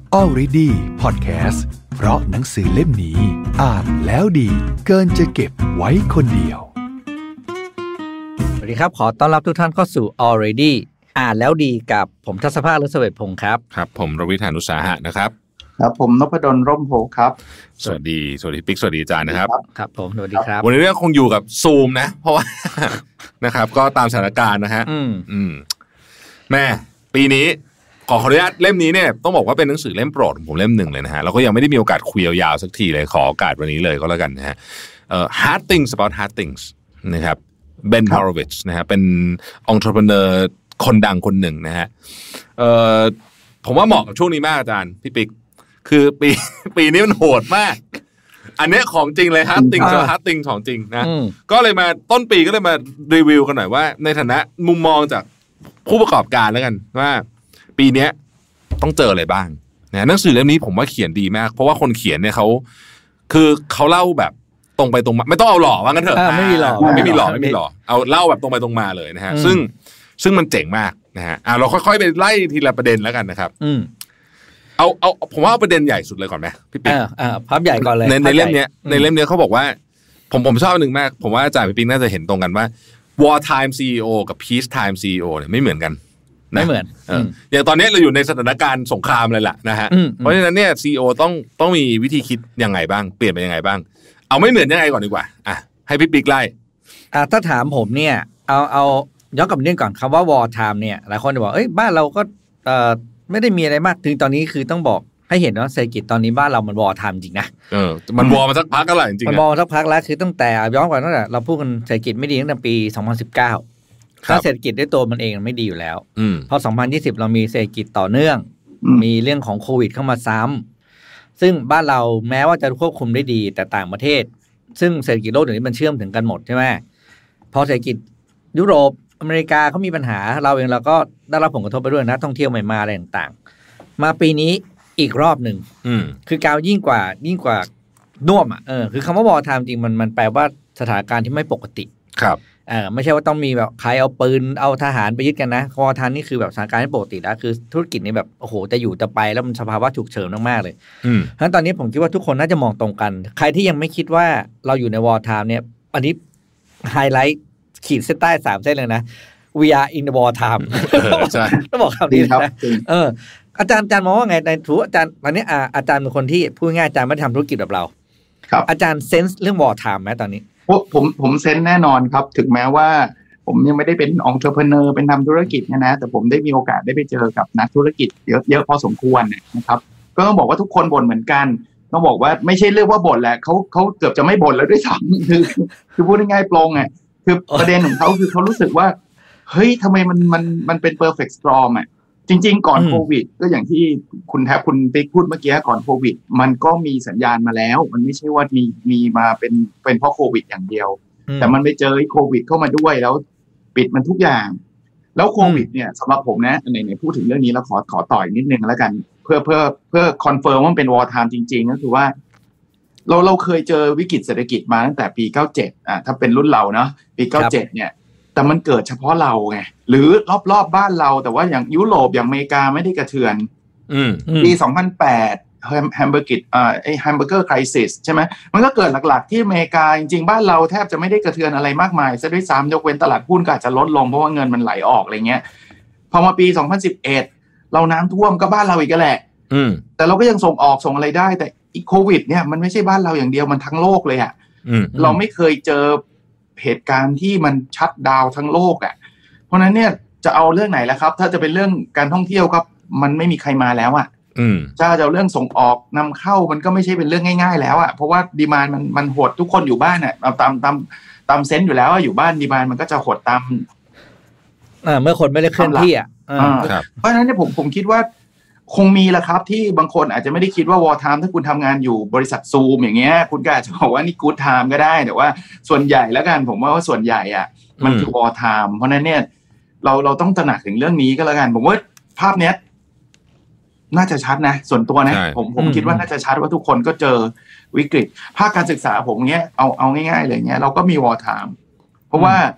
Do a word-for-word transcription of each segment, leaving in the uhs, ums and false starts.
Already Podcast เพราะหนังสือเล่มนี้อ่านแล้วดีเกินจะเก็บไว้คนเดียวสวัสดีครับขอต้อนรับทุกท่านเข้าสู่ Already อ่านแล้วดีกับผมทัศภาค ฤกษเวชพงศ์ครับครับผมรวิธานุสาหะนะครับครับผมนพดลร่มโพครับสวัสดีสวัสดีปิ๊กสวัสดีอาจารย์นะครับครับผมสวัสดีครับวันนี้เราคงอยู่กับซูมนะเพราะว่า นะครับก็ตามสถานการณ์นะฮะอืมอืมแม่ปีนี้ขอขออนุญาตเล่มนี้เนี่ยต้องบอกว่าเป็นหนังสือเล่มโปรดของผมเล่มหนึ่งเลยนะฮะแล้วก็ยังไม่ได้มีโอกาสคุยยาวๆสักทีเลยขอโอกาสวันนี้เลยก็แล้วกันนะฮะเอ่อ Hard Things About Hard Things นะครับเบน ฮอโรวิชนะฮะเป็น entrepreneur คนดังคนหนึ่งนะฮะเอ่อผมว่าเหมาะกับช่วงนี้มากอาจารย์พี่ปิ๊กคือปีปีนี้มันโหดมากอันนี้ของจริงเลย Hard Things กับ Hard Things ของจริงนะก็เลยมาต้นปีก็เลยมารีวิวกันหน่อยว่าในฐานะมุมมองจากผู้ประกอบการแล้วกันว่าปีนี้ต้องเจออะไรบ้างนะหนังสือเล่มนี้ผมว่าเขียนดีมากเพราะว่าคนเขียนเนี่ยเขาคือเขาเล่าแบบตรงไปตรงมาไม่ต้องเอาหล่อว่างั้นเถอะไม่มีหล่อไม่มีหล่อไม่มีหล่อเอาเล่าแบบตรงไปตรงมาเลยนะฮะซึ่งซึ่งมันเจ๋งมากนะฮะอ่ะเราค่อยๆไปไล่ทีละประเด็นแล้วกันนะครับอืมเอาเอาผมว่าเอาประเด็นใหญ่สุดเลยก่อนไหมพี่ปิ๊กอ่าภาพใหญ่ก่อนเลยในในเล่มเนี้ยในเล่มเนี้ยเขาบอกว่าผมผมชอบอันนึงมากผมว่าอาจารย์พี่ปิ๊กน่าจะเห็นตรงกันว่า war time ซี อี โอ กับ peace time ซี อี โอ เนี่ยไม่เหมือนกันไม่เหมือนอย่างตอนนี้เราอยู่ในสถานการณ์สงครามเลยล่ะนะฮะเพราะฉะนั้นเนี่ย ซี อี โอ ต้องต้องมีวิธีคิดยังไงบ้างเปลี่ยนไปยังไงบ้างเอาไม่เหมือนยังไงก่อนดีกว่าอ่ะให้พี่ปิ๊กไล่อ่ะถ้าถามผมเนี่ยเอาเอาย้อนกลับเรื่องก่อนคำว่า war time เนี่ยหลายคนจะบอกเอ้ยบ้านเราก็เอ่อไม่ได้มีอะไรมากถึงตอนนี้คือต้องบอกให้เห็นว่าเศรษฐกิจตอนนี้บ้านเรามัน war time จริงนะเออมัน war มาสักพักก็หลายจริงๆมัน war สักพักแล้วคือตั้งแต่ย้อนกว่าตั้งแต่เราพูดกันเศรษฐกิจไม่ดีตั้งแต่ปีสองพันสิบเก้าถ้าเศรษฐกิจด้วยตัวมันเองไม่ดีอยู่แล้วพอสองพันยี่สิบเรามีเศรษฐกิจต่อเนื่องมีเรื่องของโควิดเข้ามาซ้ำซึ่งบ้านเราแม้ว่าจะควบคุมได้ดีแต่ต่างประเทศซึ่งเศรษฐกิจโลกเดี๋ยวนี้มันเชื่อมถึงกันหมดใช่ไหมพอเศรษฐกิจยุโรปอเมริกาเขามีปัญหาเราเองเราก็ได้รับผลกระทบไปด้วยนะท่องเที่ยวใหม่มาอะไรต่างๆมาปีนี้อีกรอบหนึ่งคือการยิ่งกว่ายิ่งกว่าน่วมอ่ะเออคือคำว่าวอร์ไทม์จริงมันมันแปลว่าสถานการณ์ที่ไม่ปกติครับเออไม่ใช่ว่าต้องมีแบบใครเอาปืนเอาทหารไปยึดกันนะวอร์ไทม์นี่คือแบบสถานการณ์ที่ปกติแล้วคือธุรกิจนี่แบบโอ้โหจะอยู่จะไปแล้วมันสภาวะฉุกเฉินมากๆเลยอืมเพราะฉะนั้นตอนนี้ผมคิดว่าทุกคนน่าจะมองตรงกันใครที่ยังไม่คิดว่าเราอยู่ในวอร์ไทม์เนี่ยอันนี้ไฮไลท์ขีดเส้นใต้สามเส้นเลยนะ we are in the war time ใช่ต้องบอกคำนี้นะเอออาจารย์อาจารย์มองว่าไงในถูอาจารย์ตอนนี้อาจารย์เป็นคนที่พูดง่ายอาจารย์ไม่ทำธุรกิจแบบเราครับอาจารย์เซนส์เรื่องวอร์ไทม์ไหมตอนนี้ผมผมเซนส์แน่นอนครับถึงแม้ว่าผมยังไม่ได้เป็นองค์ประกอบเป็นทำธุรกิจนะนะแต่ผมได้มีโอกาสได้ไปเจอกับนักธุรกิจเยอะเยอะพอสมควรนะครับก็ต้องบอกว่าทุกคนบ่นเหมือนกันต้องบอกว่าไม่ใช่เรื่องว่าบ่นแหละเขาเขาเกือบจะไม่บ่นแล้วด้วยซ้ำคือคือพูดง่ายๆปลงอ่ะคือประเด็นของเขาคือเขารู้สึกว่าเฮ้ยทำไมมันมันมันเป็น perfect storm อ่ะจริงๆก่อนโควิดก็อย่างที่คุณแทบคุณปิ๊กพูดเมื่อกี้ก่อนโควิดมันก็มีสัญญาณมาแล้วมันไม่ใช่ว่ามีมีมาเป็นเป็นเพราะโควิดอย่างเดียวแต่มันไปเจอโควิดเข้ามาด้วยแล้วปิดมันทุกอย่างแล้วโควิดเนี่ยสำหรับผมนะไหนๆพูดถึงเรื่องนี้แล้วขอขอต่อยนิดนึงแล้วกันเพื่อเพื่อเพื่อคอนเฟิร์มว่าเป็นวอร์ไทม์จริงๆก็คือว่าเราเราเคยเจอวิกฤตเศรษฐกิจมาตั้งแต่ปีเก้าสิบเจ็ดอ่ะถ้าเป็นรุ่นเราเนาะปีเก้าสิบเจ็ดเนี่ยแต่มันเกิดเฉพาะเราไงหรือรอบๆบ้านเราแต่ว่าอย่างยุโรปอย่างอเมริกาไม่ได้กระเทือนปีสองพันแปดแฮมเบอร์กิตอ่าไอ้แฮมเบอร์เกอร์ไครซิสใช่ไหมมันก็เกิดหลักๆที่อเมริกาจริงๆบ้านเราแทบจะไม่ได้กระเทือนอะไรมากมายซะด้วยซ้ำยกเว้นตลาดหุ้นก็อาจจะลดลงเพราะว่าเงินมันไหลออกอะไรเงี้ยพอมาปีสองพันสิบเอ็ดเราน้ำท่วมก็บ้านเราอีกแหละแต่เราก็ยังส่งออกส่งอะไรได้แต่อีโควิดเนี่ยมันไม่ใช่บ้านเราอย่างเดียวมันทั้งโลกเลยอ่ะเราไม่เคยเจอเหตุการณ์ที่มันชัตดาวน์ทั้งโลกอ่ะเพราะนั้นเนี่ยจะเอาเรื่องไหนล่ะครับถ้าจะเป็นเรื่องการท่องเที่ยวครับมันไม่มีใครมาแล้วอ่ะถ้าจะเอาเรื่องส่งออกนำเข้ามันก็ไม่ใช่เป็นเรื่องง่ายๆแล้วอ่ะเพราะว่าดีมานด์มันมันหดทุกคนอยู่บ้านอ่ะตามตามตามเซนส์อยู่แล้วอยู่บ้านดีมานด์มันก็จะหดตามอ่าเมื่อคนไม่ได้เคลื่อนที่อ่ะเพราะฉะนั้นเนี่ยผมผมคิดว่าคงมีแหละครับที่บางคนอาจจะไม่ได้คิดว่าวอร์ไทม์ถ้าคุณทำงานอยู่บริษัทซูมอย่างเงี้ยคุณก็อาจจะบอกว่านี่กู๊ดไทม์ก็ได้แต่ว่าส่วนใหญ่แล้วกันผมว่าส่วนใหญ่อ่ะมันคือวอร์ไทม์เพราะนั้นเนี่ยเราเราต้องตระหนักถึงเรื่องนี้ก็แล้วกันผมว่าภาพเนี้ยน่าจะชัดนะส่วนตัวนะผมผมคิดว่าน่าจะชัดว่าทุกคนก็เจอวิกฤตภาคการศึกษาผมเงี้ยเอาเอาง่ายๆเลยเงี้ยเราก็มีวอร์ไทม์เพราะว่า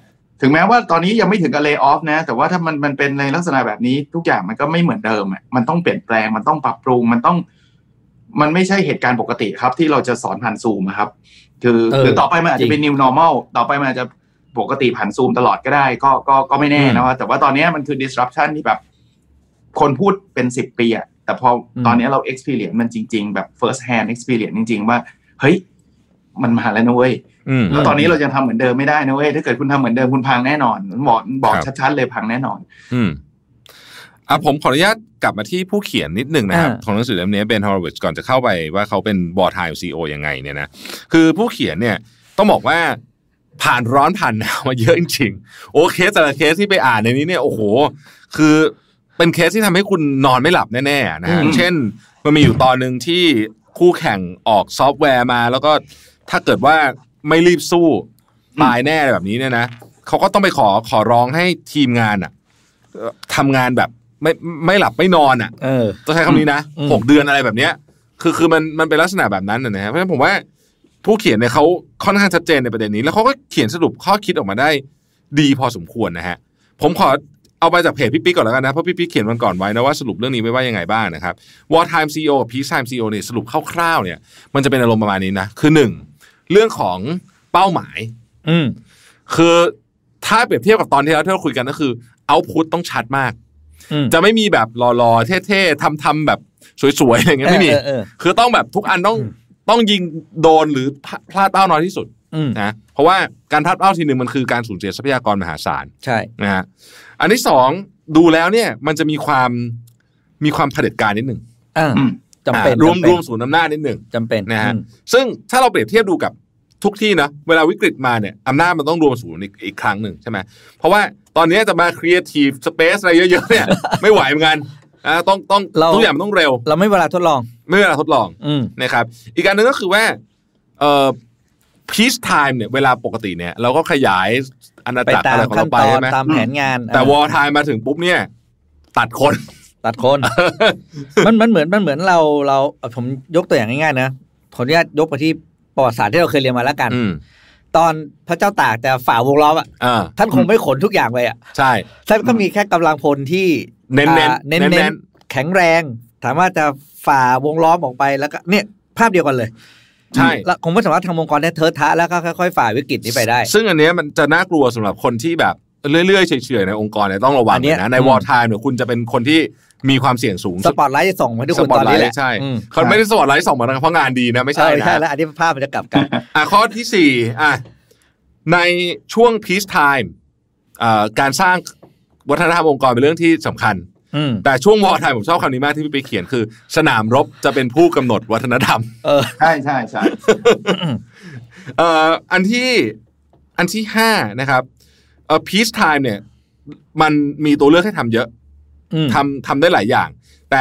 ถึงแม้ว่าตอนนี้ยังไม่ถึงกับ lay off นะแต่ว่าถ้ามันมันเป็นในลักษณะแบบนี้ทุกอย่างมันก็ไม่เหมือนเดิมอ่ะมันต้องเปลี่ยนแปลงมันต้องปรับปรุงมันต้องมันไม่ใช่เหตุการณ์ปกติครับที่เราจะสอนผ่านซูมครับคือหรือต่อไปมันอาจจะเป็น new normal ต่อไปมันอาจจะปกติผ่านซูมตลอดก็ได้ก็ก็ก็ไม่แน่นะว่าแต่ว่าตอนนี้มันคือ disruption ที่แบบคนพูดเป็นสิบปีอ่ะแต่พอตอนนี้เรา experience มันจริงๆแบบ first hand experience จริงๆว่าเฮ้ยมันมาแล้วนะเว้ยแล้วตอนนี้เราจะทำเหมือนเดิมไม่ได้นะเว้ยถ้าเกิดคุณทำเหมือนเดิมคุณพังแน่นอนบอกบอกชัดๆเลยพังแน่นอนอืมอ่ะผมขออนุญาตกลับมาที่ผู้เขียนนิดนึงนะครับของหนังสือเล่มนี้เบน ฮอโรวิตซ์ก่อนจะเข้าไปว่าเขาเป็น wartime ซี อี โอ ยังไงเนี่ยนะคือผู้เขียนเนี่ยต้องบอกว่าผ่านร้อนผ่านหนาวมาเยอะจริงๆโอเคแต่ละเคสที่ไปอ่านในนี้เนี่ยโอ้โหคือเป็นเคสที่ทำให้คุณนอนไม่หลับแน่ๆนะฮะเช่นมันมีอยู่ตอนนึงที่คู่แข่งออกซอฟต์แวร์มาแล้วก็ถ้าเกิดว่าไม่รีบสู้ตายแน่แบบนี้เนี่ยนะเขาก็ต้องไปขอขอร้องให้ทีมงานอ่ะทำงานแบบไม่ไม่หลับไม่นอนอ่ะต้องใช้คำนี้นะหกเดือนอะไรแบบเนี้ยคือคือมันมันเป็นลักษณะแบบนั้นนะฮะเพราะฉะนั้นผมว่าผู้เขียนเนี่ยเขาค่อนข้างชัดเจนในประเด็นนี้แล้วเขาก็เขียนสรุปข้อคิดออกมาได้ดีพอสมควรนะฮะผมขอเอาไปจากเพจพี่ปิ๊กก่อนแล้วกันนะเพราะพี่ปิ๊กเขียนวันก่อนไว้นะว่าสรุปเรื่องนี้ไว้ว่ายังไงบ้างนะครับ Wartime ซี อี โอ กับ Peacetime ซี อี โอ เนี่ยสรุปคร่าวๆเนี่ยมันจะเป็นอารมณ์ประมาณนี้นะคือหนึ่งเรื่องของเป้าหมายอืมคือถ้าเปรียบเทียบกับตอนที่เราที่เราคุยกันก็คือเอาท์พุตต้องชัดมากจะไม่มีแบบหล่อๆเท่ๆทำๆแบบสวยๆอะไรเงี้ยไม่มีคือต้องแบบทุกอันต้องต้องยิงโดนหรือพลาดเป้าน้อยที่สุดนะเพราะว่าการพลาดเป้าทีนึงมันคือการสูญเสียทรัพยากรมหาศาลใช่นะฮะอันที่สองดูแล้วเนี่ยมันจะมีความมีความเผด็จการนิดหนึ่งจำเป็นรวมรวมศูนย์อำนาจนิดหนึ่งจำเป็นนะฮะซึ่งถ้าเราเปรียบเทียบดูกับทุกที่นะเวลาวิกฤตมาเนี่ยอำนาจมันต้องรวมศูนย์อีกอีกครั้งหนึ่งใช่ไหมเพราะว่าตอนนี้จะมา creative space อะไรเยอะๆเนี่ยไม่ไหวเหมือนกันอ่าต้องต้องทุกอย่างมันต้องเร็วเราไม่เวลาทดลองไม่เวลาทดลองนะครับอีกการหนึ่งก็คือว่าเอ่อ peace time เนี่ยเวลาปกติเนี่ยเราก็ขยายอาณาจักรอะไรของเราไปใช่ไหมตามแผนงานแต่ war time มาถึงปุ๊บเนี่ยตัดคนตัดคนมันมันเหมือนมันเหมือนเราเราผมยกตัวอย่างง่ายๆนะขออนุญาตยกไปที่ประวัติศาสตร์ที่เราเคยเรียนมาแล้วกันตอนพระเจ้าตากแต่ฝ่าวงล้อมอ่ะท่านคงไม่ขนทุกอย่างไปอ่ะใช่ท่านก็มีแค่กำลังพลที่เน้นเน้นเน้นเน้นแข็งแรงถามว่าจะฝ่าวงล้อมออกไปแล้วก็เนี่ยภาพเดียวกันเลยใช่แล้วคงไม่สามารถทำองค์กรได้เทิดทะแล้วก็ค่อยๆฝ่าวิกฤตนี้ไปได้ซึ่งอันนี้มันจะน่ากลัวสำหรับคนที่แบบเรื่อยๆเฉยๆในองค์กรเนี่ยต้องระวังนะใน war time เนี่ยคุณจะเป็นคนที่มีความเสี่ยงสูงสปอตไลท์จะส่งมาทุกคนตอนนี้แหละใช่เขาไม่ได้สปอตไลท์ส่งมาเพราะงานดีนะไม่ใช่นะใช่แล้วอันนี้ภาพมันจะกลับกันอ่ะข้อที่สี่อ่ะในช่วง peace time อ่าการสร้างวัฒนธรรมองค์กรเป็นเรื่องที่สำคัญแต่ช่วง war time ผมชอบคำนี้มากที่พี่ไปเขียนคือสนามรบจะเป็นผู้กำหนดวัฒนธรรมเออใช่ใช่ใช่เอ่ออันที่อันที่ห้านะครับเอ่อ peace time เนี่ยมันมีตัวเลือกให้ทำเยอะทำทำได้หลายอย่างแต่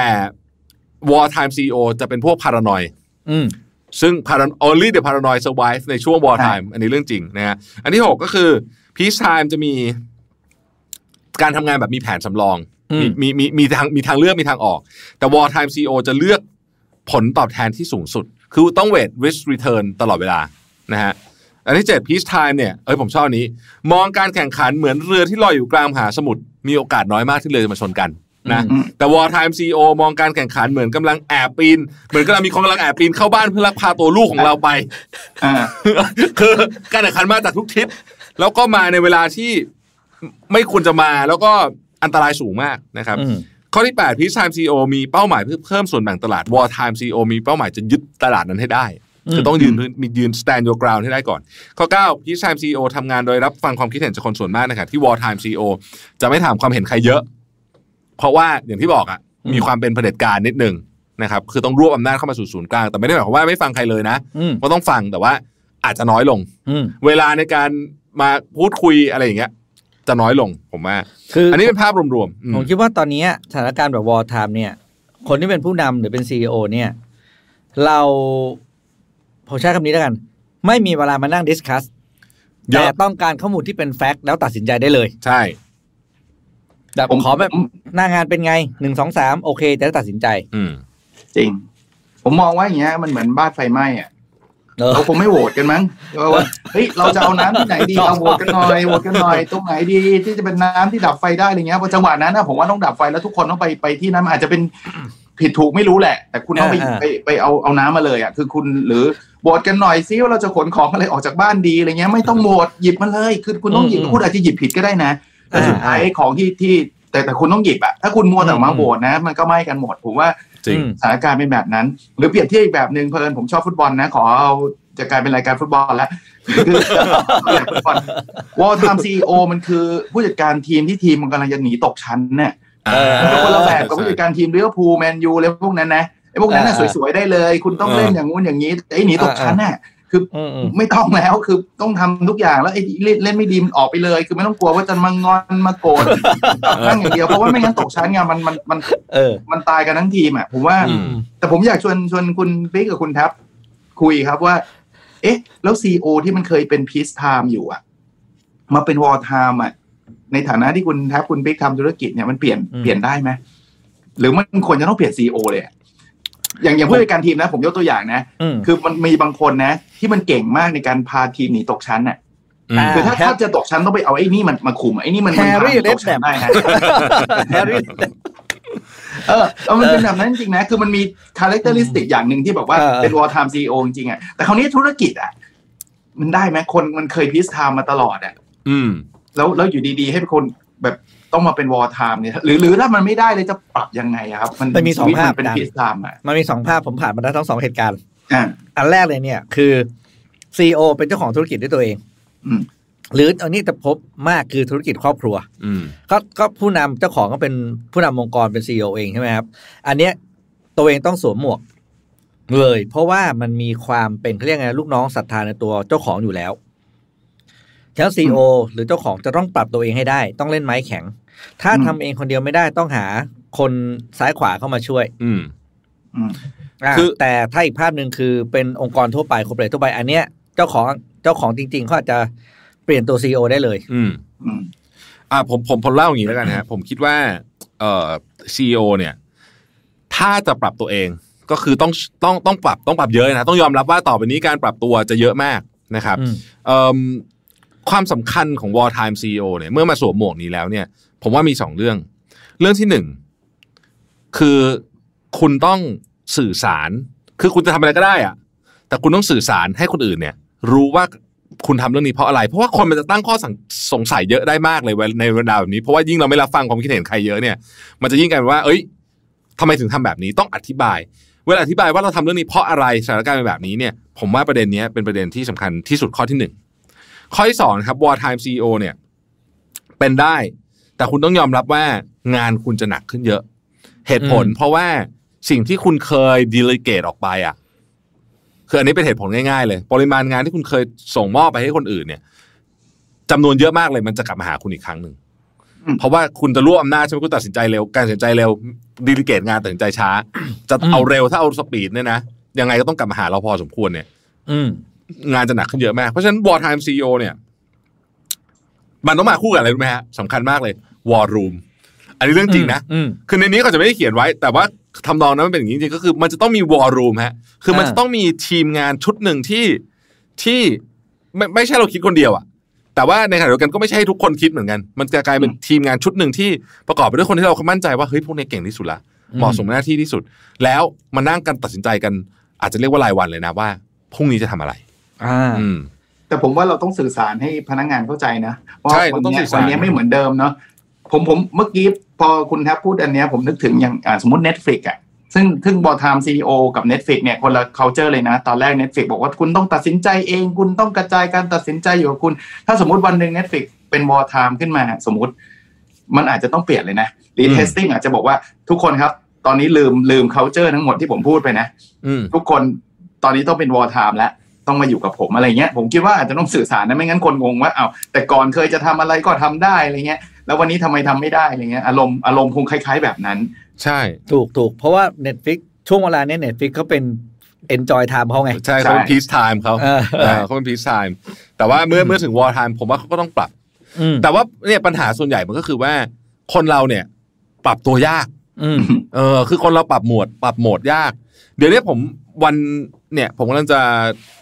war time ซี อี โอ จะเป็นพวก paranoid ซึ่ง only the paranoid survive ในช่วง war time อันนี้เรื่องจริงนะฮะอันที่หกก็คือ peace time จะมีการทำงานแบบมีแผนสำรองมีมีมีมีทางมีทางเลือกมีทางออกแต่ war time ซี อี โอ จะเลือกผลตอบแทนที่สูงสุดคือต้อง wait risk return ตลอดเวลานะฮะอันที่เจ็ด peace time เนี่ยเอ้ยผมชอบอันนี้มองการแข่งขันเหมือนเรือที่ลอยอยู่กลางมหาสมุทรมีโอกาสน้อยมากที่เรือจะมาชนกันนะแต่ war time ซี อี โอ มองการแข่งขันเหมือนกำลังแอบปีนเหมือนกำลังมีคนกำลังแอบปีนเข้าบ้านเพื่อลักพาตัวลูกของเราไปคือการแข่งขันมาจากทุกทิศแล้วก็มาในเวลาที่ไม่ควรจะมาแล้วก็อันตรายสูงมากนะครับข้อที่แปด peace time ซี อี โอ มีเป้าหมายเพื่อเพิ่มส่วนแบ่งตลาด war time ซี อี โอ มีเป้าหมายจะยึดตลาดนั้นให้ได้คือต้องยืนมียืน stand your ground ให้ได้ก่อนข้อเก้า peace time ซี อี โอ ทำงานโดยรับฟังความคิดเห็นจากคนส่วนมากนะครับที่ war time ซี อี โอ จะไม่ถามความเห็นใครเยอะเพราะว่าอย่างที่บอกอ่ะมีความเป็นเผด็จการนิดนึงนะครับคือต้องรวบอำนาจเข้ามาสู่ศูนย์กลางแต่ไม่ได้หมายความว่าไม่ฟังใครเลยนะก็ต้องฟังแต่ว่าอาจจะน้อยลงเวลาในการมาพูดคุยอะไรอย่างเงี้ยจะน้อยลงผมว่าคืออันนี้เป็นภาพรวมๆผมคิดว่าตอนนี้สถานการณ์แบบ war time เนี่ยคนที่เป็นผู้นำหรือเป็น ซี อี โอ เนี่ยเราผมใช้คำนี้แล้วกันไม่มีเวลามานั่งดิสคัสแต่ต้องการข้อมูลที่เป็นแฟกต์แล้วตัดสินใจได้เลยใช่แต่ผมขอแบบหน้างานเป็นไงหนึ่งสองสามโอเคจะได้ตัดสินใจอืมจริงผมมองว่าอย่างเงี้ยมันเหมือนบ้านไฟไหม้อ่ะเราคงไม่โหวตกันมั้งว่าเฮ้ยเราจะเอาน้ำที่ไหนดีเอาโหวตกันหน่อยโหวตกันหน่อยตรงไหนดีที่จะเป็นน้ำที่ดับไฟได้อะไรเงี้ยพอจังหวะนั้นนะผมว่าต้องดับไฟแล้วทุกคนต้องไปไปที่นั้นอาจจะเป็นผิดถูกไม่รู้แหละแต่คุณต้องไปไปไปเอาเอาน้ำมาเลยอ่ะคือคุณหรือโหวตกันหน่อยซิว่าเราจะขนของอะไรออกจากบ้านดีอะไรเงี้ยไม่ต้องโหวตหยิบมาเลยคือคุณต้องหยิบคุณอาจจะหยิบผิดก็ได้นะแต่สุดท้ายของที่ที่แต่แต่คุณต้องหยิบอะถ้าคุณมัวแต่มาโหวตนะมันก็ไม่กันหมดผมว่าสถานการณ์เป็นแบบนั้นหรือเปรียบเทียบอีกแบบนึงเพลินผมชอบฟุตบอลนะขอเอาจะกลายเป็นรายการฟุตบอลแล้วคือฟุตบอลวอลไทม์ซีอีโอมันคือผู้จัดการทีมที่ทีมมันกำลังจะหนีตกชั้นเนี่ยคนละแบบกับผู้จัดการทีมลิเวอร์พูลแมนยูอะไรพวกนั้นนะไอ้พวกนั้นน่ะสวยๆได้เลยคุณต้องเล่นอย่างงู้นอย่างนี้ไอ้หนีตกชั้นน่ะคือไม่ต้องแล้วคือต้องทำทุกอย่างแล้วไอ้เล่นไม่ดีมันออกไปเลยคือไม่ต้องกลัวว่าจะมางอนมาโกรธนั่งอย่างเดียวเพราะว่าไม่งั้นตกชั้นไงมันมันมันมันตายกันทั้งทีมอ่ะผมว่าแต่ผมอยากชวนชวนคุณปิ๊กกับคุณแท็บคุยครับว่าเอ๊ะแล้วซีโอที่มันเคยเป็นพีซไทม์อยู่อ่ะมาเป็นวอร์ไทม์อ่ะในฐานะที่คุณแท็บคุณปิ๊กทำธุรกิจเนี่ยมันเปลี่ยนเปลี่ยนได้ไหมหรือมันควรจะต้องเปลี่ยนซีโอเลยอย่างอย่างผู้จัดการทีมนะผมยกตัวอย่างนะคือมันมีบางคนนะที่มันเก่งมากในการพาทีมหนีตกชั้นน่ะคือถ้าถ้าจะตกชั้นต้องไปเอาไอ้นี่มันมาคุมไอ้นี่มันมันพาตกชั้นได้นะแฮร์รี่เออเอามันเป็นแบบนั้นจริงๆนะคือมันมีคาแรคเตอร์ลิสติกอย่างหนึ่งที่บอกว่าเป็นวอร์ไทม์ซีอีโอจริงๆอ่ะแต่คราวนี้ธุรกิจอ่ะมันได้ไหมคนมันเคยพีซไทม์มาตลอดอ่ะแล้วแล้วอยู่ดีๆให้คนแบบต้องมาเป็นวอร์ไทม์เนี่ยหรือหรือถ้ามันไม่ได้เลยจะปรับยังไงครับมันมีสองภาพเป็นพีซไทม์อ่ะมันมีสองภาพผมผ่านมาได้ทั้งสองเหตุการณ์อันแรกเลยเนี่ยคือซีอีโอเป็นเจ้าของธุรกิจด้วยตัวเองหรืออันนี้จะพบมากคือธุรกิจครอบครัวก็ก็ผู้นำเจ้าของก็เป็นผู้นำองค์กรเป็นซีอีโอเองใช่ไหมครับอันเนี้ยตัวเองต้องสวมหมวกเลยเพราะว่ามันมีความเป็นเขาเรียกไงลูกน้องศรัทธาในตัวเจ้าของอยู่แล้วแล้วซีอีโอหรือเจ้าของจะต้องปรับตัวเองให้ได้ต้องเล่นไม้แข็งถ้าทำเองคนเดียวไม่ได้ต้องหาคนซ้ายขวาเข้ามาช่วยอืมคือแต่ถ้าอีกภาพหนึ่งคือเป็นองค์กรทั่วไปคอร์ปอเรททั่วไปอันเนี้ยเจ้าของเจ้าของจริงๆเขาอาจจะเปลี่ยนตัว ซี อี โอ ได้เลยอืมอ่าผมผมผมเล่าอย่างนี้แล้วกันฮะผมคิดว่าเอ่อ ซี อี โอ เนี่ยถ้าจะปรับตัวเองก็คือต้องต้องต้องปรับต้องปรับเยอะนะต้องยอมรับว่าต่อไปนี้การปรับตัวจะเยอะมากนะครับเอ่อความสำคัญของ Wartime ซี อี โอ เนี่ยเมื่อมาสวมหมวกนี้แล้วเนี่ยผมว่ามีสองเรื่องเรื่องที่หนึ่งคือคุณต้องสื่อสารคือคุณจะทำอะไรก็ได้อะแต่คุณต้องสื่อสารให้คนอื่นเนี่ยรู้ว่าคุณทำเรื่องนี้เพราะอะไรเพราะว่าคนมันจะตั้งข้อสงสัยเยอะได้มากเลยในเวลาแบบนี้เพราะว่ายิ่งเราไม่รับฟังความคิดเห็นใครเยอะเนี่ยมันจะยิ่งกลายเป็นว่าเอ้ยทำไมถึงทำแบบนี้ต้องอธิบายเวลาอธิบายว่าเราทำเรื่องนี้เพราะอะไรสถานการณ์เป็นแบบนี้เนี่ยผมว่าประเด็นนี้เป็นประเด็นที่สำคัญที่สุดข้อที่หนึ่งข้อที่สองครับ Wartime ซี อี โอ เนี่ยเป็นได้แต่คุณต้องยอมรับว่างานคุณจะหนักขึ้นเยอะเหตุผลเพราะว่าสิ่งที่คุณเคยดีลิเกตออกไปอ่ะคืออันนี้เป็นเหตุผลง่ายๆเลยปริมาณงานที่คุณเคยส่งมอบไปให้คนอื่นเนี่ยจำนวนเยอะมากเลยมันจะกลับมาหาคุณอีกครั้งหนึ่งเพราะว่าคุณจะรวบอำนาจใช่ไหมคุณตัดสินใจเร็วการตัดสินใจเร็วดีลิเกตงานตัดสินใจช้าจะเอาเร็วถ้าเอาสปีดเนี่ยนะยังไงก็ต้องกลับมาหาเราพอสมควรเนี่ยงานจะหนักขึ้นเยอะมากเพราะฉะนั้น Wartime ซี อี โอ เนี่ยมันต้องมาคู่กับอะไรรู้ไหมฮะสำคัญมากเลย War Room อันนี้เรื่องจริงนะคือในนี้เขาจะไม่ได้เขียนไว้แต่ว่าทำนองนั้นมันเป็นอย่างนี้จริงก็คือมันจะต้องมี War Room ฮะคือมันจะต้องมีทีมงานชุดหนึ่งที่ที่ไม่ไม่ใช่เราคิดคนเดียวอ่ะแต่ว่าในขณะเดียวกันก็ไม่ใช่ทุกคนคิดเหมือนกันมันจะกลายเป็นทีมงานชุดหนึ่งที่ประกอบไปด้วยคนที่เรามั่นใจว่าเฮ้ยพวกนี้เก่งที่สุดละเหมาะสมหน้าที่ที่สุดแล้วมานั่งกันตัดสินใจกันอาจจะเรียกว่ารายวันเลยนะว่าพรุ่งนี้จะทำอะไรอ่าแต่ผมว่าเราต้องสื่อสารให้พนักงานเข้าใจนะว่าวันนี้วันนี้ไม่เหมือนเดิมเนาะผมผมเมื่อกี้พอคุณแทบพูดอันนี้ผมนึกถึงอย่างสมมติ Netflix อ่ะซึ่งซึ่ง Wartime ซี อี โอ กับ Netflix เนี่ยคนละ culture เลยนะตอนแรก Netflix บอกว่าคุณต้องตัดสินใจเองคุณต้องกระจายการตัดสินใจอยู่กับคุณถ้าสมมติวันนึง Netflix เป็น Wartime ขึ้นมาสมมติมันอาจจะต้องเปลี่ยนเลยนะ retesting อาจจะบอกว่าทุกคนครับตอนนี้ลืมลืม culture ทั้งหมดที่ผมพูดไปนะทุกคนตอนนี้ต้องเป็น Wartime แล้วต้องมาอยู่กับผมอะไรเงี้ยผมคิดว่าอาจจะต้องสื่อสารนะไม่งั้นคนงงว่าอ้าวแต่ก่อนเคยจะทำอะไรก็ทำได้อะไรเงี้ยแล้ววันนี้ทำไมทำไม่ได้อะไรเงี้ยอารมณ์อารมณ์คงคล้ายๆแบบนั้นใช่ถูกถูกเพราะว่า Netflix ช่วงเวลานี้ Netflix เขาเป็น enjoy time เขาไงใช่เขาเป็น peace time เขาเขาเป็น peace time แต่ว่าเมื่อเมื่อถึง war time ผมว่าเขาก็ต้องปรับแต่ว่าเนี่ยปัญหาส่วนใหญ่มันก็คือว่าคนเราเนี่ยปรับตัวยากเออคือคนเราปรับโหมดปรับโหมดยากเดี๋ยวนี้ผมวันเนี่ยผมกำลังจะ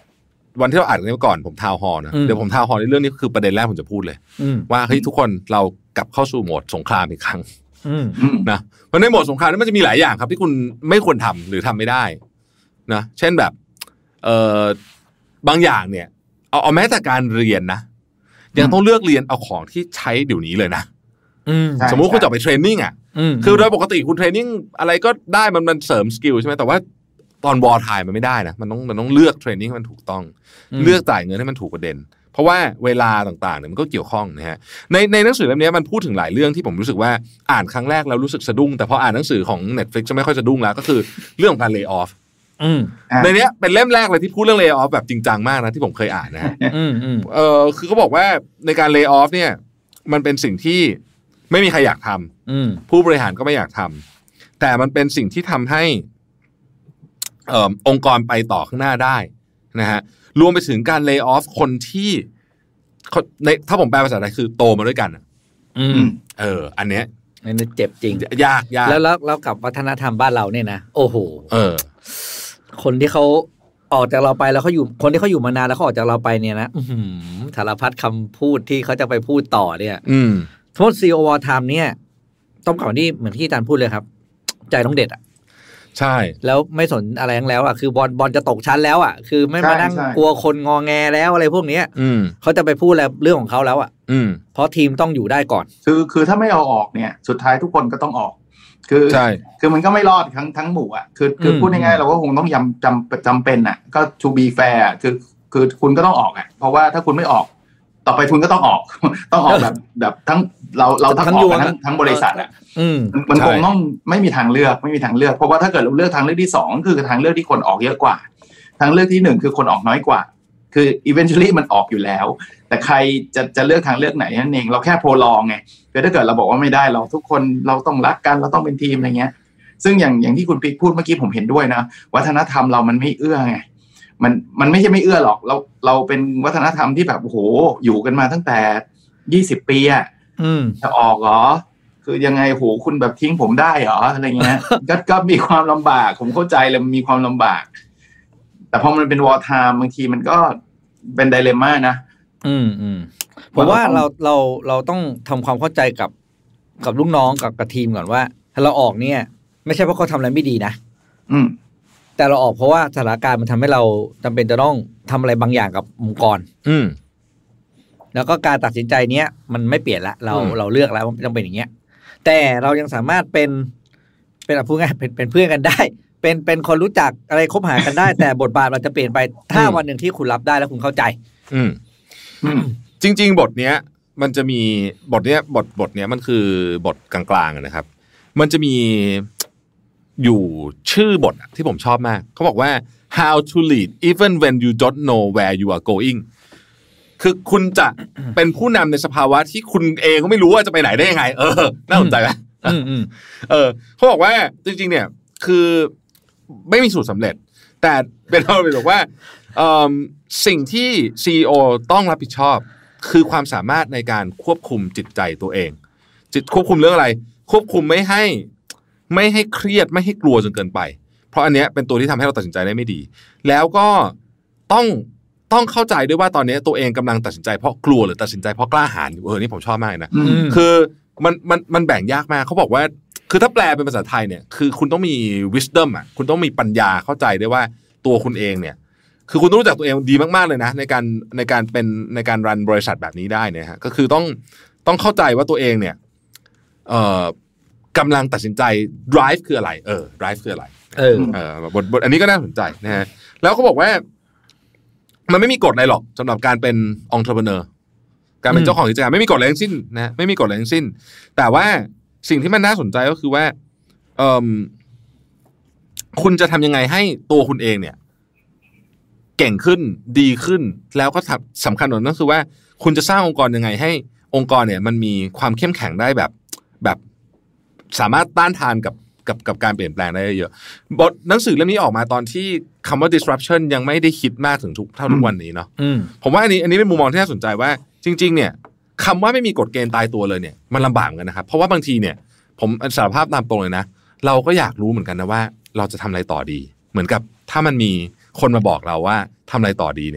วันที่เราอ่านกันไปก่อนผมทาวน์ฮอลล์นะเดี๋ยวผมทาวน์ฮอลล์ในเรื่องนี้คือประเด็นแรกผมจะพูดเลยว่าเฮ้ยทุกคนเรากลับเข้าสู่โหมดสงครามอีกครั้งนะเพราะในโหมดสงครามนั้นมันจะมีหลายอย่างครับที่คุณไม่ควรทำหรือทำไม่ได้นะเช่นแบบเอ่อบางอย่างเนี่ยเอาเอาแม้แต่การเรียนนะยังต้องเลือกเรียนเอาของที่ใช้เดี๋ยวนี้เลยนะสมมุติคุณจะไปเทรนนิ่งอ่ะคือโดยปกติคุณเทรนนิ่งอะไรก็ได้มันมันเสริมสกิลใช่ไหมแต่ว่าตอนวอร์ไทม์มันไม่ได้นะมันต้องมันต้องเลือกเทรนนิ่งให้มันถูกต้องเลือกจ่ายเงินให้มันถูกประเด็นเพราะว่าเวลาต่างๆเนี่ยมันก็เกี่ยวข้องนะฮะในในหนังสือเล่มนี้มันพูดถึงหลายเรื่องที่ผมรู้สึกว่าอ่านครั้งแรกแล้วรู้สึกสะดุ้งแต่พออ่านหนังสือของ Netflix จะไม่ค่อยสะดุ้งแล้วก็คือเรื่องของการเลย์ออฟในนี้เป็นเล่มแรกเลยที่พูดเรื่องเลย์ออฟแบบจริงจังมากนะที่ผมเคยอ่านนะฮะเออคือเขาบอกว่าในการเลย์ออฟเนี่ยมันเป็นสิ่งที่ไม่มีใครอยากทำผู้บริหารก็ไม่อยากทำแต่มันเป็นสิ่งที่ทำให้เอ่อองค์กรไปต่อข้างหน้าได้นะฮะรวมไปถึงการเลย์ออฟคนที่ในถ้าผมแปลภาษาไทยคือโตมาด้วยกันอืมเอออันเนี้ยอันนี้เจ็บจริงยากยากแล้วแล้วแล้วกับวัฒนธรรมบ้านเราเนี่ยนะโอ้โหเออคนที่เขาออกจากเราไปแล้วเขาอยู่คนที่เขาอยู่มานานแล้วเขาออกจากเราไปเนี่ยนะอื้อหือสารพัดคำพูดที่เขาจะไปพูดต่อเนี่ยอืมโทษ ซี อี โอ War Time เนี่ยต้องก่อนที่เหมือนที่อาจารย์พูดเลยครับใจต้องเด็ดอ่ะใช่แล้วไม่สนอะไรทั้งแล้วอ่ะคือบอลบอลจะตกชั้นแล้วอ่ะคือไม่มานั่งกลัวคนงอแงแล้วอะไรพวกนี้เขาจะไปพูดอะไรเรื่องของเขาแล้วอ่ะเพราะทีมต้องอยู่ได้ก่อนคือคือถ้าไม่เอาออกเนี่ยสุดท้ายทุกคนก็ต้องออกคือคือมันก็ไม่รอดทั้งทั้งหมู่อ่ะคือคือพูดง่ายๆเราก็คงต้องยำจำจำเป็นอ่ะก็ to be fair คือคือคุณก็ต้องออกอ่ะเพราะว่าถ้าคุณไม่ออกต่อไปคุณก็ต้องออกต้องออกแบบแบบทั้งเราเราทั้งออกทั้งทั้งบริษัทอ่ะมันคงต้องไม่มีทางเลือกไม่มีทางเลือกเพราะว่าถ้าเกิดเราเลือกทางเลือกที่สองคือทางเลือกที่คนออกเยอะกว่าทางเลือกที่หนึ่งคือคนออกน้อยกว่าคือ eventually มันออกอยู่แล้วแต่ใครจะจะเลือกทางเลือกไหนนั่นเองเราแค่โพลองไงคือถ้าเกิดเราบอกว่าไม่ได้เราทุกคนเราต้องรักกันเราต้องเป็นทีมอะไรเงี้ยซึ่งอย่างอย่างที่คุณปิ๊กพูดเมื่อกี้ผมเห็นด้วยนะวัฒนธรรมเรามันไม่เอื้อไงมันมันไม่ใช่ไม่เอื้อหรอกเราเราเป็นวัฒนธรรมที่แบบโอ้โหอยู่กันมาตั้งแต่ยี่สิบปีอ่ะจะออกเหรอคือยังไงโหคุณแบบทิ้งผมได้เหรออะไรเงี้ย ก็ก็มีความลำบากผมเข้าใจเลยมันมีความลำบากแต่พอมันเป็นวอร์ไทม์บางทีมันก็เป็นไดเลม่านะอืมอืมผมว่าเราเราเราต้องทำความเข้าใจกับกับลูกน้องกับกับทีมก่อนว่าถ้าเราออกเนี่ยไม่ใช่เพราะเขาทำอะไรไม่ดีนะอืมแต่เราออกเพราะว่าสถานการณ์มันทำให้เราจำเป็นจะต้องทำอะไรบางอย่างกับองค์กรอืมแล้วก็การตัดสินใจเนี้ยมันไม่เปลี่ยนละเราเราเลือกแล้วต้องเป็นอย่างเงี้ยแต่เรายังสามารถเป็นเป็นพูดง่ายเป็นเป็นเพื่อนกันได้เป็นเป็นคนรู้จักอะไรคบหากันได้ แต่บทบาทเราจะเปลี่ยนไปถ้าวันหนึ่งที่คุณรับได้แล้วคุณเข้าใจอืมจริงๆบทเนี้ยมันจะมีบทเนี้ยบทบทเนี้ยมันคือบทกลางๆนะครับมันจะมีอยู่ชื่อบทที่ผมชอบมากเขาบอกว่า how to lead even when you don't know where you are going คือคุณจะเป็นผู้นำในสภาวะที่คุณเองก็ไม่รู้ว่าจะไปไหนได้ยังไงเออน่าสนใจไหมเออเขาบอกว่าจริงๆเนี่ยคือไม่มีสูตรสำเร็จแต่เป็นเราบอกว่าสิ่งที่ ซี อี โอ ต้องรับผิดชอบคือความสามารถในการควบคุมจิตใจตัวเองจิตควบคุมเรื่องอะไรควบคุมไม่ให้ไม่ให้เครียดไม่ให้กลัวจนเกินไปเพราะอันเนี้ยเป็นตัวที่ทำให้เราตัดสินใจได้ไม่ดีแล้วก็ต้องต้องเข้าใจด้วยว่าตอนนี้ตัวเองกำลังตัดสินใจเพราะกลัวหรือตัดสินใจเพราะกล้าหาญอยู่เออนี่ผมชอบมากนะคือมันมันมันแบ่งยากมากเขาบอกว่าคือถ้าแปลเป็นภาษาไทยเนี่ยคือคุณต้องมี wisdom อ่ะคุณต้องมีปัญญาเข้าใจได้ว่าตัวคุณเองเนี่ยคือคุณต้องรู้จักตัวเองดีมากๆเลยนะในการในการเป็นในการรันบริษัทแบบนี้ได้เนี่ยฮะก็คือต้องต้องเข้าใจว่าตัวเองเนี่ยเอ่อกำลังตัดสินใจ drive คืออะไรเออ drive คืออะไรเออเออบทบทอันนี้ก็น่าสนใจนะฮะแล้วเขาบอกว่ามันไม่มีกฎอะไรหรอกสำหรับการเป็น entrepreneur การเป็นเจ้าของกิจการไม่มีกฎอะไรทั้งสิ้นนะไม่มีกฎอะไรทั้งสิ้นแต่ว่าสิ่งที่มันน่าสนใจก็คือว่าเอ่อคุณจะทำยังไงให้ตัวคุณเองเนี่ยเก่งขึ้นดีขึ้นแล้วก็สำคัญกว่านั้นคือว่าคุณจะสร้างองค์กรยังไงให้องค์กรเนี่ยมันมีความเข้มแข็งได้แบบแบบสามารถต้านทานกับกับกับการเปลี่ยนแปลงได้เยอะบทหนังสือเล่มนี้ออกมาตอนที่คำว่า disruption ยังไม่ได้คิดมากถึงทุกเท่าทุกวันนี้เนาะผมว่าอันนี้อันนี้เป็นมุมมองที่น่าสนใจว่าจริงๆเนี่ยคำว่าไม่มีกฎเกณฑ์ตายตัวเลยเนี่ยมันลำบากเหมือนกันนะครับเพราะว่าบางทีเนี่ยผมสารภาพตามตรงเลยนะเราก็อยากรู้เหมือนกันนะว่าเราจะทำอะไรต่อดีเหมือนกับถ้ามันมีคนมาบอกเราว่าทำอะไรต่อดีเนี่ย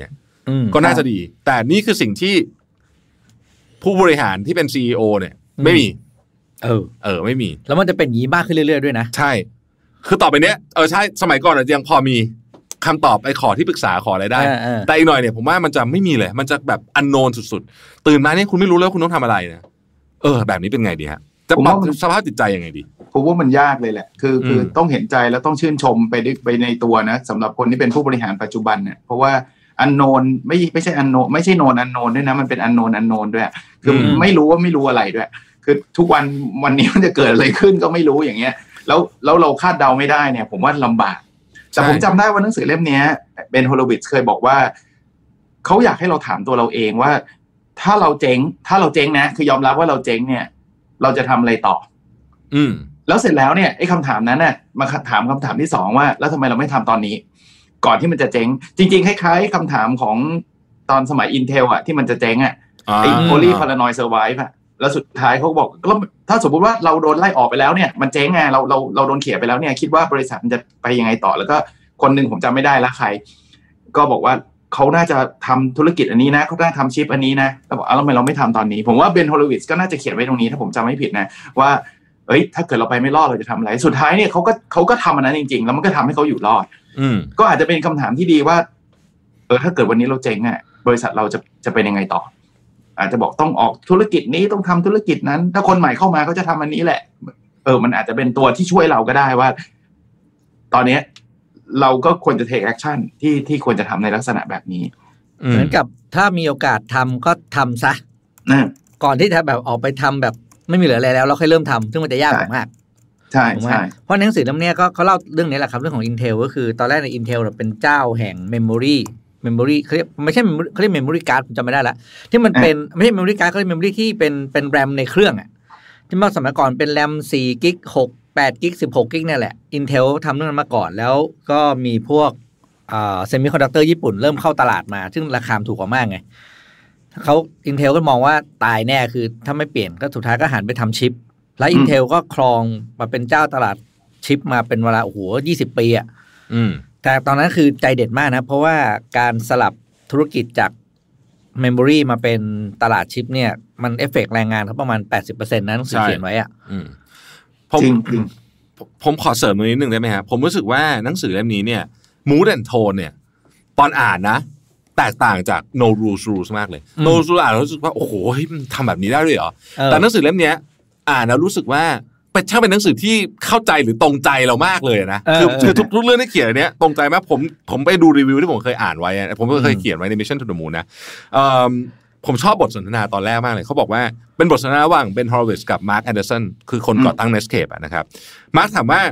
ก็น่าจะดีแต่นี่คือสิ่งที่ผู้บริหารที่เป็น ซี อี โอ เนี่ยไม่มีเออเออไม่มีแล้วมันจะเป็นอย่างนี้มากขึ้นเรื่อยๆด้วยนะใช่คือต่อไปเนี้ยเออใช่สมัยก่อนยังพอมีคำตอบไอ้ขอที่ปรึกษาขออะไรได้แต่อีกหน่อยเนี่ยผมว่ามันจะไม่มีเลยมันจะแบบอันโนนสุดๆตื่นมาเนี่ยคุณไม่รู้แล้วคุณต้องทำอะไรนะเออแบบนี้เป็นไงดีฮะจะปรับสภาพจิตใจยังไงดีผมว่ามันยากเลยแหละคือคือต้องเห็นใจแล้วต้องชื่นชมไปไปในตัวนะสำหรับคนที่เป็นผู้บริหารปัจจุบันเนี่ยเพราะว่าอันโนนไม่ไม่ใช่อันโนนไม่ใช่โนนอันโนนด้วยนะมันเป็นอันโนนอันโนนด้วยคือไม่รู้ว่าไม่รู้อะไรด้วยคือทุกวันวันนี้มันจะเกิดอะไรขึ้นก็ไม่รู้อย่างเงี้ยแล้วแล้วเราคาดเดาไม่ได้เนี่ยผมว่าลำบากแต่ผมจำได้ว่าหนังสือเล่มนี้เบนโฮโลวิทซ์เคยบอกว่าเขาอยากให้เราถามตัวเราเองว่าถ้าเราเจ๊งถ้าเราเจ๊งนะคือยอมรับว่าเราเจ๊งเนี่ยเราจะทำอะไรต่ออืมแล้วเสร็จแล้วเนี่ยไอ้คำถามนั้นน่ะมาถามคำถามที่สองว่าแล้วทำไมเราไม่ทำตอนนี้ก่อนที่มันจะเจ๊งจริงๆคล้ายๆคำถามของตอนสมัย Intel อ่ะที่มันจะเจ๊งอ่ะไอ้ Poly Paranoid Survive อ่ะแล้วสุดท้ายเขาบอกแล้วถ้าสมมติว่าเราโดนไล่ออกไปแล้วเนี่ยมันเจ๊งไงเราเราเราโดนเขี่ยไปแล้วเนี่ยคิดว่าบริษัทมันจะไปยังไงต่อแล้วก็คนนึงผมจำไม่ได้ละใครก็บอกว่าเขาน่าจะทำธุรกิจอันนี้นะเขาน่าทำชิปอันนี้นะแล้วบอกอ้าวแล้วทำไมเราไม่ทำตอนนี้ผมว่าเบนโฮโลวิทซ์ก็น่าจะเขียนไว้ตรงนี้ถ้าผมจำไม่ผิดนะว่าเอ้ยถ้าเกิดเราไปไม่รอดเราจะทำอะไรสุดท้ายเนี่ยเขาก็เขาก็ทำอันนั้นจริงๆแล้วมันก็ทำให้เขาอยู่รอดก็อาจจะเป็นคำถามที่ดีว่าเออถ้าเกิดวันนี้เราเจ๊งอ่ะบริษัทเราจะจะเป็นยังไงต่ออาจจะบอกต้องออกธุรกิจนี้ต้องทำธุรกิจนั้นถ้าคนใหม่เข้ามาเขาจะทำอันนี้แหละเออมันอาจจะเป็นตัวที่ช่วยเราก็ได้ว่าตอนนี้เราก็ควรจะ take action ที่ที่ควรจะทำในลักษณะแบบนี้เหมือนกับถ้ามีโอกาสทำก็ทำซะก่อนที่จะแบบออกไปทำแบบไม่มีเหลืออะไรแล้วเราค่อยเริ่มทำซึ่งมันจะยากมากใช่ใช่เพราะหนังสือเล่มนี้ก็เขาเล่าเรื่องนี้แหละครับเรื่องของ Intel ก็คือตอนแรกใน Intel เป็นเจ้าแห่ง Memory Memory เขาเรียกไม่ใช่เขาเรียก Memory Card ผมจำไม่ได้ละที่มันเป็นไม่ใช่ Memory Card เขาเรียก Memory ที่เป็นเป็นแรมในเครื่องอ่ะที่เมื่อสมัยก่อนเป็นแรมสี่กิกหก แปดกิกสิบหกกิกเนี่ยแหละ Intel ทำเรื่องนั้นมาก่อนแล้วก็มีพวกอ่าเซมิคอนดักเตอร์ญี่ปุ่นเริ่มเข้าตลาดมาซึ่งราคาถูกกว่ามากไงเขา Intel ก็มองว่าตายแน่คือถ้าไม่เปลี่ยนก็สุดท้ายก็หันไปทำชิปแล้ว Intel ก็ครองมาเป็นเจ้าตลาดชิปมาเป็นเวลาโอ้โหยี่สิบปีอ่ะแต่ตอนนั้นคือใจเด็ดมากนะเพราะว่าการสลับธุรกิจจากเมมโมรีมาเป็นตลาดชิปเนี่ยมันเอฟเฟกต์แรงงานเขาประมาณ แปดสิบเปอร์เซ็นต์ นั้นหนังสือเขียนไว้อ่ะผมผมขอเสริมตรงนี้นึงได้ไหมครับผมรู้สึกว่าหนังสือเล่มนี้เนี่ย mood and tone เนี่ยตอนอ่านนะแตกต่างจาก no rules rules มากเลย no rules อ่านแล้วรู้สึกว่าโอ้โหทำแบบนี้ได้ด้วยเหรอแต่หนังสือเล่มนี้อ่านแล้วรู้สึกว่าเป็นช่างเป็นหนังสือที่เข้าใจหรือตรงใจเรามากเลยนะคือคือทุกเรื่องที่เขียนเนี้ยตรงใจมากผมผมไปดูรีวิวที่ผมเคยอ่านไว้ผมก็เคยเขียนไว้ใน Mission to the Moon นะผมชอบบทสนทนาตอนแรกมากเลยเขาบอกว่าเป็นบทสนทนาระหว่างเบนฮอร์วิชกับมาร์คแอนเดอร์สันคือคนก่อตั้ง Netscape อ่ะนะครับมาร์คถามว่า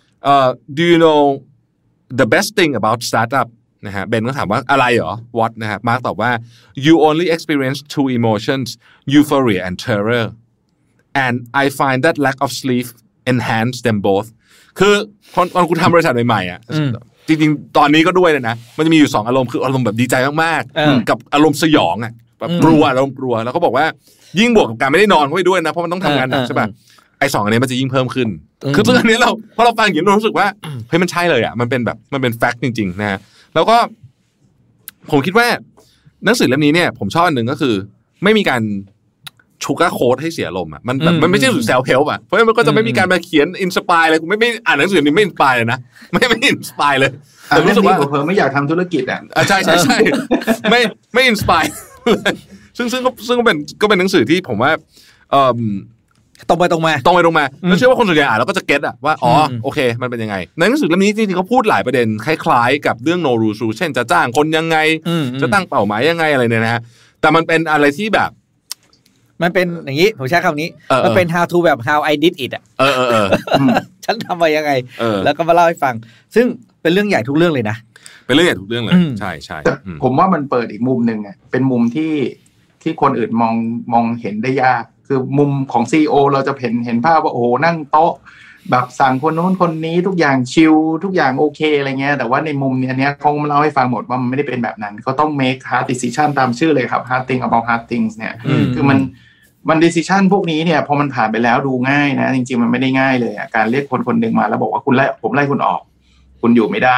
do you know the best thing about startup นะฮะเบนก็ถามว่าอะไรเหรอ what นะครับมาร์คตอบว่า you only experience two emotions euphoria and terror and I find that lack of sleep enhance them both คือตอนตอนกูทำบริษัทใหม่ๆอ่ะจริงๆตอนนี้ก็ด้วยเลยนะมันจะมีอยู่สองอารมณ์คืออารมณ์แบบดีใจมากๆกับอารมณ์สยองอ่ะแบบกลัวอารมณ์กลัวแล้วก็บอกว่ายิ่งบวกกับการไม่ได้นอนเข้าไปด้วยนะเพราะมันต้องทำงานหนักใช่ป่ะไอ้สองอันนี้มันจะยิ่งเพิ่มขึ้นคือซึ่งอันนี้เราพอเราฟังอย่างนี้เรารู้สึกว่าเฮ้ยมันใช่เลยอ่ะมันเป็นแบบมันเป็นแฟกต์จริงๆนะฮะแล้วก็ผมคิดว่าหนังสือเล่มนี้เนี่ยผมชอบอันหนึ่งก็คือไม่มีการชูการ์โค้ดให้เสียลมอ่ะมันแบบมันไม่ใช่สื่อเซลฟ์เฮลป์อ่ะเพราะมันก็จะไม่มีการมาเขียนอินสปายอะไรกูไม่ไม่อ่านหนังสือนี้ไม่อินสปายเลยนะไม่ไม่อินสปายเลยแต่รู้สึกว่าเพิ่มไม่อยากทำธุรกิจอ่ะใช่ใช่ใช่ไม่ไม่อินสปายซึ่งซึ่งก็ซึ่งก็เป็นก็เป็นหนังสือที่ผมว่าตรงไปตรงมาตรงไปตรงมาแล้วเชื่อว่าคนส่วนใหญ่อ่านแล้วก็จะเก็ตอ่ะว่าอ๋อโอเคมันเป็นยังไงในหนังสือเล่มนี้จริงๆเขาพูดหลายประเด็นคล้ายๆกับเรื่อง no rules เช่นจะจ้างคนยังไงจะตั้งเป้าหมายยังไงอะไรเนี่ยนะฮะแต่มันเป็นอะไรที่แบบมันเป็นอย่างนี้ผมใช้คำนี้มันเป็น how to แบบ how I did it อ่ะเออเออฉันทำมายังไงแล้วก็มาเล่าให้ฟังซึ่งเป็นเรื่องใหญ่ทุกเรื่องเลยนะเป็นเรื่องใหญ่ทุกเรื่องเลยใช่ใช่ผมว่ามันเปิดอีกมุมนึงอ่ะเป็นมุมที่ที่คนอื่นมองมองเห็นได้ยากคือมุมของ ซี อี โอ เราจะเห็นเห็นภาพว่าโอ้โหนั่งโต๊ะแบบสั่งคนโน้นคนนี้ทุกอย่างชิลทุกอย่างโอเคอะไรเงี้ยแต่ว่าในมุมเนี้ยเขาเล่าให้ฟังหมดว่ามันไม่ได้เป็นแบบนั้นเขาต้อง make hard decision ตามชื่อเลยครับ hard thing about hard things เนี่ยคือมันมัน decision พวกนี้เนี่ยพอมันผ่านไปแล้วดูง่ายนะจริงๆมันไม่ได้ง่ายเลยอ่ะการเรียกคนคนหนึ่งมาแล้วบอกว่าคุณไล่ผมไล่คุณออกคุณอยู่ไม่ได้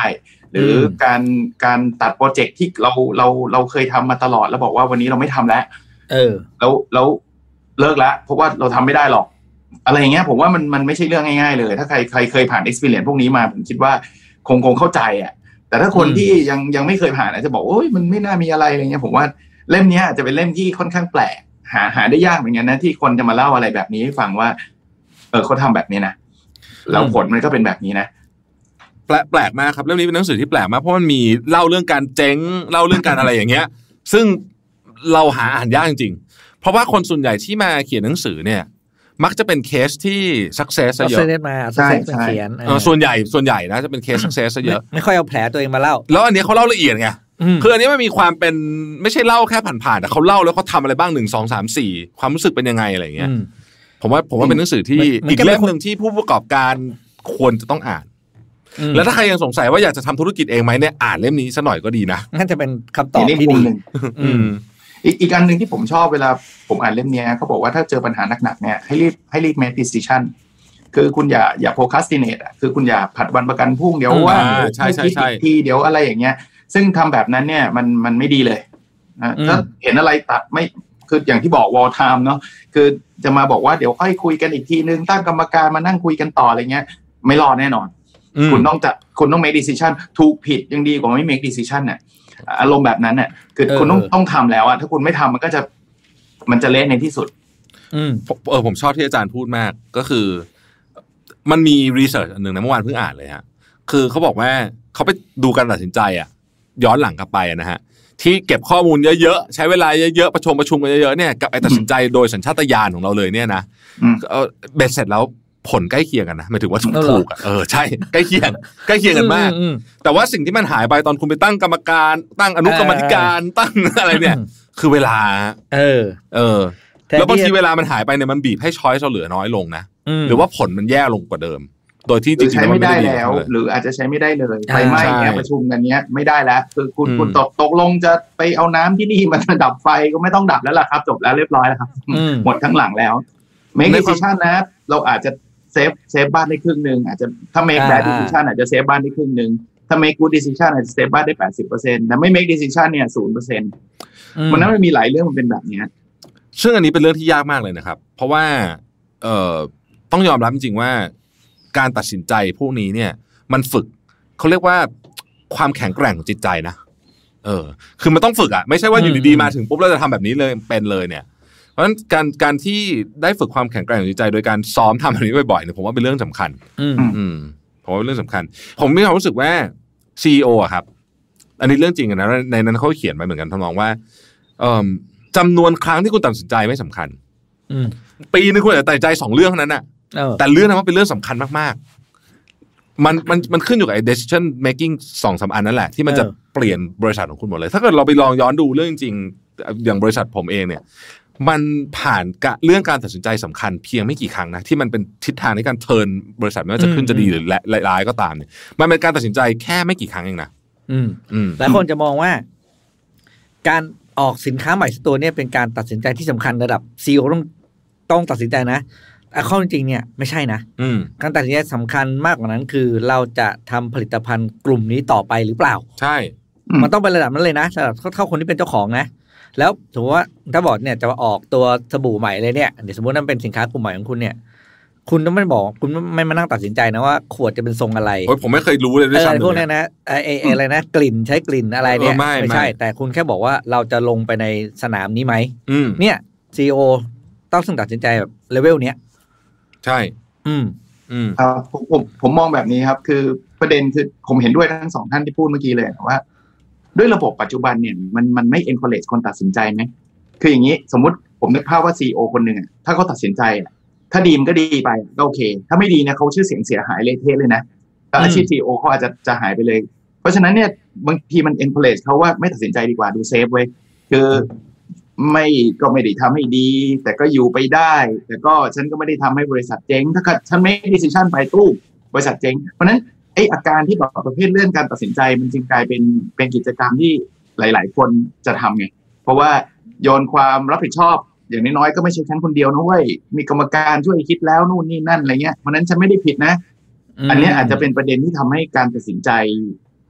หรือการการตัดโปรเจกต์ที่เราเราเราเคยทำมาตลอดแล้วบอกว่าวันนี้เราไม่ทำแล้วเออแล้วแล้วเลิกแล้วเพราะว่าเราทำไม่ได้หรอกอะไรอย่างเงี้ยผมว่ามันมันไม่ใช่เรื่องง่ายๆเลยถ้าใครใครเคยผ่าน experience พวกนี้มาผมคิดว่าคงคงเข้าใจอ่ะแต่ถ้าคนที่ยังยังไม่เคยผ่านอาจจะบอกโอ้ยมันไม่น่ามีอะไรอะไรเงี้ยผมว่าเล่มนี้จะเป็นเล่มที่ค่อนข้างแปลกหาหาได้ยากเหมือนกันนะที่คนจะมาเล่าอะไรแบบนี้ให้ฟังว่าเออเขาทำแบบนี้นะแล้วผลมันก็เป็นแบบนี้นะแปลกแปลกมากครับเรื่องนี้เป็นหนังสือที่แปลกมากเพราะมันมีเล่าเรื่องการเจ๊งเล่าเรื่องการอะไรอย่างเงี้ยซึ่งเราหาอ่านยากจริงๆเพราะว่าคนส่วนใหญ่ที่มาเขียนหนังสือเนี่ยมักจะเป็นเคสที่ success เยอะ success มา success เขียนส่วนใหญ่ส่วนใหญ่นะจะเป็นเคส success เยอะไม่ค่อยเอาแผลตัวเองมาเล่าแล้วอันนี้เขาเล่าละเอียดไงคืออันนี้มันมีความเป็นไม่ใช่เล่าแค่ผ่านๆแต่เขาเล่าแล้วเขาทำอะไรบ้างหนึ่งสองสามสี่ความรู้สึกเป็นยังไงอะไรอย่างเงี้ยผมว่าผมว่าเป็นหนังสือที่อีกเล่มนึงที่ผู้ประกอบการควรจะต้องอ่านแล้วถ้าใครยังสงสัยว่าอยากจะทำธุรกิจเองไหมเนี่ยอ่านเล่มนี้สักหน่อยก็ดีนะนั่นจะเป็นคำตอบที่ดีอีกอีกอันหนึ่งที่ผมชอบเวลาผมอ่านเล่มนี้เขาบอกว่าถ้าเจอปัญหาหนักๆเนี่ยให้รีบให้รีบ make decision คือคุณอย่าอย่า procrastinate อ่ะคือคุณอย่าผัดวันประกันพรุ่งเดี๋ยวว่าใช่ใช่ใช่ทีเดี๋ยวอะไรอย่างเงี้ยซึ่งทำแบบนั้นเนี่ยมันมันไม่ดีเลยนะถ้าเห็นอะไรตัดไม่คืออย่างที่บอก wall time เนาะคือจะมาบอกว่าเดี๋ยวค่อยคุยกันอีกทีนึงตั้งกรรมการมานั่งคุยกันต่ออะไรเงี้ยไม่รอดแน่นอนคุณต้องจะคุณต้อง make decision ถูกผิดยังดีกว่าไม่ make decision เนี่ยอารมณ์แบบนั้นเนี่ยคือคุณต้องต้องทำแล้วอะถ้าคุณไม่ทำมันก็จะมันจะเละในที่สุดอืมเออผมชอบที่อาจารย์พูดมากก็คือมันมีรีเสิร์ชอันหนึ่งนะเมื่อวานเพิ่งอ่านเลยฮะคือเขาบอกว่าเขาไปดูการตัดสินใจอะย้อนหลังกลับไปนะฮะที่เก็บข้อมูลเยอะๆใช้เวลาเยอะๆประชุมประชุมกันเยอะๆเนี่ยกับไอ้ตัดสินใจโดยสัญชาตญาณของเราเลยเนี่ยนะเออเบ็ดเสร็จแล้วผลใกล้เคียงกันนะหมายถึงว่าถูกอ่ะเออใช่ใกล้เคียงใกล้เคียงกันมากแต่ว่าสิ่งที่มันหายไปตอนคุณไปตั้งกรรมการตั้งอนุกรรมการตั้งอะไรเนี่ยคือเวลาเออเออแล้วบางทีเวลามันหายไปเนี่ยมันบีบให้ช้อยส์เราเหลือน้อยลงนะหรือว่าผลมันแย่ลงกว่าเดิมโดยที่จริงๆใช้ไม่ได้แล้วหรืออาจจะใช้ไม่ได้เลยไฟไหม้เนี่ยประชุมกันเนี้ยไม่ได้แล้วคือคุณคุณตกตกลงจะไปเอาน้ำที่นี่มาดับไฟก็ไม่ต้องดับแล้วล่ะครับจบแล้วเรียบร้อยแล้วครับหมดทั้งหลังแล้วเมคดิซิชั่นนะเราอาจจะเซฟเซฟบ้านได้ครึ่งนึงอาจจะถ้า make bad decision อาจจะเซฟบ้านได้ครึ่งนึงถ้า make good decision อาจจะเซฟบ้านได้ แปดสิบเปอร์เซ็นต์ แต่ไม่ make decision เนี่ย ศูนย์เปอร์เซ็นต์ มันนั้นมันมีหลายเรื่องมันเป็นแบบนี้ซึ่งอันนี้เป็นเรื่องที่ยากมากเลยนะครับเพราะว่าเอ่อต้องยอมรับจริงๆว่าการตัดสินใจพวกนี้เนี่ยมันฝึกเขาเรียกว่าความแข็งแกร่งของจิตใจนะเออคือมันต้องฝึกอ่ะไม่ใช่ว่าอยู่ดีๆมาถึงปุ๊บเราจะทำแบบนี้เลยเป็นเลยเนี่ยเพราะฉะนั้นการการที่ได้ฝึกความแข็งแกร่งของจิตใจโดยการซ้อมทำแบบนี้บ่อยๆเนี่ยผมว่าเป็นเรื่องสำคัญอืมอืมผมว่าเป็นเรื่องสำคัญผมมีความรู้สึกว่า ซี อี โอ อะครับอันนี้เรื่องจริงนะในนั้นเขาเขียนไปเหมือนกันทำนองว่าเอ่อจำนวนครั้งที่คุณตัดสินใจไม่สำคัญปีนึงคุณอาจจะตัดใจสองเรื่องนั้นน่ะแต่เรื่องนั้นมันเป็นเรื่องสำคัญมากๆมันมันมันขึ้นอยู่กับไอ้ decision making สองสามอันนั่นแหละที่มันจะเปลี่ยนบริษัทของคุณหมดเลยถ้าเกิดเราไปลองย้อนดูเรื่องจริงๆอย่างบริษัทผมเองเนี่ยมันผ่านเรื่องการตัดสินใจสำคัญเพียงไม่กี่ครั้งนะที่มันเป็นทิศทางในการเทิร์นบริษัทไม่ว่าจะขึ้นจะดีหรือร้ายก็ตามเนี่ยมันเป็นการตัดสินใจแค่ไม่กี่ครั้งเองนะหลายคนจะมองว่าการออกสินค้าใหม่ตัวนี้เป็นการตัดสินใจที่สำคัญระดับ ซี อี โอ ต้องต้องตัดสินใจนะแต่ข้อจริงเนี่ยไม่ใช่นะการตัดสินใจสำคัญมากกว่านั้นคือเราจะทำผลิตภัณฑ์กลุ่มนี้ต่อไปหรือเปล่าใช่มันต้องเป็นระดับนั้นเลยนะระดับเท่าคนที่เป็นเจ้าของนะแล้วสมมติว่าถ้าบอกเนี่ยจะออกตัวสบู่ใหม่เลยเนี่ยเดี๋ยวสมมตินั่นเป็นสินค้ากลุ่มใหม่ของคุณเนี่ยคุณต้องไม่บอกคุณไม่มานั่งตัดสินใจนะว่าขวดจะเป็นทรงอะไรโอ้ยผมไม่เคยรู้เลยด้วยซ้ำพวกนี้นะไอ้ไอ้อะไรนะกลิ่นใช้กลิ่นอะไรเนี่ยไม่ใช่แต่คุณแค่บอกว่าเราจะลงไปในสนามนี้ไหมเนี่ย ซี อี โอ ต้องตัดสินใจแบบเลเวลเนี้ยใช่อืมอืมครับผมผมผมมองแบบนี้ครับคือประเด็นคือผมเห็นด้วยทั้งสองท่านที่พูดเมื่อกี้เลยว่าด้วยระบบปัจจุบันเนี่ยมันมันไม่ encourage คนตัดสินใจไหมคืออย่างนี้สมมุติผมนึกภาพว่า ซี อี โอ คนหนึ่งอ่ะถ้าเขาตัดสินใจถ้าดีมันก็ดีไปก็โอเคถ้าไม่ดีเนี่ยเขาชื่อเสียงเสียหายเละเทะเลยนะอาชีพ ซี อี โอ เขาอาจจะจะหายไปเลยเพราะฉะนั้นเนี่ยบางทีมัน encourage เขาว่าไม่ตัดสินใจดีกว่าดูเซฟไว้คือไม่ก็ไม่ได้ทำให้ดีแต่ก็อยู่ไปได้แต่ก็ฉันก็ไม่ได้ทำให้บริษัทเจ๊งถ้าเกิดฉันไม่ decision ไปตู้บริษัทเจ๊งเพราะนั้นไอ้อาการที่แบบประเภทเรื่องการตัดสินใจมันจึงกลายเป็นเป็นกิจกรรมที่หลายๆคนจะทำไงเพราะว่าโยนความรับผิดชอบอย่างน้อยๆก็ไม่ใช่ฉันคนเดียวนะเว้ยมีกรรมการช่วยคิดแล้วนู่นนี่นั่นอะไรเงี้ยเพราะนั้นฉันไม่ได้ผิดนะอันนี้อาจจะเป็นประเด็นที่ทำให้การตัดสินใจ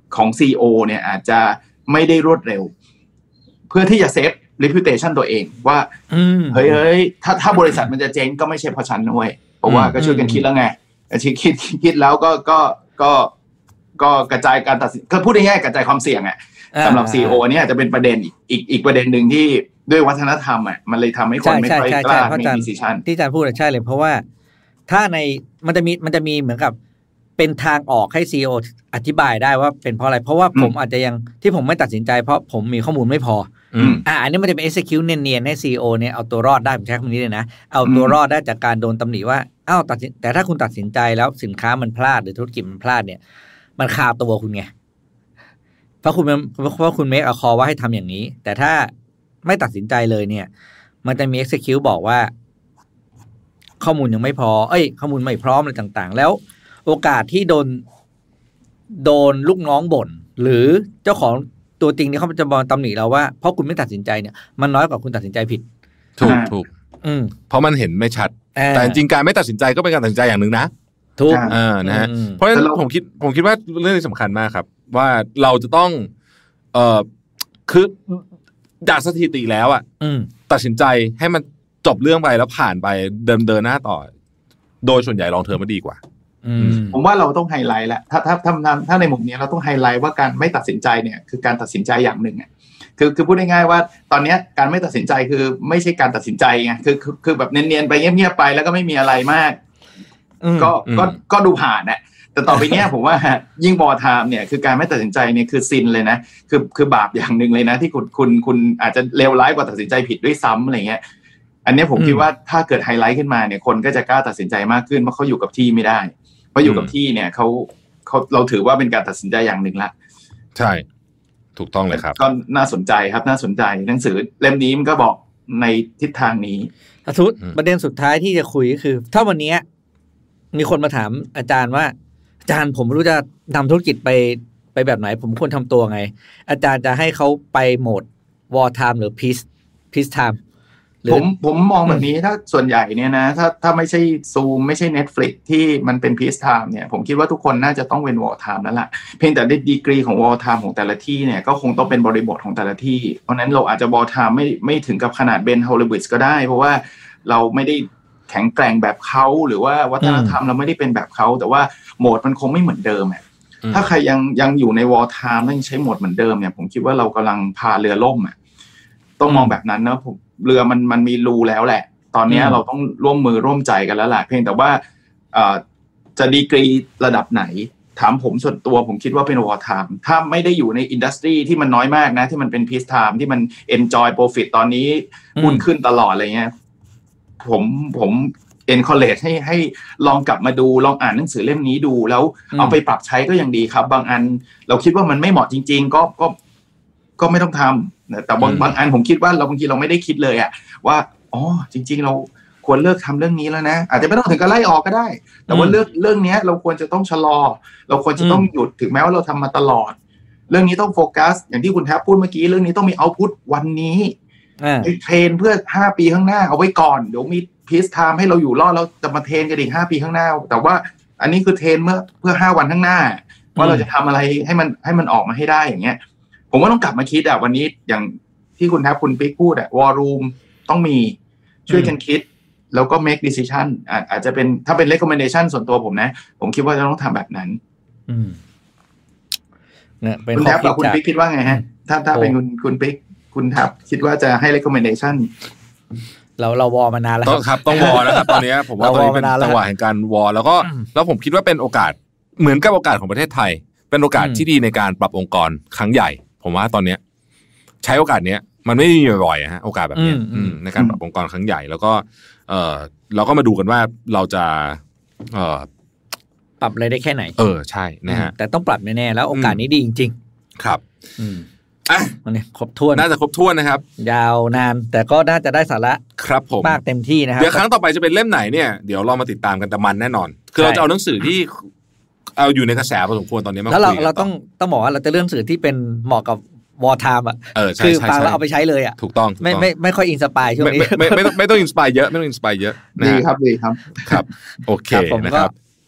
ของ ซี อี โอ เนี่ยอาจจะไม่ได้รวดเร็วเพื่อที่จะเซฟ reputation ตัวเองว่าเฮ้ยเฮ้ยถ้าถ้าบริษัทมันจะเจ๊งก็ไม่ใช่เพราะฉันด้วยเพราะว่าก็ช่วยกันคิดแล้วไงคิดคิดคิดแล้วก็ก็ก็ก็กระจายการตัดสินก็พูดง่ายๆกระจายความเสี่ยงอ่ะสำหรับ ซี อี โอ เนี่ยจะเป็นประเด็นอีกอีกประเด็นหนึ่งที่ด้วยวัฒนธรรมอ่ะมันเลยทำให้คนไม่ค่อยกล้า make decision ที่อาจารย์พูดใช่เลยเพราะว่าถ้าในมันจะมีมันจะมีเหมือนกับเป็นทางออกให้ ซี อี โอ อธิบายได้ว่าเป็นเพราะอะไรเพราะว่าผมอาจจะยังที่ผมไม่ตัดสินใจเพราะผมมีข้อมูลไม่พออ่าอันนี้มันจะเป็น execute เนียนๆให้ ซี อี โอ เนี่ยเอาตัวรอดได้ผมใช้คำนี้เลยนะเอาตัวรอดได้จากการโดนตำหนิว่าอ้าวตัดแต่ถ้าคุณตัดสินใจแล้วสินค้ามันพลาดหรือธุรกิจมันพลาดเนี่ยมันคาตัวคุณไงเพราะคุณเพราะคุณเมคเอาคอว่าให้ทำอย่างนี้แต่ถ้าไม่ตัดสินใจเลยเนี่ยมันจะมี execute บอกว่าข้อมูลยังไม่พอเอ้ยข้อมูลไม่พร้อมอะไรต่างๆแล้วโอกาสที่โดนโดนลูกน้องบ่นหรือเจ้าของตัวจริงเนี่ยเขาจะบอกตำหนิเราว่าเพราะคุณไม่ตัดสินใจเนี่ยมันน้อยกว่าคุณตัดสินใจผิดถูกถูกเพราะมันเห็นไม่ชัดแต่จริงการไม่ตัดสินใจก็เป็นการตัดสินใจอย่างหนึ่งนะถูกอ่านะฮะเพราะฉะนั้นผมคิดผมคิดว่าเรื่องนี้สำคัญมากครับว่าเราจะต้องเอ่อคือจากสถิติแล้วอ่ะตัดสินใจให้มันจบเรื่องไปแล้วผ่านไปเดินเดินหน้าต่อโดยส่วนใหญ่ลองเทอมมันดีกว่าผมว่าเราต้องไฮไลท์แหละถ้าถ้าถ้าถ้าในมุมนี้เราต้องไฮไลท์ว่าการไม่ตัดสินใจเนี่ยคือการตัดสินใจอย่างหนึ่งอ่ะคือคือพูดง่ายๆว่าตอนนี้การไม่ตัดสินใจคือไม่ใช่การตัดสินใจไงคือคือคือแบบเนียนๆไปเงียบๆไปแล้วก็ไม่มีอะไรมากก็ก็ก็ดูผ่านน่ะแต่ต่อไปเนี้ยผมว่ายิ่งบอไทม์เนี่ยคือการไม่ตัดสินใจเนี่ยคือซินเลยนะคือคือบาปอย่างหนึ่งเลยนะที่คุณคุณคุณอาจจะเลวร้ายกว่าตัดสินใจผิดด้วยซ้ำอะไรเงี้ยอันนี้ผมคิดว่าถ้าเกิดไฮไลท์ขึ้นมาเนี่ยคนก็จะกล้าตัดสินใจมากขึ้นเพราะเขาอยู่กับที่ไม่ได้เพราะอยู่กับที่เนี่ยเขาเขาเราถือว่าเป็นการตัดสินใจอย่างหนึ่งละใช่ถูกต้องเลยครับก็น่าสนใจครับน่าสนใจหนังสือเล่มนี้มันก็บอกในทิศทางนี้ทุกประเด็นสุดท้ายที่จะคุยก็คือถ้าวันนี้มีคนมาถามอาจารย์ว่าอาจารย์ผมไม่รู้จะทำธุรกิจไปไปแบบไหนผมควรทำตัวไงอาจารย์จะให้เขาไปโหมด war time หรือ peace peace time ผมผมมองแบบนี้ถ้าส่วนใหญ่เนี่ยนะถ้าถ้าไม่ใช่ซูมไม่ใช่ Netflix ที่มันเป็น Peace Time เนี่ยผมคิดว่าทุกคนน่าจะต้องเป็น War Time แล้วล่ะเพียงแต่ดีกรีของ War Time ของแต่ละที่เนี่ยก็คงต้องเป็นบริบทของแต่ละที่เพราะนั้นเราอาจจะ War Time ไม่ไม่ถึงกับขนาดเบน ฮอลลีวูดก็ได้เพราะว่าเราไม่ได้แข็งแกร่งแบบเขาหรือว่าวัฒนธรรมเราไม่ได้เป็นแบบเขาแต่ว่าโหมดมันคงไม่เหมือนเดิมอ่ะถ้าใครยังยังอยู่ใน War Time แล้วยังใช้โหมดเหมือนเดิมเนี่ยผมคิดว่าเรากำลังพาเรือล่มอ่ะต้องมองแบบนั้นนะผมเรือมันมันมีรูแล้วแหละตอนนี้เราต้องร่วมมือร่วมใจกันแล้วแหละเพียงแต่ว่าจะดีกรีระดับไหนถามผมส่วนตัวผมคิดว่าเป็น war time ถ้าไม่ได้อยู่ในอินดัสทรีที่มันน้อยมากนะที่มันเป็น peace time ที่มัน enjoy profit ตอนนี้หุ้นขึ้นตลอดอะไรเงี้ยผมผม encourage ให้ให้ลองกลับมาดูลองอ่านหนังสือเล่มนี้ดูแล้วเอาไปปรับใช้ก็ยังดีครับบางอันเราคิดว่ามันไม่เหมาะจริงๆก็ก็ก็ไม่ต้องทำแต่บางบางอันผมคิดว่าเราบางทีเราไม่ได้คิดเลยอะว่าอ๋อจริงๆเราควรเลิกทำเรื่องนี้แล้วนะอาจจะไม่ต้องถึงกับไล่ออกก็ได้แต่ว่าเรื่องเรื่องนี้เราควรจะต้องชะลอเราควรจะต้องหยุดถึงแม้ว่าเราทำมาตลอดเรื่องนี้ต้องโฟกัสอย่างที่คุณแทบพูดเมื่อกี้เรื่องนี้ต้องมีเอาท์พุตวันนี้เทรนเพื่อห้าปีข้างหน้าเอาไว้ก่อนเดี๋ยวมีพีซไทม์ให้เราอยู่รอดแล้วจะมาเทรนกันอีกห้าปีข้างหน้าแต่ว่าอันนี้คือเทรนเมื่อเพื่อห้าวันข้างหน้าว่าเราจะทำอะไรให้มันให้มันออกมาให้ได้อย่างเงี้ยผมว่าต้องกลับมาคิดอ่ะวันนี้อย่างที่คุณแทบคุณปิ๊กพูดอ่ะวอลลุ่มต้องมีช่วยกันคิดแล้วก็ make decision อาจอาจจะเป็นถ้าเป็น recommendation ส่วนตัวผมนะผมคิดว่าจะต้องทำแบบนั้นอืมเนี่ยเป็นคุณแทบกับคุณปิ๊กคิดว่าไงฮะถ้าถ้าเป็นคุณคุณปิ๊กคุณแทบคิดว่าจะให้ recommendation เราเราวอมานานแล้วต้องครับต้องวอแล้วครับตอนนี้ผมว่าตอนนี้เป็นจังหวะแห่งการวอแล้วก็แล้วผมคิดว่าเป็นโอกาสเหมือนกับโอกาสของประเทศไทยเป็นโอกาสที่ดีในการปรับองค์กรครั้งใหญ่ผมว่าตอนนี้ใช้โอกาสนี้มันไม่มีบ่อยๆฮะโอกาสแบบนี้ในการปรับองค์กรครั้งใหญ่แล้วก็เออเราก็มาดูกันว่าเราจะเออปรับอะไรได้แค่ไหนเออใช่นะฮะแต่ต้องปรับแน่ๆแล้วโอกาสนี้ดีจริงๆครับอ่ะวันนี้ครบถ้วนน่าจะครบถ้วนนะครับยาวนานแต่ก็น่าจะได้สาระครับผมมากเต็มที่นะครับเดี๋ยวครั้งต่อไปจะเป็นเล่มไหนเนี่ยเดี๋ยวเรามาติดตามกันแต่มันแน่นอนคือเราจะเอาหนังสือที่เอาอยู่ในกระแสพอสมควรตอนนี้มาคุยแล้วเราเราต้องต้องบอกว่าเราจะเลือกหนังสือที่เป็นเหมาะกับวอร์ไทม์อ่ะคือฟังแล้วเอาไปใช้เลยอ่ะถูกต้องไม่ไม่ไม่ค่อยอินสปายช่วงนี้ไม่ไม่ไม่ต้องไม่ต้องอินสปายเยอะไม่ต้องอินสปายเยอะดีครับดีครับครับโอเคนะครับ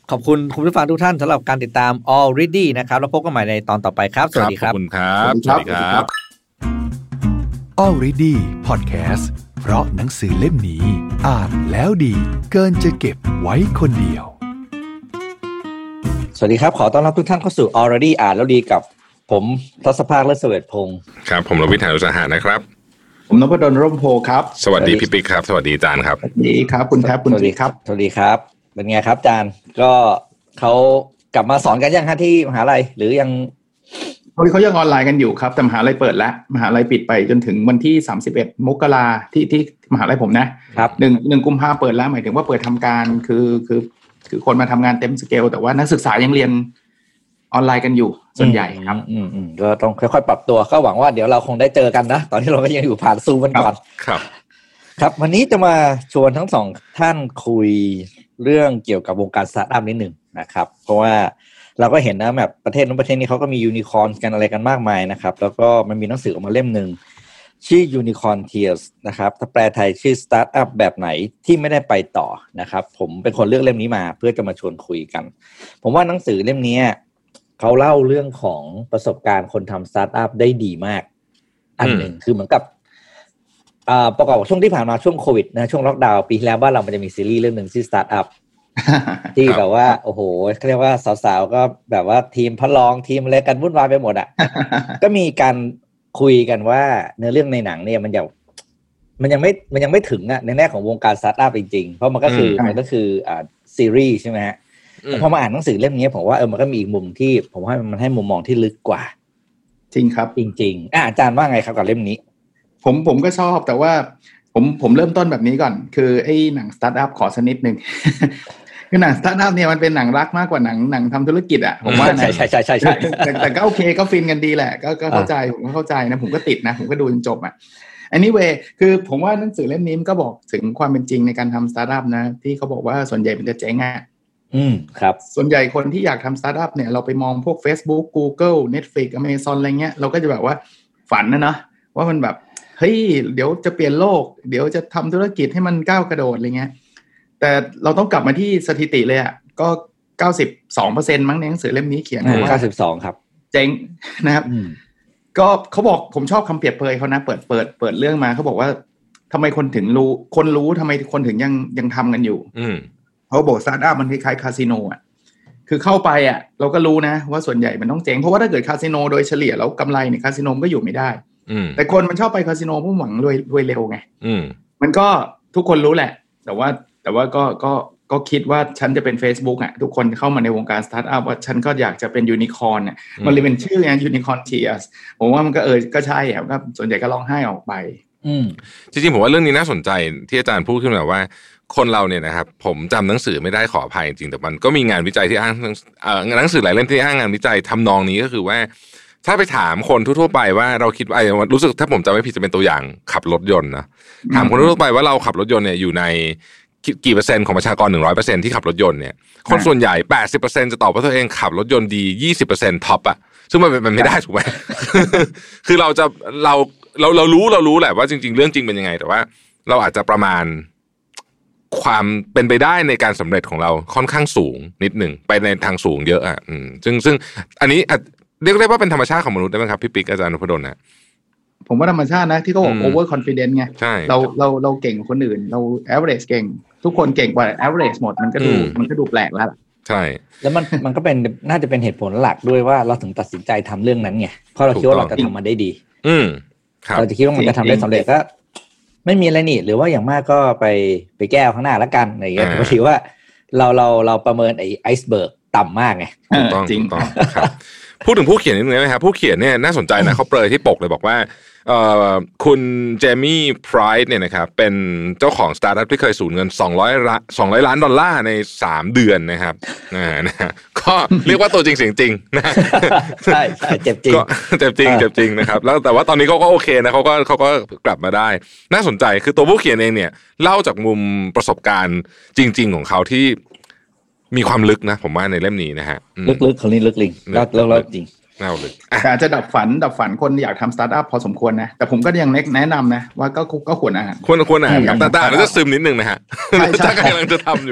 ขอบคุณคุณผู้ฟังทุกท่านสำหรับการติดตาม Already นะครับแล้วพบกันใหม่ในตอนต่อไปครับสวัสดีครับขอบคุณครับสวัสดีครับ Already Podcast เพราะหนังสือเล่มนี้อ่านแล้วดีเกินจะเก็บไว้คนเดียวสวัสดีครับขอต้อนรับทุกท่านเข้าสู่ Already อ่านแล้วดีกับผมทศภาคและเสวตพงศ์ครับผมรวิทย์ หาญอุตสาหะนะครับผมนพดลร่มโพครับสวัสดีพี่ปิ๊กครับสวัสดีอาจารย์ครับสวัสดีครับคุณแทบคุณสวัสดีครับสวัสดีครับเป็นไงครับอาจารย์ก็เขากลับมาสอนกันยังฮะที่มหาลัยหรือยังเขายังออนไลน์กันอยู่ครับแต่มหาลัยเปิดแล้วมหาลัยปิดไปจนถึงวันที่สามสิบเอ็ดมกราที่ที่มหาลัยผมนะครับหนึ่ง หนึ่งกุมภาพันธ์เปิดแล้วหมายถึงว่าเปิดทำการคือคือคือคนมาทำงานเต็มสเกลแต่ว่านักศึกษายังเรียนออนไลน์กันอยู่ส่วนใหญ่ครับอืมอืมก็ต้องค่อยๆปรับตัวก็หวังว่าเดี๋ยวเราคงได้เจอกันนะตอนที่เราก็ยังอยู่ผ่านซูมกันก่อนครับครับวันนี้จะมาชวนทั้งสองท่านคุยเรื่องเกี่ยวกับวงการสตาร์ทอัพนิดหนึ่งนะครับเพราะว่าเราก็เห็นนะแบบประเทศนู้นประเทศนี้เขาก็มียูนิคอร์นกันอะไรกันมากมายนะครับแล้วก็มันมีหนังสือออกมาเล่มนึงชื่อ Unicorn Tears นะครับถ้าแปลไทยชื่อ Startup แบบไหนที่ไม่ได้ไปต่อนะครับผมเป็นคนเลือกเล่มนี้มาเพื่อจะมาชวนคุยกันผมว่าหนังสือเล่มนี้เขาเล่าเรื่องของประสบการณ์คนทำสตาร์ทอัพได้ดีมากอันหนึ่งคือเหมือนกับประกอบกับช่วงที่ผ่านมาช่วงโควิดนะช่วงล็อกดาวน์ปีที่แล้วบ้านเรามันจะมีซีรีส์เรื่องหนึ่งที่สตาร์ทอัพที่แบบว่าโอ้โหเขาเรียกว่าสาวๆก็แบบว่าทีมพลองทีมอะไรกันวุ่นวายไปหมดอ่ะ ก็มีการคุยกันว่าเนื้อเรื่องในหนังเนี่ยมันยังมันยังไม่มันยังไม่ถึงอ่ะในแง่ของวงการสตาร์ทอัพจริงๆเพราะมันก็คือมันก็คืออ่าซีรีส์ใช่ไหมฮะพอมาอ่านหนังสือเล่มนี้ผมว่าเออมันก็มีอีกมุมที่ผมว่ามันให้มุมมองที่ลึกกว่าจริงครับจริงๆอ่ะอาจารย์ว่าไงครับกับเล่มนี้ผมผมก็ชอบแต่ว่าผมผมเริ่มต้นแบบนี้ก่อนคือไอ้หนังสตาร์ทอัพขอสักนิดนึงคือหนังสตาร์ทอัพเนี่ยมันเป็นหนังรักมากกว่าหนังหนังทำธุรกิจอ่ะผมว่าใช่ใช่ใช่ใช่ใช่แต่แต่ก็โอเคก็ฟินกันดีแหละก็ก็เข้าใจผมก็เข้าใจนะผมก็ติดนะผมก็ดูจนจบอ่ะ anyway คือผมว่าหนังสือเล่มนี้มันก็บอกถึงความเป็นจริงในการทำสตาร์ทอัพนะที่เขาบอกว่าส่วนใหญ่มันจะเจ๊งอ่ะอืมครับส่วนใหญ่คนที่อยากทำสตาร์ทอัพเนี่ยเราไปมองพวก Facebook Google Netflix Amazon อะไรเงี้ยเราก็จะแบบว่าฝันนะนะว่ามันแบบเฮ้ยเดี๋ยวจะเปลี่ยนโลกเดี๋ยวจะทำธุรกิจให้มันก้าวกระโดดอะไรเงี้ยแต่เราต้องกลับมาที่สถิติเลยอ่ะก็ เก้าสิบสองเปอร์เซ็นต์ มั้งในหนังสือเล่มนี้เขียนว่าเก้าสิบสองครับเจ๊งนะครับก็เขาบอกผมชอบคำเปรียบเปรยเขานะเปิดเปิดเปิดเรื่องมาเขาบอกว่าทำไมคนถึงรู้คนรู้ทำไมคนถึงยังยังทำกันอยู่เขาบอกสตาร์ทอัพมันคล้ายๆคาสิโนอ่ะคือเข้าไปอ่ะเราก็รู้นะว่าส่วนใหญ่มันต้องเจ๊งเพราะว่าถ้าเกิดคาสิโนโดยเฉลี่ยแล้วกำไรเนี่ยคาสิโนก็อยู่ไม่ได้แต่คนมันชอบไปคาสิโนเพื่อหวังรวยรวยเร็วไงมันก็ทุกคนรู้แหละแต่ว่าแต่ว่าก็ก็ก็คิดว่าฉันจะเป็น Facebook อ่ะทุกคนเข้ามาในวงการสตาร์ทอัพว่าฉันก็อยากจะเป็นยูนิคอร์นอ่ะมันเลยเป็นชื่อไงยูนิคอร์นเทียร์สผมว่ามันก็เออก็ใช่อ่ะก็ส่วนใหญ่ก็ร้องไห้ออกไปจริงๆผมว่าเรื่องนี้น่าสนใจที่อาจารย์พูดขึ้นมาว่าคนเราเนี่ยนะครับผมจำหนังสือไม่ได้ขออภัยจริงๆแต่มันก็มีงานวิจัยที่อ้างเอ่อหนังสือหลายเล่มที่อ้างงานวิจัยทำนองนี้ก็คือว่าถ้าไปถามคนทั่วๆไปว่าเราคิดว่ารู้สึกถ้าผมจำไม่ผิดจะเป็นตัวอย่างขับรถยนต์นะถามคนทั่วไปว่าเราขับรถยนต์เนี่ยอยู่ในกี่เปอร์เซ็นต์ของประชากร หนึ่งร้อยเปอร์เซ็นต์ ที่ขับรถยนต์เนี่ยคนส่วนใหญ่ แปดสิบเปอร์เซ็นต์ จะตอบว่าตัวเองขับรถยนต์ดี ยี่สิบเปอร์เซ็นต์ ท็อปอ่ะซึ่งมันเป็นไม่ได้ถูกไหม คือเราจะเราเราเรารู้เรารู้แหละว่าจริงๆเรื่องจริงเป็นยังไงแต่ว่าเราอาจจะประมาณความเป็นไปได้ในการสำเร็จของเราค่อนข้างสูงนิดหนึ่งไปในทางสูงเยอะอ่ะซึ่งซึ่งอันนี้เรียกได้ว่าเป็นธรรมชาติของมนุษย์ได้ไหมครับพี่ปิ๊กอาจารย์นพดลนะผมว่าธรรมชาตินะที่เขาบอก over confident ไงเราเราเราเก่งกว่าคนอื่นเรา average เก่งทุกคนเก่งกว่า average หมดมันก็ดูมันก็ดูแปลกแล้วใช่แล้วมันมันก็เป็นน่าจะเป็นเหตุผลหลักด้วยว่าเราถึงตัดสินใจทำเรื่องนั้นไงเพราะเราคิดว่าเราจะทำมันได้ดีอืมครับเราจะคิดว่ามันจะทำได้สำเร็จก็ไม่มีอะไรนี่หรือว่าอย่างมากก็ไปไปแก้ข้างหน้าละกันอะไรอย่างเงี้ยผมคิดว่าเราเราเราประเมินไอ้ไอซ์เบิร์กต่ำมากไงถูกต้องถูกต้องครับพูดถึงผู้เขียนนิดนึงไหมครับผู้เขียนเนี่ยน่าสนใจนะเขาเปรยที่ปกเลยบอกว่าเอ่อคุณเจมี่ไพรส์เนี่ยนะครับเป็นเจ้าของสตาร์ทอัพที่เคยสูญเงินสองร้อยล้านสองร้อยล้านดอลลาร์ในสามเดือนนะครับนะฮะก็เรียกว่าตัวจริงเสียงจริงนะใช่ใช่เจ็บจริงก็เจ็บจริงเจ็บจริงนะครับแล้วแต่ว่าตอนนี้เขาก็โอเคนะเขาก็เขาก็กลับมาได้น่าสนใจคือตัวผู้เขียนเองเนี่ยเล่าจากมุมประสบการณ์จริงๆของเขาที่มีความลึกนะผมว่าในเล่มนี้นะฮะลึกๆคนนี้ลึกจริงแล้วแล้วจริงเล่าลึกอาจจะดับฝันดับฝันคนอยากทำสตาร์ทอัพพอสมควรนะแต่ผมก็ยังแนะนำนะว่าก็ก็ควรอ่านควรควรอ่านครับแต่แต่แล้วจะซึมนิดนึงนะฮะถ้ากำลังจะทำอยู่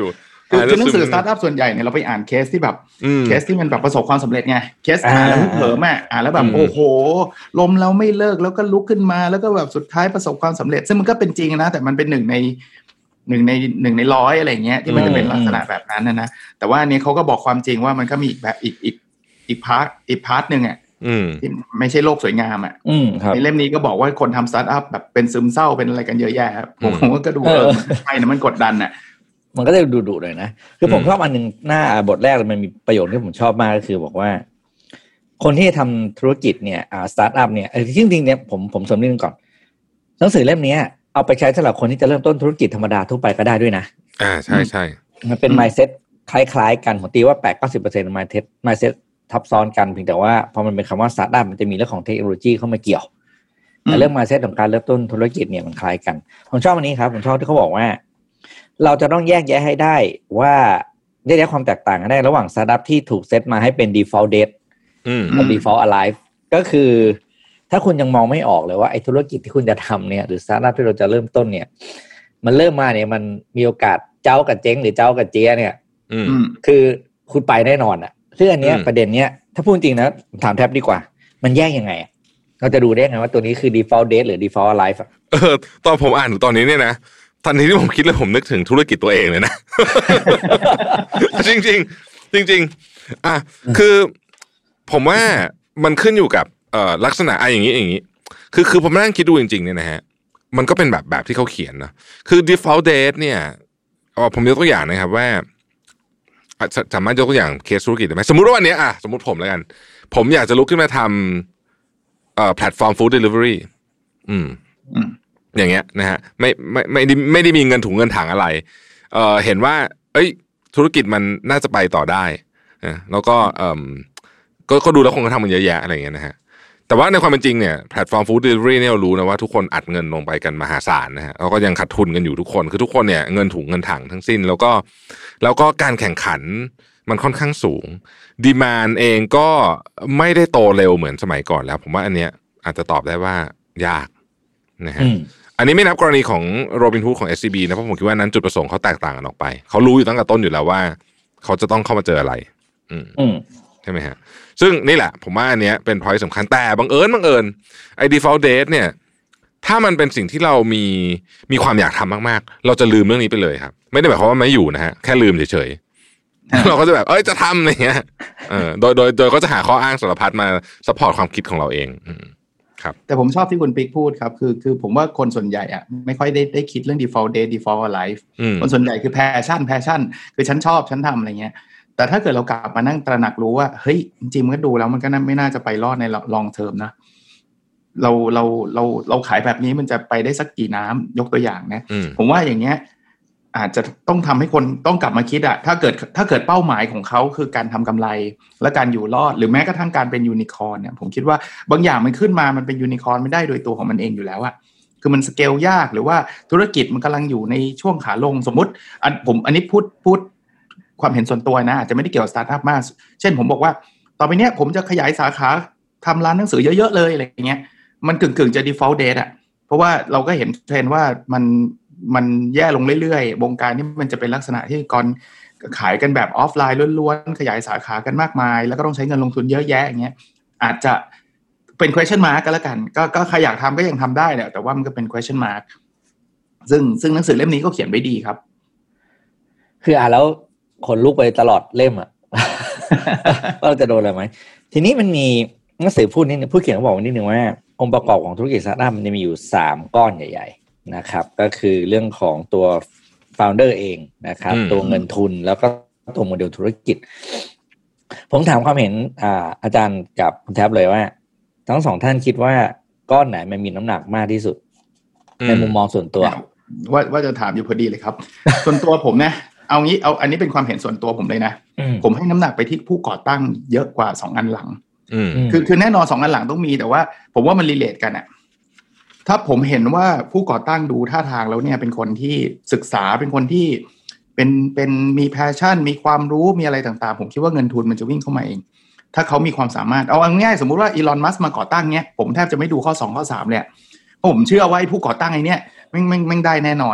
คือหนังสือสตาร์ทอัพส่วนใหญ่เนี่ยเราไปอ่านเคสที่แบบเคสที่มันแบบประสบความสำเร็จไงเคสอ่านแล้วเผลอแม่อ่านแล้วแบบโอ้โหล้มแล้วไม่เลิกแล้วก็ลุกขึ้นมาแล้วก็แบบสุดท้ายประสบความสำเร็จซึ่งมันก็เป็นจริงนะแต่มันเป็นหนึ่งในหนึ่งในหนึ่งในร้อยอะไรเงี้ยที่มันจะเป็นลักษณะแบบนั้นนะนะแต่ว่าอันนี้เขาก็บอกความจริงว่ามันก็มีอีกแบบอีกอีกอีกพาร์ทอีกพาร์ทนึงอ่ะที่ไม่ใช่โลกสวยงามอ่ะในเล่มนี้ก็บอกว่าคนทำสตาร์ทอัพแบบเป็นซึมเศร้าเป็นอะไรกันเยอะแยะครับผมก็ดูเออใช่นะมันกดดันอ่ะมันก็จะดุๆหน่อยนะคือผมชอบอันนึงหน้าบทแรกมันมีประโยคที่ผมชอบมากก็คือบอกว่าคนที่ทำธุรกิจเนี่ยอ่าสตาร์ทอัพเนี่ยจริงๆเนี่ยผมผมเสริมนิดนึงก่อนหนังสือเล่มนี้เอาไปใช้สำหรับคนที่จะเริ่มต้นธุรกิจธรรมดาทั่วไปก็ได้ด้วยนะอ่าใช่ใช่มันเป็น mindset คล้ายๆกันผมตีว่า แปดถึงเก้าสิบเปอร์เซ็นต์ mindset mindset ทับซ้อนกันเพียงแต่ว่าพอมันเป็นคำว่าสตาร์ทอัพมันจะมีเรื่องของเทคโนโลยีเข้ามาเกี่ยวแต่เรื่อง mindset ของการเริ่มต้นธุรกิจเนี่ยมันคล้ายกันผมชอบอันนี้ครับผมชอบที่เขาบอกว่าเราจะต้องแยกแยะให้ได้ว่าแยกแยะความแตกต่างกันได้ระหว่างสตาร์ทอัพที่ถูกเซตมาให้เป็น default date กับ default alive ก็คือถ้าคุณยังมองไม่ออกเลยว่าไอ้ธุรกิจที่คุณจะทำเนี่ยหรือสตาร์ทอัพที่เราจะเริ่มต้นเนี่ยมันเริ่มมาเนี่ยมันมีโอกาสเจ้ากับเจ๊งหรือเจ้ากับเจ๊เนี่ยคือคุณไปแน่นอนอ่ะซึ่งอันเนี้ยประเด็นเนี้ยถ้าพูดจริงนะถามแทบดีกว่ามันแยกยังไงเราจะดูได้ไงว่าตัวนี้คือ default date หรือ default alive อ่ะเออตอนผมอ่านตอนนี้เนี่ยนะทันทีที่ผมคิดเลยผมนึกถึงธุรกิจตัวเองเลยนะ จริงจริงจริงจริงอ่ะคือผมว่ามันขึ้นอยู่กับเอ่อลักษณะอะไรอย่างนี้อย่างนี้คือคือผมนั่งคิดดูจริงๆเนี่ยนะฮะมันก็เป็นแบบแบบที่เขาเขียนนะคือ default date เนี่ยอ๋อผมยกตัวอย่างนะครับว่าสามารถยกตัวอย่างเคสธุรกิจได้ไหมสมมุติว่าวันนี้อ่ะสมมุติผมแล้วกันผมอยากจะลุกขึ้นมาทำเอ่อแพลตฟอร์มฟู้ดเดลิเวอรี่อืมอย่างเงี้ยนะฮะไม่ไม่ไม่ได้ไม่ได้มีเงินถุงเงินถังอะไรเอ่อเห็นว่าเอ้ยธุรกิจมันน่าจะไปต่อได้นะแล้วก็เอ่อก็ก็ดูแล้วคงจะทำมันเยอะแยะอะไรอย่างเงี้ยนะฮะแต่ว่าในความเป็นจริงเนี่ยแพลตฟอร์มฟู้ดเดลิเวอรี่เนี่ยเรารู้นะว่าทุกคนอัดเงินลงไปกันมหาศาลนะฮะแล้วก็ยังขาดทุนกันอยู่ทุกคนคือทุกคนเนี่ยเงินถุงเงินถังทั้งสิ้นแล้วก็แล้วก็การแข่งขันมันค่อนข้างสูงดีมานด์เองก็ไม่ได้โตเร็วเหมือนสมัยก่อนแล้วผมว่าอันเนี้ยอาจจะตอบได้ว่ายากนะฮะอันนี้ไม่นับกรณีของโรบินฮูดของ เอส ซี บี นะเพราะผมคิดว่านั้นจุดประสงค์เขาแตกต่างกันออกไปเขารู้อยู่ตั้งแต่ต้นอยู่แล้วว่าเขาจะต้องเข้ามาเจออะไรอืมใช่ไหมฮะซึ่งนี่แหละผมว่าอันเนี้ยเป็น point สำคัญแต่บังเอิญบังเอิญไอ้ default date เนี่ยถ้ามันเป็นสิ่งที่เรามีมีความอยากทำมากๆเราจะลืมเรื่องนี้ไปเลยครับไม่ได้หมายความว่าไม่อยู่นะฮะแค่ลืมเฉยๆเราก็จะแบบเอ้ยจะทำอะไรเงี้ยเออโดยโดยโดยก็จะหาข้ออ้างสารพัดมา support ความคิดของเราเองครับแต่ผมชอบที่คุณปิ๊กพูดครับคือคือผมว่าคนส่วนใหญ่อะไม่ค่อยได้ได้คิดเรื่อง default date default alive คนส่วนใหญ่คือ passion passion คือฉันชอบฉันทำอะไรเงี้ยแต่ถ้าเกิดเรากลับมานั่งตระหนักรู้ว่าเฮ้ยจริงๆมันก็ดูแล้วมันก็ไม่น่าจะไปรอดใน long term นะเราเราเราเราขายแบบนี้มันจะไปได้สักกี่น้ำยกตัวอย่างนะผมว่าอย่างเงี้ยอาจจะต้องทำให้คนต้องกลับมาคิดอะถ้าเกิดถ้าเกิดเป้าหมายของเขาคือการทำกำไรและการอยู่รอดหรือแม้กระทั่งการเป็นยูนิคอร์นเนี่ยผมคิดว่าบางอย่างมันขึ้นมามันเป็นยูนิคอร์นไม่ได้โดยตัวของมันเองอยู่แล้วอะคือมันสเกลยากหรือว่าธุรกิจมันกำลังอยู่ในช่วงขาลงสมมติอันผมอันนี้พูดพูดความเห็นส่วนตัวนะอาจจะไม่ได้เกี่ยวกับสตาร์ทอัพมากเช่นผมบอกว่าต่อไปเนี้ยผมจะขยายสาขาทำร้านหนังสือเยอะๆเลยอะไรอย่างเงี้ยมันกึ่งๆจะ default date อะเพราะว่าเราก็เห็นเทรนด์ว่ามันมันแย่ลงเรื่อยๆวงการนี้มันจะเป็นลักษณะที่ก่อนขายกันแบบออฟไลน์ล้วนๆขยายสาขากันมากมายแล้วก็ต้องใช้เงินลงทุนเยอะแยะอย่างเงี้ยอาจจะเป็น question mark ก็แล้วกันก็ก็ใครอยากทำก็ยังทำได้แหละแต่ว่ามันก็เป็น question mark ซึ่งซึ่งหนังสือเล่มนี้ก็เขียนไว้ดีครับคืออ่านแล้วขนลุกไปตลอดเล่มอ่ะ เราจะโดนอะไรไหมทีนี้มันมีหนังสือพูดนิดนึงผู้เขียนเขาบอกนิดนึงว่าองค์ประกอบของธุรกิจสตาร์ทอัพมันจะมีอยู่สามก้อนใหญ่ๆนะครับก็คือเรื่องของตัว founder เองนะครับตัวเงินทุนแล้วก็ตัวโมเดลธุรกิจผมถามความเห็นอ่าอาจารย์กับคุณแท็บเลยว่าทั้งสองท่านคิดว่าก้อนไหนมันมีน้ำหนักมากที่สุดในมุมมองส่วนตัวว่าว่าจะถามอยู่พอดีเลยครับ ส่วนตัวผมนะเอางี้เอาอันนี้เป็นความเห็นส่วนตัวผมเลยนะผมให้น้ำหนักไปที่ผู้ก่อตั้งเยอะกว่าสองอันหลังคือคือแน่นอนสองอันหลังต้องมีแต่ว่าผมว่ามันรีเลทกันอะถ้าผมเห็นว่าผู้ก่อตั้งดูท่าทางแล้วเนี่ยเป็นคนที่ศึกษาเป็นคนที่เป็นเป็นมีแพชชั่นมีความรู้มีอะไรต่างๆผมคิดว่าเงินทุนมันจะวิ่งเข้ามาเองถ้าเขามีความสามารถเอาง่ายๆสมมุติว่าอีลอนมัสก์มาก่อตั้งเนี้ยผมแทบจะไม่ดูข้อสองข้อสามเลยเพราะผมเชื่อว่าผู้ก่อตั้งไอ้เนี้ยแม่งแม่งแม่งได้แน่นอน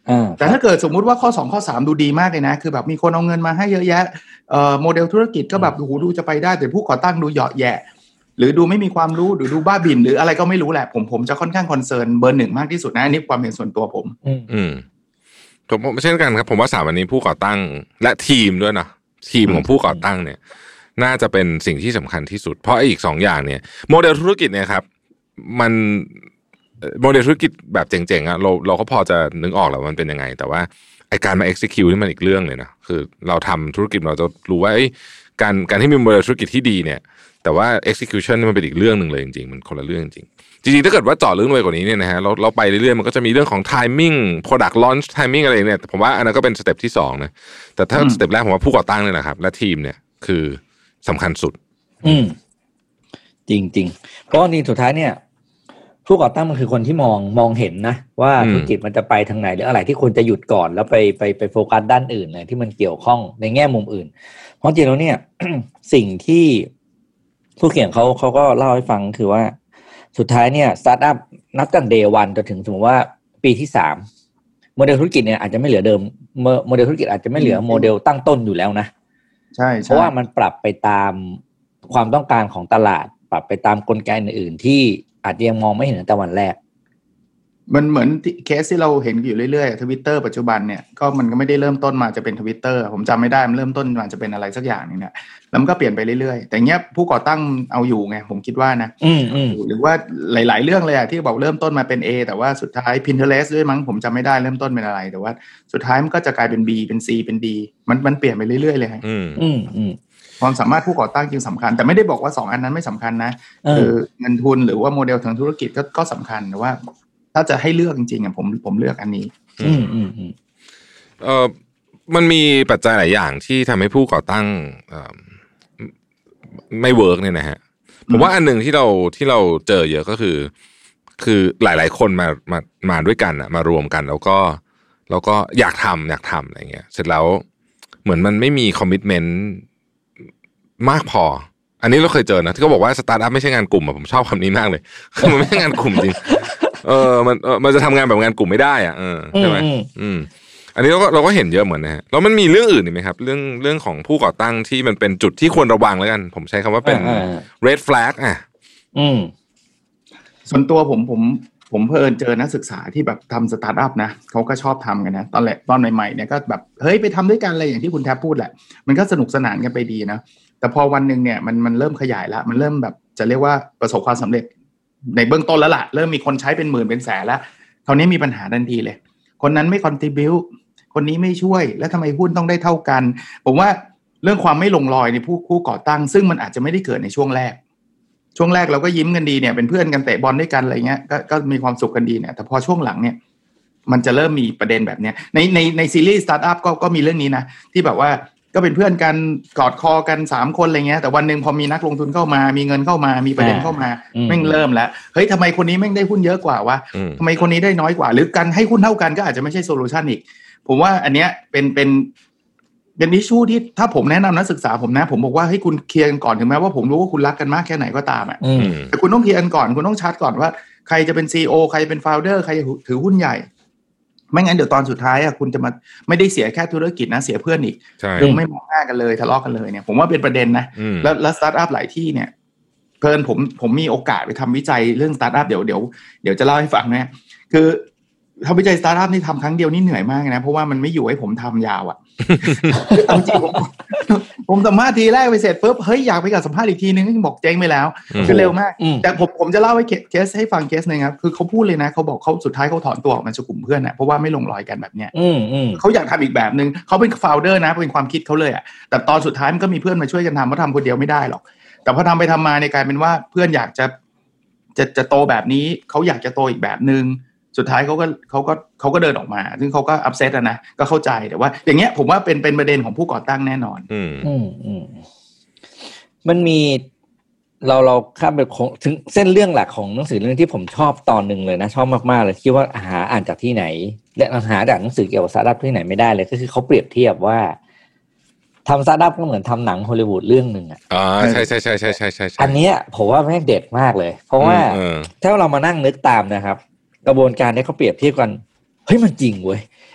แต่ถ้าเกิดสมมุติว่าข้อสองข้อสามดูดีมากเลยนะคือแบบมีคนเอาเงินมาให้เยอะแยะเอ่อโมเดลธุรกิจก็แบบโอ้โหดูจะไปได้แต่ผู้ก่อตั้งดูเหยาะแยะหรือดูไม่มีความรู้หรือดูบ้าบิ่นหรืออะไรก็ไม่รู้แหละผมผมจะค่อนข้างคอนเซิร์นเบอร์หนึ่งมากที่สุดนะอันนี้ความเห็นส่วนตัวผมอืมผมเช่นกันครับผมว่าสามวันนี้ผู้ก่อตั้งและทีมด้วยนะทีมของผู้ก่อตั้งเนี่ยน่าจะเป็นสิ่งที่สำคัญที่สุดเพราะอีกสองอย่างเนี่ยโมเดลธุรกิจเนี่ยครับมันโมเดลธุรกิจแบบเจ๋งๆอ่ะเราเราก็พอจะนึกออกแล้วมันเป็นยังไงแต่ว่าไอการมา execute นี่มันอีกเรื่องเลยนะคือเราทำธุรกิจเราจะรู้ว่าการการที่มีโมเดลธุรกิจที่ดีเนี่ยแต่ว่า execution นี่มันเป็นอีกเรื่องนึงเลยจริงๆมันคนละเรื่องจริงจริงๆถ้าเกิดว่าเจาะลึกไปกว่านี้เนี่ยนะฮะเราเราไปเรื่อยๆมันก็จะมีเรื่องของ timing product launch timing อะไรเนี่ยผมว่าอันนั้นก็เป็นสเต็ปที่สองนะแต่ถ้าสเต็ปแรกผมว่าผู้ก่อตั้งเนี่ยแหละครับและทีมเนี่ยคือสำคัญสุดอืมจริงๆเพราะนี่สุดท้ายเนี่ยผู้ก่อตั้งมันคือคนที่มองมองเห็นนะว่าธุรกิจมันจะไปทางไหนหรืออะไรที่ควรจะหยุดก่อนแล้วไปไปไปโฟกัสด้านอื่นเลยที่มันเกี่ยวข้องในแง่มุมอื่นเพราะจริงแล้วเนี่ย สิ่งที่ผู้เขียนเขาเขาก็เล่าให้ฟังคือว่าสุดท้ายเนี่ยสตาร์ทอัพนับตั้งเดย์วันจนถึงสมมติว่าปีที่สามโมเดลธุรกิจเนี่ยอาจจะไม่เหลือเดิมโมเดลธุรกิจอาจจะไม่เหลือโมเดลตั้งต้นอยู่แล้วนะใช่เพราะว่ามันปรับไปตามความต้องการของตลาดปรับไปตามกลไกอื่นๆที่อาจจะยังมองไม่เห็นแต่วันแรกมันเหมือนเคสที่เราเห็นอยู่เรื่อยๆ Twitter ปัจจุบันเนี่ยก็มันก็ไม่ได้เริ่มต้นมาจะเป็น Twitter ผมจำไม่ได้มันเริ่มต้นมาจะเป็นอะไรสักอย่างนึงเนี่ยแล้วมันก็เปลี่ยนไปเรื่อยๆแต่เงี้ยผู้ก่อตั้งเอาอยู่ไงผมคิดว่านะหรือว่าหลายๆเรื่องเลยอะที่บอกเริ่มต้นมาเป็น A แต่ว่าสุดท้าย Pinterest ด้วยมั้งผมจำไม่ได้เริ่มต้นเป็นอะไรแต่ว่าสุดท้ายมันก็จะกลายเป็น B เป็น C เป็น D มันมันเปลี่ยนไปเรื่อยๆเลยอืมอืมอืมความสามารถผู้ก่อตั้งจึงสำคัญแต่ไม่ได้บอกว่าสองอันนั้นไม่สำคัญนะคือเงินทุนหรือว่าโมเดลทางธุรกิจก็ก็สำคัญแต่ว่าถ้าจะให้เลือกจริงๆอ่ะผมผมเลือกอันนี้อืมอืมอืมเอ่อมันมีปัจจัยหลายอย่างที่ทำให้ผู้ก่อตั้งเอ่อไม่เวิร์กเนี่ยนะฮะผมว่าอันหนึ่งที่เราที่เราเจอเยอะก็คือคือหลายๆคนมามามาด้วยกันอ่ะมารวมกันแล้วก็แล้วก็อยากทำอยากทำอะไรเงี้ยเสร็จแล้วเหมือนมันไม่มีคอมมิตเมนต์มากพออันนี้เราเคยเจอนะที่เขาบอกว่าสตาร์ทอัพไม่ใช่งานกลุ่มอะผมชอบคำนี้มากเลยคือมันไม่ใช่งานกลุ่มจริงเออมันเออมันจะทำงานแบบงานกลุ่มไม่ได้อ่ะเออใช่ไหมอืมอันนี้เราก็เราก็เห็นเยอะเหมือนนะฮะแล้วมันมีเรื่องอื่นอีกไหมครับเรื่องเรื่องของผู้ก่อตั้งที่มันเป็นจุดที่ควรระวังแล้วกันผมใช้คำว่าเป็น red flag อ่ะอืมส่วนตัวผมผมผมเพิ่งเจอนักศึกษาที่แบบทำสตาร์ทอัพนะเขาก็ชอบทำกันนะตอนแรกตอนใหม่ๆเนี่ยก็แบบเฮ้ยไปทำด้วยกันอะไรอย่างที่คุณแทบพูดแหละมันก็สนุกสนานกันไปดีนะแต่พอวันนึงเนี่ยมันมันเริ่มขยายละมันเริ่มแบบจะเรียกว่าประสบความสำเร็จในเบื้องต้นแล้วล่ะเริ่มมีคนใช้เป็นหมื่นเป็นแสนแล้วคราวนี้มีปัญหาทันทีเลยคนนั้นไม่คอนทริบิวต์คนนี้ไม่ช่วยแล้วทำไมหุ้นต้องได้เท่ากันผมว่าเรื่องความไม่ลงรอยในผู้ผู้ก่อตั้งซึ่งมันอาจจะไม่ได้เกิดในช่วงแรกช่วงแรกเราก็ยิ้มกันดีเนี่ยเป็นเพื่อนกันเตะบอลด้วยกันอะไรเงี้ยก็ก็มีความสุขกันดีเนี่ยแต่พอช่วงหลังเนี่ยมันจะเริ่มมีประเด็นแบบเนี้ยในในในซีรีส์สตาร์ทอัพก็ก็มีเรื่องนี้นะที่แบบว่าก็เป็นเพื่อนกันกอดคอกันสามคนอะไรเงี้ยแต่วันนึงพอมีนักลงทุนเข้ามามีเงินเข้ามามีประเด็นเข้ามาแม่งเริ่มแล้วเฮ้ยทำไมคนนี้แม่งได้หุ้นเยอะกว่าวะทำไมคนนี้ได้น้อยกว่าหรือกันให้หุ้นเท่ากันก็อาจจะไม่ใช่โซลูชันอีกผมว่าอันเนี้ยเป็นเป็นเป็นอิชชูที่ถ้าผมแนะนำนักศึกษาผมนะผมบอกว่าให้คุณเคลียร์กันก่อนถึงแม้ว่าผมรู้ว่าคุณรักกันมากแค่ไหนก็ตามอ่ะแต่คุณต้องเคลียร์กันก่อนคุณต้องชัดก่อนว่าใครจะเป็น ซี อี โอ ใครเป็น founder ใครจะถือหุ้นใหญ่ไม่งั้นเดี๋ยวตอนสุดท้ายอ่ะคุณจะมาไม่ได้เสียแค่ธุรกิจนะเสียเพื่อนอีกคือไม่มองหน้ากันเลยทะเลาะกันเลยเนี่ยผมว่าเป็นประเด็นนะแล้วแล้วสตาร์ทอัพหลายที่เนี่ยเพิ่นผมผมมีโอกาสไปทำวิจัยเรื่องสตาร์ทอัพเดี๋ยวเดี๋ยวเดี๋ยวจะเล่าให้ฟังนะคือทำวิจัยสตาร์ทอัพนี่ทำครั้งเดียวนี่เหนื่อยมากนะเพราะว่ามันไม่อยู่ให้ผมทำยาวอ่ะจริงผมผมสัมภาษณ์ทีแรกไปเสร็จปุ๊บเฮ้ยอยากไปกับสัมภาษณ์อีกทีนึงบอกเจ๊งไปแล้วคือเร็วมากแต่ผมผมจะเล่าให้เคสให้ฟังเคสนึงครับคือเขาพูดเลยนะเขาบอกเขาสุดท้ายเขาถอนตัวออกมาจากกลุ่มเพื่อนนะเพราะว่าไม่ลงรอยกันแบบเนี้ยเขาอยากทำอีกแบบนึงเขาเป็นโฟลเดอร์นะเป็นความคิดเขาเลยอ่ะแต่ตอนสุดท้ายมันก็มีเพื่อนมาช่วยกันทำเพราะทำคนเดียวไม่ได้หรอกแต่พอทำไปทำมาเนี่ยกลายเป็นว่าเพื่อนอยากจะจะจะโตแบบนี้เขาอยากจะโตอีกแบบนึงสุดท้ายเขาก็เขาก็เขาก็เดินออกมาซึ่งเขาก็อัพเซตอะนะก็เข้าใจแต่ว่าอย่างเงี้ยผมว่าเป็นเป็นประเด็นของผู้ก่อตั้งแน่นอนอืมอืมอืมมันมีเราเราข้ามไปถึงเส้นเรื่องหลักของหนังสือเรื่องที่ผมชอบตอนนึงเลยนะชอบมากๆเลยคิดว่าหาอ่านจากที่ไหนและหาจากหนังสือเกี่ยวกับสตาร์ทอัพที่ไหนไม่ได้เลยก็คือเขาเปรียบเทียบว่าทำสตาร์ทอัพก็เหมือนทำหนังฮอลลีวูดเรื่องนึงอ่ะอ๋อใช่ใช่ใช่ใช่ใช่ใช่อันเนี้ยผมว่าแม่งเด็ดมากเลยเพราะว่าถ้าเรามานั่งนึกตามนะครับกระบวนการนี้เขาเปรียบเทียบกันเฮ้ยมันจริงเว้ย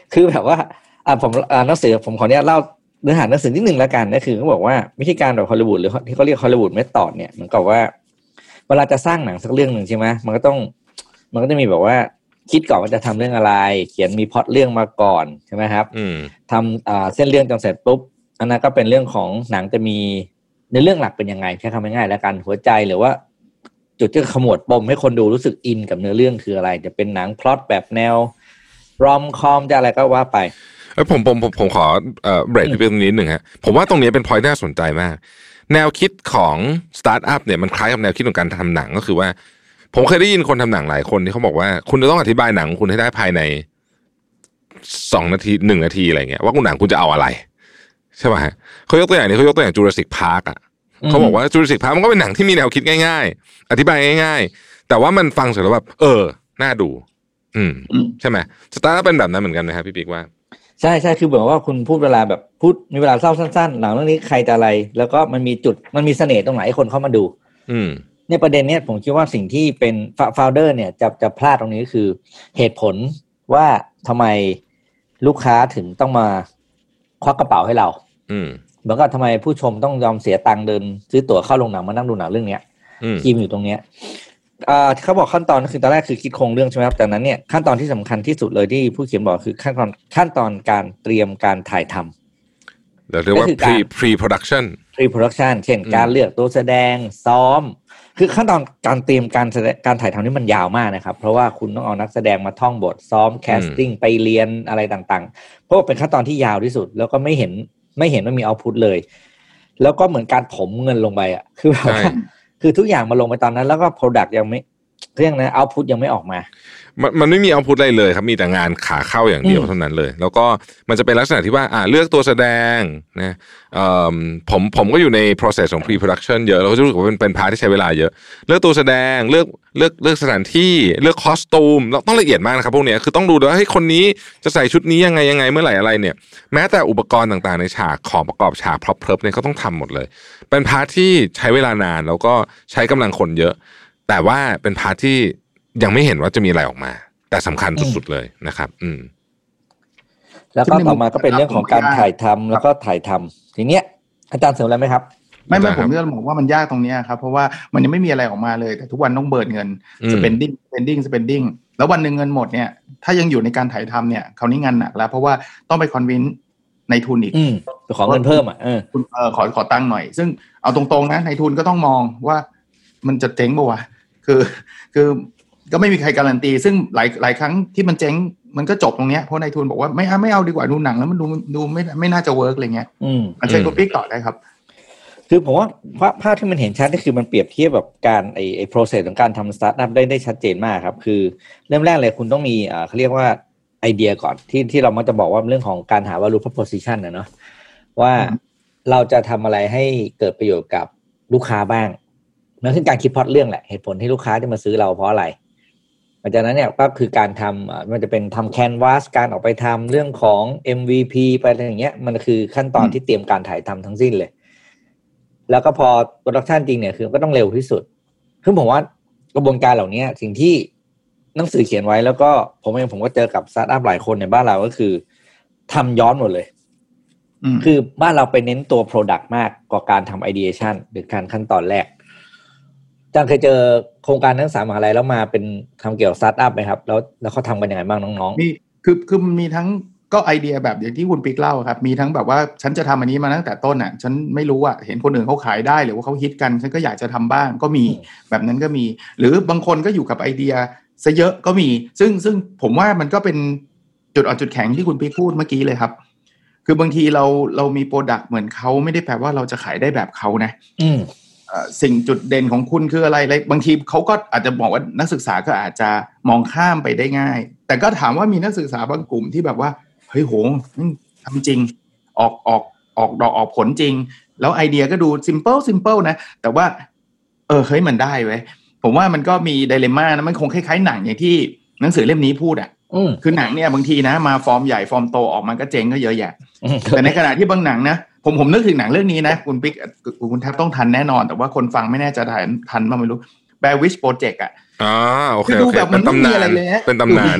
คือแบบว่าอ่าผมอ่าหนังสือผมขออนุญาตเล่าเนื้อหาหนังสือนิดนึงแล้วกันก็คือเขาบอกว่าวิธีการแบบฮอลลีวูดหรือที่เขาเรียกฮอลลีวูดเมธอดเนี่ยเหมือนกับว่าเวลาจะสร้างหนังสักเรื่องนึงใช่ไหมมันก็ต้องมันก็จะมีแบบว่าคิดก่อนว่าจะทำเรื่องอะไรเขียนมีพล็อตเรื่องมาก่อนใช่ไหมครับทำอ่าเส้นเรื่องจนเสร็จปุ๊บอันนั้นก็เป็นเรื่องของหนังจะมีในเรื่องหลักเป็นยังไงแค่คำง่ายๆแล้วกันหัวใจหรือว่าจุดที่ขมวดปมให้คนดูรู้สึกอินกับเนื้อเรื่องคืออะไรจะเป็นหนังพล็อตแบบแนวรอมคอมจะอะไรก็ว่าไปเอ้ยผมผมผมผมขอเอ่อเบรกพี่เปิ้ลตรงนี้นิดนึงฮะผมว่าตรงนี้เป็น point น่าสนใจมากแนวคิดของสตาร์ทอัพเนี่ยมันคล้ายกับแนวคิดของการทำหนังก็คือว่าผมเคยได้ยินคนทำหนังหลายคนที่เขาบอกว่าคุณจะต้องอธิบายหนังคุณให้ได้ภายในสองนาทีหนึ่งนาทีอะไรเงี้ยว่าคุณหนังคุณจะเอาอะไรใช่ป่ะฮะเขายกตัวอย่างนี้เขายกตัวอย่าง Jurassic Park อ่ะเขาบอกว่า Jurassic Park มันก็เป็นหนังที่มีแนวคิดง่ายๆอธิบายง่ายๆแต่ว่ามันฟังเสร็จแล้วแบบเออน่าดูอืมใช่ไหมสตาร์ทอัพเป็นแบบนั้นเหมือนกันไหมครับพี่ปิ๊กว่าใช่ใช่คือเหมือนว่าคุณพูดเวลาแบบพูดมีเวลาเล่าสั้นๆหลังเรื่องนี้ใครจะอะไรแล้วก็มันมีจุดมันมีเสน่ห์ตรงไหนให้คนเข้ามาดูอืมในประเด็นเนี้ยผมคิดว่าสิ่งที่เป็นโฟลเดอร์เนี่ยจะจะพลาดตรงนี้ก็คือเหตุผลว่าทำไมลูกค้าถึงต้องมาควักกระเป๋าให้เราอืมเหมือนกับทำไมผู้ชมต้องยอมเสียตังค์เดินซื้อตั๋วเข้าโรงหนังมานั่งดูหนังเรื่องเนี้ยคีมอยู่ตรงเนี้ยอ่าเขาบอกขั้นตอนคือตอนแรกคือคิดโครงเรื่องใช่ไหมครับแต่นั้นเนี่ยขั้นตอนที่สำคัญที่สุดเลยที่ผู้เขียนบอกคือขั้นตอนขั้นตอนการเตรียมการถ่ายทำเรียกว่า pre pre production pre production เช่นการเลือกตัวแสดงซ้อมคือขั้นตอนการเตรียมการการถ่ายทำนี่มันยาวมากนะครับเพราะว่าคุณต้องเอานักแสดงมาท่องบทซ้อมแคสติ้งไปเรียนอะไรต่างๆเพราะว่าเป็นขั้นตอนที่ยาวที่สุดแล้วก็ไม่เห็นไม่เห็นว่ามีเอาท์พุตเลยแล้วก็เหมือนการถมเงินลงไปอ่ะคือแบบว่าคือทุกอย่างมาลงไปตอนนั้นแล้วก็ product ยังไม่เรื่องนะเอาท์พุตยังไม่ออกมามันมันไม่มีเอาท์พุตอะไรเลยครับมีแต่งานขาเข้าอย่างเดียวเท่านั้นเลยแล้วก็มันจะเป็นลักษณะที่ว่าอ่าเลือกตัวแสดงนะเอ่อผมผมก็อยู่ใน process ของ pre production เยอะแล้วก็รู้สึกว่าเป็นเป็นพาร์ทที่ใช้เวลาเยอะเลือกตัวแสดงเลือกเลือกเลือกสถานที่เลือกคอสตูมเราต้องละเอียดมากนะครับพวกนี้คือต้องดูด้วยว่าให้คนนี้จะใส่ชุดนี้ยังไงยังไงเมื่อไหร่อะไรเนี่ยแม้แต่อุปกรณ์ต่างๆในฉากของประกอบฉากพร็อพเพิร์ฟเนี่ยก็ต้องทำหมดเลยเป็นพาร์ทที่ใช้เวลานานแล้วก็ใช้กำลังคนเยอะแต่ว่าเป็นพาร์ทที่ยังไม่เห็นว่าจะมีอะไรออกมาแต่สำคัญสุดๆเลยนะครับอืมแล้วก็ต่อมาก็เป็นเรื่องของการถ่ายทำแล้วก็ถ่ายทำทีเนี้ยอาจารย์เสริมอะไรไหมครับไม่ไม่ผมจะบอกว่ามันยากตรงนี้ครับเพราะว่ามันยังไม่มีอะไรออกมาเลยแต่ทุกวันต้องเบิร์นเงิน spending spending spending แล้ววันหนึ่งเงินหมดเนี่ยถ้ายังอยู่ในการถ่ายทำเนี่ยคราวนี้งานหนักแล้วเพราะว่าต้องไปคอนวินในทุนอีกไปขอเงินเพิ่มอ่ะเออคุณเออขอขอตังค์หน่อยซึ่งเอาตรงๆนะในทุนก็ต้องมองว่ามันจะเจ๊งป่ะวะคือคือก็ไม่มีใครการันตีซึ่งหลายหลายครั้งที่มันเจ๊งมันก็จบตรงเนี้ยเพราะนายทุนบอกว่าไม่เอาไม่เอาดีกว่าดูหนังแล้วมันดูดูไม่ไม่น่าจะเวิร์กอะไรเงี้ยมันใช้ตัวปิ๊กต่อได้ครับคือผมว่าภาพที่มันเห็นชัดก็คือมันเปรียบเทียบแบบการไอ้ไอ้ process ของการทำสตาร์ทอัพได้ได้ชัดเจนมากครับคือเริ่มแรกเลยคุณต้องมีอ่าเขาเรียกว่าไอเดียก่อนที่ที่เรามักจะบอกว่าเรื่องของการหา value proposition นะเนาะว่าเราจะทำอะไรให้เกิดประโยชน์กับลูกค้าบ้างนั่นคือการคิดพล็อตเรื่องแหละเหตุผลที่ลูกค้าจะมาซื้อเราเพราะอะไรหลังจากนั้นเนี่ยก็คือการทำมันจะเป็นทำแคนวาสการออกไปทำเรื่องของ เอ็ม วี พี ไปอะไรอย่างเงี้ยมันคือขั้นตอนที่เตรียมการถ่ายทำทั้งสิ้นเลยแล้วก็พอโปรดักชันจริงเนี่ยคือก็ต้องเร็วที่สุดคือผมว่ากระบวนการเหล่านี้สิ่งที่หนังสือเขียนไว้แล้วก็ผมเองผมก็เจอกับสตาร์ทอัพหลายคนในบ้านเราก็คือทำย้อนหมดเลยคือบ้านเราไปเน้นตัว Product มากกว่าการทำ Ideation หรือการขั้นตอนแรกจังเคยเจอโครงการนักศึกษามหาลัยแล้วมาเป็นทำเกี่ยวกับสตาร์ทอัพไหมครับแล้วแล้วเขาทำกันยังไงบ้างน้องๆมีคือคือมีทั้งก็ไอเดียแบบอย่างที่คุณปิ๊กเล่าครับมีทั้งแบบว่าฉันจะทำอันนี้มาตั้งแต่ต้นอ่ะฉันไม่รู้อ่ะเห็นคนอื่นเขาขายได้หรือว่าเขาฮิตกันฉันก็อยากจะทำบ้างก็มีแบบนั้นก็มีหรือบางคนก็อยู่กับไอเดียซะเยอะก็มีซึ่งซึ่งผมว่ามันก็เป็นจุดอ่อนจุดแข็งที่คุณปิ๊กพูดเมื่อกี้เลยครับคือบางทีเราเรามีโปรดักต์เหมือนเขาไม่ได้แปลว่าเราจะขายได้แบบเขานะสิ่งจุดเด่นของคุณคืออะไรอะไรบางทีเขาก็อาจจะบอกว่านักศึกษาก็อาจจะมองข้ามไปได้ง่ายแต่ก็ถามว่ามีนักศึกษาบางกลุ่มที่แบบว่าเฮ้ยโหทำจริงออกออกออกดอกออกผลจริงแล้วไอเดียก็ดู simple simple นะแต่ว่าเออเฮ้ยมันได้เว้ยผมว่ามันก็มีไดเลม่านะมันคงคล้ายๆหนังอย่างที่หนังสือเล่มนี้พูดอ่ะคือหนังเนี่ยบางทีนะมาฟอร์มใหญ่ฟอร์มโตออกมาก็เจ๊งก็เยอะแยะแต่ในขณะที่บางหนังนะผมผมนึกถึงหนังเรื่องนี้นะคุณปิ๊กคุณแทบต้องทันแน่นอนแต่ว่าคนฟังไม่แน่ใจทันทันมั้ยไม่รู้ Blair Witch Project อ่ะอ๋อโอเคโอเคเป็นตำนานเป็นตำนาน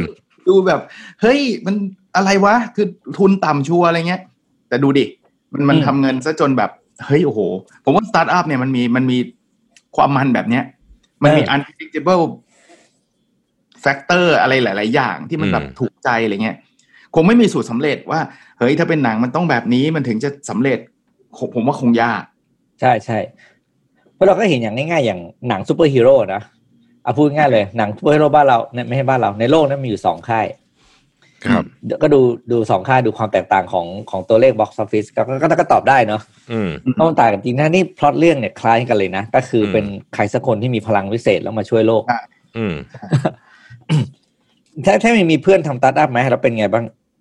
ดูแบบเฮ้ยมันอะไรวะคือทุนต่ำชัวอะไรเงี้ยแต่ดูดิมันมันทำเงินซะจนแบบเฮ้ยโอ้โหผมว่าสตาร์ทอัพเนี่ยมันมีมันมีความมันแบบเนี้ยมันมี unpredictable factor อะไรหลายๆอย่างที่มันแบบถูกใจอะไรเงี้ยคงไม่มีสูตรสำเร็จว่าเฮ้ยถ้าเป็นหนังมันต้องแบบนี้มันถึงจะสำเร็จผมว่าคงยากใช่ใช่เพราะเราก็เห็นอย่างง่ายๆอย่างหนังซูเปอร์ฮีโร่นะเอาพูดง่ายเลยหนังซูเปอร์ฮีโร่บ้านเราเนี่ยไม่ใช่บ้านเราในโลกนั้นมีอยู่สองค่ายครับก็ดูดูสองค่ายดูความแตกต่างของของตัวเลข box office ก็ก็ก็ตอบได้เนาะต้องต่างกันจริงนะนี่พล็อตเรื่องเนี่ยคล้ายกันเลยนะก็คือเป็นใครสักคนที่มีพลังวิเศษแล้วมาช่วยโลกอืมถ้าถ้ามีเพื่อนทำสตาร์ทอัพไหมแล้วเป็นไงบ้าง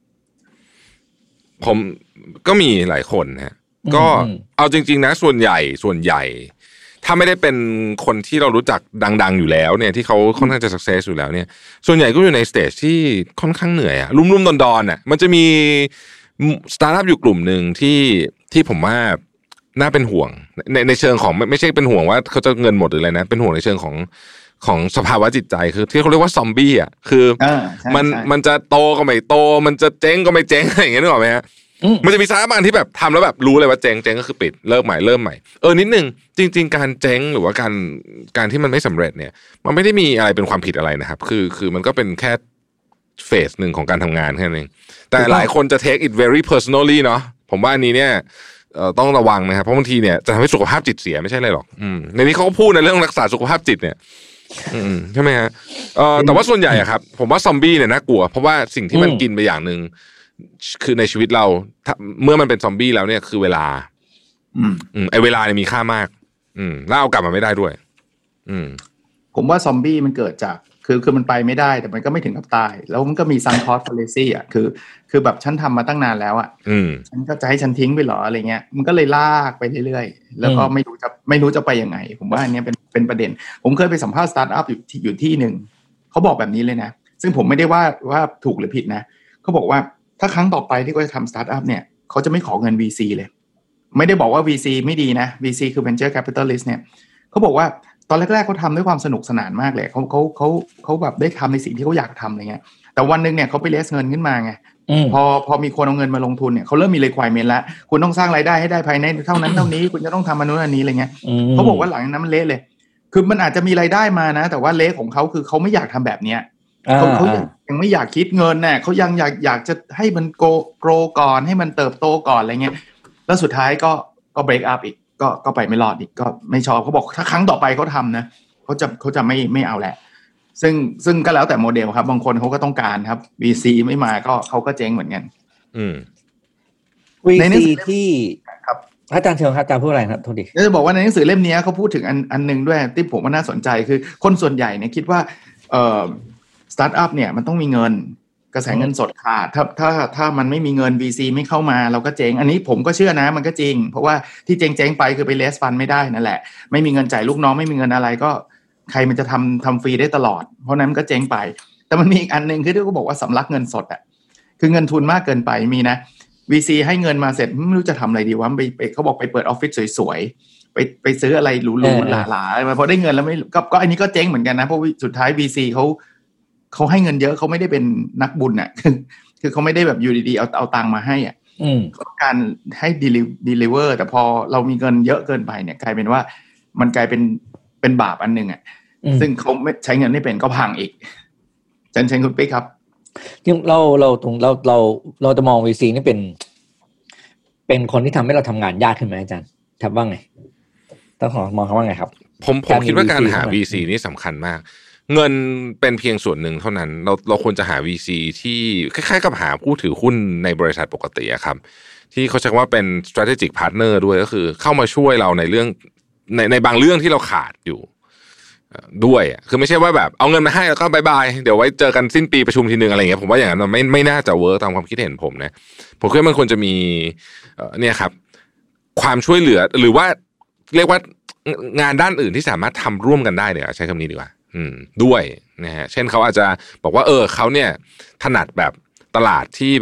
ผมก็มีหลายคนนะก็เอาจริงๆนะส่วนใหญ่ส่วนใหญ่ถ้าไม่ได้เป็นคนที่เรารู้จักดังๆอยู่แล้วเนี่ยที่เขาค่อนข้างจะ success อยู่แล้วเนี่ยส่วนใหญ่ก็อยู่ในสเตจที่ค่อนข้างเหนื่อยอะรุ่มๆดอนๆอะมันจะมีสตาร์ทอัพอยู่กลุ่มหนึ่งที่ที่ผมว่าน่าเป็นห่วงในในเชิงของไม่ไม่ใช่เป็นห่วงว่าเขาจะเงินหมดหรืออะไรนะเป็นห่วงในเชิงของของสภาวะจิตใจคือที่เขาเรียกว่าซอมบี้อ่ะคือมันมันจะโตก็ไม่โตมันจะเจ๊งก็ไม่เจ๊งอะไรอย่างเงี้ยนึกออกไหมฮะมันจะมีสตาร์ทอัพบางที่แบบทำแล้วแบบรู้เลยว่าเจ๊งเจ๊งก็คือปิดเริ่มใหม่เริ่มใหม่เออนิดนึงจริงๆการเจ๊งหรือว่าการการที่มันไม่สำเร็จเนี่ยมันไม่ได้มีอะไรเป็นความผิดอะไรนะครับคือคือมันก็เป็นแค่เฟสหนึ่งของการทำงานแค่นั้นเองแต่หลายคนจะ take it very personally เนาะผมว่าอันนี้เนี่ยเอ่อต้องระวังนะครับเพราะบางทีเนี่ยจะทำให้สุขภาพจิตเสียไม่ใช่เลยหรอกอืมในนี้เขาก็พูดในเรื่องรักษาสุขภาพจิตเนี่ยอืมใช่ไหมฮะเอ่อแต่ว่าส่วนใหญ่อะครับผมว่าซอมบี้เนี่ยน่ากลัวเพราะว่าสิ่งที่มันกินไปอย่างนึงคือในชีวิตเราเมื่อมันเป็นซอมบี้แล้วเนี่ยคือเวลาอืมอืมไอเวลาเนี่ยมีค่ามากอืมแล้วเอากลับมาไม่ได้ด้วยอืมผมว่าซอมบี้มันเกิดจากคือคือมันไปไม่ได้แต่มันก็ไม่ถึงกับตายแล้วมันก็มีซังคอสฟาเลซี่อ่ะคือคือแบบฉันทำมาตั้งนานแล้วอ่ะฉันก็จะให้ฉันทิ้งไปหรออะไรเงี้ยมันก็เลยลากไปเรื่อยๆแล้วก็ไม่รู้จะไม่รู้จะไปยังไงผมว่าอันนี้เป็นเป็นประเด็นผมเคยไปสัมภาษณ์สตาร์ทอัพอยู่ที่อยู่ที่หนึ่งเขาบอกแบบนี้เลยนะซึ่งผมไม่ได้ว่าว่าถูกหรือผิดนะเขาบอกว่าถ้าครั้งต่อไปที่เขาจะทำสตาร์ทอัพเนี่ยเขาจะไม่ขอเงิน วี ซี เลยไม่ได้บอกว่า วี ซี ไม่ดีนะ วี ซี คือ Venture Capitalist เนี่ยเขาบอกว่าตอนแรกๆเขาทำด้วยความสนุกสนานมากเลยเขาเขาเขาเขาแบบได้ทำในสิ่งที่เขาอยากทำอะไรเงี้ยแต่วันนึงเนี่ยเขาไปเลสเงินขึ้นมาไงพอพอมีคนเอาเงินมาลงทุนเนี่ยเขาเริ่มมี requirement แล้วคุณต้องสร้างรายได้ให้ได้ภายในเท่านั้นเท่านี้คุณจะต้องทำอันนู้นอันนี้อะไรเงี้ยเขาบอกว่าหลังจากนั้นมันเละเลยคือมันอาจจะมีรายได้มานะแต่ว่าเละของเขาคือเขาไม่อยากทำแบบเนี้ยเขาเขายังไม่อยากคิดเงินน่ะเขายังอยากอยากจะให้มันโกโกรก่อนให้มันเติบโตก่อนอะไรเงี้ยแล้วสุดท้ายก็ก็ break up อีกก็ก็ไปไม่รอดอีกก็ไม่ชอบเขาบอกถ้าครั้งต่อไปเขาทำนะเขาจะเขาจะไม่ไม่เอาแหละซึ่งซึ่งก็แล้วแต่โมเดลครับบางคนเขาก็ต้องการครับ วี ซี ไม่มาก็เขาก็เจ๊งเหมือนกันอืมวี ซี ที่ครับอาจารย์เชิญครับอาจารย์พูดอะไรครับโทษดีจะบอกว่าในหนังสือเล่มนี้เขาพูดถึงอันอันนึงด้วยที่ผมว่าน่าสนใจคือคนส่วนใหญ่เนี่ยคิดว่าเอ่อสตาร์ทอัพเนี่ยมันต้องมีเงินกระแสเงินสดขาดถ้าถ้าถ้ามันไม่มีเงิน วี ซี ไม่เข้ามาเราก็เจ๊งอันนี้ผมก็เชื่อนะมันก็จริงเพราะว่าที่เจ๊งๆไปคือไปเลสฟันไม่ได้นั่นแหละไม่มีเงินจ่ายลูกน้องไม่มีเงินอะไรก็ใครมันจะทำทำฟรีได้ตลอดเพราะนั้นมันก็เจ๊งไปแต่มันมีอีกอันนึงคือที่เขาบอกว่าสำลักเงินสดอ่ะคือเงินทุนมากเกินไปมีนะ วี ซี ให้เงินมาเสร็จไม่รู้จะทำอะไรดีวะไปไปเขาบอกไปเปิดออฟฟิศสวยๆไปไปซื้ออะไรหรูๆหลาๆอะไรมาพอได้เงินแล้วไม่ก็ก็อันนี้ก็เจ๊งเหมือนกันนะเพราะสุดท้าย วี ซี เขาเขาให้เงินเยอะเขาไม่ได้เป็นนักบุญอ่ะคือคือเขาไม่ได้แบบอยู่ดีๆเอาเอาตังค์มาให้อ่ะเขาต้องการให้ดีลิเวอร์แต่พอเรามีเงินเยอะเกินไปเนี่ยกลายเป็นว่ามันกลายเป็นเป็นบาปอันนึงอ่ะซึ่งเขาไม่ใช้เงินไม่เป็นก็พังอีกจันเชนคุณปิ๊กครับจริงเราเราตรงเราเราเราจะมอง วี ซี นี่เป็นเป็นคนที่ทำให้เราทำงานยากขึ้นไหมอาจารย์ครับว่าไงต้องขอมองเขาว่าไงครับผมผมคิดว่าการหา วี ซี นี่สำคัญมากเงินเป็นเพียงส่วนหนึ่งเท่านั้นเราเราควรจะหา วี ซี ที่คล้ายๆกับหาผู้ถือหุ้นในบริษัทปกติอะครับที่เขาใช้ว่าเป็น strategic partner ด้วยก็คือเข้ามาช่วยเราในเรื่องในในบางเรื่องที่เราขาดอยู่ด้วยคือไม่ใช่ว่าแบบเอาเงินมาให้แล้วก็บายบายเดี๋ยวไว้เจอกันสิ้นปีประชุมทีนึงอะไรอย่างเงี้ยผมว่าอย่างนั้นมันไม่ไม่น่าจะเวิร์กตามความคิดเห็นผมนะผมคิดว่ามันควรจะมีเนี่ยครับความช่วยเหลือหรือว่าเรียกว่างานด้านอื่นที่สามารถทำร่วมกันได้เนี่ยใช้คำนี้ดีกว่าอืมด้วยนะฮะเช่นเขาอาจจะบอกว่าเออเขาเนี่ยถนัดแบบตลาดที่แบบ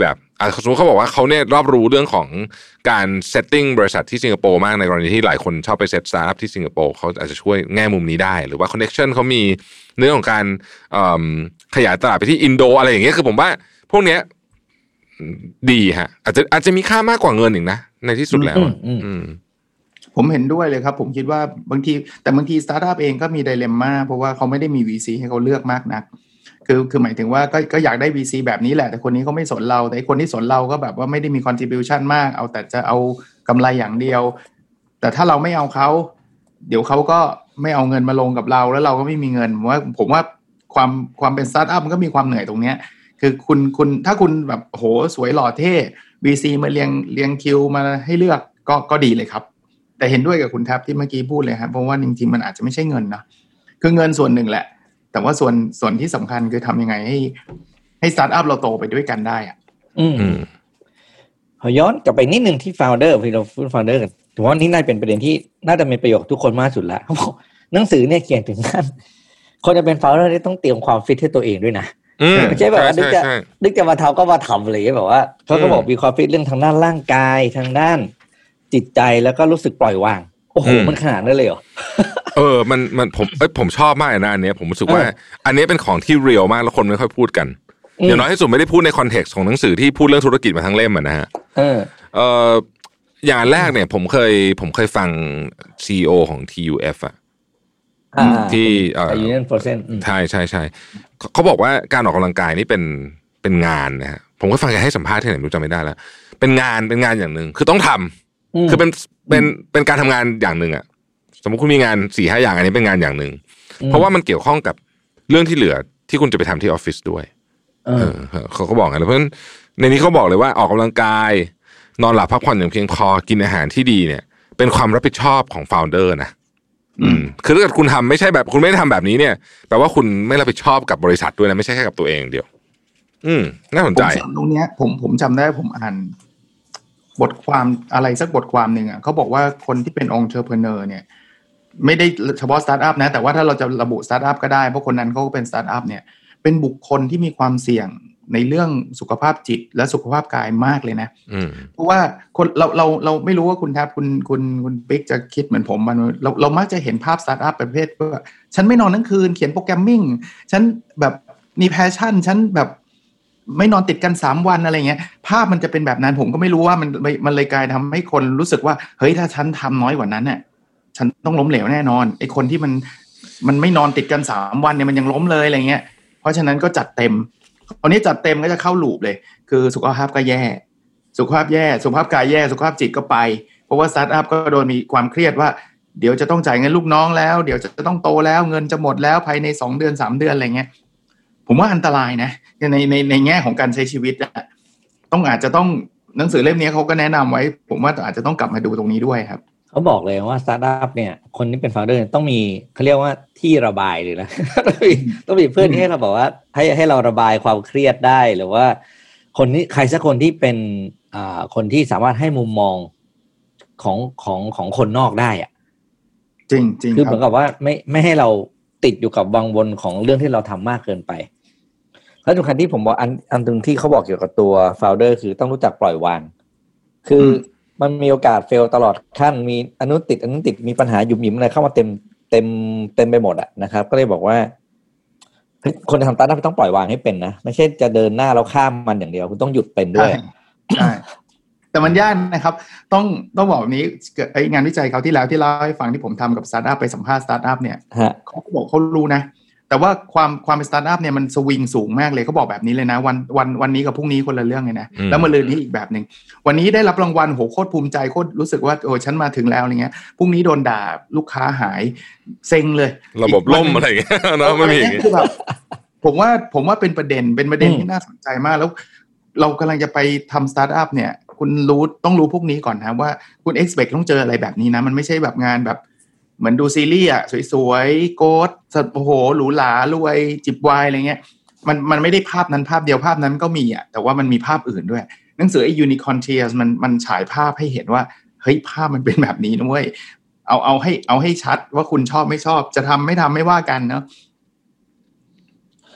อ่ะสมมติเขาบอกว่าเขาเนี่ยรอบรู้เรื่องของการเซตติ้งบริษัทที่สิงคโปร์มากในกรณีที่หลายคนชอบไปเซตสตาร์ทอัพที่สิงคโปร์เขาอาจจะช่วยแง่มุมนี้ได้หรือว่าคอนเนคชั่นเขามีเรื่องของการขยายตลาดไปที่อินโดอะไรอย่างเงี้ยคือผมว่าพวกเนี้ยดีฮะอาจจะอาจจะมีค่ามากกว่าเงินอีกนะในที่สุดแล้วผมเห็นด้วยเลยครับผมคิดว่าบางทีแต่บางทีสตาร์ทอัพเองก็มีไดเลมม่าเพราะว่าเขาไม่ได้มี วี ซี ให้เขาเลือกมากนักคือคือหมายถึงว่าก็ก็อยากได้ วี ซี แบบนี้แหละแต่คนนี้เขาไม่สนเราแต่คนที่สนเราก็แบบว่าไม่ได้มี contribution มากเอาแต่จะเอากำไรอย่างเดียวแต่ถ้าเราไม่เอาเขาเดี๋ยวเขาก็ไม่เอาเงินมาลงกับเราแล้วเราก็ไม่มีเงินผมว่าผมว่าความความเป็นสตาร์ทอัพมันก็มีความเหนื่อยตรงเนี้ยคือคุณคุณถ้าคุณแบบโหสวยหล่อเท่ วี ซี มาเรียงเรียงคิวมาให้เลือกก็ก็ดีเลยครับแต่เห็นด้วยกับคุณแท็บที่เมื่อกี้พูดเลยครับเพราะว่าจริงๆมันอาจจะไม่ใช่เงินนะคือเงินส่วนหนึ่งแหละแต่ว่าส่วนส่วนที่สำคัญคือทำยังไงให้ให้สตาร์ทอัพเราโตไปด้วยกันได้อ่ะอืมขอย้อนกลับไปนิดนึงที่ founder พี่เราพูด founder กันผมว่านี่น่าเป็นประเด็นที่น่าจะเป็นประโยชน์ทุกคนมากสุดแล้วเขาบอกหนังสือเนี่ยเขียนถึงขั้นคนจะเป็น founder นี่ต้องเตรียมความฟิตให้ตัวเองด้วยนะไม่ใช่แบบว่านึกจะนึกจะมาทำก็มาทำเลยแบบว่าเขาก็บอกมีความฟิตเรื่องทางด้านร่างกายทางด้านจิตใจแล้วก็รู้สึกปล่อยวางโอ้โหมันขนาดนั้นเลยเหรอเออมันมันผมเอ้ยผมชอบมากนะอันนี้ผมรู้สึกว่าอันนี้เป็นของที่เรียลมากแล้วคนไม่ค่อยพูดกันอย่างน้อยที่สุดไม่ได้พูดในคอนเท็กซ์ของหนังสือที่พูดเรื่องธุรกิจมาทั้งเล่มอ่ะนะฮะเออเอ่ออย่างแรกเนี่ยผมเคยผมเคยฟัง ซี อี โอ ของ ที ยู เอฟ อ่ะที่เอ่อ Union Frozen ใช่ใช่ใช่เขาบอกว่าการออกกำลังกายนี่เป็นเป็นงานนะฮะผมก็ฟังแกให้สัมภาษณ์ที่ไหนไม่รู้จำไม่ได้แล้วเป็นงานเป็นงานอย่างนึงคือต้องทำคือเป็นเป็นเป็นการทำงานอย่างนึงอ่ะสมมติคุณมีงาน สี่ห้า อย่างอันนี้เป็นงานอย่างนึงเพราะว่ามันเกี่ยวข้องกับเรื่องที่เหลือที่คุณจะไปทำที่ออฟฟิศด้วยเออเขาก็บอกงั้นเพราะฉะนั้นในนี้เขาบอกเลยว่าออกกำลังกายนอนหลับพักผ่อนอย่างเพียงพอกินอาหารที่ดีเนี่ยเป็นความรับผิดชอบของ founder นะอืมคือถ้าเกิดคุณทำไม่ใช่แบบคุณไม่ได้ทำแบบนี้เนี่ยแปลว่าคุณไม่รับผิดชอบกับบริษัทด้วยนะไม่ใช่แค่กับตัวเองเดียวอืมน่าสนใจตรงเนี้ยผมผมจำได้ผมอ่านบทความอะไรสักบทความหนึ่งอ่ะเขาบอกว่าคนที่เป็น entrepreneur เนี่ยไม่ได้เฉพาะสตาร์ทอัพนะแต่ว่าถ้าเราจะระบุสตาร์ทอัพก็ได้เพราะคนนั้นเขาก็เป็นสตาร์ทอัพเนี่ยเป็นบุคคลที่มีความเสี่ยงในเรื่องสุขภาพจิตและสุขภาพกายมากเลยนะเพราะว่าคนเราเราเราไม่รู้ว่าคุณแทบคุณคุณคุณปิ๊กจะคิดเหมือนผมมันเราเรามักจะเห็นภาพสตาร์ทอัพประเภทว่าฉันไม่นอนทั้งคืนเขียนโปรแกรมมิ่งฉันแบบมีแพชชั่นฉันแบบไม่นอนติดกันสามวันอะไรเงี้ยภาพมันจะเป็นแบบนั้นผมก็ไม่รู้ว่ามันมันเลยกลายทำให้คนรู้สึกว่าเฮ้ยถ้าฉันทำน้อยกว่านั้นเนี่ยฉันต้องล้มเหลวแน่นอนไอ้คนที่มันมันไม่นอนติดกันสามวันเนี่ยมันยังล้มเลยอะไรเงี้ยเพราะฉะนั้นก็จัดเต็มตอนนี้จัดเต็มก็จะเข้าลูปเลยคือสุขภาพก็แย่สุขภาพแย่สุขภาพกายแย่สุขภาพจิตก็ไปเพราะว่าสตาร์ทอัพก็โดนมีความเครียดว่าเดี๋ยวจะต้องจ่ายเงินลูกน้องแล้วเดี๋ยวจะต้องโตแล้วเงินจะหมดแล้วภายในสองเดือนสามเดือนอะไรเงี้ยผมว่าอันตรายนะในในในแง่ของการใช้ชีวิตอะต้องอาจจะต้องหนังสือเล่มนี้เขาก็แนะนำไว้ผมว่าอาจจะต้องกลับมาดูตรงนี้ด้วยครับเขาบอกเลยว่าสตาร์ทอัพเนี่ยคนที่เป็น founder ต้องมีเขาเรียกว่าที่ระบายเลยนะ ต้องมีเพื่อนที่ให้เราบอกว่าให้ให้เราระบายความเครียดได้หรือว่าคนนี้ใครสักคนที่เป็นอ่าคนที่สามารถให้มุมมองของของของคนนอกได้อ่ะจริงจริงคือเหมือนกับว่าไม่ไม่ให้เราติดอยู่กับวังวนของเรื่องที่เราทำมากเกินไปแล้วสำคัญที่ผมบอกอันอันนึงที่เขาบอกเกี่ยวกับตัว founder คือต้องรู้จักปล่อยวางคือมันมีโอกาสเฟลตลอดขั้นมีอนุติดอนุติดมีปัญหาหยุมหยิมอะไรเข้ามาเต็มเต็มเต็มไปหมดอ่ะนะครับก็เลยบอกว่าคนทำสตาร์ทอัพต้องปล่อยวางให้เป็นนะไม่ใช่จะเดินหน้าแล้วข้ามมันอย่างเดียวคุณต้องหยุดเป็นด้วยใช่แต่มันยากนะครับต้องต้องบอกแบบนี้ไองานวิจัยเขาที่แล้วที่เล่าให้ฟังที่ผมทำกับสตาร์ทอัพไปสัมภาษณ์สตาร์ทอัพเนี่ยเขาบอกเขารู้นะแต่ว่าความความเป็นสตาร์ทอัพเนี่ยมันสวิงสูงมากเลยเขาบอกแบบนี้เลยนะวันวันวันนี้กับพรุ่งนี้คนละเรื่องเลยนะแล้วมะรืนนี้อีกแบบนึงวันนี้ได้รับรางวัลโหโคตรภูมิใจโคตรรู้สึกว่าโอ้ฉันมาถึงแล้วอะไรเงี้ยพรุ่งนี้โดนด่าลูกค้าหายเซ็งเลยระบบล่มอะไรอย่างเงี้ยนะไม่มีคือแบบผมว่าผมว่าเป็นประเด็นเป็นประเด็นที่น่าสนใจมากแล้วเรากำลังจะไปทำสตาร์ทอัพเนี่ยคุณรู้ต้องรู้พวกนี้ก่อนนะว่าคุณ expect ต้องเจออะไรแบบนี้นะมันไม่ใช่แบบงานแบบเหมือนดูซีรีส์อ่ะสวยๆโกดโอ้โหหรูหรารวยจิบไวน์อะไรเงี้ยมันมันไม่ได้ภาพนั้นภาพเดียวภาพนั้นก็มีอ่ะแต่ว่ามันมีภาพอื่นด้วยหนังสือไอ้ Unicorn Tears มันมันฉายภาพให้เห็นว่าเฮ้ยภาพมันเป็นแบบนี้นะเว้ยเอาเอาให้เอาให้ชัดว่าคุณชอบไม่ชอบจะทำไม่ทำไม่ว่ากันเนาะ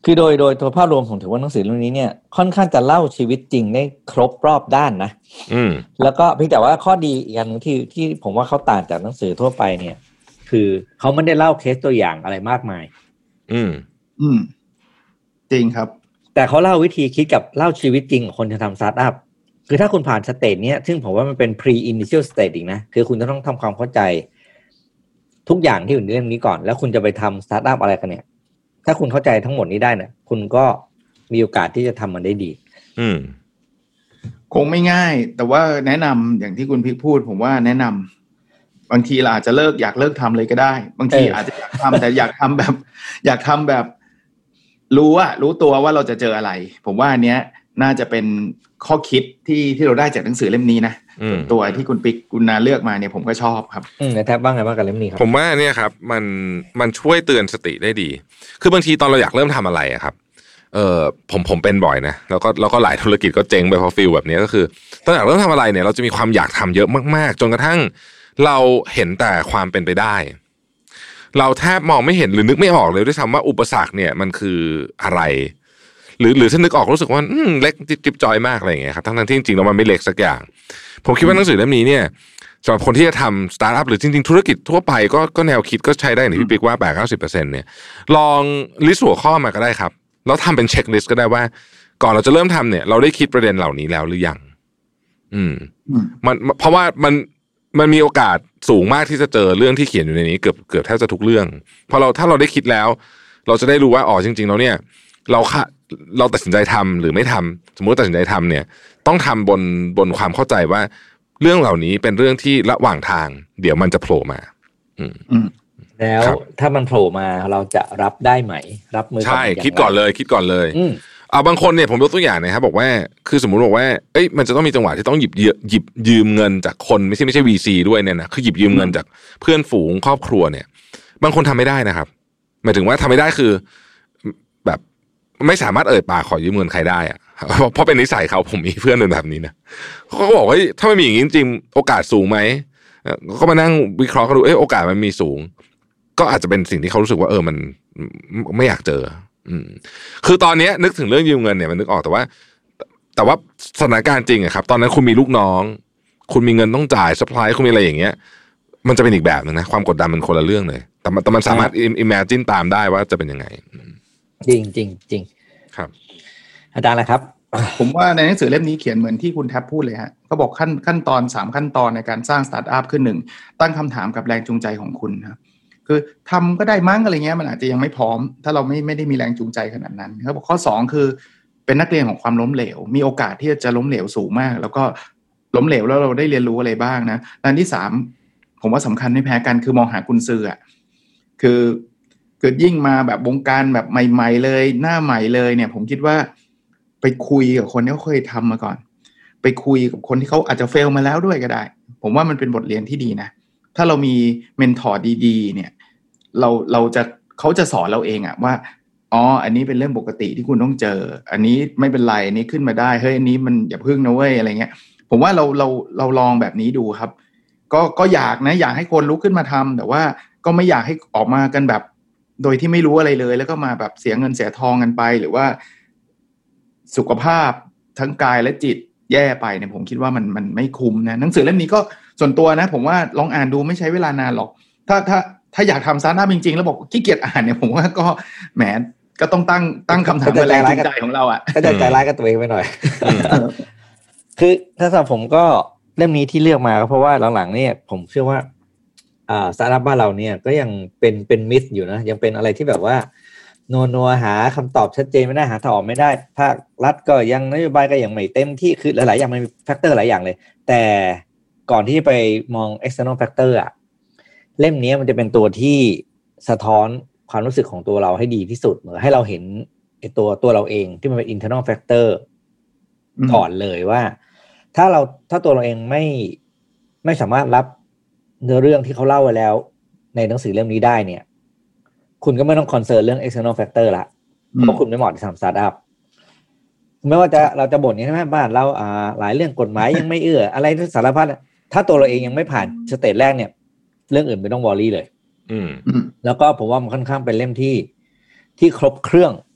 คือโดยโดยตัวภาพรวมผมถือว่าหนังสือเล่มนี้เนี่ยค่อนข้างจะเล่าชีวิตจริงได้ครบรอบด้านนะอืมแล้วก็เพียงแต่ว่าข้อดีอีกอันนึงที่ที่ผมว่าเขาต่างจากหนังสือทั่วไปเนี่ยคือเขาไม่ได้เล่าเคสตัวอย่างอะไรมากมายอืมอืมจริงครับแต่เขาเล่าวิธีคิดกับเล่าชีวิตจริงของคนจะทำสตาร์ทอัพคือถ้าคุณผ่านสเตจเนี้ยซึ่งผมว่ามันเป็น pre initial stage อีกนะคือคุณจะต้องทำความเข้าใจทุกอย่างที่อยู่ในเรื่องนี้ก่อนแล้วคุณจะไปทำสตาร์ทอัพอะไรกันเนี่ยถ้าคุณเข้าใจทั้งหมดนี้ได้เนี่ยคุณก็มีโอกาสที่จะทำมันได้ดีอืมคงไม่ง่ายแต่ว่าแนะนำอย่างที่คุณพิกพูดผมว่าแนะนำบางทีเราอาจจะเลิกอยากเลิกทำเลยก็ได้บางทีอาจจะอยากทำแต่อยากทำแบบอยากทำแบบรู้อะรู้ตัวว่าเราจะเจออะไรผมว่าอันเนี้ยน่าจะเป็นข้อคิดที่ที่เราได้จากหนังสือเล่มนี้นะตัวที่คุณปิ๊กคุณนาเลือกมาเนี่ยผมก็ชอบครับอืมแทบบ้างไงบ้างกับเล่มนี้ครับผมว่าเนี่ยครับมันมันช่วยเตือนสติได้ดีคือบางทีตอนเราอยากเริ่มทำอะไรอะครับเออผมผมเป็นบ่อยนะแล้วก็แล้วก็หลายธุรกิจก็เจ๊งไปเพราะฟีลแบบนี้ก็คือตอนอยากเริ่มทำอะไรเนี่ยเราจะมีความอยากทำเยอะมากๆจนกระทั่งเราเห็นแต่ความเป็นไปได้เราแทบมองไม่เห็นหรือนึกไม่ออกเลยด้วยซ้ำว่าอุปสรรคเนี่ยมันคืออะไรหรือหรือถ้านึกออกรู้สึกว่าเล็กจิ๊บจอยมากอะไรอย่างเงี้ยครับทั้งๆที่จริงๆแล้วมันไม่เล็กสักอย่างผมคิดว่าหนังสือเล่มนี้เนี่ยสำหรับคนที่จะทำสตาร์ทอัพหรือจริงๆธุรกิจทั่วไปก็ก็แนวคิดก็ใช้ได้อย่างที่พี่ปิ๊กว่า แปดถึงเก้าสิบเปอร์เซ็นต์ เนี่ยลองลิสต์หัวข้อมาก็ได้ครับแล้วทำเป็นเช็คลิสต์ก็ได้ว่าก่อนเราจะเริ่มทำเนี่ยเราได้คิดประเด็นเหล่านี้แล้วหรือยังอืมมันเพราะว่ามันมันมีโอกาสสูงมากที่จะเจอเรื่องที่เขียนอยู่ในนี้เกือบเกือบแทบจะทุกเรื่องพอเราถ้าเราได้คิดแล้วเราจะได้รู้ว่าอ๋อจริงๆแล้วเนี่ยเราค่ะเราตัดสินใจทำหรือไม่ทำสมมติตัดสินใจทำเนี่ยต้องทำบนบนความเข้าใจว่าเรื่องเหล่านี้เป็นเรื่องที่ระหว่างทางเดี๋ยวมันจะโผล่มาอืมแล้วถ้ามันโผล่มาเราจะรับได้ไหมรับมือใช่คิดก่อนเลยคิดก่อนเลยเอาบางคนเนี่ยผมยกตัวอย่างนะครับบอกว่าคือสมมุติบอกว่าเอ้ยมันจะต้องมีจังหวะที่ต้องหยิบหยิบยืมเงินจากคนไม่ใช่ไม่ใช่ วี ซี ด้วยเนี่ยนะคือหยิบยืมเงินจากเพื่อนฝูงครอบครัวเนี่ยบางคนทำไม่ได้นะครับหมายถึงว่าทำไม่ได้คือแบบไม่สามารถเอ่ยปากขอยืมเงินใครได้อะเพราะเป็นนิสัยเขาผมมีเพื่อนเป็นแบบนี้นะเขาก็บอกว่าถ้าไม่มีอย่างนี้จริงโอกาสสูงไหมก็มานั่งวิเคราะห์กันดูเออโอกาสมันมีสูงก็อาจจะเป็นสิ่งที่เขารู้สึกว่าเออมันไม่อยากเจออืมคือตอนนี้นึกถึงเรื่องยืมเงินเนี่ยมันนึกออกแต่ว่าแต่ว่าสถานการณ์จริงอะครับตอนนั้นคุณมีลูกน้องคุณมีเงินต้องจ่ายซัพพลายคุณมีอะไรอย่างเงี้ยมันจะเป็นอีกแบบนึงนะความกดดันมันคนละเรื่องเลยแต่แต่มันสามารถอิมเมจินตามได้ว่าจะเป็นยังไงจริงจริงจริงครับอาจารย์อะไรครับผมว่าในหนังสือเล่มนี้เขียนเหมือนที่คุณแท็บพูดเลยฮะเขาบอกขั้นขั้นตอนสามขั้นตอนในการสร้างสตาร์ทอัพขึ้นหนึ่งตั้งคำถามกับแรงจูงใจของคุณครับคือทำก็ได้มั้งอะไรเงี้ยมันอาจจะยังไม่พร้อมถ้าเราไม่ไม่ได้มีแรงจูงใจขนาดนั้นเขาบอกข้อสองคือเป็นนักเรียนของความล้มเหลวมีโอกาสที่จะล้มเหลวสูงมากแล้วก็ล้มเหลวแล้วเราได้เรียนรู้อะไรบ้างนะอันที่สามผมว่าสำคัญไม่แพ้กันคือมองหากุญสืออ่ะคือเกิดยิ่งมาแบบวงการแบบใหม่ๆเลยหน้าใหม่เลยเนี่ยผมคิดว่าไปคุยกับคนที่เขาเคยทำมาก่อนไปคุยกับคนที่เขาอาจจะเฟลมาแล้วด้วยก็ได้ผมว่ามันเป็นบทเรียนที่ดีนะถ้าเรามีเมนทอร์ดีๆเนี่ยเราเราจะเขาจะสอนเราเองอะว่าอ๋ออันนี้เป็นเรื่องปกติที่คุณต้องเจออันนี้ไม่เป็นไรอันนี้ขึ้นมาได้เฮ้ยอันนี้มันอย่าพึ่งนะเว้ยอะไรเงี้ยผมว่าเราเราเราลองแบบนี้ดูครับก็ก็อยากนะอยากให้คนลุกขึ้นมาทำแต่ว่าก็ไม่อยากให้ออกมากันแบบโดยที่ไม่รู้อะไรเลยแล้วก็มาแบบเสียเงินเสียทองกันไปหรือว่าสุขภาพทั้งกายและจิตแย่ไปเนี่ยผมคิดว่ามันมันไม่คุ้มนะหนังสือเล่มนี้ก็ส่วนตัวนะผมว่าลองอ่านดูไม่ใช้เวลานานหรอกถ้าถ้าถ้าอยากทำสตาร์ทอัพจริงๆแล้วบอกขี้เกียจอ่านเนี่ยผมว่าก็แหมก็ต้องตั้งตั้งคำถามแรงจูงใจของเราอ่ะก็จะใจร้ายกับตัวเองไปหน่อยคือถ้าสำหรับผมก็เล่มนี้ที่เลือกมาก็เพราะว่าหลังๆเนี่ยผมเชื่อว่าอ่าสตาร์ทอัพบ้านเราเนี่ยก็ยังเป็นเป็นมิสอยู่นะยังเป็นอะไรที่แบบว่านัวนัวหาคำตอบชัดเจนไม่ได้หาทางออกไม่ได้ภาครัฐก็ยังนโยบายก็ยังไม่เต็มที่คือหลายๆอย่างมันมีแฟกเตอร์หลายอย่างเลยแต่ก่อนที่จะไปมอง external factor อ่ะเล่มนี้มันจะเป็นตัวที่สะท้อนความรู้สึกของตัวเราให้ดีที่สุดเหมือนให้เราเห็นไอ้ตัวตัวเราเองที่มันเป็น internal factor ก่อนเลยว่าถ้าเราถ้าตัวเราเองไม่ไม่สามารถรับเนื้อเรื่องที่เขาเล่าไว้แล้วในหนังสือเล่มนี้ได้เนี่ยคุณก็ไม่ต้องคอนเซิร์นเรื่อง external factor ละเพราะคุณไม่เหมาะที่ทำสตาร์ทอัพไม่ว่าจะเราจะบ่นใช่ไหมบ้านเราอ่าหลายเรื่องกฎหมายยังไม่เอื้ออะไรสารพัดถ้าตัวเราเองยังไม่ผ่านสเตจแรกเนี่ยเรื่องอื่นไม่ต้องวอรี่เลยแล้วก็ผมว่ามันค่อนข้างเป็นเล่มที่ที่ครบเครื่อง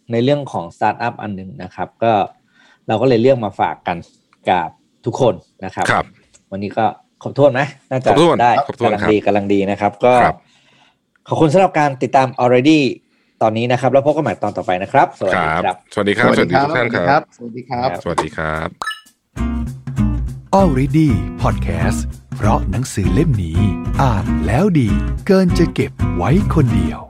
ในเรื่องของสตาร์ทอัพอันหนึ่งนะครับก็เราก็เลยเลือกมาฝากกันกับทุกคนนะครับวันนี้ก็ขอบคุณนะน่าจะได้กำลังดีกำลังดีนะครับก็ขอบคุณสำหรับการติดตาม already ตอนนี้นะครับแล้วพบกันใหม่ตอนต่อไปนะครับสวัสดีครับสวัสดีครับสวัสดีทุกท่านครับสวัสดีครับสวัสดีครับ already podcast เพราะหนังสือเล่มนี้อ่านแล้วดีเกินจะเก็บไว้คนเดียว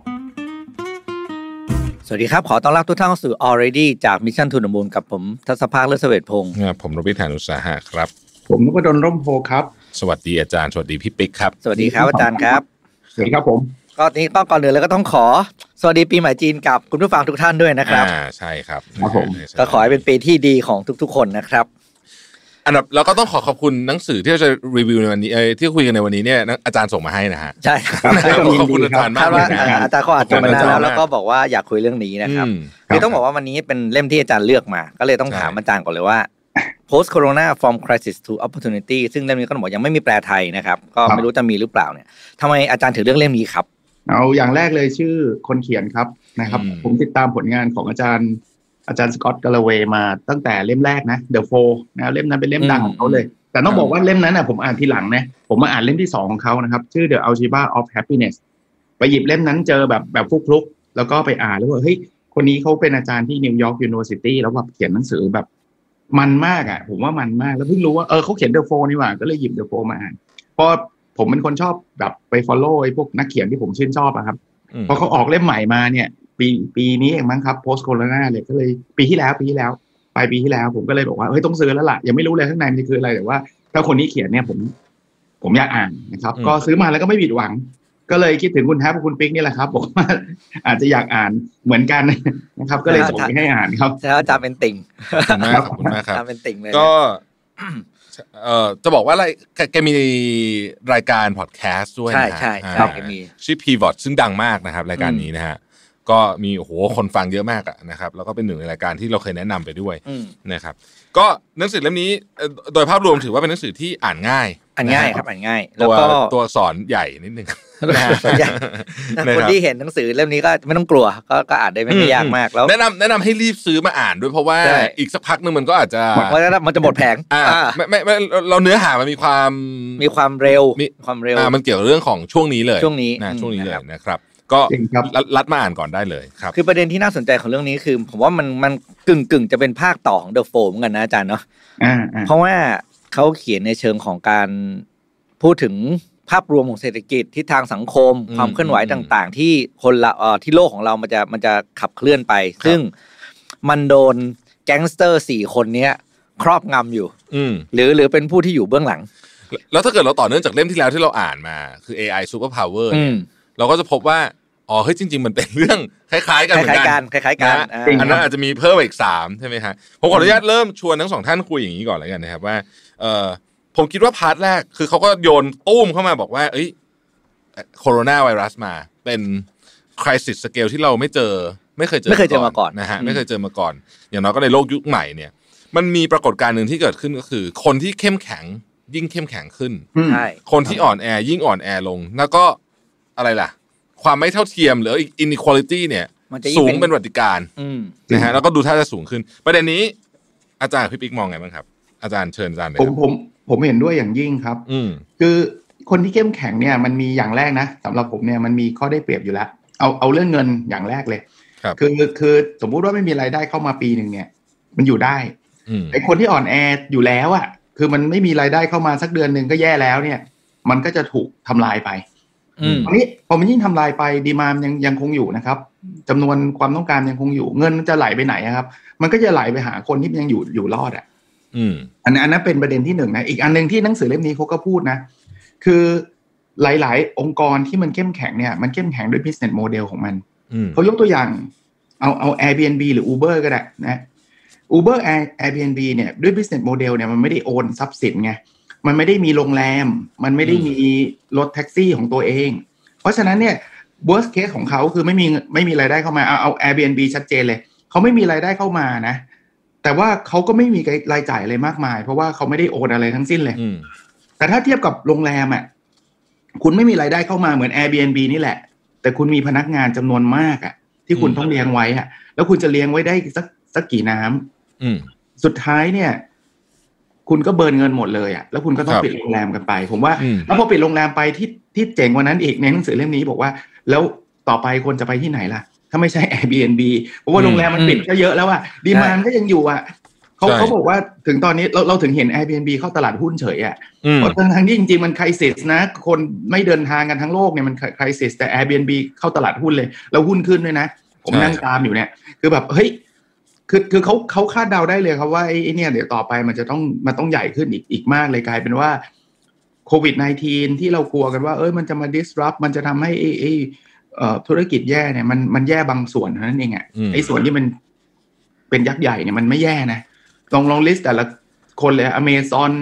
สวัสดีครับขอต้อนรับทุกท่านเข้าสู่ already จาก Mission to the Moon กับผมทัศภาค เลิศเสวตพงศ์ผมรวิธานอุตสาหะครับผมนพดลร่มโพครับสวัสดีอาจารย์สวัสดีพี่ปิ๊กครับสวัสดีครับอาจารย์ครับสวัสดีครับผมก็นี้ต้องก่อนอื่นเลยก็ต้องขอสวัสดีปีใหม่จีนกับคุณผู้ฟังทุกท่านด้วยนะครับอ่าใช่ครับครับผมก็ขอให้เป็นปีที่ดีของทุกๆคนนะครับอันดับเราก็ต้องขอขอบคุณหนังสือที่เราจะรีวิวในวันนี้เอ้ที่คุยกันในวันนี้เนี่ยอาจารย์ส่งมาให้นะฮะใช่ครับขอบคุณอาจารย์มากเลยนะอาจารย์เขาอ่านจบมานานแล้วแล้วก็บอกว่าอยากคุยเรื่องนี้นะครับคือต้องบอกว่าวันนี้เป็นเล่มที่อาจารย์เลือกมาก็เลยต้องถามอาจารย์ก่อนเลยว่า post corona from crisis to opportunity ซึ่งเล่มนี้ก็ต้องบอกยังไม่มีแปลไทยนะครับก็ไม่รู้จะมีหรือเปล่าเนี่ยทำไมอาจารย์ถึงเลือกเล่มนี้ครับเอาอย่างแรกเลยชื่อคนเขียนครับนะครับผมติดตามผลงานของอาจารย์อาจารย์สกอตต์กาลาเวย์มาตั้งแต่เล่มแรกนะ The Four นะเล่มนั้นเป็นเล่มดังของเขาเลยแต่ต้องบอกว่าเล่มนั้นนะผมอ่านทีหลังนะผมมาอ่านเล่มที่สองของเขานะครับชื่อ The Algebra of Happiness ไปหยิบเล่มนั้นเจอแบบแบบฟลุกๆแล้วก็ไปอ่านแล้วว่าเฮ้ยคนนี้เขาเป็นอาจารย์ที่นิวยอร์กยูนิเวอร์ซิตี้แล้วแบบเขียนหนังสือแบบมันมากอ่ะผมว่ามันมากแล้วเพิ่งรู้ว่าเออเขาเขียน The Four นี่หว่าก็เลยหยิบ The Four มาอ่านเพราะผมเป็นคนชอบแบบไป follow ไอ้พวกนักเขียนที่ผมชื่นชอบอะครับพอเขาออกเล่มใหม่มาเนี่ยปีปีนี้เองมั้งครับ post corona เลยก็เลยปีที่แล้วปีที่แล้วปลายปีที่แล้วผมก็เลยบอกว่าเฮ้ยต้องซื้อแล้วล่ะยังไม่รู้เลยข้างในมันคืออะไรแต่ว่าถ้าคนนี้เขียนเนี่ยผมผมอยากอ่านนะครับก็ซื้อมาแล้วก็ไม่ผิดหวังก็เลยคิดถึงคุณแทบกับคุณปิ๊กนี่แหละครับบอกว่าอาจจะอยากอ่านเหมือนกันนะครับก็เลยส่งไปให้อ่านครับแล้วอาจารย์เป็นติ่งขอบคุณมากขอบคุณมากครับเป็นติ่งเลยก็เอ่อจะบอกว่าอะไรแกมีรายการพอดแคสต์ด้วยนะใช่ใช่แกมีชื่อ Pivot ซึ่งดังมากนะครับรายการนี้นะฮะก็มีโอ้โหคนฟังเยอะมากอะนะครับแล้วก็เป็นหนึ่งในรายการที่เราเคยแนะนำไปด้วยนะครับก็หนังสือเล่มนี้โดยภาพรวมถือว่าเป็นหนังสือที่อ่านง่ายอ่านง่ายครับอ่านง่ายแล้วก็ตัวสอนใหญ่นิดนึงคนที่เห็นหนังสือเล่มนี้ก็ไม่ต้องกลัวก็ก็อ่านได้ไม่ยากมากแล้วแนะนำแนะนำให้รีบซื้อมาอ่านด้วยเพราะว่าอีกสักพักนึงมันก็อาจจะมันจะหมดแผงไม่ไม่ไม่เราเนื้อหามันมีความมีความเร็วมีความเร็วมันเกี่ยวกับเรื่องของช่วงนี้เลยช่วงนี้นะช่วงนี้เลยนะครับก็รัดมาอ่านก่อนได้เลยครับคือประเด็นที่น่าสนใจของเรื่องนี้คือผมว่ามันมันกึ่งกึ่งจะเป็นภาคต่อของ The Four เหมือนกันนะอาจารย์เนาะเพราะว่าเขาเขียนในเชิงของการพูดถึงภาพรวมของเศรษฐกิจที่ทางสังคมความเคลื่อนไหวต่างๆที่คนละเอ่อที่โลกของเรามันจะมันจะขับเคลื่อนไปซึ่งมันโดนแก๊งสเตอร์สี่คนนี้ครอบงำอยู่หรือหรือเป็นผู้ที่อยู่เบื้องหลังแล้วถ้าเกิดเราต่อเนื่องจากเล่มที่แล้วที่เราอ่านมาคือ เอ ไอ Super Power เนี่ยเราก็จะพบว่าอ๋อเฮ้ยจริงๆมันเป็นเรื่องคล้ายๆกันเหมือนกันคล้ายๆกันอันนั้นอาจจะมีเพิ่มอีกสามใช่ไหมฮะผมขออนุญาตเริ่มชวนทั้งสองท่านคุยอย่างนี้ก่อนเลยกันนะครับว่าเอ่อผมคิดว่าพาร์ทแรกคือเขาก็โยนตุ้มเข้ามาบอกว่าเอ้ยโคโรนาไวรัสมาเป็นคริสิสสเกลที่เราไม่เจอไม่เคยเจอไม่เคยเจอมาก่อนนะฮะไม่เคยเจอมาก่อนอย่างน้อยก็ในโลกยุคใหม่เนี่ยมันมีปรากฏการณ์นึงที่เกิดขึ้นก็คือคนที่เข้มแข็งยิ่งเข้มแข็งขึ้นใช่คนที่อ่อนแอยิ่งอ่อนแอลงแล้วก็อะไรล่ะความไม่เท่าเทียมหรือ inequality เนี่ยสูงเป็นประวัติการนะฮะแล้วก็ดูท่าจะสูงขึ้นประเด็นนี้อาจารย์พี่ปิ๊กมองไงบ้างครับอาจารย์เชิญอาจารย์เลยผมผมผมเห็นด้วยอย่างยิ่งครับคือคนที่เข้มแข็งเนี่ยมันมีอย่างแรกนะสำหรับผมเนี่ยมันมีข้อได้เปรียบอยู่แล้วเอาเอาเรื่องเงินอย่างแรกเลยคือคือสมมุติว่าไม่มีรายได้เข้ามาปีนึงเนี่ยมันอยู่ได้ไอ้คนที่อ่อนแออยู่แล้วอ่ะคือมันไม่มีรายได้เข้ามาสักเดือนนึงก็แย่แล้วเนี่ยมันก็จะถูกทำลายไปตอนนี้พอมันยิ่งทำลายไปดีมานด์ยังยังคงอยู่นะครับจำนวนความต้องการยังคงอยู่เงินมันจะไหลไปไหนครับมันก็จะไหลไปหาคนที่ยังอยู่อยู่รอดอ่ะอันนั้นเป็นประเด็นที่หนึ่งนะอีกอันนึงที่หนังสือเล่มนี้เขาก็พูดนะคือหลายๆองค์กรที่มันเข้มแข็งเนี่ยมันเข้มแข็งด้วย business model ของมันเขายกตัวอย่างเอาเอา Airbnb หรือ Uber ก็ได้นะ Uber Airbnb เนี่ยด้วย business model เนี่ยมันไม่ได้โอนทรัพย์สินไงมันไม่ได้มีโรงแรมมันไม่ได้มีรถแท็กซี่ของตัวเองเพราะฉะนั้นเนี่ย worst case ของเขาคือไม่มีไม่มีรายได้เข้ามาเอาเอา Airbnb ชัดเจนเลยเขาไม่มีรายได้เข้ามานะแต่ว่าเขาก็ไม่มีรายจ่ายอะไรมากมายเพราะว่าเขาไม่ได้โอนอะไรทั้งสิ้นเลยแต่ถ้าเทียบกับโรงแรมอ่ะคุณไม่มีรายได้เข้ามาเหมือน Airbnb นี่แหละแต่คุณมีพนักงานจำนวนมากอ่ะทที่คุณต้องเลี้ยงไว้อะแล้วคุณจะเลี้ยงไว้ได้สักสักกี่น้ำสุดท้ายเนี่ยคุณก็เบิร์นเงินหมดเลยอ่ะแล้วคุณก็ต้องปิดโรงแรมกันไปผมว่าแล้วพอปิดโรงแรมไปที่ที่เจ๋งกว่านั้นอีกในหนังสือเล่มนี้บอกว่าแล้วต่อไปคนจะไปที่ไหนล่ะถ้าไม่ใช่ Airbnb เพราะว่าโรงแรมมันปิดก็เยอะแล้วอ่ะดีมานด์ก็ยังอยู่อ่ะเขาเขาบอกว่าถึงตอนนี้เราเราถึงเห็น Airbnb เข้าตลาดหุ้นเฉยอ่ะเพราะทั้งที่จริงๆมันไครซิสนะคนไม่เดินทางกันทั้งโลกเนี่ยมันไครซิสแต่ Airbnb เข้าตลาดหุ้นเลยแล้วหุ้นขึ้นด้วยนะผมนั่งตามอยู่เนี่ยคือแบบเฮ้ยคือคือเขาเขาคาดเดาได้เลยครับว่าไอ้เนี่ยเดี๋ยวต่อไปมันจะต้องมันต้องใหญ่ขึ้นอีกอีกมากเลยกลายเป็นว่าโควิด สิบเก้า ที่เรากลัวกันว่าเอ้ยมันจะมา disrupt มันจะทำให้ไอ้ไอ้เอ่อธุรกิจแย่เนี่ยมันมันแย่บางส่วนเท่านั้นเองอ่ะไอ้ส่วนที่มันเป็นยักษ์ใหญ่เนี่ยมันไม่แย่นะลองลองลิสต์แต่ละคนเลย Amazon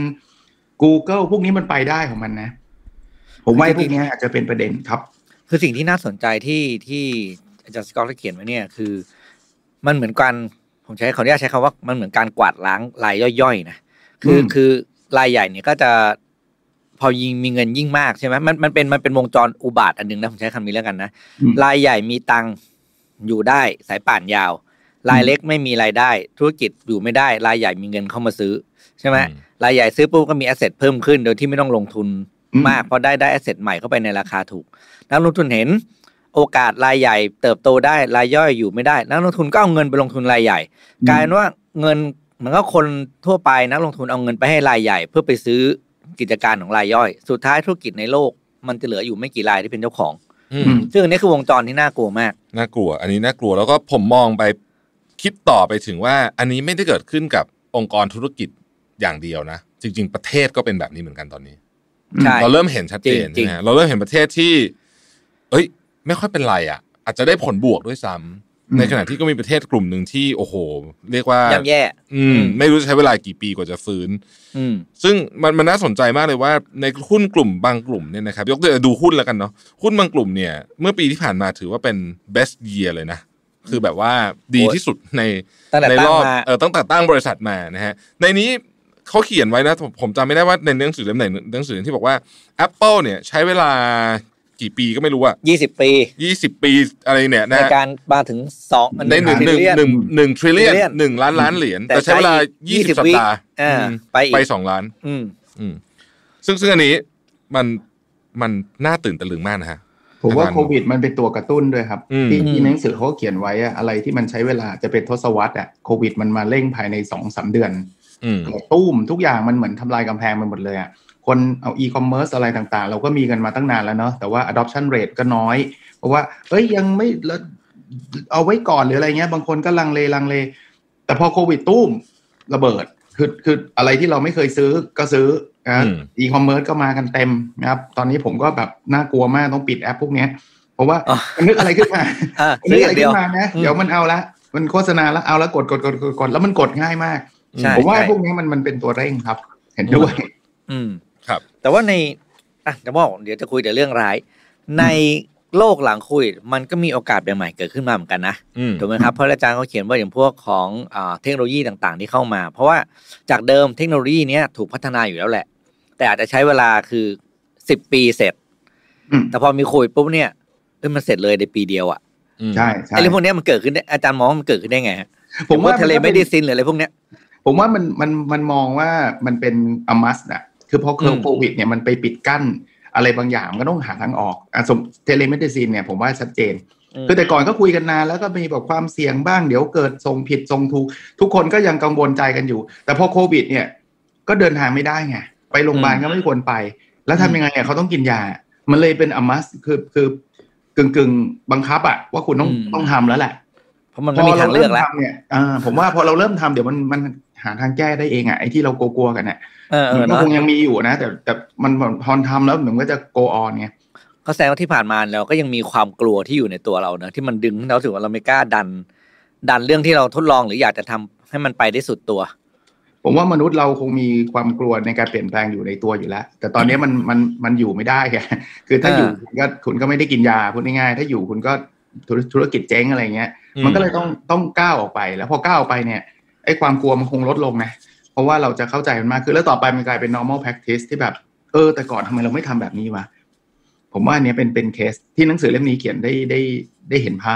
Google พวกนี้มันไปได้ของมันนะผมว่าพวกนี้อาจจะเป็นประเด็นครับคือสิ่งที่น่าสนใจที่ที่อาจารย์สกอตเขียนไว้เนี่ยคือมันเหมือนกันผมใช้ขออนุญาตใช้คำว่ามันเหมือนการกวาดล้างรายย่อยๆนะคือคือรายใหญ่เนี่ยก็จะพอยิ่งมีเงินยิ่งมากใช่ไหมมันมันเป็นมันเป็นวงจรอุบาทอันนึงนะผมใช้คำนี้แล้วกันนะรายใหญ่มีตังอยู่ได้สายป่านยาวรายเล็กไม่มีรายได้ธุรกิจอยู่ไม่ได้รายใหญ่มีเงินเข้ามาซื้อใช่ไหมรายใหญ่ซื้อปุ๊บก็มีแอสเซทเพิ่มขึ้นโดยที่ไม่ต้องลงทุนมากเพราะได้ได้แอสเซทใหม่เข้าไปในราคาถูกนักลงทุนเห็นโอกาสรายใหญ่เติบโตได้รายย่อยอยู่ไม่ได้นักลงทุนก็เอาเงินไปลงทุนรายใหญ่กลายเป็นว่าเงินเหมือนกับคนทั่วไปนักลงทุนเอาเงินไปให้รายใหญ่เพื่อไปซื้อกิจการของรายย่อยสุดท้ายธุรกิจในโลกมันจะเหลืออยู่ไม่กี่รายที่เป็นเจ้าของซึ่งอันนี้คือวงจรที่น่ากลัวมากน่ากลัวอันนี้น่ากลัวแล้วก็ผมมองไปคิดต่อไปถึงว่าอันนี้ไม่ได้เกิดขึ้นกับองค์กรธุรกิจอย่างเดียวนะจริงๆประเทศก็เป็นแบบนี้เหมือนกันตอนนี้เราเริ่มเห็นชัดเจนใช่ไหมเราเริ่มเห็นประเทศที่เอ้ยไม่ค่อยเป็นไรอ่ะอาจจะได้ผลบวกด้วยซ้ำในขณะที่ก็มีประเทศกลุ่มหนึ่งที่โอ้โหเรียกว่าย่ำแย่อืมไม่รู้ใช้เวลากี่ปีกว่าจะฟื้นซึ่งมันมันน่าสนใจมากเลยว่าในหุ้นกลุ่มบางกลุ่มเนี่ยนะครับยกตัวอย่างดูหุ้นแล้วกันเนาะหุ้นบางกลุ่มเนี่ยเมื่อปีที่ผ่านมาถือว่าเป็น best year เลยนะคือแบบว่าดีที่สุดในในรอบเออตั้งแต่ตั้งบริษัทมานะฮะในนี้เขาเขียนไว้นะผมจำไม่ได้ว่าในหนังสือเล่มไหนหนังสือที่บอกว่า Apple เนี่ยใช้เวลากี่ปีก็ไม่รู้อ่ะยี่สิบปียี่สิบปีอะไรเนี่ยนะในการมาถึงสองในหนึ่ง 1 trillion หนึ่งล้านล้านเหรียญแต่ใช้เวลายี่สิบสัปดาห์ไปไปสองล้านอืมอืมซึ่งซึ่งอันนี้มันมันน่าตื่นตะลึงมากนะฮะผมว่าโควิดมันเป็นตัวกระตุ้นด้วยครับที่ที่หนังสือเขาเขียนไว้อะไรที่มันใช้เวลาจะเป็นทศวรรษอ่ะโควิดมันมาเร่งภายใน สองถึงสาม เดือนตุ้มทุกอย่างมันเหมือนทำลายกำแพงไปหมดเลยอ่ะคนเอาอีคอมเมิร์ซอะไรต่างๆเราก็มีกันมาตั้งนานแล้วเนาะแต่ว่า adoption rate ก็น้อยเพราะว่าเอ้ยยังไม่เอาไว้ก่อนหรืออะไรเงี้ยบางคนก็ลังเลลังเลแต่พอโควิดตุ้มระเบิดคือคืออะไรที่เราไม่เคยซื้อก็ซื้อนะอีคอมเมิร์ซก็มากันเต็มนะครับตอนนี้ผมก็แบบน่ากลัวมากต้องปิดแอปพวกนี้เพราะว่ามันนึกอะไรขึ้นมานึกอะไรขึ้นมานะเดี๋ยวมันเอาละมันโฆษณาแล้วเอาแล้วกดกดกดกดแล้วมันกดง่ายมากผมว่าพวกนี้มันมันเป็นตัวเร่งครับเห็นด้วยอืมครับแต่ว่าในอ่ะจะบอกเดี๋ยวจะคุยแต่เรื่องร้ายในโลกหลังโควิดมันก็มีโอกาสใหม่ๆเกิดขึ้นมาเหมือนกันนะถูกไหมครับเพราะอาจารย์เขาเขียนว่าอย่างพวกของอ่าเทคโนโลยีต่างๆที่เข้ามาเพราะว่าจากเดิมเทคโนโลยีนี้ถูกพัฒนาอยู่แล้วแหละแต่อาจจะใช้เวลาคือสิบปีเสร็จแต่พอมีโควิดปุ๊บเนี่ยเอ้ยมันเสร็จเลยในปีเดียวอ่ะใช่ใช่ไอ้เรื่องพวกนี้มันเกิดขึ้นอาจารย์มองมันเกิดขึ้นได้ไงผมว่าทะเลไม่ได้ซินหรืออะไรพวกเนี้ยผมว่ามันมันมันมองว่ามันเป็นอมัสน่ะคือพอโควิดเนี่ยมันไปปิดกั้นอะไรบางอย่างก็ต้องหาทางออกอ่ะสมเทเลเมดิซินเนี่ยผมว่าชัดเจนคือแต่ก่อนก็คุยกันนานแล้วก็มีแบบความเสี่ยงบ้างเดี๋ยวเกิดส่งผิดส่งถูกทุกคนก็ยังกังวลใจกันอยู่แต่พอโควิดเนี่ยก็เดินทางไม่ได้ไงไปโรงพยาบาลก็ไม่ควรไปแล้วทำยังไงเนี่ยเขาต้องกินยามันเลยเป็นอมัสคือคือกึ่งกึ่งบังคับอะว่าคุณต้องต้องทำแล้วแหละเพราะมันไม่มีทางเลือกแล้วเนี่ยอ่าผมว่าพอเราเริ่มทำเดี๋ยวมันมันหาทางแก้ได้เองอะไอ้ที่เรากลัวๆกันเนี่ยมันก็คงยังมีอยู่นะแต่แต่มันพอทำแล้วมันก็จะ go on ไงก็แสดงว่าที่ผ่านมาเราก็ยังมีความกลัวที่อยู่ในตัวเราเนอะที่มันดึงเราถึงว่าเราไม่กล้าดันดันเรื่องที่เราทดลองหรืออยากจะทำให้มันไปได้สุดตัวผมว่ามนุษย์เราคงมีความกลัวในการเปลี่ยนแปลงอยู่ในตัวอยู่แล้วแต่ตอนนี้มันมันมันอยู่ไม่ได้ไงคือถ้าอยู่คุณก็คุณก็ไม่ได้กินยาพูดง่ายๆถ้าอยู่คุณก็ธุรกิจเจ๊งอะไรเงี้ยมันก็เลยต้องต้องก้าวออกไปแล้วพอก้าวออกไปเนี่ยไอ้ความกลัวมันคงลดลงนะเพราะว่าเราจะเข้าใจมันมากขึ้นแล้วต่อไปมันกลายเป็น normal practice ที่แบบเออแต่ก่อนทำไมเราไม่ทำแบบนี้วะผมว่าอันนี้เป็นเป็นเคสที่หนังสือเล่มนี้เขียนได้ได้ได้เห็นภาพ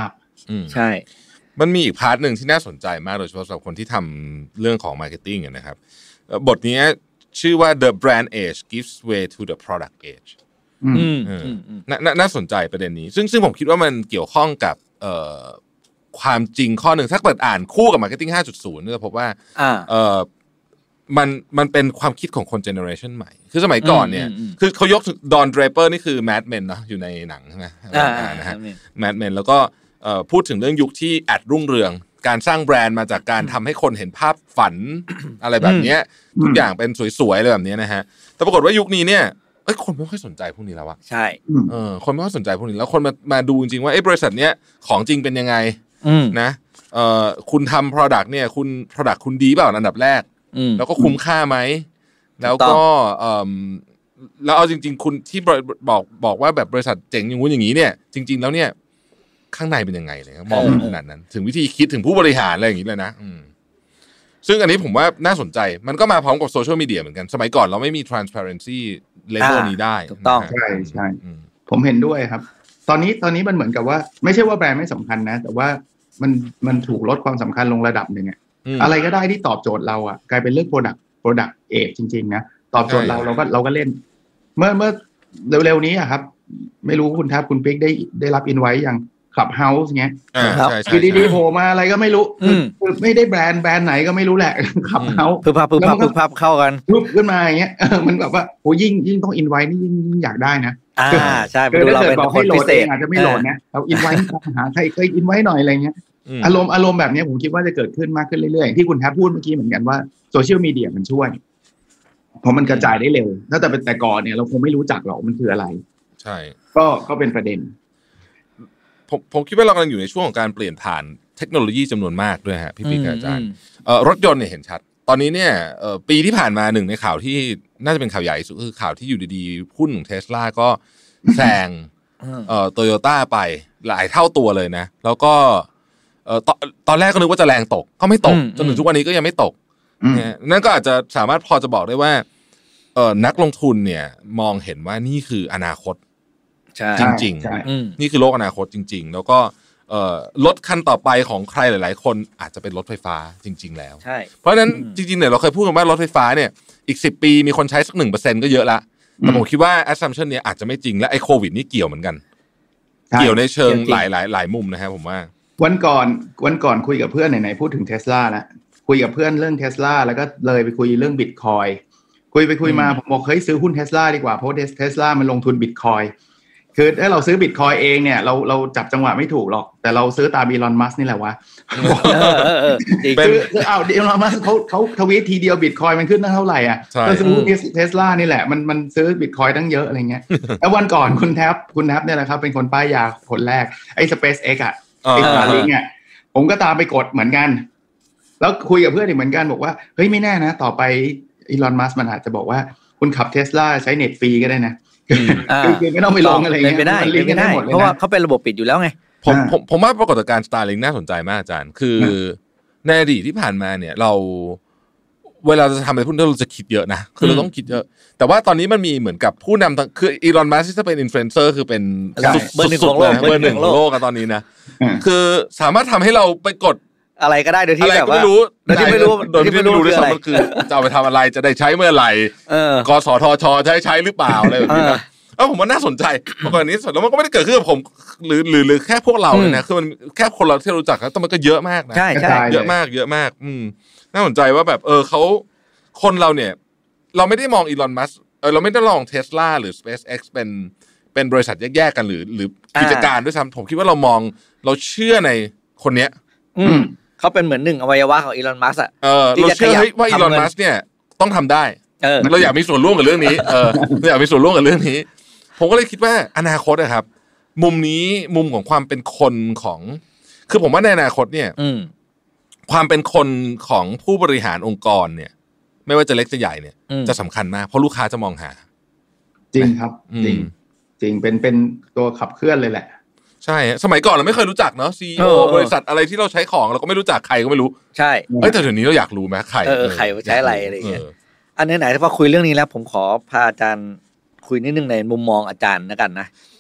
ใช่มันมีอีกพาร์ทนึงที่น่าสนใจมากโดยเฉพาะสำหรับคนที่ทำเรื่องของ marketing นะครับบทนี้ชื่อว่า The Brand Age Gives Way to the Product Age อืมน่าสนใจประเด็นนี้ซึ่งซึ่งผมคิดว่ามันเกี่ยวข้องกับความจริงข้อหนึ่งถ้าเปิดอ่านคู่กับ Marketing ห้าจุดศูนย์ เนี่ยพบว่าเออมันมันเป็นความคิดของคนเจเนอเรชันใหม่คือสมัยก่อนเนี่ยคือเขายกดอนเดรเปอร์นี่คือ Mad Men เนาะอยู่ในหนังใช่ไหมนะฮะ Mad Men แล้วก็พูดถึงเรื่องยุคที่แอดรุ่งเรืองการสร้างแบรนด์มาจากการทำให้คนเห็นภาพฝันอะไรแบบนี้ทุกอย่างเป็นสวยๆอะไรแบบนี้นะฮะแต่ปรากฏว่ายุคนี้เนี่ยเอ้ยคนไม่ค่อยสนใจพวกนี้แล้วอะใช่เออคนไม่ค่อยสนใจพวกนี้แล้วคนมามาดูจริงๆว่าไอ้บริษัทเนี้ยของจริงเป็นยังไงนะเอ่อคุณทำ product เนี่ยคุณ product คุณดีเปล่าอันดับแรกแล้วก็คุ้มค่าไหมแล้วก็เอ่อแล้วเอาจริงๆคุณที่บอกบอกว่าแบบบริษัทเจ๋งอย่างงู้นอย่างนี้เนี่ยจริงๆแล้วเนี่ยข้างในเป็นยังไงเลยมองขนาดนั้นถึงวิธีคิดถึงผู้บริหารอะไรอย่างนี้เลยนะซึ่งอันนี้ผมว่าน่าสนใจมันก็มาพร้อมกับโซเชียลมีเดียเหมือนกันสมัยก่อนเราไม่มี transparency level นี้ได้ถูกต้องใช่ใช่ผมเห็นด้วยครับตอนนี้ตอนนี้มันเหมือนกับว่าไม่ใช่ว่าแบรนด์ไม่สำคัญนะแต่ว่ามันมันถูกลดความสำคัญลงระดับหนึ่งอะอะไรก็ได้ที่ตอบโจทย์เราอ่ะกลายเป็นเรื่อง product product age จริงๆนะตอบโจทย์เราเราก็เราก็เล่นเมื่อเมื่อเร็วๆนี้อ่ะครับไม่รู้คุณทัพคุณปิ๊กได้ได้รับอินไว้ยังขับเฮาส์เงี้ยคือดีๆโผล่มาอะไรก็ไม่รู้คือไม่ได้แบรนด์แบรนด์ไหนก็ไม่รู้แหละขับเฮาส์พึบพับพึบพับพึบพับเข้ากันปุ๊บขึ้นมาอย่างเงี้ยมันแบบว่าโหยิ่งยิ่งต้องอินไว้นี่ยิ่งยิ่งอยากได้นะอ่าใช่ดูเราเป็นคนพิเศษอาจจะไม่โหลดนะเราอินไว้หาใครเคยอินไว้หน่อยอะไรเงี้ยอารมณ์อารมณ์แบบนี้ผมคิดว่าจะเกิดขึ้นมากขึ้นเรื่อยๆที่คุณแทบพูดเมื่อกี้เหมือนกันว่าโซเชียลมีเดียมันช่วยเพราะมันกระจายได้เร็วถ้าแต่เป็นแต่ก่อนเนี่ยเราคงไม่รู้จักหรอกมันคืออะไรใช่ก็ก็เป็นประเด็นผมผมคิดว่าเรากำลังอยู่ในช่วงของการเปลี่ยนผ่านเทคโนโลยีจำนวนมากด้วยฮะพี่ปิ๊กอาจารย์รถยนต์เนี่ยเห็นชัดตอนนี้เนี่ยปีที่ผ่านมาหนึ่งในข่าวที่น่าจะเป็นข่าวใหญ่สุดคือข่าวที่อยู่ดีๆหุ้นของ Tesla ก็แซงเอ่อ Toyota ไปหลายเท่าตัวเลยนะแล้วก็เอ่อตอนตอนแรกก็นึกว่าจะแรงตกก็ไม่ตกจนถึงทุกวันนี้ก็ยังไม่ตกเนี่ยนั่นก็อาจจะสามารถพอจะบอกได้ว่าเอ่อนักลงทุนเนี่ยมองเห็นว่านี่คืออนาคตจริงๆนี่คือโลกอนาคตจริงๆแล้วก็เอ่อรถคันต่อไปของใครหลายๆคนอาจจะเป็นรถไฟฟ้าจริงๆแล้วเพราะฉะนั้นจริงๆเนี่ยเราเคยพูดกันว่ารถไฟฟ้าเนี่ยอีกสิบปีมีคนใช้สัก หนึ่งเปอร์เซ็นต์ ก็เยอะละแต่ผมคิดว่า assumption เนี่ยอาจจะไม่จริงและไอ้โควิดนี่เกี่ยวเหมือนกันเกี่ยวในเชิงหลายหลายหลายมุมนะครับผมว่าวันก่อนวันก่อนคุยกับเพื่อนไหนๆพูดถึง Tesla แล้วคุยกับเพื่อนเรื่อง Tesla แล้วก็เลยไปคุยเรื่อง Bitcoin คุยไปคุยมาผมบอกเฮ้ยซื้อหุ้น Tesla ดีกว่าเพราะ Tesla มันลงทุน Bitcoin คือถ้าเราซื้อ Bitcoin เองเนี่ยเราเราจับจังหวะไม่ถูกหรอกแต่เราซื้อตามอีลอนมัสก์นี่แหละวะคืออ้าวอีลอนมัสก์เขาเขาทวีตทีเดียว Bitcoin มันขึ้นตั้งเท่าไหร่อ่ะก็ซื้อ Tesla นี่แหละมันมันซื้อ Bitcoin ตั้งเยอะอะไรเงี้ยแล้ววันก่อนคุณแท็บคุณแท็บเนี่ยแหละครับเป็นคนป้ายยาคนแรกไอ้ SpaceX อ่ะไอ้ Starlink อ่ะผมก็ตามไปกดเหมือนกันแล้วคุยกับเพื่อนอีกเหมือนกันบอกว่าเฮ้ยไม่แน่นะต่อไปอีลอนมัสก์มันอาจจะบอกว่าคุณขับ Tesla ใช้เน็ตฟรีก็ได้นะคือไม่ต้องไปลงอะไรเงี้ยไม่ได้ไม่ได้เพราะว่าเขาเป็นระบบปิดอยู่แล้วไงผมผมผมว่าปรากฏการณ์ Starlink น่าสนใจมากอาจารย์คือในอดีตที่ผ่านมาเนี่ยเราเวลาจะทำอะไรพวกนี้เราจะคิดเยอะนะคือเราต้องคิดเยอะแต่ว่าตอนนี้มันมีเหมือนกับผู้นำคืออีลอนมัสก์ที่จะเป็นอินฟลูเอนเซอร์คือเป็นเบอร์หนึ่งของโลกเบอร์หนึ่งของโลกตอนนี้นะคือสามารถทำให้เราไปกดอะไรก็ได้โดยที่แบบว่าโดยที่ไม่รู้โดยที่ไม่รู้ด้วยซ้ำมันคือจะเอาไปทำอะไรจะได้ใช้เมื่อไหร่กสทชใช้ใช้หรือเปล่าอะไรแบบนี้นะเออผมว่าน่าสนใจเมื่อก่อนนี้แล้วมันก็ไม่ได้เกิดขึ้นกับผมหรือหรือหรือแค่พวกเราเลยนะคือมันแค่คนเราที่รู้จักแล้วแต่มันก็เยอะมากนะใช่ใช่เยอะมากเยอะมากอืมน่าสนใจว่าแบบเออเขาคนเราเนี่ยเราไม่ได้มองอีลอนมัสก์เออเราไม่ได้มอง Tesla หรือ SpaceX เป็นเป็นบริษัทแยกๆกันหรือหรือกิจการด้วยซ้ำผมคิดว่าเรามองเราเชื่อในคนเนี้ยอืมเขาเป็นเหมือนหนึ่งอวัยวะของอีลอนมัสก์อ่ะเออเราเชื่อว่าอีลอนมัสก์เนี่ยต้องทำได้เออเราอยากมีส่วนร่วมกับเรื่องนี้เออเราอยากมีส่วนร่วมกับเรื่องนี้ผมก็เลยคิดว่าอนาคตนะครับมุมนี้มุมของความเป็นคนของคือผมว่าในอนาคตเนี่ยความเป็นคนของผู้บริหารองค์กรเนี่ยไม่ว่าจะเล็กจะใหญ่เนี่ยจะสำคัญมากเพราะลูกค้าจะมองหาจริงครับจริงจริงเป็นเป็นตัวขับเคลื่อนเลยแหละใช่สมัยก่อนเราไม่เคยรู้จักเนาะ ซี อี โอ บริษัทอะไรที่เราใช้ของเราก็ไม่รู้จักใครก็ไม่รู้ใช่เอ้ยแต่เดี๋ยวนี้เราอยากรู้ไหมใครเออใครใช้อะไรอะไรอย่างเงี้ยอันนี้ไหนถ้าพอคุยเรื่องนี้แล้วผมขอพาอาจารย์คุยนิดนึงในมุมมองอาจารย์แล้วกันนะ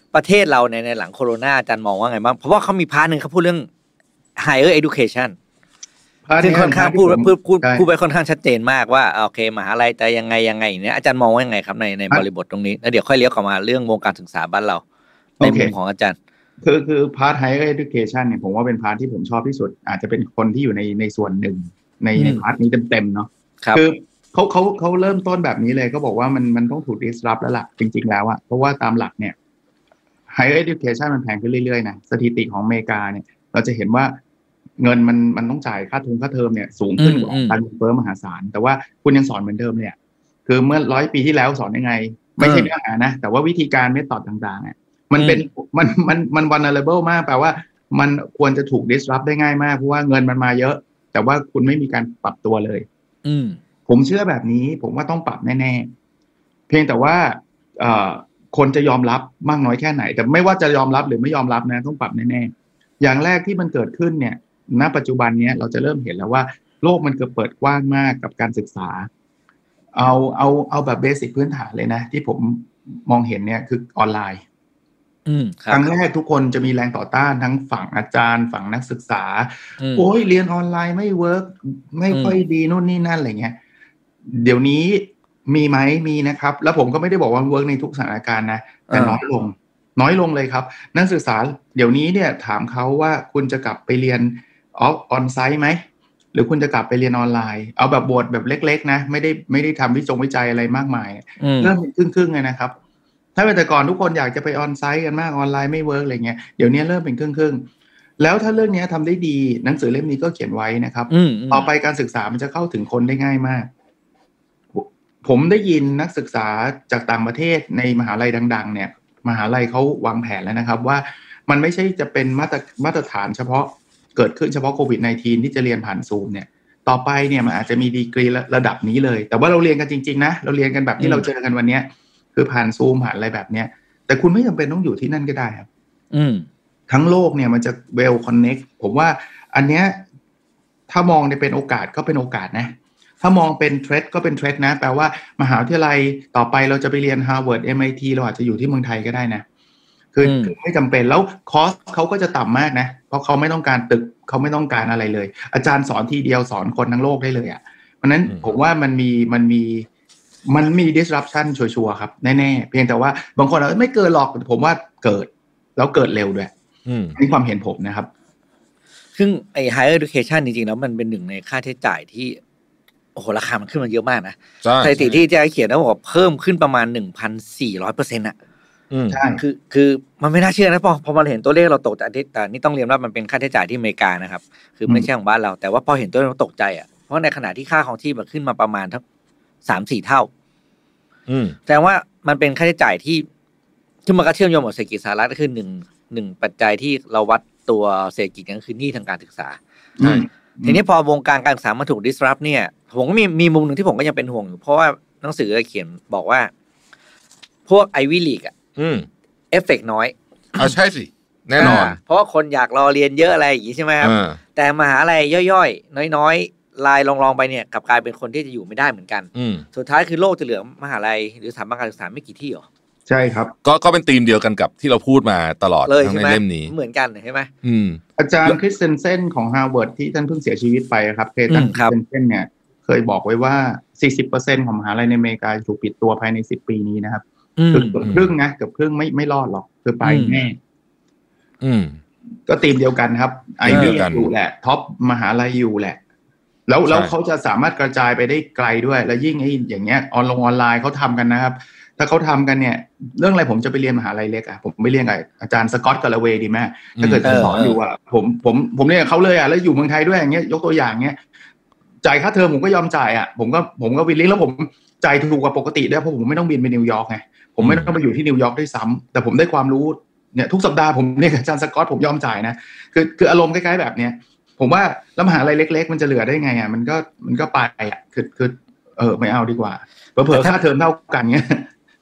ประเทศเราในในหลังโควิดอาจารย์มองว่าไงบ้างเพราะว่าเขามีพาร์ทนึงเขาพูดเรื่อง higher education ซึ่งค่อนข้างพูดพูดพูดพูดไปค่อนข้างชัดเจนมากว่าโอเคมหาลัยจะยังไงยังไงเนี่ยอาจารย์มองว่ายังไงครับในในบริบทตรงนี้แล้วเดี๋ยวค่อยเลี้ยวเข้ามาเรื่องวงการศึกษาบ้านเราในมุมของอาจารย์คือคือพาร์ท higher education เนี่ยผมว่าเป็นพาร์ทที่ผมชอบที่สุดอาจจะเป็นคนที่อยู่ในในส่วนหนึ่งในในพาร์ทนี้เต็มๆเนาะคือเขาเขาเขาเริ่มต้นแบบนี้เลยก็บอกว่ามันมันต้องถูก disrupt แล้วล่ะจริงๆแล้วอะเพราะว่าตามหลักเนี่ย higher education มันแพงขึ้นเรื่อยๆนะสถิติของอเมริกาเนี่ยเราจะเห็นว่าเงินมันมันต้องจ่ายค่าทุนค่าเทอมเนี่ยสูงขึ้นกว่าการเฟ้อมหาศาลแต่ว่าคุณยังสอนเหมือนเดิมเนี่ยคือเมื่อร้อยปีที่แล้วสอนยังไงไม่ใช่เนื้อหานะแต่ว่าวิธีการเมธอดต่างๆเนี่ยมันเป็นมันมันมัน vulnerable มากแปลว่ามันควรจะถูก disrupt ได้ง่ายมากเพราะว่าเงินมันมาเยอะแต่ว่าคุณไม่มีการปรับตัวเลยอืมผมเชื่อแบบนี้ผมว่าต้องปรับแน่ๆเพียงแต่ว่าเอ่อคนจะยอมรับมากน้อยแค่ไหนแต่ไม่ว่าจะยอมรับหรือไม่ยอมรับนะต้องปรับแน่ๆอย่างแรกที่มันเกิดขึ้นเนี่ยณปัจจุบันนี้เราจะเริ่มเห็นแล้วว่าโลกมันเกิดเปิดกว้างมากกับการศึกษาเอาเอาเอาแบบเบสิกพื้นฐานเลยนะที่ผมมองเห็นเนี่ยคือออนไลน์ครั้งแรกทุกคนจะมีแรงต่อต้านทั้งฝั่งอาจารย์ฝั่งนักศึกษาโอ้ยเรียนออนไลน์ไม่เวิร์กไม่ค่อยดีนู่นนี่นั่นอะไรเงี้ยเดี๋ยวนี้มีไหมมีนะครับแล้วผมก็ไม่ได้บอกว่าเวิร์กในทุกสถานการณ์นะแต่น้อยลงน้อยลงเลยครับนักศึกษาเดี๋ยวนี้เนี่ยถามเขาว่าคุณจะกลับไปเรียนออฟออนไซต์ไหมหรือคุณจะกลับไปเรียนออนไลน์เอาแบบบทแบบเล็กๆนะไม่ได้ไม่ได้ทำวิจงวิจัยอะไรมากมายเริ่มเป็นครึ่งๆเลยนะครับถ้าเป็นแต่ก่อนทุกคนอยากจะไปออนไซต์กันมากออนไลน์ไม่เวิร์กอะไรเงี้ยเดี๋ยวนี้เริ่มเป็นครึ่งๆแล้วถ้าเรื่องนี้ทำได้ดีหนังสือเล่มนี้ก็เขียนไว้นะครับต่อไปการศึกษามันจะเข้าถึงคนได้ง่ายมากผมได้ยินนักศึกษาจากต่างประเทศในมหาลัยดังๆเนี่ยมหาลัยเขาวางแผนแล้วนะครับว่ามันไม่ใช่จะเป็นมาตรมาตรฐานเฉพาะเกิดขึ้นเฉพาะโควิด สิบเก้า ที่จะเรียนผ่านซูมเนี่ยต่อไปเนี่ยมันอาจจะมีดีกรีระดับนี้เลยแต่ว่าเราเรียนกันจริงๆนะเราเรียนกันแบบที่เราเจอกันวันนี้คือผ่านซูมผ่านอะไรแบบเนี้ยแต่คุณไม่จำเป็นต้องอยู่ที่นั่นก็ได้ครับทั้งโลกเนี่ยมันจะ well connect ผมว่าอันเนี้ยถ้ามองในเป็นโอกาสก็เป็นโอกาสนะถ้ามองเป็นเทรดก็เป็นเทรดนะแปลว่ามหาวิทยาลัยต่อไปเราจะไปเรียน Harvard เอ็ม ไอ ที เราอาจจะอยู่ที่เมืองไทยก็ได้นะคือไม่จำเป็นแล้วคอสเขาก็จะต่ำมากนะเพราะเขาไม่ต้องการตึกเขาไม่ต้องการอะไรเลยอาจารย์สอนทีเดียวสอนคนทั้งโลกได้เลยอ่ะเพราะนั้นผมว่ามันมีมันมีมันมี disruption ชัวร์ๆครับแน่ๆเพียงแต่ว่าบางคนเราไม่เกิดหรอกผมว่าเกิดแล้วเกิดเร็วด้วยนี่ความเห็นผมนะครับซึ่งไอ้ higher education จริงๆแล้วมันเป็นหนึ่งในค่าใช้จ่ายที่โอ้โหราคามันขึ้นมาเยอะมากนะสถิติที่จะเขียนนะบอกเพิ่มขึ้นประมาณ หนึ่งพันสี่ร้อยเปอร์เซ็นต์ อ่ะใช่คือคือมันไม่น่าเชื่อนะพอพอมาเห็นตัวเลขเราตกใจแต่นี่ต้องเรียนว่ามันเป็นค่าใช้จ่ายที่อเมริกานะครับคือไม่ใช่ของบ้านเราแต่ว่าพอเห็นตัวเลขเราตกใจอ่ะเพราะในขณะที่ค่าของชีพมันขึ้นมาประมาณทั้ง สามถึงสี่ เท่าแต่ว่ามันเป็นค่าใช้จ่ายที่ที่มันก็เชื่อมโยงกับเศรษฐกิจสหรัฐก็คือหนึ่งหนึ่งปัจจัยที่เราวัดตัวเศรษฐกิจก็คือหนี้ทางการศึกษาทีนี้พอวงการการศึกษามาถูก disrupt เนี่ยผมก็มีมีมุมหนึ่งที่ผมก็ยังเป็นห่วงอยู่เพราะว่าหนังสือเขียนบอกว่าพวก Ivy League อ่ะเอฟเฟกต์น้อยอ่าใช่สิแน่นอนเพราะว่าคนอยากรอเรียนเยอะอะไรอย่างงี้ใช่ไหมครับแต่มหาลัยย่อยๆน้อยๆลายลองๆไปเนี่ยกลับกลายเป็นคนที่จะอยู่ไม่ได้เหมือนกันสุดท้ายคือโลกจะเหลือมหาลัยหรือสถาบันการศึกษาไม่กี่ที่หรอใช่ครับก็ก็เป็นธีมเดียวกันกับที่เราพูดมาตลอดทั้งในเล่มนี้เหมือนกันใช่ไหมอาจารย์คริสเตนเซนของ Harvard ที่ท่านเพิ่งเสียชีวิตไปครับเคตันคริสเตนเซนเนี่ยเคยบอกไว้ว่า สี่สิบเปอร์เซ็นต์ ของมหาลัยในอเมริกาถูกปิดตัวภายในสิบปีนี้นะครับเกือบครึ่งนะเกือบครึ่งไม่ไม่รอดหรอกคือไปแน่ก็ธีมเดียวกันครับไอวี่อยู่แหละท็อปมหาลัยอยู่แหละแล้วแล้วเขาจะสามารถกระจายไปได้ไกลด้วยแล้วยิ่งไอ้อย่างเงี้ยออนลงออนไลน์เขาทำกันนะครับถ้าเขาทำกันเนี่ยเรื่องอะไรผมจะไปเรียนมหาลัยเล็กอ่ะผมไม่เรียนกับอาจารย์สกอตต์กาลาเวย์ดีไหมถ้าเกิดจะสอนอยู่อ่ะผมผมผมเรียนกับเขาเลยอ่ะแล้วอยู่เมืองไทยด้วยอย่างเงี้ยยกตัวอย่างเงี้ยจ่ายค่าเทอมผมก็ยอมจ่ายอ่ะผมก็ผมก็วิลลิ่งแล้วผมจ่ายถูกกว่าปกติด้วยเพราะผมไม่ต้องบินไปนิวยอร์กไงผมไม่ต้องไปอยู่ที่นิวยอร์กด้วยซ้ำแต่ผมได้ความรู้เนี่ยทุกสัปดาห์ผมเรียนกับอาจารย์สกอตต์ผมยอมจ่ายนะคือคืออารมณ์คล้ายๆแบบเนี้ยผมว่าแล้วมหาลัยเล็กๆมันจะเหลือได้ไงอ่ะมันก็มันก็ไปอ่ะคือคือเออไม่เอาดีกว่าเผลอๆค่าเทอมเท่ากันเงี้ย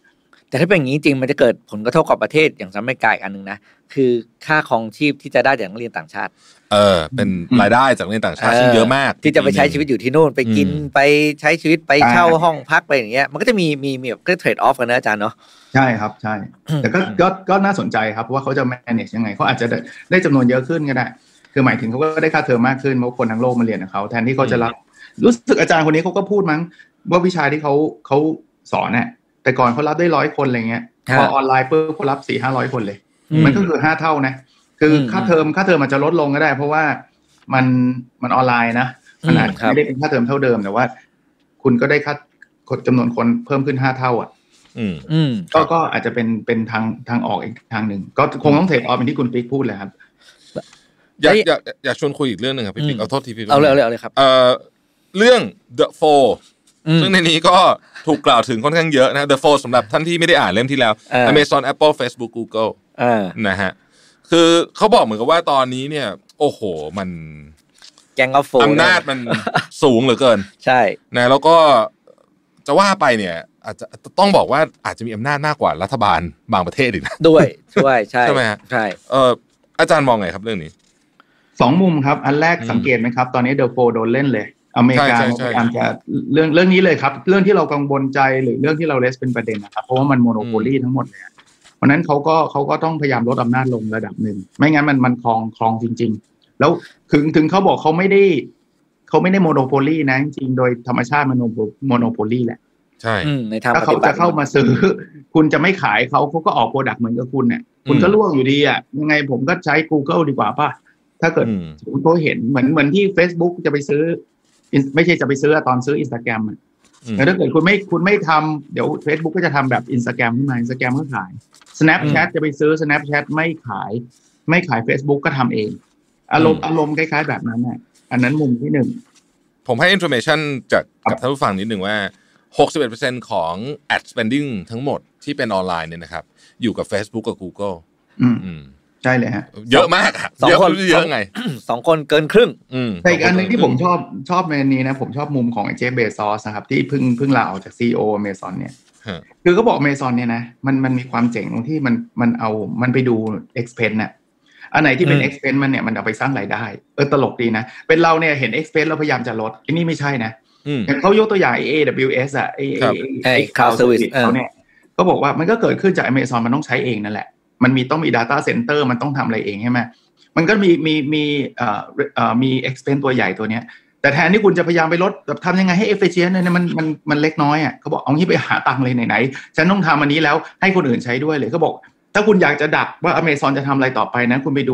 แต่ถ้าเป็นอย่างนี้จริงมันจะเกิดผลกระทบกับประเทศอย่างสหรัฐอเมริกาอีกอันนึงนะคือค่าครองชีพที่จะได้จากนักเรียนต่างชาติเออเป็นรายได้จากนักเรียนต่างชาติที่เยอะมากที่จะไปใช้ชีวิตอยู่ที่นู่นไปกินไปใช้ชีวิตไปเช่าห้องพักไปอย่างเงี้ยมันก็จะมีมีมีแบบก็เทรดออฟกันนะอาจารย์เนาะใช่ครับใช่แต่ก็ก็ก็น่าสนใจครับว่าเขาจะ manage ยังไงเขาอาจจะได้จำนวนเยอะขึ้นก็ได้คือหมายถึงเขาก็ได้ค่าเทอมมากขึ้นเพราะคนทั้งโลกมาเรียนกับเขาแทนที่เขาจะรับรู้สึกอาจารย์คนนี้เขาก็พูดมั้งว่าวิชาที่เขาเขาสอนเนี่ยแต่ก่อนเขารับได้ร้อยคนอะไรเงี้ยพอออนไลน์ปุ๊บเขารับสี่ห้าร้อยคนเลยมันก็คือห้าเท่านะคือค่าเทอมค่าเทอมมันจะลดลงก็ได้เพราะว่ามันมันออนไลน์นะมันอาจจะไม่ได้เป็นค่าเทอมเท่าเดิมแต่ว่าคุณก็ได้ค่าจำนวนคนเพิ่มขึ้นห้าเท่าอ่ะอืมอืมก็ก็อาจจะเป็นเป็นทางทางออกอีกทางหนึ่งก็คงต้องเทคออฟเป็นที่คุณปิ๊กพูดเลยครับอยากอยากอยากชวนคุยอีกเรื่องนึงครับพี่ปิ๊กเอาโทษทีพี่เอาเลยเอาเลยเอาเลยครับเอ่อเรื่อง The Four ซึ่งในนี้ก็ถูกกล่าวถึงค่อนข้างเยอะนะ The Four สำหรับท่านที่ไม่ได้อ่านเล่มที่แล้ว Amazon Apple Facebook Google นะฮะคือเขาบอกเหมือนกับว่าตอนนี้เนี่ยโอ้โหมันแกงออฟโฟอำนาจมันสูงเหลือเกินใช่นะแล้วก็จะว่าไปเนี่ยอาจจะต้องบอกว่าอาจจะมีอำนาจมากกว่ารัฐบาลบางประเทศอีกนะด้วยช่วยใช่ใช่ไหมฮะใช่เอ่ออาจารย์มองไงครับเรื่องนี้สองมุมครับอันแรกสังเกตไหมครับตอนนี้เดอะโฟโดนเล่นเลยอเมริกาพยายามจะเรื่องเรื่องนี้เลยครับเรื่องที่เรากังวลใจหรือเรื่องที่เราเลสเป็นประเด็นนะครับเพราะว่ามันโมโนโพลีทั้งหมดเลยเพราะนั้นเขาก็เขาก็ต้องพยายามลดอำนาจลงระดับหนึ่งไม่งั้นมันมันคลองคลองจริงๆแล้วถึงถึงเขาบอกเขาไม่ได้เขาไม่ได้โมโนโพลีนะจริงๆโดยธรรมชาติมันโมโนโพลีแหละใช่ถ้าเขาจะเข้ามาซื้อคุณจะไม่ขายเขาเขาก็ออกโปรดักต์เหมือนกับคุณเนี่ยคุณก็ล่วงอยู่ดีอ่ะยังไงผมก็ใช้ Google ดีกว่าป่ะถ้าเกิดคุณก็เห็นเหมือนเหมือนที่ Facebook จะไปซื้อไม่ใช่จะไปซื้อตอนซื้อ Instagram อ่ะแต่ถ้าเกิดคุณไม่คุณไม่ทำเดี๋ยว Facebook ก็จะทำแบบ Instagram ขึ้นมา Instagram ก็ขาย Snapchat จะไปซื้อ Snapchat ไม่ขายไม่ขาย Facebook ก็ทำเองอารมณ์อารมณ์คล้ายๆแบบนั้นน่ะอันนั้นมุมที่หนึ่งผมให้ information จากกับท่านผู้ฟังนิดนึงว่า หกสิบเอ็ดเปอร์เซ็นต์ ของ ad spending ทั้งหมดที่เป็นออนไลน์เนี่ยนะครับอยู่กับ Facebook กับ Google อืมใช่เลยฮะเยอะมากอ่ะสองคนเยอะไงสองคนเกินครึ่งแต่อีกอันนึงที่ผมชอบชอบในนี้นะผมชอบมุมของไอ้เจฟเบซอสนะครับที่เพิ่งเพิ่งลาออกจาก ซี อี โอ Amazon เนี่ยคือเขาบอก Amazon เนี่ยนะมันมันมีความเจ๋งตรงที่มันมันเอามันไปดู expense น่ะอันไหนที่เป็น expense มันเนี่ยมันเอาไปสร้างรายได้เออตลกดีนะเป็นเราเนี่ยเห็น expense เราพยายามจะลดอันนี้ไม่ใช่นะอย่างเขายกตัวอย่าง เอ ดับเบิลยู เอส อ่ะไอ้ไอ้ cloud service เขาเนี่ยก็บอกว่ามันก็เกิดขึ้นจาก Amazon มันต้องใช้เองนั่นแหละมันมีต้องมี data center มันต้องทำอะไรเองใช่ไหมมันก็มีมีมีเอ่อเอ่อมี expense ตัวใหญ่ตัวเนี้ยแต่แทนที่คุณจะพยายามไปลดแบบทำยังไงให้ efficient เนี่ยมันมันมันเล็กน้อยอ่ะเขาบอกเอางี้ไปหาตังค์เลยไหนๆฉันต้องทำอันนี้แล้วให้คนอื่นใช้ด้วยเลยเขาบอกถ้าคุณอยากจะดักว่า Amazon จะทำอะไรต่อไปนะคุณไปดู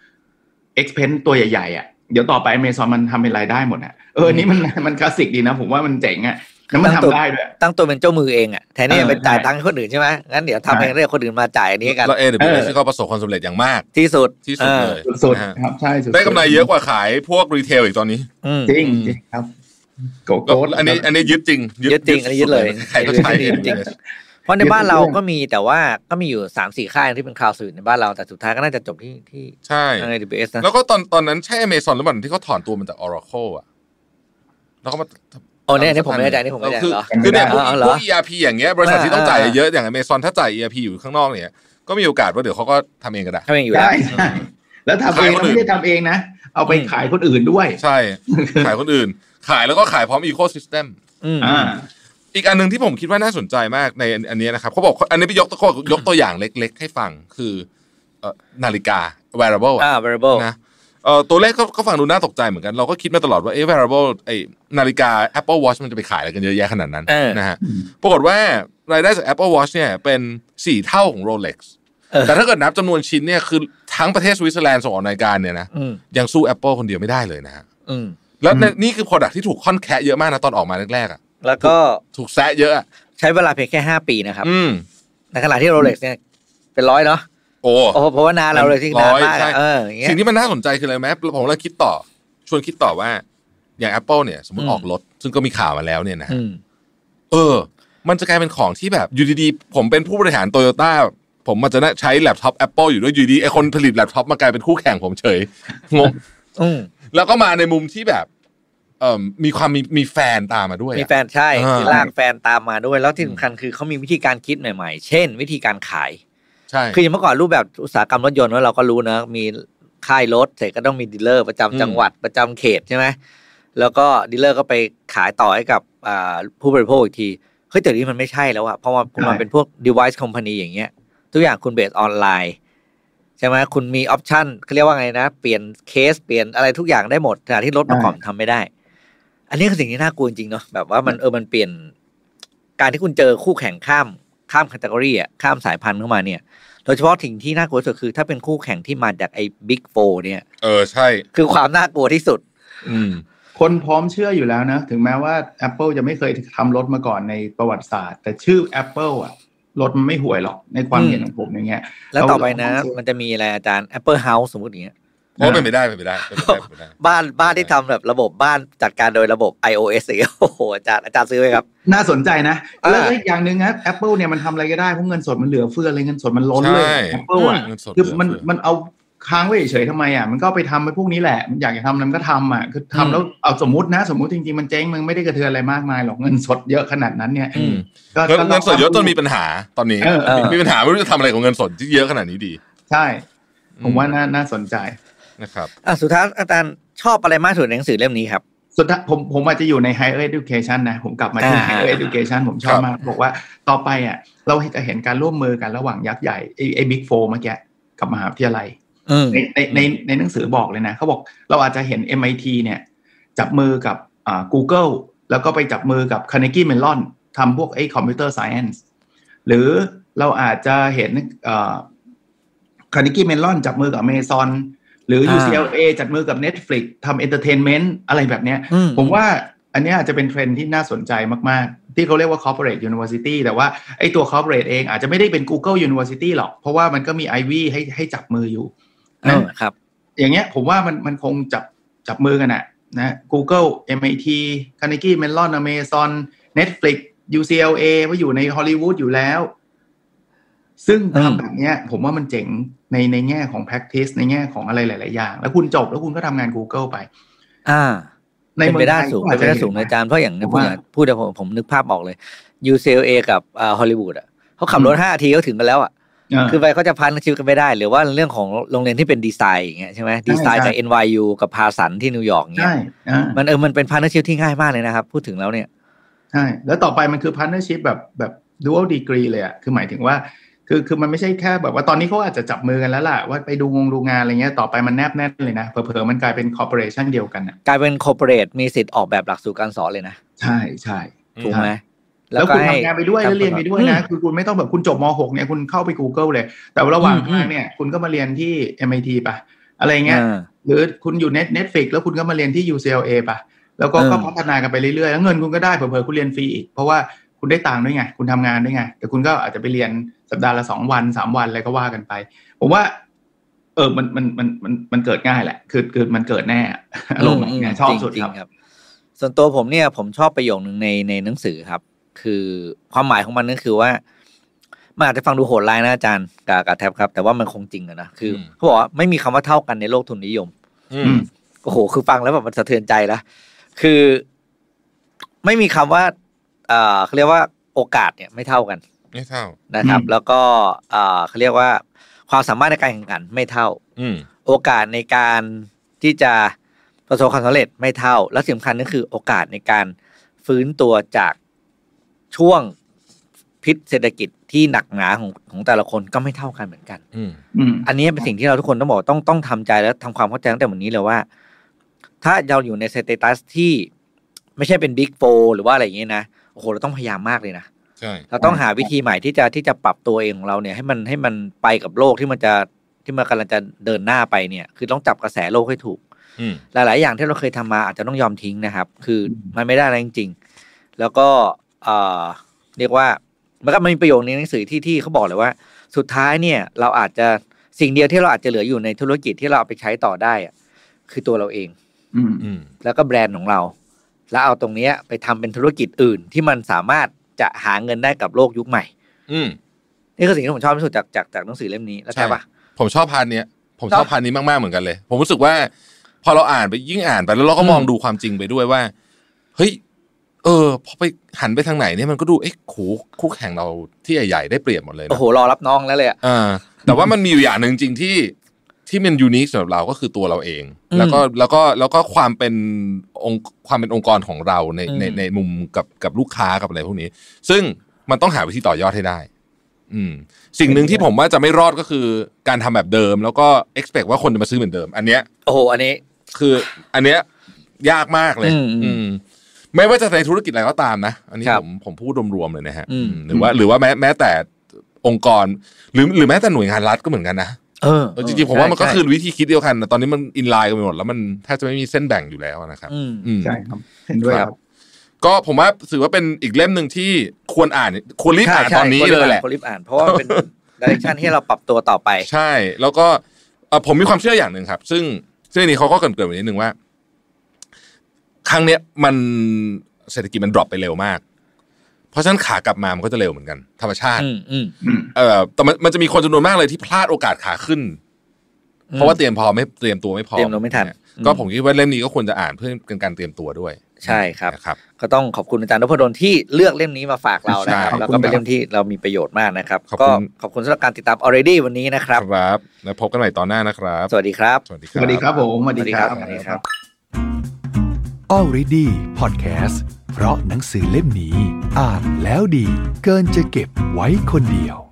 expense ตัวใหญ่ๆอ่ะเดี๋ยวต่อไป Amazon มันทำเป็นรายได้หมดอ่ะเออนี่มันมันคลาสสิกดีนะผมว่ามันเจ๋งอ่ะแล้วมันทำได้ด้วยตั้งตัวเป็นเจ้ามือเองอ่ะแทนที่จะไปจ่ายตังค์ให้คนอื่นใช่ไหมงั้นเดี๋ยวทำเองเรียกคนอื่นมาจ่ายอันนี้กันแล้ว เอ ดับเบิลยู เอส ที่เขาประสบความสำเร็จอย่างมากที่สุดที่สุดเลยสุดครับใช่สุดได้กำไรเยอะกว่าขายพวกรีเทลอีกตอนนี้จริงจริงครับโกโก้อันนี้อันนี้ยึดจริงยึดจริงอันนี้ยึดเลยใครก็ใช้จริงเพราะในบ้านเราก็มีแต่ว่าก็มีอยู่ สามสี่ ค่ายที่เป็นคลาวด์สื่อในบ้านเราแต่สุดท้ายก็น่าจะจบที่ที่ใช่เอ ดับเบิลยู เอส นะแล้วก็ตอนตอนนั้นใช่ Amazon หรือเปล่าที่เขาถอนตัวมันจาก Oracle อ่ะแล้วก็มาโอ้เนี่ยนี่ผมไม่ได้ใจนี่ผมไม่ได้เหรอคือเนี่ยพวก อี อาร์ พี อย่างเงี้ยบริษัทที่ต้องจ่ายเยอะอย่าง Amazon ถ้าจ่าย อี อาร์ พี อยู่ข้างนอกเนี่ยก็มีโอกาสว่าเดี๋ยวเขาก็ทำเองก็ได้ทำเองอยู่ได้แล้วทำเองไม่ได้ทำเองนะเอาไปขายคนอื่นด้วยใช่ขายคนอื่นขายแล้วก็ขายพร้อม Ecosystem อ่าอีกอันนึงที่ผมคิดว่าน่าสนใจมากในอันนี้นะครับเขาบอกอันนี้ไปยกตัวยกตัวอย่างเล็กๆให้ฟังคือนาฬิกา wearable อ่า wearable นะเอ่อตัวเลขก็ฟังดูน่าตกใจเหมือนกันเราก็คิดมาตลอดว่าเอ๊ะ wearable ไอ้นาฬิกา Apple Watch มันจะไปขายอะไรกันเยอะแยะขนาดนั้นนะฮะปรากฏว่ารายได้จาก Apple Watch เนี่ยเป็นสี่เท่าของ Rolex แต่ถ้าเกิดนับจำนวนชิ้นเนี่ยคือทั้งประเทศสวิตเซอร์แลนด์ส่งออกนาฬิกาเนี่ยนะยังสู้ Apple คนเดียวไม่ได้เลยนะฮะแล้วนี่คือ product ที่ถูกค่อนแคะเยอะมากนะตอนออกมาแรกๆอ่ะแล้วก็ถูกแซะเยอะใช้เวลาเพียงแค่ห้าปีนะครับในขณะที่ Rolex เนี่ยเป็นร้อยเนาะโอ้โอ้เพราะว่านานเราเลยที่นานมากเอออย่างเงี้ยสิ่งที่มันน่าสนใจคืออะไรไหมผมเลยคิดต่อชวนคิดต่อว่าอย่าง Apple เนี่ยสมมติออกรถซึ่งก็มีข่าวมาแล้วเนี่ยนะเออมันจะกลายเป็นของที่แบบอยู่ดีๆผมเป็นผู้บริหาร Toyota ผมมันจะใช้แล็ปท็อป Apple อยู่ด้วยอยู่ดีไอคนผลิตแล็ปท็อปมากลายเป็นคู่แข่งผมเฉยงงแล้วก็มาในมุมที่แบบเอ่อมีความมีมีแฟนตามมาด้วยมีแฟนใช่คือลากแฟนตามมาด้วยแล้วที่สำคัญคือเขามีวิธีการคิดใหม่ๆเช่นวิธีการขายใช่คือเมื่อก่อนรูปแบบอุตสาหกรรมรถยนต์ว่าเราก็รู้นะมีค่ายรถเสร็จก็ต้องมีดีลเลอร์ประจำจังหวัดประจำเขตใช่ไหมแล้วก็ดีลเลอร์ก็ไปขายต่อให้กับผู้บริโภคอีกทีเฮ้ยแต่นี้มันไม่ใช่แล้วอะเพราะว่าคุณมาเป็นพวก device company อย่างเงี้ยทุกอย่างคุณเบสออนไลน์ใช่ไหมคุณมีออปชั่นเขาเรียกว่าไงนะเปลี่ยนเคสเปลี่ยนอะไรทุกอย่างได้หมดขณะที่รถเมื่อก่อนทำไม่ได้อันนี้คือสิ่งที่น่ากลัวจริงเนาะแบบว่ามันเออมันเปลี่ยนการที่คุณเจอคู่แข่งข้ามข้ามแคตตากรีอ่ะข้ามสายพันธุ์เข้ามาเนี่ยโดยเฉพาะสิ่งที่น่ากลัวที่สุดคือถ้าเป็นคู่แข่งที่มาจากไอ้บิ๊กโฟร์เนี่ยเออใช่คือความน่ากลัวที่สุดอืมคนพร้อมเชื่ออยู่แล้วนะถึงแม้ว่า Apple จะไม่เคยทำรถมาก่อนในประวัติศาสตร์แต่ชื่อ Apple อ่ะรถมันไม่ห่วยหรอกในความเห็นของผมอย่างเงี้ยแล้วต่อไปนะมันจะมีอะไรอาจารย์ Apple House สมมุติอย่างเงี้ยโอ้เป็นไปได้เป็นไปได้เป็นไปได้บ้านบ้านที่ทำแบบระบบบ้านจัดการโดยระบบ iOS อย่างเงี้ยโอ้โหอาจารย์อาจารย์ซื้อไหมครับน่าสนใจนะแล้วอีกอย่างนึงนะ Apple เนี่ยมันทำอะไรก็ได้เพราะเงินสดมันเหลือเฟือเลยเงินสดมันล้นเลย Apple อ่ะคือมันมันเอาค้างไว้เฉยๆทำไมอ่ะมันก็ไปทำไปพวกนี้แหละมันอยากจะทำมันก็ทำอ่ะคือทำแล้วเอาสมมตินะสมมติจริงๆมันเจ๊งมันไม่ได้กระเทือนอะไรมากมายหรอกเงินสดเยอะขนาดนั้นเนี่ยก็เงินสดเยอะจนมีปัญหาตอนนี้มีปัญหาไม่รู้จะทำอะไรของเงินสดที่เยอะขนาดนี้ดีใช่ผมว่าน่าน่าสนใจนะครับอ่ะสุดท้ายอาจารย์ชอบอะไรมากสุดในหนังสือเล่มนี้ครับสุดท้ายผมผมอาจจะอยู่ใน higher education นะผมกลับมาที่ higher education ผมชอบมากบอกว่าต่อไปอ่ะเราจะเห็นการร่วมมือกันระหว่างยักษ์ใหญ่ไอ้ไอ้ Big Four เมื่อกี้กับมหาวิทยาลัยในในในในหนังสือบอกเลยนะเขาบอกเราอาจจะเห็น เอ็ม ไอ ที เนี่ยจับมือกับอ่า Google แล้วก็ไปจับมือกับ Carnegie Mellon ทำพวกไอ้ Computer Science หรือเราอาจจะเห็นอ่า Carnegie Mellon จับมือกับ Amazon หรือ ยู ซี แอล เอ จับมือกับ Netflix ทำ Entertainment อะไรแบบเนี้ยผมว่าอันนี้อาจจะเป็นเทรนด์ที่น่าสนใจมากๆที่เขาเรียกว่า corporate university แต่ว่าไอ้ตัว corporate เองอาจจะไม่ได้เป็น Google University หรอกเพราะว่ามันก็มี Ivy ให้ให้จับมืออยู่นะครับอย่างเงี้ยผมว่ามันมันคงจับจับมือกันนะนะ Google เอ็ม ไอ ที Carnegie Mellon Amazon Netflix ยู ซี แอล เอ ว่าอยู่ในฮอลลีวูดอยู่แล้วซึ่งทำแบบเนี้ยผมว่ามันเจ๋งในในแง่ของ practice ในแง่ของอะไรหลายๆอย่างแล้วคุณจบแล้วคุณก็ทำงาน Google ไปอ่าในเมืองไทยสูงเป็นไปได้สูงอาจารย์เพราะอย่างนี้พูดอย่างพูดแต่ผมผมนึกภาพออกเลย ยู ซี แอล เอ กับอ่าฮอลลีวูดอ่ะเขาขับรถห้านาทีก็ถึงกันแล้วอ่ะคือไปเขาจะพันชิวกันไม่ได้หรือว่าเรื่องของโรงเรียนที่เป็นดีไซน์อย่างเงี้ยใช่ไหมดีไซน์จาก เอ็น วาย ยู กับพาสันที่นิวยอร์กเงี้ยมันเออมันเป็นพาร์ทเนอร์ชิพที่ง่ายมากเลยนะครับพูดถึงแล้วเนี่ยใช่แล้วต่อไปมันคือพาร์ทเนอร์ชิพแบบแบบ dual degree เลยอ่ะคือหมายถึงว่าคือคือมันไม่ใช่แค่แบบว่าตอนนี้เขาอาจจะจับมือกันแล้วล่ะว่าไปดูงงดูงานอะไรเงี้ยต่อไปมันแนบแน่นเลยนะเผลอๆมันกลายเป็นคอร์ปอเรชั่นเดียวกันอ่ะกลายเป็นคอร์ปอเรทมีสิทธิ์ออกแบบหลักสูตรการสอนเลยนะใช่ใช่ถูกไหมแล้วคุณทำงานไปด้วยแล้วเรียนไปด้วยนะคือคุณไม่ต้องแบบคุณจบม หกเนี่ยคุณเข้าไป Google เลยแต่ระหว่างทางเนี่ยคุณก็มาเรียนที่ เอ็ม ไอ ที ป่ะอะไรเงี้ยหรือคุณอยู่ Netflix แล้วคุณก็มาเรียนที่ ยู ซี แอล เอ ป่ะแล้วก็ก็พัฒนากันไปเรื่อยๆแล้วเงินคุณก็ได้เผลอๆคุณเรียนฟรีอีกเพราะว่าคุณได้ตังค์ด้วยไงคุณทำงานด้วยไงแต่คุณก็อาจจะไปเรียนสัปดาห์ละสองวันสามวันอะไรก็ว่ากันไปผมว่าเออมันมันมันมันมันเกิดง่ายแหละคือคือมันเกิดแน่อารมณ์เนี่ยชอบสุดครับส่วนตัวผมเนี่ยผมชอบประโยคนึงในในหนังสือครับคือความหมายของมันนั่นคือว่ามันอาจจะฟังดูโหดร้ายนะอาจารย์กากาแทบครับแต่ว่ามันคงจริงอะนะคือเขาบอกว่าไม่มีคำว่าเท่ากันในโลกทุนนิยมโอ้โหคือฟังแล้วแบบมันสะเทือนใจแล้วคือไม่มีคำว่าเอ่อเขาเรียกว่าโอกาสเนี่ยไม่เท่ากันไม่เท่านะครับแล้วก็เอ่อเขาเรียกว่าความสามารถในการแข่งขันไม่เท่าโอกาสในการที่จะประสบความสำเร็จไม่เท่าและสำคัญก็คือโอกาสในการฟื้นตัวจากช่วงพิษเศรษฐกิจที่หนักหนาของของแต่ละคนก็ไม่เท่ากันเหมือนกันอันนี้เป็นสิ่งที่เราทุกคนต้องบอกต้องต้องทำใจและทำความเข้าใจตั้งแต่วันนี้เลยว่าถ้าเราอยู่ในสเตตัสที่ไม่ใช่เป็นบิ๊กโฟร์หรือว่าอะไรอย่างนี้นะโอ้โหเราต้องพยายามมากเลยนะใช่เราต้องหาวิธีใหม่ที่จะที่จะปรับตัวเองของเราเนี่ยให้มันให้มันไปกับโลกที่มันจะที่มันกำลังจะเดินหน้าไปเนี่ยคือต้องจับกระแสโลกให้ถูกหลายๆอย่างที่เราเคยทำมาอาจจะต้องยอมทิ้งนะครับคือมันไม่ได้อะไรจริงๆแล้วก็เอ่อเรียกว่ามันก็มีประโยคในหนังสือที่ที่เขาบอกเลยว่าสุดท้ายเนี่ยเราอาจจะสิ่งเดียวที่เราอาจจะเหลืออยู่ในธุรกิจที่เราเอาไปใช้ต่อได้คือตัวเราเองแล้วก็แบรนด์ของเราแล้วเอาตรงนี้ไปทำเป็นธุรกิจอื่นที่มันสามารถจะหาเงินได้กับโลกยุคใหม่นี่คือสิ่งที่ผมชอบที่สุดจากจากจากหนังสือเล่มนี้แล้วใช่ปะผมชอบพาร์ทเนี้ยผมชอบพาร์ทนี้มากๆเหมือนกันเลยผมรู้สึกว่าพอเราอ่านไปยิ่งอ่านไปแล้วเราก็มองดูความจริงไปด้วยว่าเฮ้ยเออพอไปหันไปทางไหนเนี่ยมันก็ดูเอ๊ะโหคู่แข่งเราที่ใหญ่ๆได้เปรียบหมดเลยนะโอ้โหรอรับน้องแล้วเลยอ่ะอ่าแต่ว่ามันมีอยู่อย่างนึงจริงที่ที่มันยูนิคสำหรับเราก็คือตัวเราเองแล้วก็แล้วก็แล้วก็ความเป็นองค์ความเป็นองค์กรของเราในในในมุมกับกับลูกค้ากับอะไรพวกนี้ซึ่งมันต้องหาวิธีต่อยอดให้ได้อืมสิ่งหนึ่งที่ผมว่าจะไม่รอดก็คือการทำแบบเดิมแล้วก็ expect ว่าคนจะมาซื้อเหมือนเดิมอันเนี้ยโอ้โหอันนี้คืออันเนี้ยยากมากเลยอืมไม่ว่าจะในธุรกิจอะไรก็ตามนะอันนี้ผมผมพูดรวมๆเลยนะฮะหรือว่าหรือว่าแม้แม้แต่องค์กรหรือหรือแม้แต่หน่วยงานรัฐก็เหมือนกันนะเออจริงๆผมว่ามันก็คือวิธีคิดเดียวกันตอนนี้มันอินไลน์กันไปหมดแล้วมันแทบจะไม่มีเส้นแบ่งอยู่แล้วนะครับใช่ครับเห็นด้วยครับก็ผมว่าถือว่าเป็นอีกเล่มหนึ่งที่ควรอ่านควรรีบอ่านตอนนี้เลยแหละควรรีบอ่านเพราะว่าเป็นดิเรกชันที่เราปรับตัวต่อไปใช่แล้วก็ผมมีความเชื่ออย่างหนึ่งครับซึ่งซึ่งนี้เขาก็เกริ่นๆไว้นิดนึงว่าครั้งเนี้ยมันเศรษฐกิจมันดรอปไปเร็วมากเพราะฉะนั้นขากลับมามันก็จะเร็วเหมือนกันธรรมชาติเอ่อแต่มันมันจะมีคนจำนวนมากเลยที่พลาดโอกาสขาขึ้นเพราะว่าเตรียมพอไม่เตรียมตัวไม่พอเตรียมตัวไม่ทันก็ผมคิดว่าเล่มนี้ก็ควรจะอ่านเพื่อเป็นการเตรียมตัวด้วยใช่ครับก็ต้องขอบคุณอาจารย์นพดลที่เลือกเล่มนี้มาฝากเรานะครับแล้วก็เป็นเล่มที่เรามีประโยชน์มากนะครับก็ขอบคุณสำหรับการติดตาม already วันนี้นะครับครับแล้วพบกันใหม่ตอนหน้านะครับสวัสดีครับสวัสดีครับสวัสดีครับผมสวัสดีครับสวัสดีครับ already podcast เพราะหนังสือเล่มนี้อ่านแล้วดีเกินจะเก็บไว้คนเดียว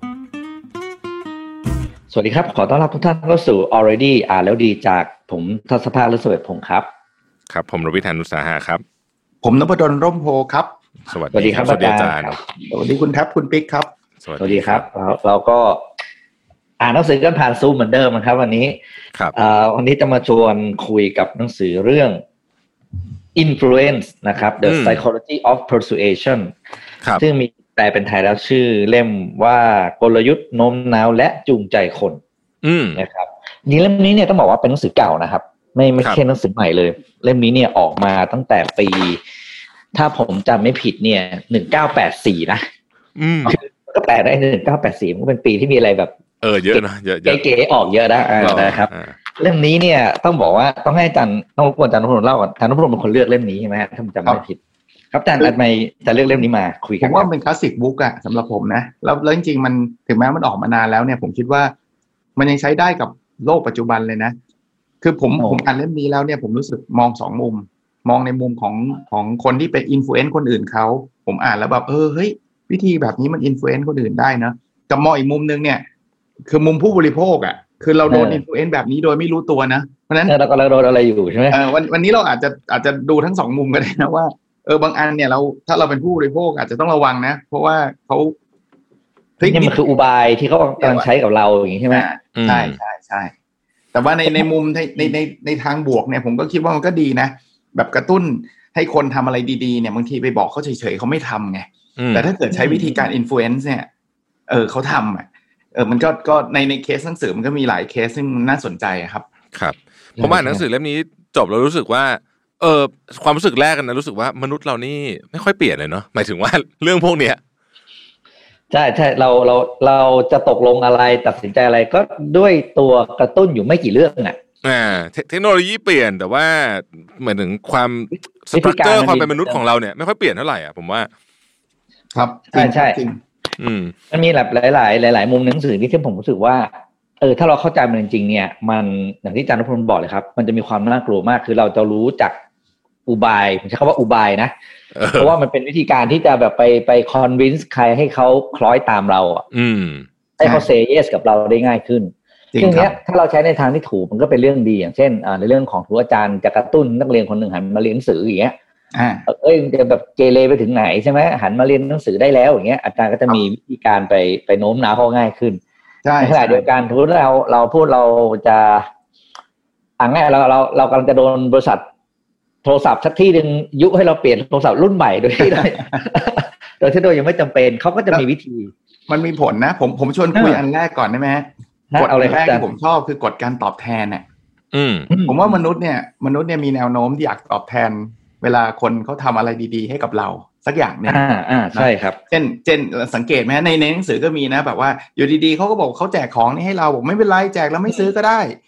สวัสดีครับขอต้อนรับทุกท่านเข้าสู่ already อ่านแล้วดีจากผมทัศภาค ฤศเวทพงศ์ครับครับผมรวิธานุสาหะครับผมนพดลร่มโพครับสวัสดีครับอาจารย์สวัสดีคุณแท็บคุณปิ๊กครับสวัสดีครับเราก็อ่านหนังสือกันผ่านซูมเหมือนเดิมนะครับวันนี้ครับวันนี้จะมาชวนคุยกับหนังสือเรื่อง influence นะครับ The Psychology of Persuasion ซึ่งมีแปลเป็นไทยแล้วชื่อเล่มว่ากลยุทธ์โน้มน้าวและจูงใจคนนะครับนี่เล่มนี้เนี่ยต้องบอกว่าเป็นหนังสือเก่านะครับไม่ไม่ใช่หนังสือใหม่เลยเล่มนี้เนี่ยออกมาตั้งแต่ปีถ้าผมจำไม่ผิดเนี่ยหนึ่งเก้าแปดสี่นะก็แปลได้หนึ่งเก้าแปดสี่มันก็เป็นปีที่มีอะไรแบบเออเยอะนะเยอะเก๋ๆออกเยอะนะนะครับเล่มนี้เนี่ยต้องบอกว่าต้องให้อาจารย์ต้องรบกวนอาจารย์นพดลเล่าก่อนอาจารย์นพดลเป็นคนเลือกเล่มนี้ใช่ไหมถ้าผมจำไม่ผิดครับอาจารย์ทำไมจะเลือกเล่มนี้มาคุยกันผมว่าเป็นคลาสสิกบุ๊กอะสำหรับผมนะแล้วแล้วจริงๆมันถึงแม้มันออกมานานแล้วเนี่ยผมคิดว่ามันยังใช้ได้กับโลกปัจจุบันเลยนะคือผมผมอ่านเล่มนี้แล้วเนี่ยผมรู้สึกมองสองมุมมองในมุมของของคนที่เป็นอินฟลูเอนซ์คนอื่นเขาผมอ่านแล้วแบบเออเฮ้ยวิธีแบบนี้มันอินฟลูเอนซ์คนอื่นได้นะกับมองอีกมุมนึงเนี่ยคือมุมผู้บริโภคอ่ะคือเราโดนอินฟลูเอนซ์แบบนี้โดยไม่รู้ตัวนะเพราะฉะนั้นเรากำลังโดนอะไรอยู่ใช่ไหมเออวันวันนี้เราอาจจะอาจจะดูทั้งสองมุมก็ได้นะว่าเออบางอันเนี่ยเราถ้าเราเป็นผู้บริโภคอาจจะต้องระวังนะเพราะว่าเขานี่มันคืออุบายที่เขากำลังใช้กับเราอย่างนี้ใช่ไหมใช่ใช่ใช่แต่ว่าในในมุมในในในในทางบวกเนี่ยผมก็คิดว่ามันก็ดีนะแบบกระตุ้นให้คนทำอะไรดีๆเนี่ยบางทีไปบอกเขาเฉยๆเขาไม่ทำไงแต่ถ้าเกิดใช้วิธีการอินฟลูเอนซ์เนี่ยเออเขาทำอ่ะเออมันก็ก็ในในเคสหนังสือมันก็มีหลายเคสซึ่งน่าสนใจครับครับผมอ่านหนังสือเล่มนี้จบแล้วรู้สึกว่าเออความรู้สึกแรกกันนะรู้สึกว่ามนุษย์เรานี่ไม่ค่อยเปลี่ยนเลยเนาะหมายถึงว่าเรื่องพวกเนี้ยใช่ใช่เราเราเราจะตกลงอะไรตัดสินใจอะไรก็ด้วยตัวกระตุ้นอยู่ไม่กี่เรื่องอ่ะอ่าเทคโนโลยีเปลี่ยนแต่ว่าเหมือนถึงความสตรัคเจอร์ความเป็นมนุษย์ของเราเนี่ยไม่ค่อยเปลี่ยนเท่าไหร่อ่ะผมว่าครับใช่ใช่อืมมันมีแบบหลายๆหลายๆมุมหนังสือที่ที่ผมรู้สึกว่าเออถ้าเราเข้าใจมันจริงๆเนี่ยมันอย่างที่อาจารย์นพดลบอกเลยครับมันจะมีความน่ากลัวมากคือเราจะรู้จักอุบายผมใช้คำว่าอุบายนะเพราะว่ามันเป็นวิธีการที่จะแบบไปไปคอนวินส์ใครให้เขาคล้อยตามเราอ่ะให้เขาเซย์เยสกับเราได้ง่ายขึ้นซึ่งเนี้ยถ้าเราใช้ในทางที่ถูกมันก็เป็นเรื่องดีอย่างเช่นในเรื่องของครูอาจารย์จะกระตุ้นนักเรียนคนหนึ่งหันมาเรียนหนังสืออย่างเงี้ยเอ้ยจะแบบเกเรไปถึงไหนใช่ไหมหันมาเรียนหนังสือได้แล้วอย่างเงี้ยอาจารย์ก็จะมีวิธีการไปไปโน้มน้าวเขาง่ายขึ้นในขณะเดียวกันทุกเราเราพูดเราจะอ่าง่ายเราเราเรากำลังจะโดนบริษัทโทรศัพท์สักที่นึงยุให้เราเปลี่ยนโทรศัพท์รุ่นใหม่โดยที่โดยโดยที่โดยยังไม่จำเป็นเขาก็จะมีวิธีมันมีผลนะผมผมชวนคุยอันแรกก่อนได้ไหมกฎแรกที่ผมชอบคือกฎการตอบแทนเนี่ยผมว่ามนุษย์เนี่ยมนุษย์เนี่ยมีแนวโน้มที่อยากตอบแทนเวลาคนเขาทำอะไรดีๆให้กับเราสักอย่างเนี่ยอ่าอ่าใช่ครับเช่นเช่นสังเกตไหมในในหนังสือก็มีนะแบบว่าอยู่ดีๆเขาก็บอกเขาแจกของนี่ให้เราบอกไม่เป็นไรแจกแล้วไม่ซื้อก็ได้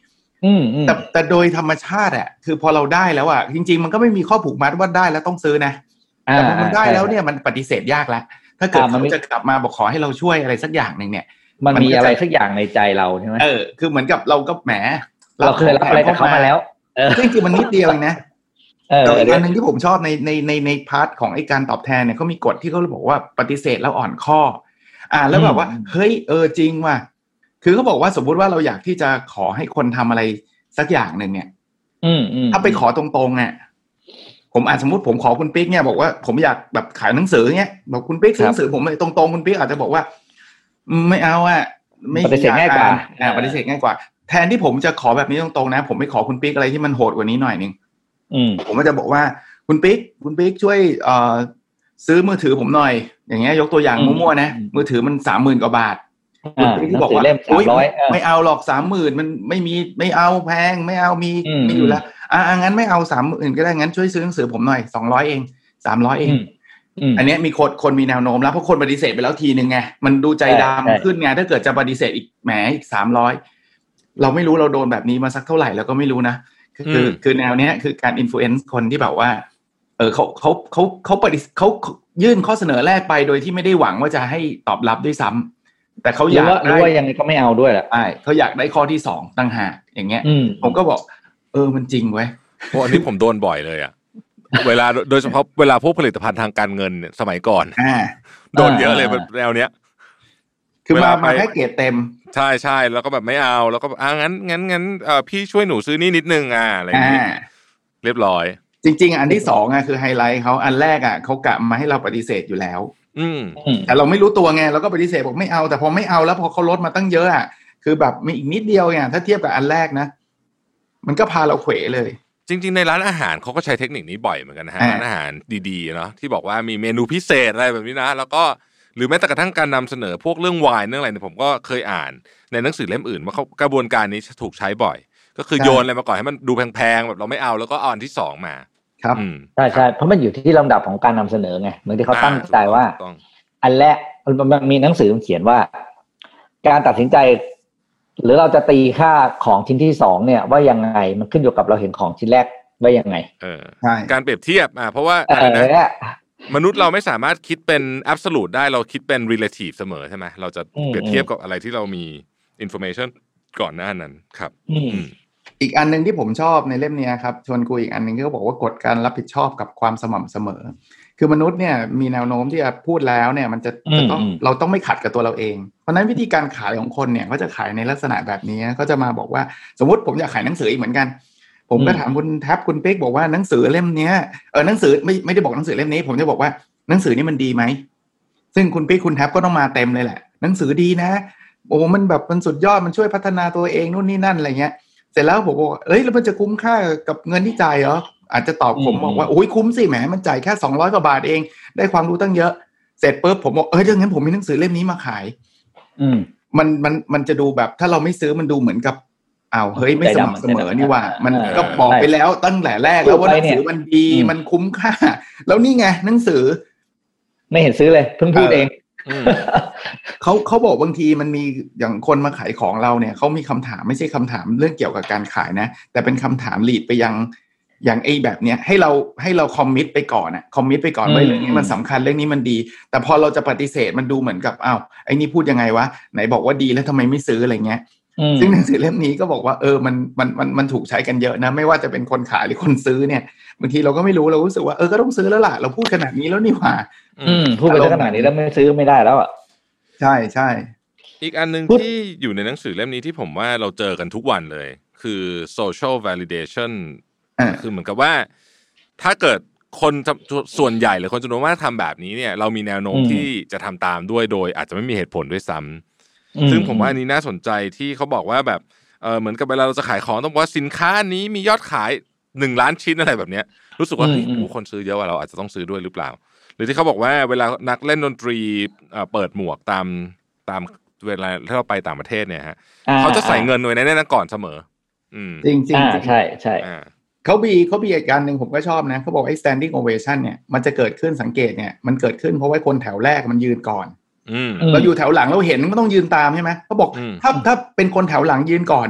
แต่แต่โดยธรรมชาติอ่ะคือพอเราได้แล้วอ่ะจริงๆมันก็ไม่มีข้อผูกมัดว่าได้แล้วต้องซื้อนะแต่พอมันได้แล้วเนี่ยมันปฏิเสธยากแล้วถ้าเกิดเขาจะกลับมาบอกขอให้เราช่วยอะไรสักอย่างนึงเนี่ยมันมีอะไรสักอย่างในใจเราใช่ไหมเออคือเหมือนกับเราก็แหมเราเคยรับอะไรจากเขามาแล้วจริงๆมันนิดเดียวเองนะแต่อีกอันนึงที่ผมชอบในในในในพาร์ทของไอ้การตอบแทนเนี่ยเขามีกฎที่เขาบอกว่าปฏิเสธแล้วอ่อนข้ออ่าแล้วแบบว่าเฮ้ยเออจริงว่ะคือเขาบอกว่าสมมุติว่าเราอยากที่จะขอให้คนทำอะไรสักอย่างหนึ่งเนี่ยถ้าไปขอตรงๆเนี่ยผมอาจสมมติผมขอคุณปิ๊กเนี่ยบอกว่าผมอยากแบบขายหนังสือเนี่ยบอกคุณปิ๊กซื้อหนังสือผมตรงๆคุณปิ๊กอาจจะบอกว่าไม่เอาอ่ะไม่ปฏิเสธง่ายกว่าอ่าปฏิเสธง่ายกว่าแทนที่ผมจะขอแบบนี้ตรงๆนะผมไม่ขอคุณปิ๊กอะไรที่มันโหดกว่านี้หน่อยนึงผมก็จะบอกว่าคุณปิ๊กคุณปิ๊กช่วยเอ่อซื้อมือถือผมหน่อยอย่างเงี้ยยกตัวอย่างมั่วๆนะมือถือมันสามหมื่นกว่าบาทคุณปิ๊กที่บอกว่าอุ๊ยไม่เอาหรอกสามหมื่นมันไม่มีไม่เอาแพงไม่เอามีมีอยู่แล้วอ่างั้นไม่เอาสามหมื่นก็ได้งั้นช่วยซื้อหนังสือผมหน่อยสองร้อยเองสามร้อยเองอันนี้มีคนคนมีแนวโน้มแล้วเพราะคนปฏิเสธไปแล้วทีนึงไงมันดูใจดำขึ้นไงถ้าเกิดจะปฏิเสธอีกแหมอีกสามร้อยเราไม่รู้เราโดนแบบนี้มาสักเท่าไหร่แล้วก็ไม่รู้นะคือคือแนวเนี้ยคือการอิมโฟเอนซ์คนที่แบบว่าเออเขาเขาเขาเขาปฏิเขายื่นข้อเสนอแรกไปโดยที่ไม่ได้หวังว่าจะให้ตอบรับด้วยซ้ำแต่เขาอยากได้ว่ายังไงก็ไม่เอาด้วยแหละใช่เขาอยากได้ข้อที่สองต่างหากอย่างเงี้ยผมก็บอกเออมันจริงเว้ยโอ้อันนี้ผมโดนบ่อยเลยอ่ะเวลาโดยเฉพาะเวลาพวกผลิตภัณฑ์ทางการเงินเนี่ยสมัยก่อนโดนเยอะเลยแนวเนี้ยคือมามาแค่เกรดเต็มใช่ใช่แล้วก็แบบไม่เอาแล้วก็อ่างั้นงั้นงั้นเอ่อพี่ช่วยหนูซื้อนี่นิดนึงอ่ะอะไรอย่างงี้เรียบร้อยจริงๆอันที่สองอ่ะคือไฮไลท์เขาอันแรกอ่ะเขากะมาให้เราปฏิเสธอยู่แล้วอืมแต่เราไม่รู้ตัวไงเราก็ปฏิเสธบอกไม่เอาแต่พอไม่เอาแล้วพอเขาลดมาตั้งเยอะอ่ะคือแบบมีอีกนิดเดียวเนี่ยถ้าเทียบกับอันแรกนะมันก็พาเราเขวเลยจริงๆในร้านอาหารเขาก็ใช้เทคนิคนี้บ่อยเหมือนกันนะฮะร้านอาหารดีๆเนาะที่บอกว่ามีเมนูพิเศษอะไรแบบนี้นะแล้วก็หรือแม้แต่กระทั่งการนำเสนอพวกเรื่องไวน์เรื่องอะไรเนี่ยผมก็เคยอ่านในหนังสือเล่มอื่นว่าเขากระบวนการนี้ถูกใช้บ่อยก็คือโยนอะไรมาก่อนให้มันดูแพงๆแบบเราไม่เอาแล้วก็เอาอันที่สองมาครับใช่ใช่เพราะมันอยู่ที่ลำดับของการนำเสนอไงเหมือนที่เขาตั้งใจว่าอันแรกมันมีหนังสือเขียนว่าการตัดสินใจหรือเราจะตีค่าของชิ้นที่สองเนี่ยว่ายังไงมันขึ้นอยู่กับเราเห็นของชิ้นแรกว่ายังไงเออการเปรียบเทียบอ่ะเพราะว่าอะไรนะมนุษย์เราไม่สามารถคิดเป็น absolute ได้เราคิดเป็น relative เสมอใช่ไหมเราจะเปรียบเทียบกับอะไรที่เรามี information ก่อนหน้านั้นครับอีกอันนึงที่ผมชอบในเล่มนี้ครับชวนคุยอีกอันนึงที่เขาบอกว่ากฎการรับผิดชอบกับความสม่ำเสมอคือมนุษย์เนี่ยมีแนวโน้มที่จะพูดแล้วเนี่ยมันจะจะต้องเราต้องไม่ขัดกับตัวเราเองเพราะนั้นวิธีการขายของคนเนี่ยเขาจะขายในลักษณะแบบนี้ก็จะมาบอกว่าสมมติผมอยากขายหนังสืออีกเหมือนกันผมก็ถามคุณแท็บคุณเป๊กบอกว่าหนังสือเล่มนี้เออหนังสือไม่ไม่ได้บอกหนังสือเล่มนี้ผมจะบอกว่าหนังสือนี่มันดีไหมซึ่งคุณเป๊กคุณแท็บก็ต้องมาเต็มเลยแหละหนังสือดีนะโอ้มันแบบมันสุดยอดมันช่วยพัฒนาตัวเองนู่นนี่นั่นอะไรเงี้ยเสร็จแล้วผมบอกเอ้ยแล้วมันจะคุ้มค่ากับเงินที่จ่ายเหรออาจจะตอบผมบอกว่าโอ้ยคุ้มสิแหมมันจ่ายแค่สองร้อยกว่าบาทเองได้ความรู้ตั้งเยอะเสร็จปุ๊บผมบอกเอ้ยถ้างั้นผมมีหนังสือเล่มนี้มาขายอืมมันมันมันจะดูแบบถ้าเราไม่ซื้อมันดูเหมือนกับอ้าวเฮ้ยไม่สม่ำเสมอนี่ว่ามันก็บอกไปแล้วตั้งแต่แรกแล้วว่าหนังสือมันดีมันคุ้มค่าแล้วนี่ไงหนังสือไม่เห็นซื้อเลยเพิ่งพูดเองเขาเขาบอกบางทีมันมีอย่างคนมาขายของเราเนี่ยเขามีคำถามไม่ใช่คำถามเรื่องเกี่ยวกับการขายนะแต่เป็นคำถามลีดไปยังอย่างไอ้แบบเนี้ยให้เราให้เราคอมมิตไปก่อนอะคอมมิตไปก่อนว่าเรื่องนี้มันสำคัญเรื่องนี้มันดีแต่พอเราจะปฏิเสธมันดูเหมือนกับอ้าวไอ้นี่พูดยังไงวะไหนบอกว่าดีแล้วทำไมไม่ซื้ออะไรเงี้ยซึ่งหนังสือเล่มนี้ก็บอกว่าเออมันมันมันมันถูกใช้กันเยอะนะไม่ว่าจะเป็นคนขายหรือคนซื้อเนี่ยบางทีเราก็ไม่รู้เรารู้สึกว่าเออก็ต้องซื้อแล้วล่ะเราพูดขนาดนี้แล้วนี่หว่าพูดไปขนาดนี้แล้วไม่ซื้อไม่ได้แล้วอ่ะใช่ใช่อีกอันนึงที่อยู่ในหนังสือเล่มนี้ที่ผมว่าเราเจอกันทุกวันเลยคือ social validation คือเหมือนกับว่าถ้าเกิดคนส่วนใหญ่หรือคนจำนวนมากทำแบบนี้เนี่ยเรามีแนวโน้มที่จะทำตามด้วยโดยอาจจะไม่มีเหตุผลด้วยซ้ำซึ่งผมว่าอันนี้น่าสนใจที่เขาบอกว่าแบบเออเหมือนกับเวลาเราจะขายของต้องบอกว่าสินค้านี้มียอดขายหนึ่งล้านชิ้นอะไรแบบเนี้ยรู้สึกว่าเฮ้ยคนซื้อเยอะกว่าเราอาจจะต้องซื้อด้วยหรือเปล่าหรือที่เขาบอกว่าเวลานักเล่นดนตรีเปิดหมวกตามตามเวลาที่เราไปต่างประเทศเนี่ยฮะเขาจะใส่เงินไว้ในนั้นก่อนเสมอจริงจริงใช่ใช่เขาบีเขาบีอีกการหนึ่งผมก็ชอบนะเขาบอกไอ้ standing ovation เนี่ยมันจะเกิดขึ้นสังเกตเนี่ยมันเกิดขึ้นเพราะว่าคนแถวแรกมันยืนก่อนเราอยู่แถวหลังเราเห็นมันต้องยืนตามใช่ไหมเขาบอกถ้าถ้าเป็นคนแถวหลังยืนก่อนเนี่ย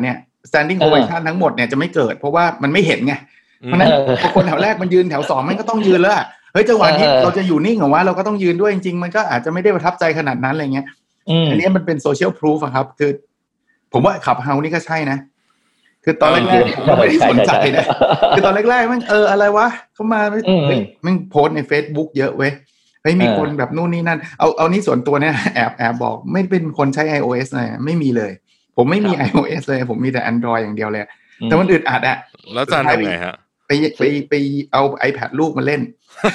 standing ovation ทั้งหมดเนี่ยจะไม่เกิดเพราะว่ามันไม่เห็นไงเพราะนั้นพอคนแถวแรกมันยืนแถวสองมันก็ต้องยืนแล้วเฮ้ยจังหวะนี้เราจะอยู่นิ่งเหรอวะเราก็ต้องยืนด้วยจริงๆมันก็อาจจะไม่ได้ประทับใจขนาดนั้นอะไรเงี้ยอันนี้มันเป็น social proof อะครับคือผมว่าขับเฮานี่ก็ใช่นะคือตอนแรกๆผมไม่ได้สนใจนะคือตอนแรกๆมันเอออะไรวะเขามาเฮ้ยมันโพสใน Facebook เยอะเว้ยเฮ้ยมีคนแบบนู่นนี่นั่นเอาเอานี่ส่วนตัวเนี่ยแอบแอบบอกไม่เป็นคนใช้ iOS เลยไม่มีเลยผมไม่มี iOS เลยผมมีแต่ Android อย่างเดียวเลยแต่มันอึดอัดอะแล้วจะทำไงฮะไปไปไปเอา iPad ลูกมาเล่น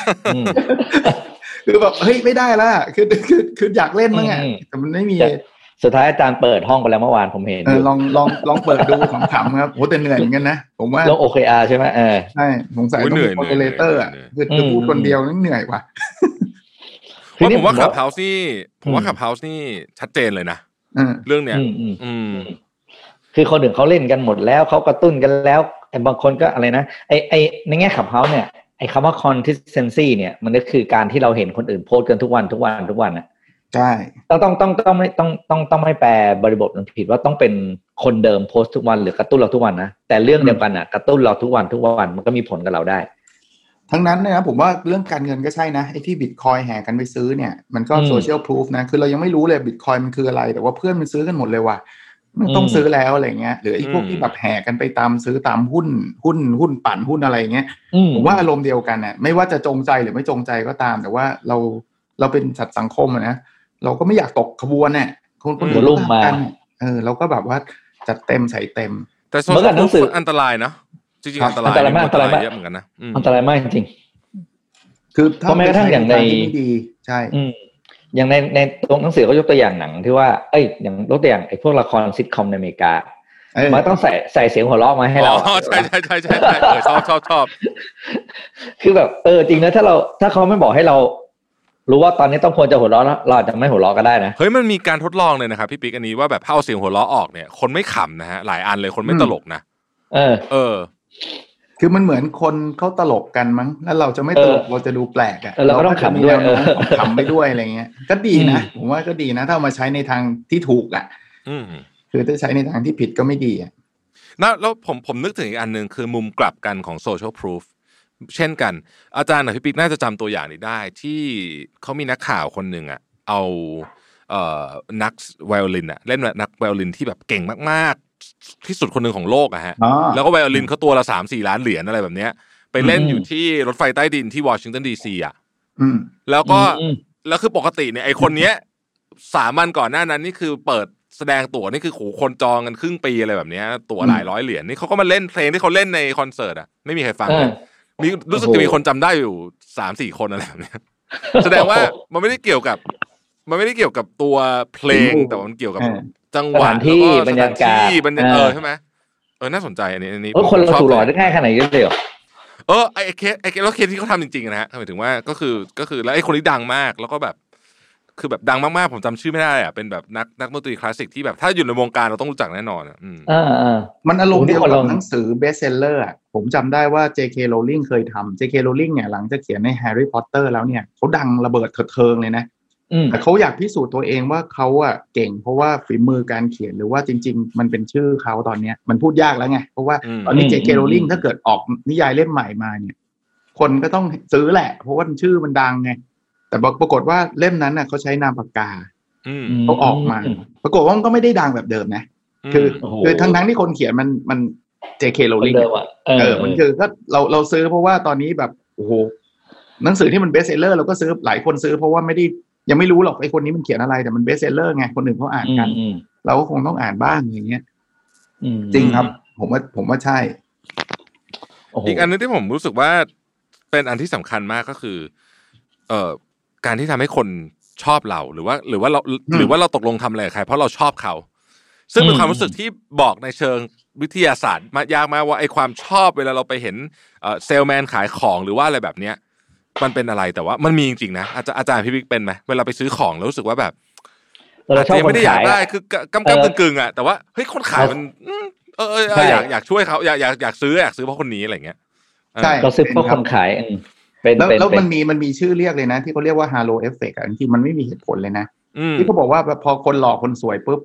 คือแบบเฮ้ยไม่ได้ละคือคือคืออยากเล่นมั้งอ่ะแต่มันไม่มีสุดท้ายอาจารย์เปิดห้องไปแล้วเมื่อวานผมเห็นเออลองลองลองเปิดดูขำๆครับโหแต่เหนื่อยเหมือนกันนะผมว่าลง โอ เค อาร์ ใช่ไหมเออใช่สงสัยต้องเป็นโมเดเลเตอร์อ่ะคือจะพูดคนเดียวนั่นเหนื่อยกว่าเพราะผมว่าขับเฮาส์นี่ผมว่าขับเฮาส์นี่ชัดเจนเลยนะเรื่องเนี้ยคือคนอื่นเขาเล่นกันหมดแล้วเขากระตุ้นกันแล้วไอ้บางคนก็อะไรนะไอ้ไอ้ในแง่ขับเฮาส์เนี่ยไอ้คำว่า consistency เนี่ยมันก็คือการที่เราเห็นคนอื่นโพสต์กันทุกวันทุกวันทุกวันอ่ะใช่ต้องต้องต้องต้องไม่ต้องต้องต้องไม่แปลบริบทมันผิดว่าต้องเป็นคนเดิมโพสต์ทุกวันหรือกระตุ้นเราทุกวันนะแต่เรื่องเดียวกันอ่ะกระตุ้นเราทุกวันทุกวันมันก็มีผลกับเราได้ทั้งนั้นเนี่ยนะผมว่าเรื่องการเงินก็ใช่นะไอ้ที่ Bitcoin แห่กันไปซื้อเนี่ยมันก็ social proof นะคือเรายังไม่รู้เลย Bitcoin มันคืออะไรแต่ว่าเพื่อนมันซื้อกันหมดเลยว่ะมันต้องซื้อแล้วอะไรเงี้ยหรือไอ้พวกที่แบบแห่กันไปตามซื้อตามหุ้นหุ้นหุ้นปั่นหุ้นอะไรเงี้ยผมว่าอารมณ์เดียวกันน่ะไม่ว่าจะจงใจหรือไม่จงใจก็ตามแต่ว่าเราเราเป็นสัตว์สังคมอ่ะนะเราก็ไม่อยากตกขบวนเนี่ยคนคนอื่นรุ่มมาเออเราก็แบบว่าจัดเต็มใส่เต็มแต่โซเชียลมีเดียอันตรายนะจริงๆอันตรายอันตรายมากเยอะเหมือนกันนะอันตรายมากจริงคือถ้าแม้กระทั่งอย่างในดีใช่อย่างในในตรงหนังสือเขายกตัวอย่างหนังที่ว่าเอ้ยอย่างยกตัวอย่างไอ้พวกละครซิทคอมในอเมริกามันต้องใส่ใส่เสียงหัวเราะมาให้เราอ๋อใช่ใช่ใช่ใช่เออชอบชอบชอบคือแบบเออจริงนะถ้าเราถ้าเขาไม่บอกให้เรารู้ว่าตอนนี้ต้องควรจะหัวเราะแล้วเราอาจจะไม่หัวเราะก็ได้นะเฮ้ยมันมีการทดลองเลยนะครับพี่ปิ๊กอันนี้ว่าแบบถ้าเอาเสียงหัวเราะออกเนี่ยคนไม่ขำนะฮะหลายอันเลยคนไม่ตลกนะเออเออคือมันเหมือนคนเขาตลกกันมั้งแล้วเราจะไม่ตลกเราจะดูแปลกอ่ะเราก็ต้องขำด้วยขำไปด้วยอะไรเงี้ยก็ดีนะผมว่าก็ดีนะถ้าเอามาใช้ในทางที่ถูกอ่ะคือถ้าใช้ในทางที่ผิดก็ไม่ดีอ่ะนะแล้วผมผมนึกถึงอีกอันนึงคือมุมกลับกันของ social proof เช่นกันอาจารย์กับพี่ปิ๊กน่าจะจำตัวอย่างนี้ได้ที่เขามีนักข่าวคนหนึ่งอ่ะเอาเอ่อนักไวโอลินอ่ะเล่นนักไวโอลินที่แบบเก่งมากๆที่สุดคนหนึ่งของโลกอะฮะแล้วก็ไวโอลินเขาตัวละ สามสี่ ล้านเหรียญอะไรแบบเนี้ยไปเล่นอยู่ที่รถไฟใต้ดินที่วอชิงตันดีซีอ่ะแล้วก็แล้วคือปกติเนี่ยไอคนเนี้ยสามวันก่อนหน้านั้นนี่คือเปิดแสดงตั๋วนี่คือโหคนจองกันครึ่งปีอะไรแบบเนี้ยตั๋วหลายร้อยเหรียญนี่เขาก็มาเล่นเพลงที่เขาเล่นในคอนเสิร์ตอ่ะไม่มีใครฟังเลยมีรู้สึกจะมีคนจำได้อยู่ สามสี่ คนอะไรแบบเนี้ยแสดงว่ามันไม่ได้เกี่ยวกับมันไม่ได้เกี่ยวกับตัวเพลงแต่มันเกี่ยวกับจังหวะที่บรรยากาศบรรยากาศเออใช่ไหมเออน่าสนใจอันนี้อันนี้คนเราถูกหลอกได้ง่ายขนาดนี้เลยเหรอเออไอ้เคสไอ้แล้วเคสที่เขาทำจริงๆนะฮะหมายถึงว่าก็คือก็คือแล้วไอ้คนนี้ดังมากแล้วก็แบบคือแบบดังมากๆผมจำชื่อไม่ได้อ่ะเป็นแบบนักนักดนตรีคลาสสิกที่แบบถ้าอยู่ในวงการเราต้องรู้จักแน่นอนอ่ะอ่ามันอารมณ์เดียวกับหนังสือเบสเซลเลอร์อ่ะผมจำได้ว่า เจ เค Rowling เคยทำ เจ เค Rowling เนี่ยหลังจากเขียนใน Harry Potter แล้วเนี่ยเขาดังระเบิดเถิดเทิงเลยนะแต่เขาอยากพิสูจน์ตัวเองว่าเขาอ่ะเก่งเพราะว่าฝีมือการเขียนหรือว่าจริงๆมันเป็นชื่อเขาตอนเนี้ยมันพูดยากแล้วไงเพราะว่าตอนนี้ เจ เค Rowling ถ้าเกิดออกนิยายเล่มใหม่มาเนี่ยคนก็ต้องซื้อแหละเพราะว่าชื่อมันดังไงแต่ปรากฏว่าเล่มนั้นน่ะเขาใช้นามปากกาเขาออกมาปรากฏว่ามันก็ไม่ได้ดังแบบเดิมนะคือคือทั้งทั้งที่คนเขียนมันมัน เจ เค Rowling เออมันคือก็เราเราซื้อเพราะว่าตอนนี้แบบโอ้โหหนังสือที่มันเบสเซลเลอร์เราก็ซื้อหลายคนซื้อเพราะว่าไม่ได้ยังไม่รู้หรอกไอ้คนนี้มันเขียนอะไรแต่มันเบสเซลเลอร์ไงคนอื่นเขาอ่านกันเราก็คงต้องอ่านบ้างอย่างเงี้ยจริงครับผมว่าผมว่าใช่อีกอันนึงที่ผมรู้สึกว่าเป็นอันที่สำคัญมากก็คือเอ่อการที่ทำให้คนชอบเราหรือว่าหรือว่าเราหรือว่าเราตกลงทำอะไรกับใครเพราะเราชอบเขาซึ่งเป็นความรู้สึกที่บอกในเชิงวิทยาศาสตร์มายากมากว่าไอ้ความชอบเวลาเราไปเห็นเอ่อเซลแมนขายของหรือว่าอะไรแบบเนี้ยมันเป็นอะไรแต่ว่ามันมีจริงๆนะอาจารย์อาจารย์พี่บิ๊กเป็นไหมเวลาไปซื้อของแล้วรู้สึกว่าแบบอาจจะไม่ได้อยากได้คือกำกำกึ่งๆอ่ะแต่ว่าเฮ้ยคนขายมันเอออยากอยากช่วยเขาอยากอยากอยากซื้ออยากซื้อเพราะคนนี้อะไรเงี้ยใช่เราซื้อเพราะคนขายเป็นแล้วแล้วมันมีมันมีชื่อเรียกเลยนะที่เขาเรียกว่าฮาโลเอฟเฟกต์อ่ะจริงๆมันไม่มีเหตุผลเลยนะที่เขาบอกว่าพอคนหล่อคนสวยปุ๊บ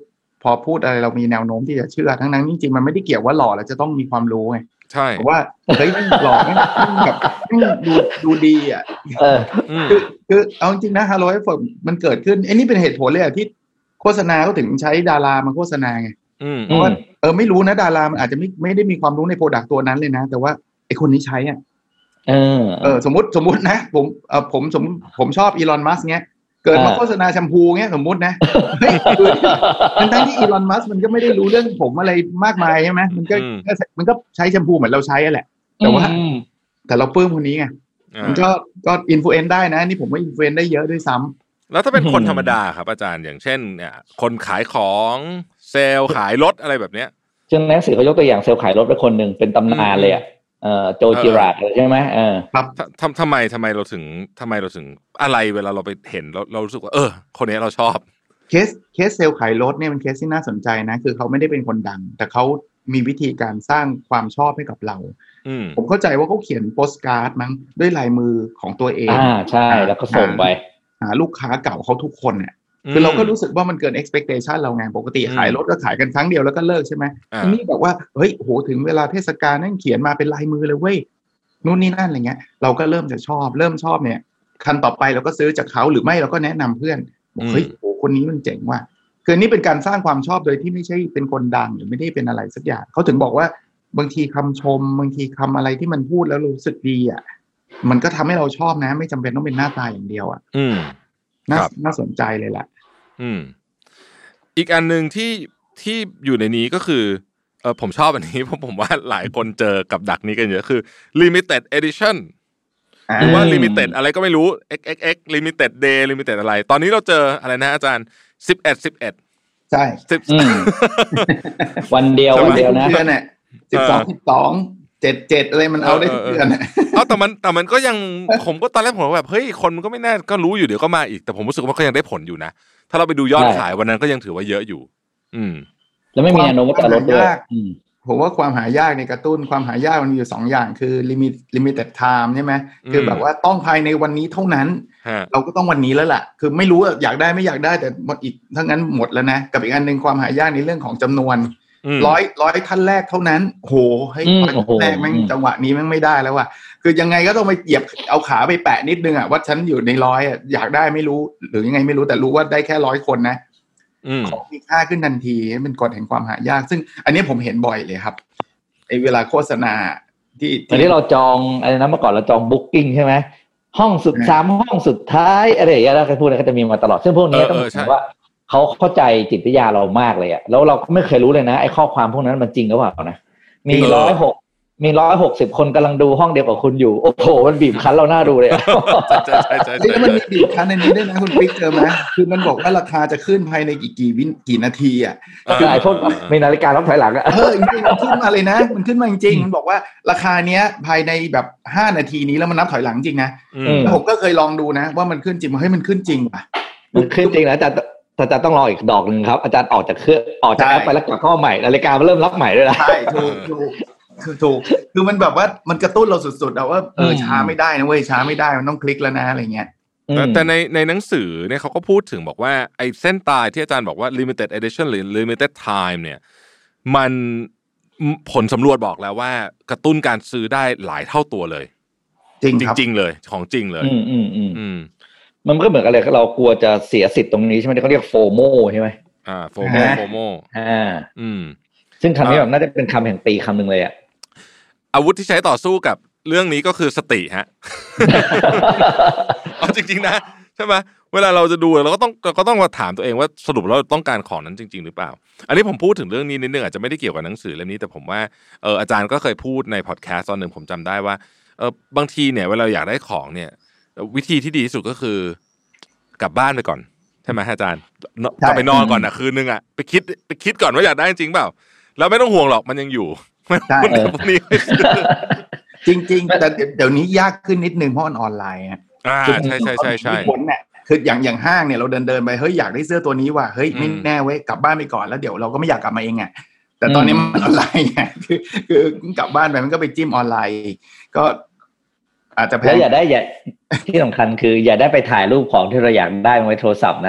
พอพูดอะไรเรามีแนวโน้มที่จะเชื่อทั้งนั้นจริงๆมันไม่ได้เกี่ยวว่าหล่อแล้วจะต้องมีความรู้ไงใช่เพราะว่าเฮ้ยมันหล่อมันแบบดูดูดีอ่ะคือคือเอาจริงๆนะ Hello Effort มันเกิดขึ้นไอ้นี่เป็นเหตุผลเลยอ่ะที่โฆษณาเขาถึงใช้ดารามาโฆษณาไงเพราะว่าเออไม่รู้นะดารามันอาจจะไม่ไม่ได้มีความรู้ในโปรดักต์ตัวนั้นเลยนะแต่ว่าไอ้คนนี้ใช้อ่ะเออเออสมมติสมมตินะผมเออผมสมผมชอบอีลอนมัสก์เงี้ยเกิดมาโฆษณาแชมพูเงี้ยสมมตินะเฮ้ยคือทั้งที่อีลอนมัสก์มันก็ไม่ได้รู้เรื่องผมอะไรมากมายใช่ไหมมันก็มันก็ใช้แชมพูเหมือนเราใช้แหละแต่ว่าแต่เราปลื้มคนนี้ไงมันก็ก็อินฟลูเอนซ์ได้นะนี่ผมว่าอินฟลูเอนซ์ได้เยอะด้วยซ้ำแล้วถ้าเป็นคนธรรมดาครับอาจารย์อย่างเช่นเนี่ยคนขายของเซลล์ขายรถอะไรแบบเนี้ยซึ่งหนังสือเขายกตัวอย่างเซลล์ขายรถไปคนหนึ่งเป็นตำนานเลยอ่ะเอ่อโจจิราดใช่ไหมเออครับทำทำไมทำไมเราถึงทำไมเราถึงอะไรเวลาเราไปเห็นเราเรารู้สึกว่าเออคนนี้เราชอบเคสเคสเซลล์ขายรถเนี่ยเป็นเคสที่น่าสนใจนะคือเขาไม่ได้เป็นคนดังแต่เขามีวิธีการสร้างความชอบให้กับเราผมเข้าใจว่าเขาเขียนโปสการ์ดมั้งด้วยลายมือของตัวเองอ่าใช่แล้วก็ส่งไปหาลูกค้าเก่าเขาทุกคนเนี่ยคือเราก็รู้สึกว่ามันเกิน expectation เราไงปกติขายรถก็ขายกันครั้งเดียวแล้วก็เลิกใช่ไหมทีนี้บอกว่าเฮ้ยโหถึงเวลาเทศกาลนั่นเขียนมาเป็นลายมือเลยเว้ยนู่นนี่นั่นอะไรเงี้ยเราก็เริ่มจะชอบเริ่มชอบเนี่ยคันต่อไปเราก็ซื้อจากเขาหรือไม่เราก็แนะนำเพื่อนบอกเฮ้ยโหคนนี้มันเจ๋งว่ะคือนี่เป็นการสร้างความชอบโดยที่ไม่ใช่เป็นคนดังหรือไม่ได้เป็นอะไรสักอย่างเขาถึงบอกว่าบางทีคำชมบางทีคำอะไรที่มันพูดแล้วรู้สึกดีอ่ะมันก็ทำให้เราชอบนะไม่จำเป็นต้องเป็นหน้าตาอย่างเดียวอ่ะอืมน่าน่าสนใจเลยแหละอืมอีกอันนึงที่ที่อยู่ในนี้ก็คือเออผมชอบอันนี้เพราะผมว่าหลายคนเจอกับดักนี้กันเยอะคือ limited edition หรือว่า limited อะไรก็ไม่รู้ เอ็ก เอ็ก เอ็ก limited day limited อะไรตอนนี้เราเจออะไรนะอาจารย์สิบเอ็ด สิบเอ็ดใช่สิบวันเดียววันเดียวนะเดือนน่ะสิบสอง สิบสองเจ็ด เจ็ดอะไรมันเอาได้ทุกเดือนน่ะเอ้าแต่มันแต่มันก็ยังผมก็ตอนแรกผมแบบเฮ้ยคนมันก็ไม่แน่ก็รู้อยู่เดี๋ยวก็มาอีกแต่ผมรู้สึกว่ามันก็ยังได้ผลอยู่นะถ้าเราไปดูยอดขายวันนั้นก็ยังถือว่าเยอะอยู่อืมแล้วไม่มีแนวโน้มว่าจะลดด้วยผมว่าความหายากในกระตุ้นความหายากมันมีอยู่สองอย่างคือ limit limited time ใช่ไหมคือแบบว่าต้องภายในวันนี้เท่านั้นเราก็ต้องวันนี้แล้วล่ะคือไม่รู้อยากได้ไม่อยากได้แต่หมดอีกทั้งนั้นหมดแล้วนะกับอีกอันนึงความหายากในเรื่องของจำนวนร้อยร้อยท่านแรกเท่านั้นโหให้ร้อยท่านแรกแม่งจังหวะนี้แม่งไม่ได้แล้วว่ะคือยังไงก็ต้องไปเหยียบเอาขาไปแปะนิดนึงอ่ะว่าฉันอยู่ในร้อยอ่ะอยากได้ไม่รู้หรือยังไงไม่รู้แต่รู้ว่าได้แค่ร้อยคนนะของมีค่าขึ้นทันทีเป็นกฎแห่งความหายากซึ่งอันนี้ผมเห็นบ่อยเลยครับไอ้เวลาโฆษณาที่ตอนนี้เราจองอะไรนะเมื่อก่อนเราจองบุ๊กกิ้งใช่ไหมห้องสุดสามห้องสุดท้ายอะไรอย่างเงี้ยแล้วใครพูดอะไรก็จะมีมาตลอดซึ่งพวกนี้ต้องบอกว่าเขาเข้าใจจิตวิทยาเรามากเลยอ่ะแล้วเราก็ไม่เคยรู้เลยนะไอ้ข้อความพวกนั้นมันจริงหรือเปล่านะมีร้อยหกมีร้อยหกสิบคนกำลังดูห้องเดียวกับคุณอยู่โอ้โหมันบีบคั้นเราหน้าดูเลยใช่ใช่ใช่แล้วมันมีบีบคั้นในนี้ด้วยนะคุณปิ๊กเจอไหมคือมันบอกว่าราคาจะขึ้นภายในกี่กี่วิกี่นาทีอ่ะคือไอ้พวกมีนาฬิการับถอยหลังอ่ะเออจริงๆมันขึ้นมาเลยนะมันขึ้นมาจริงๆมันบอกว่าราคาเนี้ยภายในแบบห้านาทีนี้แล้วมันนับถอยหลังจริงนะผมก็เคยลองดูนะว่ามันขึ้นจริงเฮ้ยมันขึ้นจริงป่ะมันขึ้นจริงนะแต่อาจารย์ต้องรออีกดอกนึงครับอาจารย์ออกจากเครื่องออกจากแอปไปแล้วกลับเข้าใหม่นาฬิกามันเริ่มรับใหม่ด้วยนะใช่ถูกถูกคือถูกคือมันแบบว่ามันกระตุ้นเราสุดๆเอาว่าเออช้าไม่ได้นะเว้ยช้าไม่ได้มันต้องคลิกแล้วนะอะไรเงี้ยแต่ในในหนังสือเนี่ยเขาก็พูดถึงบอกว่าไอ้เส้นตายที่อาจารย์บอกว่า limited edition หรือ limited time เนี่ยมันผลสำรวจบอกแล้วว่ากระตุ้นการซื้อได้หลายเท่าตัวเลยจริงครับจริงๆเลยของจริงเลยอืมอืมอืมอืมมันก็เหมือนกันเลยเรากลัวจะเสียสิทธิ์ตรงนี้ใช่ไหมที่เขาเรียกโฟโมใช่ไหมอ่าโฟโมโฟโมอ่าอืมซึ่งคำนี้แบบน่าจะเป็นคำแห่งปีคำหนึ่งเลยอ่ะอาวุธที่ใช้ต่อสู้กับเรื่องนี้ก็คือสติฮะ เอาจริงๆนะใช่ไหมเวลาเราจะดูเราก็ต้องเราก็ต้องมาถามตัวเองว่าสรุปเราต้องการของนั้นจริงๆหรือเปล่าอันนี้ผมพูดถึงเรื่องนี้นิดนึงอาจจะไม่ได้เกี่ยวกับหนังสือเล่มนี้แต่ผมว่าเอออาจารย์ก็เคยพูดในพอดแคสต์ตอนหนึ่งผมจำได้ว่าเออบางทีเนี่ยเวลาอยากได้ของเนี่ยวิธีที่ดีที่สุดก็คือกลับบ้านไปก่อนใช่ไหมอาจารย์กลับไปนอนก่อนนะคืนนึงอ่ะไปคิดไปคิดก่อนว่าอยากได้จริงเปล่าแล้วไม่ต้องห่วงหรอกมันยังอยู่ใช่พวกนี้จริงๆแต่เดี๋ยวนี้ยากขึ้นนิดนึงเพราะออนไลน์อ่ะใช่ใช่ใช่ใช่ผลเนี่ยคืออย่างอย่างห้างเนี่ยเราเดินเดินไปเฮ้ยอยากได้เสื้อตัวนี้ว่ะเฮ้ยไม่แน่เว้ยกลับบ้านไปก่อนแล้วเดี๋ยวเราก็ไม่อยากกลับมาเองอ่ะแต่ตอนนี้มันออนไลน์ไงคือคือกลับบ้านไปมันก็ไปจิ้มออนไลน์ก็อาจจะแพ้แล้วอย่าได้อย่าที่สำคัญคืออย่าได้ไปถ่ายรูปของที่เราอยากได้ไว้โทรศัพท์นะ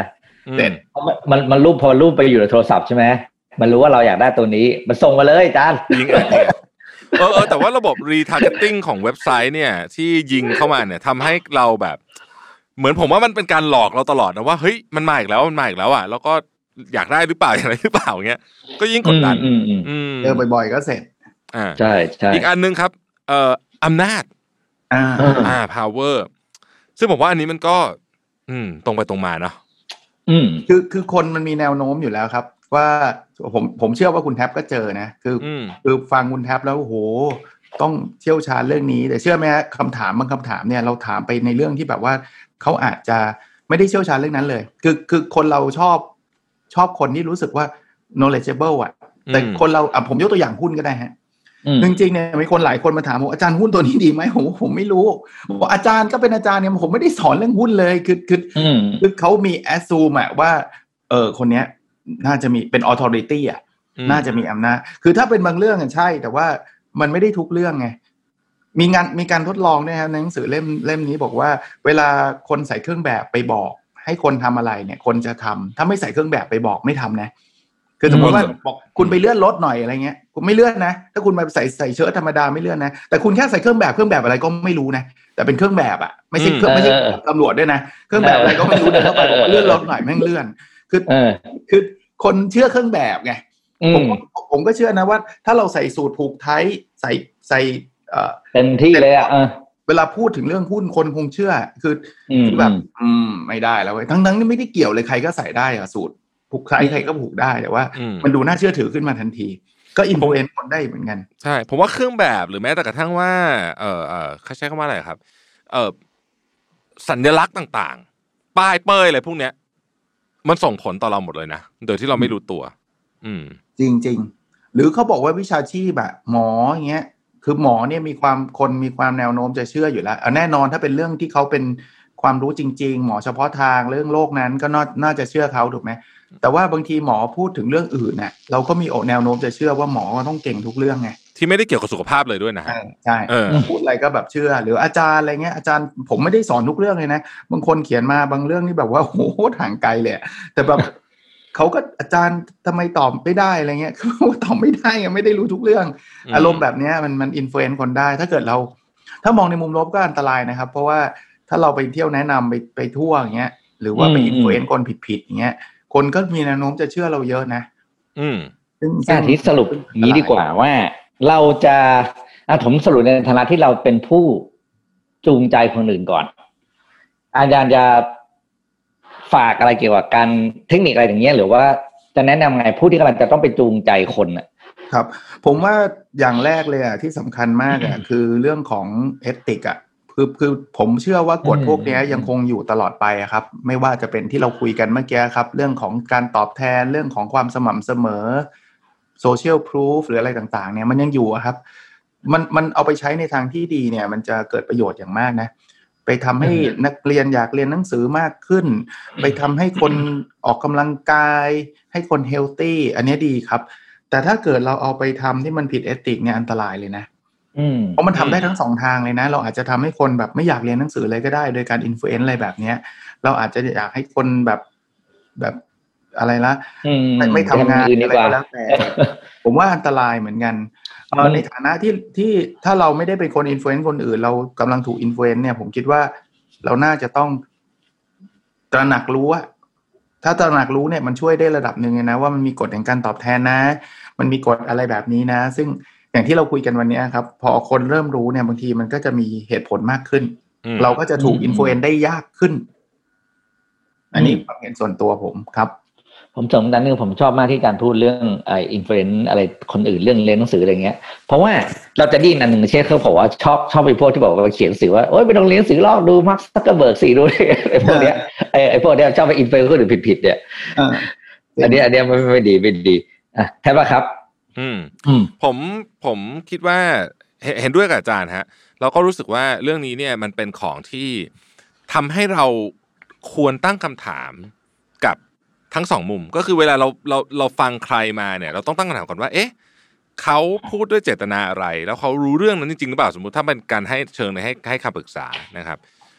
เด็ดมันมันรูปพอรูปไปอยู่ในโทรศัพท์ใช่ไหมมันรู้ว่าเราอยากได้ตัวนี้มันส่งมาเลยอาจารย์ยิงแอดเนี่ยเออเออแต่ว่าระบบ retargeting ของเว็บไซต์เนี่ยที่ยิงเข้ามาเนี่ยทำให้เราแบบเหมือนผมว่ามันเป็นการหลอกเราตลอดนะว่าเฮ้ยมันมาอีกแล้วมันมาอีกแล้วอ่ะแล้วก็อยากได้หรือเปล่าอะไรหรือเปล่าเงี้ยก็ยิ่งกดดันเจอบ่อยๆก็เสร็จอ่าใช่ใช่อีกอันนึงครับเอ่ออำนาจอ่าอ่า power ซึ่งผมว่าอันนี้มันก็อืมตรงไปตรงมาเนาะอืมคือคือคนมันมีแนวโน้มอยู่แล้วครับว่าผมผมเชื่อว่าคุณแท็บก็เจอนะคือคือฟังคุณแท็บแล้วโอ้โหต้องเชี่ยวชาญเรื่องนี้แต่เชื่อไหมฮะคำถามบางคำถามเนี่ยเราถามไปในเรื่องที่แบบว่าเขาอาจจะไม่ได้เชี่ยวชาญเรื่องนั้นเลยคือคือคนเราชอบชอบคนที่รู้สึกว่า knowledgeable อ่ะแต่คนเราอ่ะผมยกตัวอย่างหุ้นก็ได้ฮะจริงๆเนี่ยมีคนหลายคนมาถามผมอาจารย์หุ้นตัวนี้ดีไหมผมผมไม่รู้บอกอาจารย์ก็เป็นอาจารย์เนี่ยผมไม่ได้สอนเรื่องหุ้นเลยคือคือคือเขามี assume อ่ะว่าเออคนเนี้ยน่าจะมีเป็น authority อ่ะน่าจะมีอำนาจคือถ้าเป็นบางเรื่องอ่ะใช่แต่ว่ามันไม่ได้ทุกเรื่องไงมีงานมีการทดลองเนี่ยครับในหนังสือเล่มเล่มนี้บอกว่าเวลาคนใส่เครื่องแบบไปบอกให้คนทำอะไรเนี่ยคนจะทำถ้าไม่ใส่เครื่องแบบไปบอกไม่ทำนะคือสมมติว่าบอกคุณไปเลื่อนรถหน่อยอะไรเงี้ยคุณไม่เลื่อนนะถ้าคุณมาใส่ใส่เชิ้ตธรรมดาไม่เลื่อนนะแต่คุณแค่ใส่เครื่องแบบเครื่องแบบอะไรก็ไม่รู้นะแต่เป็นเครื่องแบบอ่ะไม่ใช่เครื่องไม่ใช่ตำรวจด้วยนะเครื่องแบบอะไรก็ไม่รู้เดินเข้าไปบอกว่าเลื่อนรถหน่อยแม่งเลื่อนคือคือคนเชื่อเครื่องแบบไงผมผมก็เชื่อนะว่าถ้าเราใส่สูทผูกไทยใส่ใส่เต็มที่เลยอ่ะเวลาพูดถึงเรื่องหุ้นคนคงเชื่อคือแบบอืมไม่ได้แล้วเว้ยทั้งทั้งนี่ไม่ได้เกี่ยวเลยใครก็ใส่ได้อะสูทผูกไทยใครก็ผูกได้แต่ว่ามันดูน่าเชื่อถือขึ้นมาทันทีก็อินฟลูเอนซ์คนได้เหมือนกันใช่ผมว่าเครื่องแบบหรือแม้แต่กระทั่งว่าเออเออเขาใช้คำว่าอะไรครับเออสัญลักษณ์ต่างๆป้ายเป้ยอะไรพวกเนี้ยมันส่งผลต่อเราหมดเลยนะโดยที่เราไม่รู้ตัวอืมจริงๆหรือเขาบอกว่าวิชาชีพอะหมออย่างเงี้ยคือหมอเนี่ยมีความคนมีความแนวโน้มจะเชื่ออยู่แล้วแน่นอนถ้าเป็นเรื่องที่เขาเป็นความรู้จริงๆหมอเฉพาะทางเรื่องโรคนั้นก็น่าน่าจะเชื่อเขาถูกไหมแต่ว่าบางทีหมอพูดถึงเรื่องอื่นน่ะเราก็มีแนวโน้มจะเชื่อว่าหมอต้องเก่งทุกเรื่องไงที่ไม่ได้เกี่ยวกับสุขภาพเลยด้วยนะฮะใช่พูดอะไรก็แบบเชื่อหรืออาจารย์อะไรเงี้ยอาจารย์ผมไม่ได้สอนทุกเรื่องเลยนะบางคนเขียนมาบางเรื่องนี่แบบว่าโหห่างไกลเลยแต่แบบเขาก็อาจารย์ทำไมตอบไม่ได้อะไรเงี้ยเขาตอบไม่ได้อะไม่ได้รู้ทุกเรื่องอารมณ์แบบนี้มันมันอิมโฟเอนซ์คนได้ถ้าเกิดเราถ้ามองในมุมลบก็อันตรายนะครับเพราะว่าถ้าเราไปเที่ยวแนะนำไปไปทั่วอย่างเงี้ยหรือว่าไปอิมโฟเอนซ์คนผิดๆอย่างเงี้ยคนก็มีแนวโน้มจะเชื่อเราเยอะนะอืมซึ่งที่สรุปนี้ดีกว่าว่าเราจะอ่ะผมสรุปในฐานะที่เราเป็นผู้จูงใจคนอื่นก่อนอาจารย์จะฝากอะไรเกี่ยวกับการเทคนิคอะไรอย่างเงี้ยหรือว่าจะแนะนำไงผู้ที่กำลังจะต้องไปจูงใจคนน่ะครับผมว่าอย่างแรกเลยอ่ะที่สำคัญมากอ่ะ คือเรื่องของเอติกอ่ะคือคือผมเชื่อว่ากฎพวกนี้ยังคงอยู่ตลอดไปครับไม่ว่าจะเป็นที่เราคุยกันเมื่อกี้ครับเรื่องของการตอบแทนเรื่องของความสม่ำเสมอโซเชียลพรูฟหรืออะไรต่างๆเนี่ยมันยังอยู่ครับมันมันเอาไปใช้ในทางที่ดีเนี่ยมันจะเกิดประโยชน์อย่างมากนะไปทำให้นักเรียนอยากเรียนหนังสือมากขึ้นไปทำให้คนออกกำลังกายให้คนเฮลตี้อันนี้ดีครับแต่ถ้าเกิดเราเอาไปทำที่มันผิดเอติกเนี่ยอันตรายเลยนะเพราะมันทำได้ทั้งสองทางเลยนะเราอาจจะทำให้คนแบบไม่อยากเรียนหนังสือเลยก็ได้โดยการอินฟลูเอนซ์อะไรแบบนี้เราอาจจะอยากให้คนแบบแบบอะไรละไม่ไม่ทำงานอะไรก็แล้วแต่ผมว่าอันตรายเหมือนกันในฐานะที่ที่ถ้าเราไม่ได้เป็นคนอินฟลูเอนซ์คนอื่นเรากำลังถูกอินฟลูเอนซ์เนี่ยผมคิดว่าเราน่าจะต้องตระหนักรู้ว่าถ้าตระหนักรู้เนี่ยมันช่วยได้ระดับหนึ่งนะว่ามันมีกฎแห่งการตอบแทนนะมันมีกฎอะไรแบบนี้นะซึ่งอย่างที่เราคุยกันวันนี้ครับพอคนเริ่มรู้เนี่ยบางทีมันก็จะมีเหตุผลมากขึ้นเราก็จะถูกอินฟลูเอนซ์ได้ยากขึ้นอันนี้ความเห็นส่วนตัวผมครับผมสำคัญนึงผมชอบมากที่การพูดเรื่องไอ้อินฟลูเอนซ์อะไรคนอื่นเรื่องเรียนหนังสืออะไรเงี้ยเพราะว่าเราจะได้ยินอันหนึ่งเช่นเขาบอกว่าชอบชอบไปพวกที่บอกว่าเขียนหนังสือว่าโอ๊ยไปลองเรียนหนังสือลอกดูมาร์คซักเกอร์เบิร์กสิดูไอ้พวกเนี้ยไอ้ไอ้พวกเนี้ยชอบไปอินฟลูเอนซ์คนอื่นผิดๆเนี่ยอันนี้อันนี้ไม่ไม่ดีไม่ดีอ่ะใช่ป่ะครับอืมอืมผมผมคิดว่าเห็นด้วยกับอาจารย์ฮะเราก็รู้สึกว่าเรื่องนี้เนี่ยมันเป็นของที่ทำให้เราควรตั้งคำถามกับทั้งสองมุมก็คือเวลาเราเราเราฟังใครมาเนี่ยเราต้องตั้งคำถามก่อนว่าเอ๊ะเขาพูดด้วยเจตนาอะไรแล้วเขารู้เรื่องนั้นจริงๆหรือเปล่าสมมุติถ้าเป็นการให้เชิงในให้ให้คำปรึกษานะครับ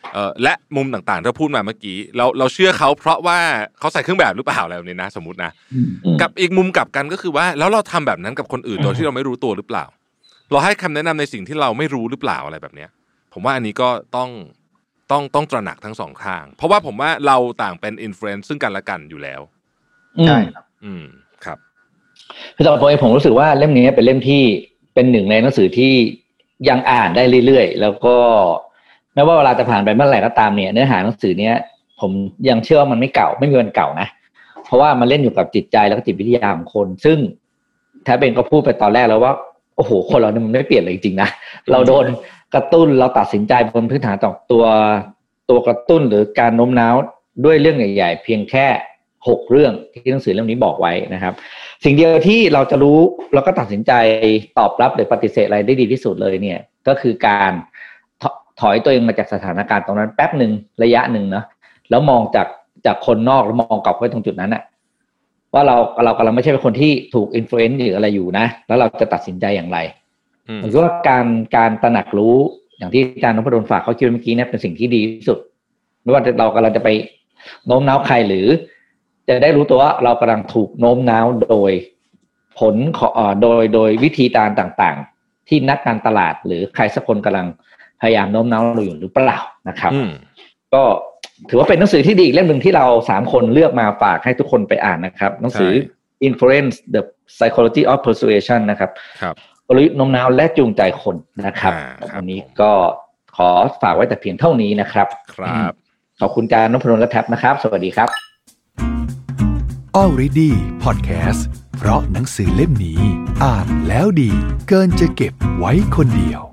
เอ่อและมุมต่างๆที่พูดมาเมื่อกี้เราเราเชื่อเขาเพราะว่าเขาใส่เครื่องแบบหรือเปล่าอะไรแบบนี้นะสมมุตินะกับอีกมุมกลับกันก็คือว่าแล้วเราทำแบบนั้นกับคนอื่นโดยที่เราไม่รู้ตัวหรือเปล่าเราให้คำแนะนำในสิ่งที่เราไม่รู้หรือเปล่าอะไรแบบนี้ผมว่าอันนี้ก็ต้องต้องต้องตระหนักทั้งสองข้างเพราะว่าผมว่าเราต่างเป็นอินฟลูเอนซ์ซึ่งกันและกันอยู่แล้วใช่ครับอืมครับคือสำหรับผมเองผมรู้สึกว่าเล่มนี้เป็นเล่มที่เป็นหนึ่งในหนังสือที่ยังอ่านได้เรื่อยๆแล้วก็ไม่ว่าเวลาจะผ่านไปเมื่อไหร่ก็ตามเนี่ยเนื้อหาหนังสือเนี้ยผมยังเชื่อว่ามันไม่เก่าไม่มีวันเก่านะเพราะว่ามันเล่นอยู่กับจิตใจแล้วก็จิตวิทยาของคนซึ่งแทบเองก็พูดไปตอนแรกแล้วว่าโอ้โหคนเราเนี่ยมันไม่เปลี่ยนเลยจริงๆนะเราโดนกระตุ้นเราตัดสินใจบนพื้นฐานจากตัวตัวกระตุ้นหรือการโน้มน้าวด้วยเรื่องใหญ่ๆเพียงแค่หกเรื่องที่หนังสือเล่มนี้บอกไว้นะครับสิ่งเดียวที่เราจะรู้แล้วก็ตัดสินใจตอบรับหรือปฏิเสธอะไรได้ดีที่สุดเลยเนี่ยก็คือการถอยตัวเองมาจากสถานการณ์ตรงนั้นแป๊บหนึ่งระยะหนึ่งนะแล้วมองจากจากคนนอกแล้วมองกลับไปตรงจุดนั้นน่ะว่าเราเรากำลังไม่ใช่เป็นคนที่ถูกอินฟลูเอนซ์หรืออะไรอยู่นะแล้วเราจะตัดสินใจอย่างไรผมคิดว่าการการตระหนักรู้อย่างที่อาจารย์นพดลฝากเขาคิดเมื่อกี้เนี่ยเป็นสิ่งที่ดีที่สุดไม่ว่าเรากำลังจะไปโน้มน้าวใครหรือจะได้รู้ตัวว่าเรากำลังถูกโน้มน้าวโดยผลของโดยโดยวิธีการต่างๆที่นักการตลาดหรือใครสักคนกำลังพยายามโน้มน้าวเราอยู่หรือเปล่านะครับก็ถือว่าเป็นหนังสือที่ดีอีกเล่มหนึ่งที่เราสามคนเลือกมาฝากให้ทุกคนไปอ่านนะครับหนังสือ Influence the Psychology of Persuasion นะครับกลยุทธ์โน้มน้าวและจูงใจคนนะครับวันนี้ก็ขอฝากไว้แต่เพียงเท่านี้นะครับครับขอบคุณอาจารย์นพดลและแท็บนะครับสวัสดีครับ Already Podcast เพราะหนังสือเล่มนี้อ่านแล้วดีเกินจะเก็บไว้คนเดียว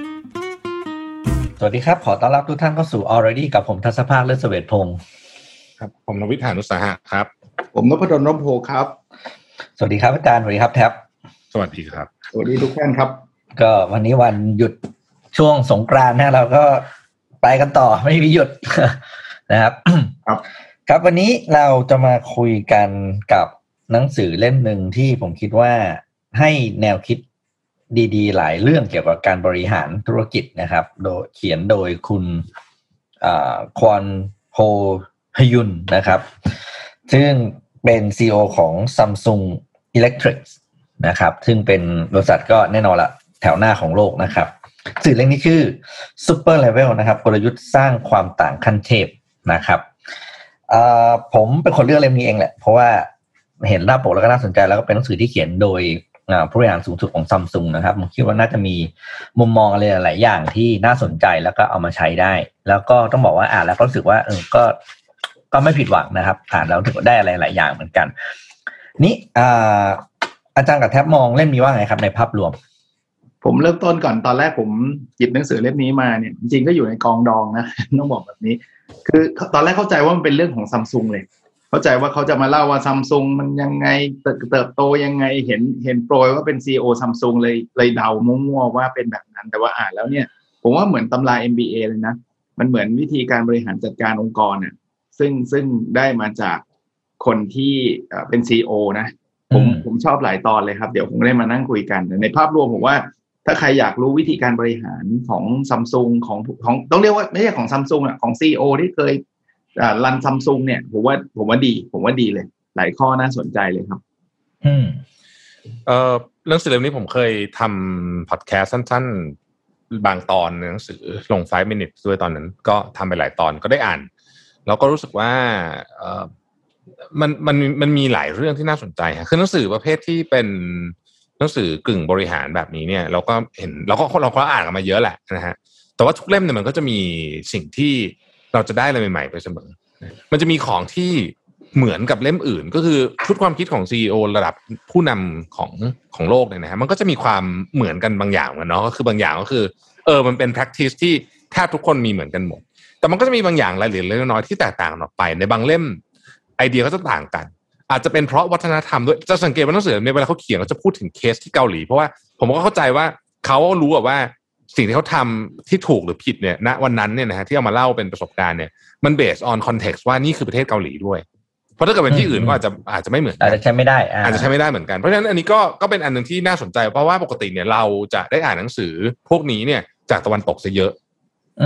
สวัสดีครับขอต้อนรับทุกท่านเข้าสู่ Already กับผมทัศภาค เลิศเสวตพงศ์ครับผมนวิทย์ หานุสาหะครับผมนพดล ร่มโพครับสวัสดีครับอาจารย์สวัสดีครับแท็บสวัสดีครับสวัสดีทุกท่านครับก็วันนี้วันหยุดช่วงสงกรานต์นะเราก็ไปกันต่อไม่มีหยุดนะครับครับครับวันนี้เราจะมาคุยกันกับหนังสือเล่มหนึ่งที่ผมคิดว่าให้แนวคิดดีๆหลายเรื่องเกี่ยวกับการบริหารธุรกิจนะครับโดยเขียนโดยคุณควอนโฮฮยุนนะครับซึ่งเป็น ซี อี โอ ของ Samsung Electronics นะครับซึ่งเป็นบริษัทก็แน่นอนละแถวหน้าของโลกนะครับสื่อเรื่องนี้คือ Super Level นะครับกลยุทธ์สร้างความต่างขั้นเทพนะครับผมเป็นคนเลือกเล่มนี้เองแหละเพราะว่าเห็นหน้าปกแล้วก็น่าสนใจแล้วก็เป็นหนังสือที่เขียนโดยผู้บริหารสูงสุดของ Samsung นะครับผมคิดว่าน่าจะมีมุมมองอะไรหลายอย่างที่น่าสนใจแล้วก็เอามาใช้ได้แล้วก็ต้องบอกว่าอ่านแล้วก็รู้สึกว่าเออก็ก็ไม่ผิดหวังนะครับอ่านแล้วถือว่าได้อะไรหลายอย่างเหมือนกันนี่อาอาจารย์กับแท็บมองเล่มนี้ว่าไงครับในภาพรวมผมเริ่มต้นก่อนตอนแรกผมหยิบหนังสือเล่มนี้มาเนี่ยจริงๆก็อยู่ในกองดองนะต้องบอกแบบนี้คือตอนแรกเข้าใจว่ามันเป็นเรื่องของ Samsung เลยเข้าใจว่าเขาจะมาเล่าว่า Samsung มันยังไงเติบโตยังไงเห็นเห็นโปรยว่าเป็น ซี อี โอ Samsung เลยเลยเดามั่วๆว่าเป็นแบบนั้นแต่ว่าอ่านแล้วเนี่ยผมว่าเหมือนตำรา เอ็ม บี เอ เลยนะมันเหมือนวิธีการบริหารจัดการองค์กรเนี่ยซึ่งซึ่งได้มาจากคนที่เป็น ซี อี โอ นะผมผมชอบหลายตอนเลยครับเดี๋ยวผมได้มานั่งคุยกันในภาพรวมผมว่าถ้าใครอยากรู้วิธีการบริหารของ Samsung ของของต้องเรียกว่าไม่ใช่ของ Samsung อ่ะของ ซี อี โอ ที่เคยอ่ารัน Samsung เนี่ยผมว่าผมว่าดีผมว่าดีเลยหลายข้อน่าสนใจเลยครับอืมเอ่อเรื่องสื่อเล่มนี้ผมเคยทำพอดแคสต์สั้นๆบางตอนในหนังสือลงไฟว์ minutes ด้วยตอนนั้นก็ทำไปหลายตอนก็ได้อ่านแล้วก็รู้สึกว่าเอ่อมันมันมันมีหลายเรื่องที่น่าสนใจฮะคือหนังสือประเภทที่เป็นหนังสือกึ่งบริหารแบบนี้เนี่ยเราก็เห็นเราก็เราก็อ่านกันมาเยอะแหละนะฮะแต่ว่าทุกเล่มเนี่ยมันก็จะมีสิ่งที่เราจะได้อะไรใหม่ๆไปเสมอมันจะมีของที่เหมือนกับเล่มอื่นก็คือชุดความคิดของ ซี อี โอ ระดับผู้นำของของโลกเนี่ยนะฮะมันก็จะมีความเหมือนกันบางอย่างเหมือนเนาะก็คือบางอย่างก็คือเออมันเป็น practice ที่แทบทุกคนมีเหมือนกันหมดแต่มันก็จะมีบางอย่างรายละเอียดเล็กน้อยที่แตกต่างออกไปในบางเล่มไอเดียก็จะต่างกันอาจจะเป็นเพราะวัฒนธรรมด้วยจะสังเกตว่าหนังสือเนี่ยเวลาเขาเขียนเขาจะพูดถึงเคสที่เกาหลีเพราะว่าผมก็เข้าใจว่าเขารู้ว่าสิ่งที่เขาทำที่ถูกหรือผิดเนี่ยณวันนั้นเนี่ยนะฮะที่เอามาเล่าเป็นประสบการณ์เนี่ยมัน based on context ว่านี่คือประเทศเกาหลีด้วยเพราะถ้าเกิดเป็นที่อื่นก็อาจจะอาจจะไม่เหมือนอาจจะใช้ไม่ได้อาจจะใช้ไม่ได้เหมือนกันเพราะฉะนั้นอันนี้ก็ก็เป็นอันนึงที่น่าสนใจเพราะว่าปกติเนี่ยเราจะได้อ่านหนังสือพวกนี้เนี่ยจากตะวันตกซะเยอะอืม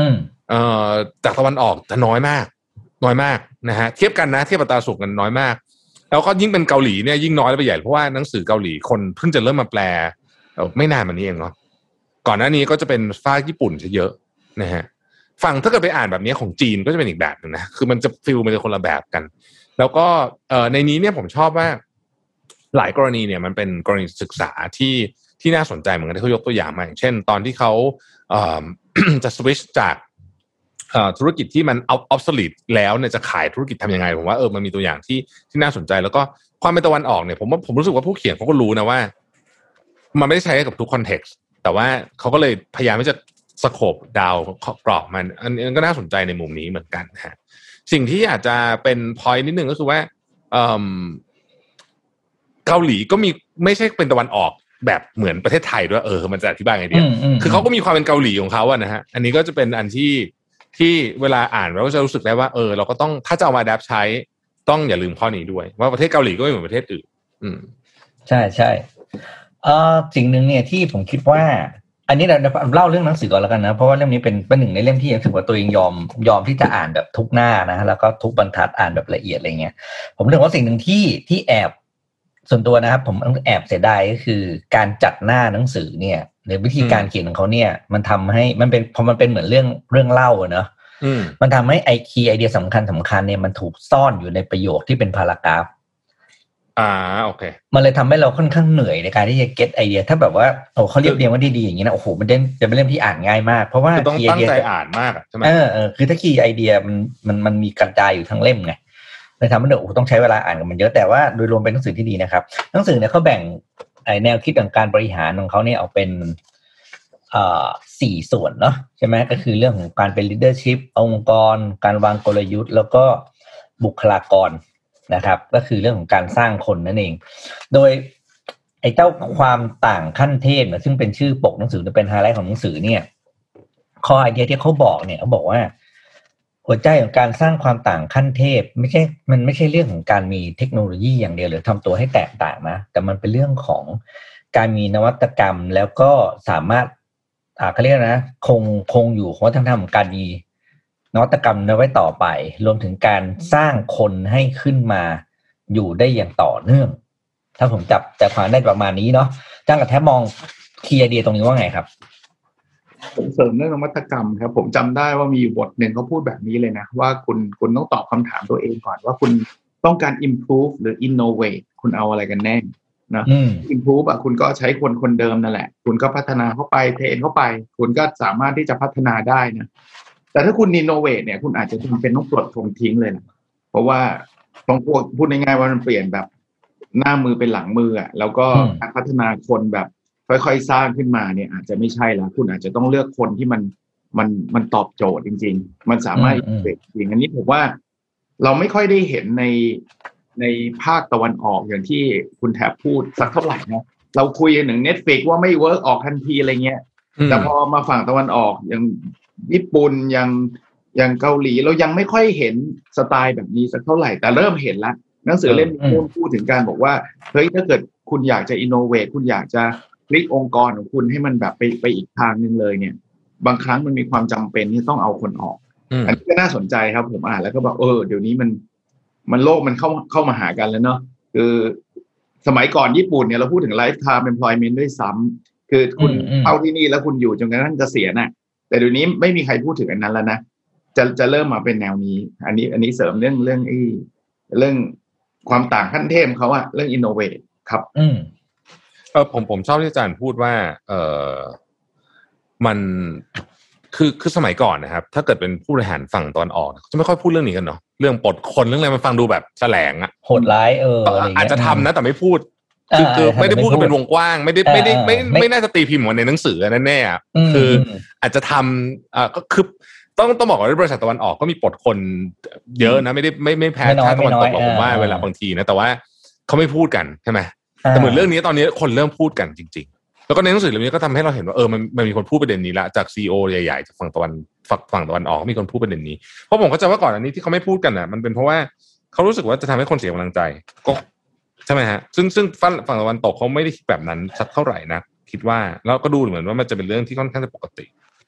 เอ่อจากตะวันออกจะน้อยมากน้อยมากนะฮะเทียบกันนะเทียบอัตราส่วนกันน้อยมากแล้วก็ยิ่งเป็นเกาหลีเนี่ยยิ่งน้อยไปใหญ่เพราะว่าหนังสือเกาหลีคนเพิ่งจะเริ่มมาแปลไม่นานมานี้เองเนาะก่อนหน้านี้ก็จะเป็นฝากญี่ปุ่นซะเยอะนะฮะฝั่งถ้าเกิดไปอ่านแบบนี้ของจีนก็จะเป็นอีกแบบนึงนะคือมันจะฟีลมันจะคนละแบบกันแล้วก็เอ่อในนี้เนี่ยผมชอบว่าหลายกรณีเนี่ยมันเป็นกรณีศึกษาที่ที่น่าสนใจเหมือนกันที่เขายกตัวอย่างมาอย่างเช่นตอนที่เขาเอ่อ จะสวิตช์จากธุรกิจที่มัน obsolete แล้วเนี่ยจะขายธุรกิจทำยังไงผมว่าเออมันมีตัวอย่างที่ที่น่าสนใจแล้วก็ความเป็นตะวันออกเนี่ยผมว่าผมรู้สึกว่าผู้เขียนเขาก็รู้นะว่ามันไม่ได้ใช้กับทุกคอนเท็กซ์แต่ว่าเขาก็เลยพยายามที่จะสโคปดาวกรอบมันอันนี้ก็น่าสนใจในมุมนี้เหมือนกันฮะสิ่งที่อาจจะเป็นพอยต์นิดนึงก็คือว่าเกาหลีก็มีไม่ใช่เป็นตะวันออกแบบเหมือนประเทศไทยด้วยเออมันจะอธิบายไงดีคือเขาก็มีความเป็นเกาหลีของเขาอะนะฮะอันนี้ก็จะเป็นอันที่ที่เวลาอ่านเราก็จะรู้สึกได้ว่าเออเราก็ต้องถ้าจะเอามาดับใช้ต้องอย่าลืมข้อนี้ด้วยว่าประเทศเกาหลีก็ไม่เหมือนประเทศอื่นอืมใช่ใช่เอ่อสิ่งหนึ่งเนี่ยที่ผมคิดว่าอันนี้เราเล่าเรื่องหนังสือก่อนแล้วกันนะเพราะว่าเล่มนี้เป็นเป็นหนึ่งในเล่มที่รู้สึกว่าตัวเองยอมยอมที่จะอ่านแบบทุกหน้านะแล้วก็ทุกบรรทัดอ่านแบบละเอียดอะไรเงี้ยผมถึงว่าสิ่งหนึ่งที่ที่แอบส่วนตัวนะครับผมแอบเสียดายก็คือการจัดหน้าหนังสือเนี่ยหรือวิธีการเขียนของเขาเนี่ยมันทำให้มันเป็นพอมันเป็นเหมือนเรื่องเรื่องเล่าเนอะมันทำให้ไอคีย์ไอเดียสำคัญสำคัญเนี่ยมันถูกซ่อนอยู่ในประโยคที่เป็นพารากราฟอ่าโอเคมันเลยทำให้เราค่อนข้างเหนื่อยในการที่จะเก็ตไอเดียถ้าแบบว่าโอ้เขาเรียบเรียงว่าดีๆอย่างนี้นะโอ้โหมันจะเป็นเรื่องที่อ่านง่ายมากเพราะว่าต้องตั้งใจอ่านมากใช่ไหมเออเออคือถ้าคีย์ไอเดียมันมันมันมีกระจายอยู่ทั้งเล่มไงเลยทำให้เราโอ้ต้องใช้เวลาอ่านกับมันเยอะแต่ว่าโดยรวมเป็นหนังสือที่ดีนะครับหนังสือเนี่ยเขาแบ่งไอแนวคิดของการบริหารของเขาเนี่ยออกเป็นอ่าสี่ส่วนเนาะใช่ไหมก็คือเรื่องของการเป็น leadership องค์กรการวางกลยุทธ์แล้วก็บุคลากรนะครับก็คือเรื่องของการสร้างคนนั่นเองโดยไอ้เจ้าความต่างขั้นเทพซึ่งเป็นชื่อปกหนังสือหรือเป็นไฮไลท์ของหนังสือเนี่ยข้อไอเดียที่เขาบอกเนี่ยเขาบอกว่าหัวใจของการสร้างความต่างขั้นเทพไม่ใช่มันไม่ใช่เรื่องของการมีเทคโนโลยีอย่างเดียวหรือทำตัวให้แตกต่างนะแต่มันเป็นเรื่องของการมีนวัตกรรมแล้วก็สามารถอ่าเขาเรียกนะคงคงอยู่ของวัฒนธรรมของการมีนวัตกรรมนั้นไว้ต่อไปรวมถึงการสร้างคนให้ขึ้นมาอยู่ได้อย่างต่อเนื่องถ้าผมจับแต่ความได้ประมาณนี้เนาะจ้างกับแทบมองคีย์ไอเดียตรงนี้ว่าไงครับผมเสริมเรื่องนวัตกรรมครับผมจำได้ว่ามีอยู่บทหนึ่งเขาพูดแบบนี้เลยนะว่าคุณคุณต้องตอบคำถามตัวเองก่อนว่าคุณต้องการ improve หรือ innovate คุณเอาอะไรกันแน่นะ improve อ่ะคุณก็ใช้คนคนเดิมนั่นแหละคุณก็พัฒนาเข้าไปเทรนเข้าไปคุณก็สามารถที่จะพัฒนาได้นะแต่ถ้าคุณ innovate เนี่ยคุณอาจจะจำเป็นต้องปลดทงทิ้งเลยนะเพราะว่าต้องพูดง่ายๆว่ามันเปลี่ยนแบบหน้ามือเป็นหลังมืออ่ะแล้วก็การพัฒนาคนแบบค่อยๆสร้างขึ้นมาเนี่ยอาจจะไม่ใช่แล้วคุณอาจจะต้องเลือกคนที่มันมันมันตอบโจทย์จริงๆมันสามารถเปลี่ยนจริงอันนี้ผมว่าเราไม่ค่อยได้เห็นในในภาคตะวันออกอย่างที่คุณแทบพูดสักเท่าไหร่นะเราคุยกันถึง Netflix ว่าไม่เวิร์กออกทันทีอะไรเงี้ยแต่พอมาฝั่งตะวันออกอย่างญี่ปุ่นอย่างอย่างเกาหลีเรายังไม่ค่อยเห็นสไตล์แบบนี้สักเท่าไหร่แต่เริ่มเห็นละหนังสือเล่มนี้พูดถึงการบอกว่าเฮ้ยถ้าเกิดคุณอยากจะอินโนเวทคุณอยากจะพลิกองค์กรของคุณให้มันแบบไปไปอีกทางนึงเลยเนี่ยบางครั้งมันมีความจำเป็นที่ต้องเอาคนออกอันนี้ก็น่าสนใจครับผมอ่านแล้วก็บอกเออเดี๋ยวนี้มันมันโลกมันเข้าเข้ามาหากันแล้วเนาะคือสมัยก่อนญี่ปุ่นเนี่ยเราพูดถึง lifetime employment ด้วยซ้ำคือคุณเข้าที่นี่แล้วคุณอยู่จนกระทั่งเกษียณน่ะแต่เดี๋ยวนี้ไม่มีใครพูดถึงอันนั้นแล้วนะจะจะเริ่มมาเป็นแนวนี้อันนี้อันนี้เสริมเรื่องเรื่องไอ้เรื่องความต่างขั้นเทพเขาอะเรื่อง innovate ครับอืมเออผมผมชอบที่อาจารย์พูดว่าเออมันคือคือสมัยก่อนนะครับถ้าเกิดเป็นผู้บริหารฝั่งตอนออกจะไม่ค่อยพูดเรื่องนี้กันเนาะเรื่องปลดคนเรื่องอะไรมันฟังดูแบบแสลงอะโหดร้ายเอออาจจะทำนะแต่ไม่พูดคือคือไม่ได้พูดกันเป็นวงกว้างไม่ได้ไม่ได้ไม่ไม่น่าจะตีพิมพ์ในหนังสือแน่ๆคืออาจจะทำอ่าก็คือต้องต้องบอกว่าบริษัทตะวันออกก็มีปลดคนเยอะนะไม่ได้ไม่ไม่แพ้ชาติตะวันตกหรอกผมว่าเวลาบางทีนะแต่ว่าเขาไม่พูดกันใช่ไหมแต่เหมือนเรื่องนี้ตอนนี้คนเริ่มพูดกันจริงๆแล้วก็ในหนังสือเล่มนี้ก็ทำให้เราเห็นว่าเออมันมันมีคนพูดประเด็นนี้ละจากซีอีโอใหญ่ๆจากฝั่งตะวันฝั่งฝั่งตะวันออกมีคนพูดประเด็นนี้เพราะผมเข้าใจว่าก่อนอันนี้ที่เขาไม่พูดกันน่ะมันเป็นเพราะว่าเขารู้สึกว่าจะทำให้คนเสียกำลังใจก็ใช่ไหมฮะซึ่งซึ่งฝั่งตะวันตกเขาไม่ได้คิดแบบนั้นสักเท่าไหร่นะคิดว่าแล้วก็ดูเหมือนว่ามันจะเป็นเรื่องที่ค่อนข้างจะปกติ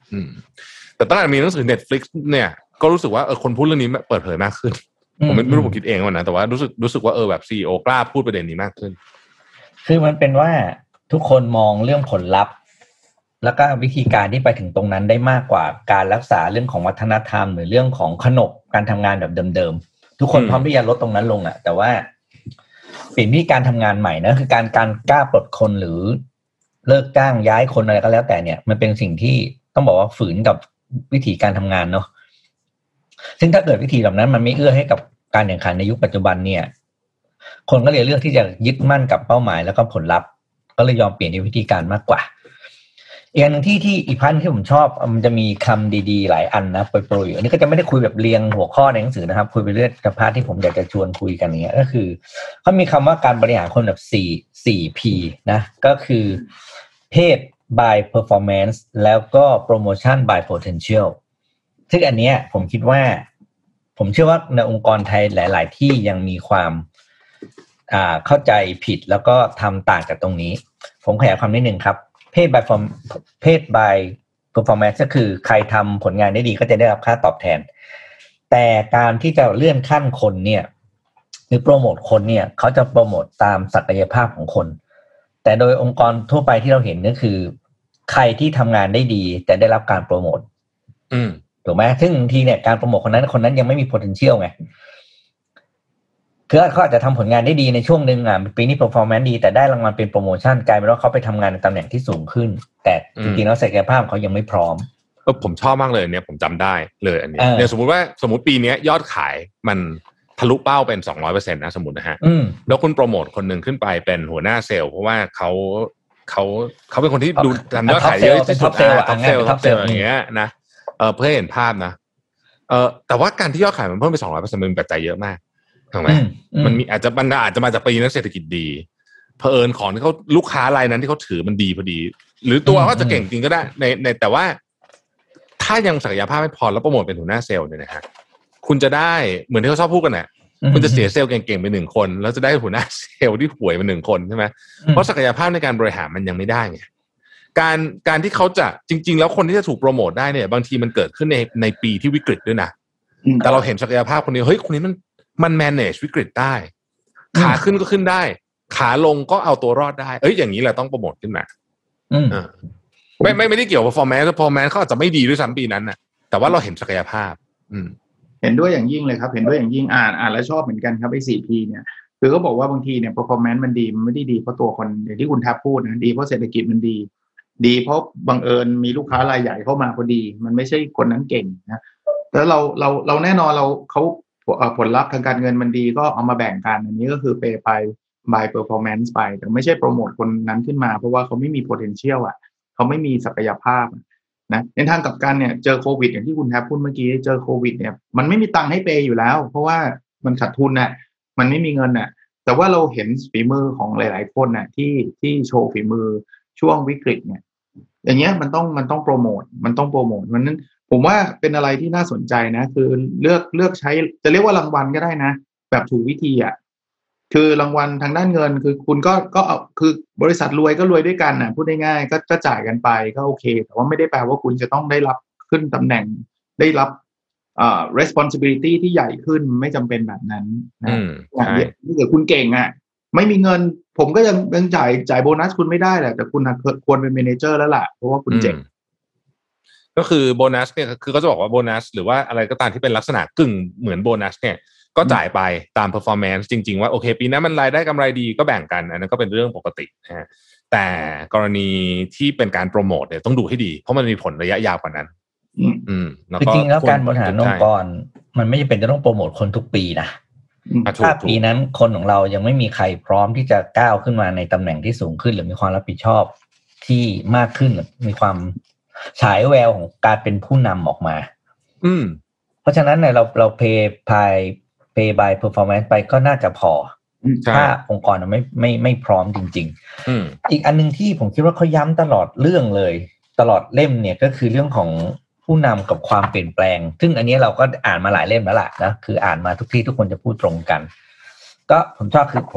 อืมแต่ตั้งแต่มีหนังสือ Netflix เนี่ยก็รู้สึกว่าเออคนพูดเรื่องนี้เปิดเผยมากขึ้นผมไม่รู้ผมคิดเองว่านะแต่ว่ารู้สึกรู้สึกว่าเออแบบ ซี อี โอ กล้าพูดประเด็นนี้มากขึ้นคือมันเป็นว่าทุกคนมองเรื่องผลลัพธ์แล้วก็วิธีการที่ไปถึงตรงนั้นได้มากกว่าการรักษาเรื่องของวัฒนธรรมหรือเรื่องของขนบการทำงานแบบเดิมๆทุกคนพร้อมที่จะลดตรงนั้นลงอ่ะแต่ว่าเปลี่ยนวิธีการทำงานใหม่นะคือการการกล้าปลดคนหรือเลิกจ้างย้ายคนอะไรก็แล้วแต่เนี่ยมันเป็นสิ่งที่ต้องบอกว่าฝืนกับวิธีการทำงานเนาะซึ่งถ้าเกิดวิธีแบบนั้นมันไม่เอื้อให้กับการแข่งขันในยุคปัจจุบันเนี่ยคนก็เลยเลือกที่จะยึดมั่นกับเป้าหมายแล้วก็ผลลัพธ์ก็เลยยอมเปลี่ยนวิธีการมากกว่าอีกอันหนึ่งที่ที่อีกพันที่ผมชอบมันจะมีคำดีๆหลายอันนะโปรยๆอันนี้ก็จะไม่ได้คุยแบบเรียงหัวข้อในหนังสือนะครับคุยไปเรื่อยกับพาร์ทที่ผมอยากจะชวนคุยกันเนี้ยก็คือเขามีคำว่าการบริหารคนแบบสี่ สี่ พี นะก็คือ Paid by Performance แล้วก็ Promotion by Potential ซึ่งอันเนี้ยผมคิดว่าผมเชื่อว่าในองค์กรไทยหลายๆที่ยังมีความอ่าเข้าใจผิดแล้วก็ทำต่างจากตรงนี้ผมขยายความนิดนึงครับ Paid by Paid by Performance ก็คือใครทำผลงานได้ดีก็จะได้รับค่าตอบแทนแต่การที่จะเลื่อนขั้นคนเนี่ยหรือโปรโมทคนเนี่ยเขาจะโปรโมทตามศักยภาพของคนแต่โดยองค์กรทั่วไปที่เราเห็นก็คือใครที่ทำงานได้ดีแต่ได้รับการโปรโมทอืมถูกไหมซึ่งบางทีเนี่ยการโปรโมทคนนั้นคนนั้นยังไม่มี potential ไงคือเขาอาจจะทำผลงานได้ดีในช่วงนึงอ่ะปีนี้ performance ดีแต่ได้รางวัลเป็นโปรโมชั่นกลายเป็นว่าเขาไปทำงานในตำแหน่งที่สูงขึ้นแต่จริงๆแล้วศักยภาพเขายังไม่พร้อมเออผมชอบมากเลยเนี่ยผมจำได้เลยอันนี้เนี่ยสมมุติว่าสมมุติปีนี้ยอดขายมันทะลุเป้าเป็น สองร้อยเปอร์เซ็นต์ นะสมมุตินะฮะแล้วคุณโปรโมทคนนึงขึ้นไปเป็นหัวหน้าเซลล์เพราะว่าเขาเขาเขาเป็นคนที่ดูทำยอดขายเยอะที่สุดนะท็อปเซลล์ท็อปเซลล์อย่างเงี้ยนะเออเพื่อเห็นภาพนะเออแต่ว่าการที่ยอดขายมันเพิ่มไป สองร้อยเปอร์เซ็นต์ มันมีปัจจัยเยอะมากถูกไหมมันมีอาจจะมันอาจจะมาจากปีนั้นเศรษฐกิจดีเผอิญของที่เขาลูกค้ารายนั้นที่เขาถือมันดีพอดีหรือตัวเขาจะเก่งจริงก็ได้ในในแต่ว่าถ้ายังศักยภาพไม่พอแล้วโปรโมทเป็นหัวหน้าเซลล์เนี่ยนะฮะคุณจะได้เหมือนที่เขาชอบพูดกันน่ะคุณจะเสียเซลล์เก่งๆไปหนึ่งคนแล้วจะได้หัวหน้าเซลล์ที่ห่วยไปหนึ่งคนใช่ไหมเพราะศักยภาพในการบริหารมันยังไม่ได้ไงการการที่เขาจะจริงๆแล้วคนที่จะถูกโปรโมทได้เนี่ยบางทีมันเกิดขึ้นในในปีที่วิกฤตด้วยนะแต่เราเห็นศักยภาพคนนี้เฮ้ยคนนี้มันมัน manage วิกฤตได้ขาขึ้นก็ขึ้นได้ขาลงก็เอาตัวรอดได้เอ้ยอย่างนี้แหละต้องโปรโมทขึ้นมาไม่ไม่ไม่ได้เกี่ยวกับ performance performance เขาอาจจะไม่ดีด้วยซ้ำปีนั้นน่ะแต่ว่าเราเห็นศักยภาพอืมเห็นด้วยอย่างยิ่งเลยครับเห็นด้วยอย่างยิ่งอ่านอ่านแล้วชอบเหมือนกันครับไอ้ สี่ พี เนี่ยคือเขาบอกว่าบางทีเนี่ย performance มันดีมันไม่ได้ดีเพราะตัวคนอย่างที่คุณทับพูดนะดีเพราะเศรษฐกิจมันดีดีเพราะบังเอิญมีลูกค้ารายใหญ่เข้ามาพอดีมันไม่ใช่คนนั้นเก่งนะแล้วเราเราเราแน่นอนเราเขาผลลัพธ์ทางการเงินมันดีก็เอามาแบ่งกันอันนี้ก็คือ pay ไป by performance ไปแต่ไม่ใช่โปรโมทคนนั้นขึ้นมาเพราะว่าเขาไม่มี potential อ่ะเขาไม่มีศักยภาพนะในทางกลับกันเนี่ยเจอโควิดอย่างที่คุณแทบพูดเมื่อกี้เจอโควิดเนี่ยมันไม่มีตังค์ให้เปย์อยู่แล้วเพราะว่ามันขาดทุนน่ะมันไม่มีเงินน่ะแต่ว่าเราเห็นฝีมือของหลายๆคนน่ะที่ที่โชว์ฝีมือช่วงวิกฤตเนี่ยอย่างเงี้ยมันต้องมันต้องโปรโมทมันต้องโปรโมทมันนั้นผมว่าเป็นอะไรที่น่าสนใจนะคือเลือกเลือกใช้จะเรียกว่ารางวัลก็ได้นะแบบถูกวิธีอ่ะคือรางวัลทางด้านเงินคือคุณก็ก็เอาคือบริษัทรวยก็รวยด้วยกันนะพูดง่ายๆก็ก็จ่ายกันไปก็โอเคแต่ว่าไม่ได้แปลว่าคุณจะต้องได้รับขึ้นตำแหน่งได้รับอ่า responsibility ที่ใหญ่ขึ้นไม่จำเป็นแบบนั้นนะอย่างเดียวถ้าเกิดคุณเก่งอ่ะไม่มีเงินผมก็ยังยังจ่ายจ่ายโบนัสคุณไม่ได้แหละแต่คุณควรเป็นเมเนเจอร์แล้วล่ะเพราะว่าคุณเจ๋งก็คือโบนัสเนี่ยคือเขาจะบอกว่าโบนัสหรือว่าอะไรก็ตามที่เป็นลักษณะกึ่งเหมือนโบนัสเนี่ยก็จ่ายไปตาม performance จริงๆว่าโอเคปีนั้นมันรายได้กำไรดีก็แบ่งกันอันนั้นก็เป็นเรื่องปกตินะฮะแต่กรณีที่เป็นการโปรโมทเนี่ยต้องดูให้ดีเพราะมันมีผลระยะยาวกว่านั้นอืมจริงๆแล้วการบริหารองค์กรมันไม่จำเป็นจะต้องโปรโมทคนทุกปีนะถ้าปีนั้นคนของเรายังไม่มีใครพร้อมที่จะก้าวขึ้นมาในตำแหน่งที่สูงขึ้นหรือมีความรับผิดชอบที่มากขึ้นมีความฉายแววของการเป็นผู้นำออกมาอืมเพราะฉะนั้นเนี่ยเราเราเพย์พายpay by performance ไปก็น่าจะพอถ้าองค์กรไม่ไม่ไม่พร้อมจริงๆอ, อีกอันนึงที่ผมคิดว่าเขาย้ำตลอดเรื่องเลยตลอดเล่มเนี่ยก็คือเรื่องของผู้นำกับความเปลี่ยนแปลงซึ่งอันนี้เราก็อ่านมาหลายเล่มแล้วล่ะนะคืออ่านมาทุกที่ทุกคนจะพูดตรงกันก็ผมชอบคือผมว่า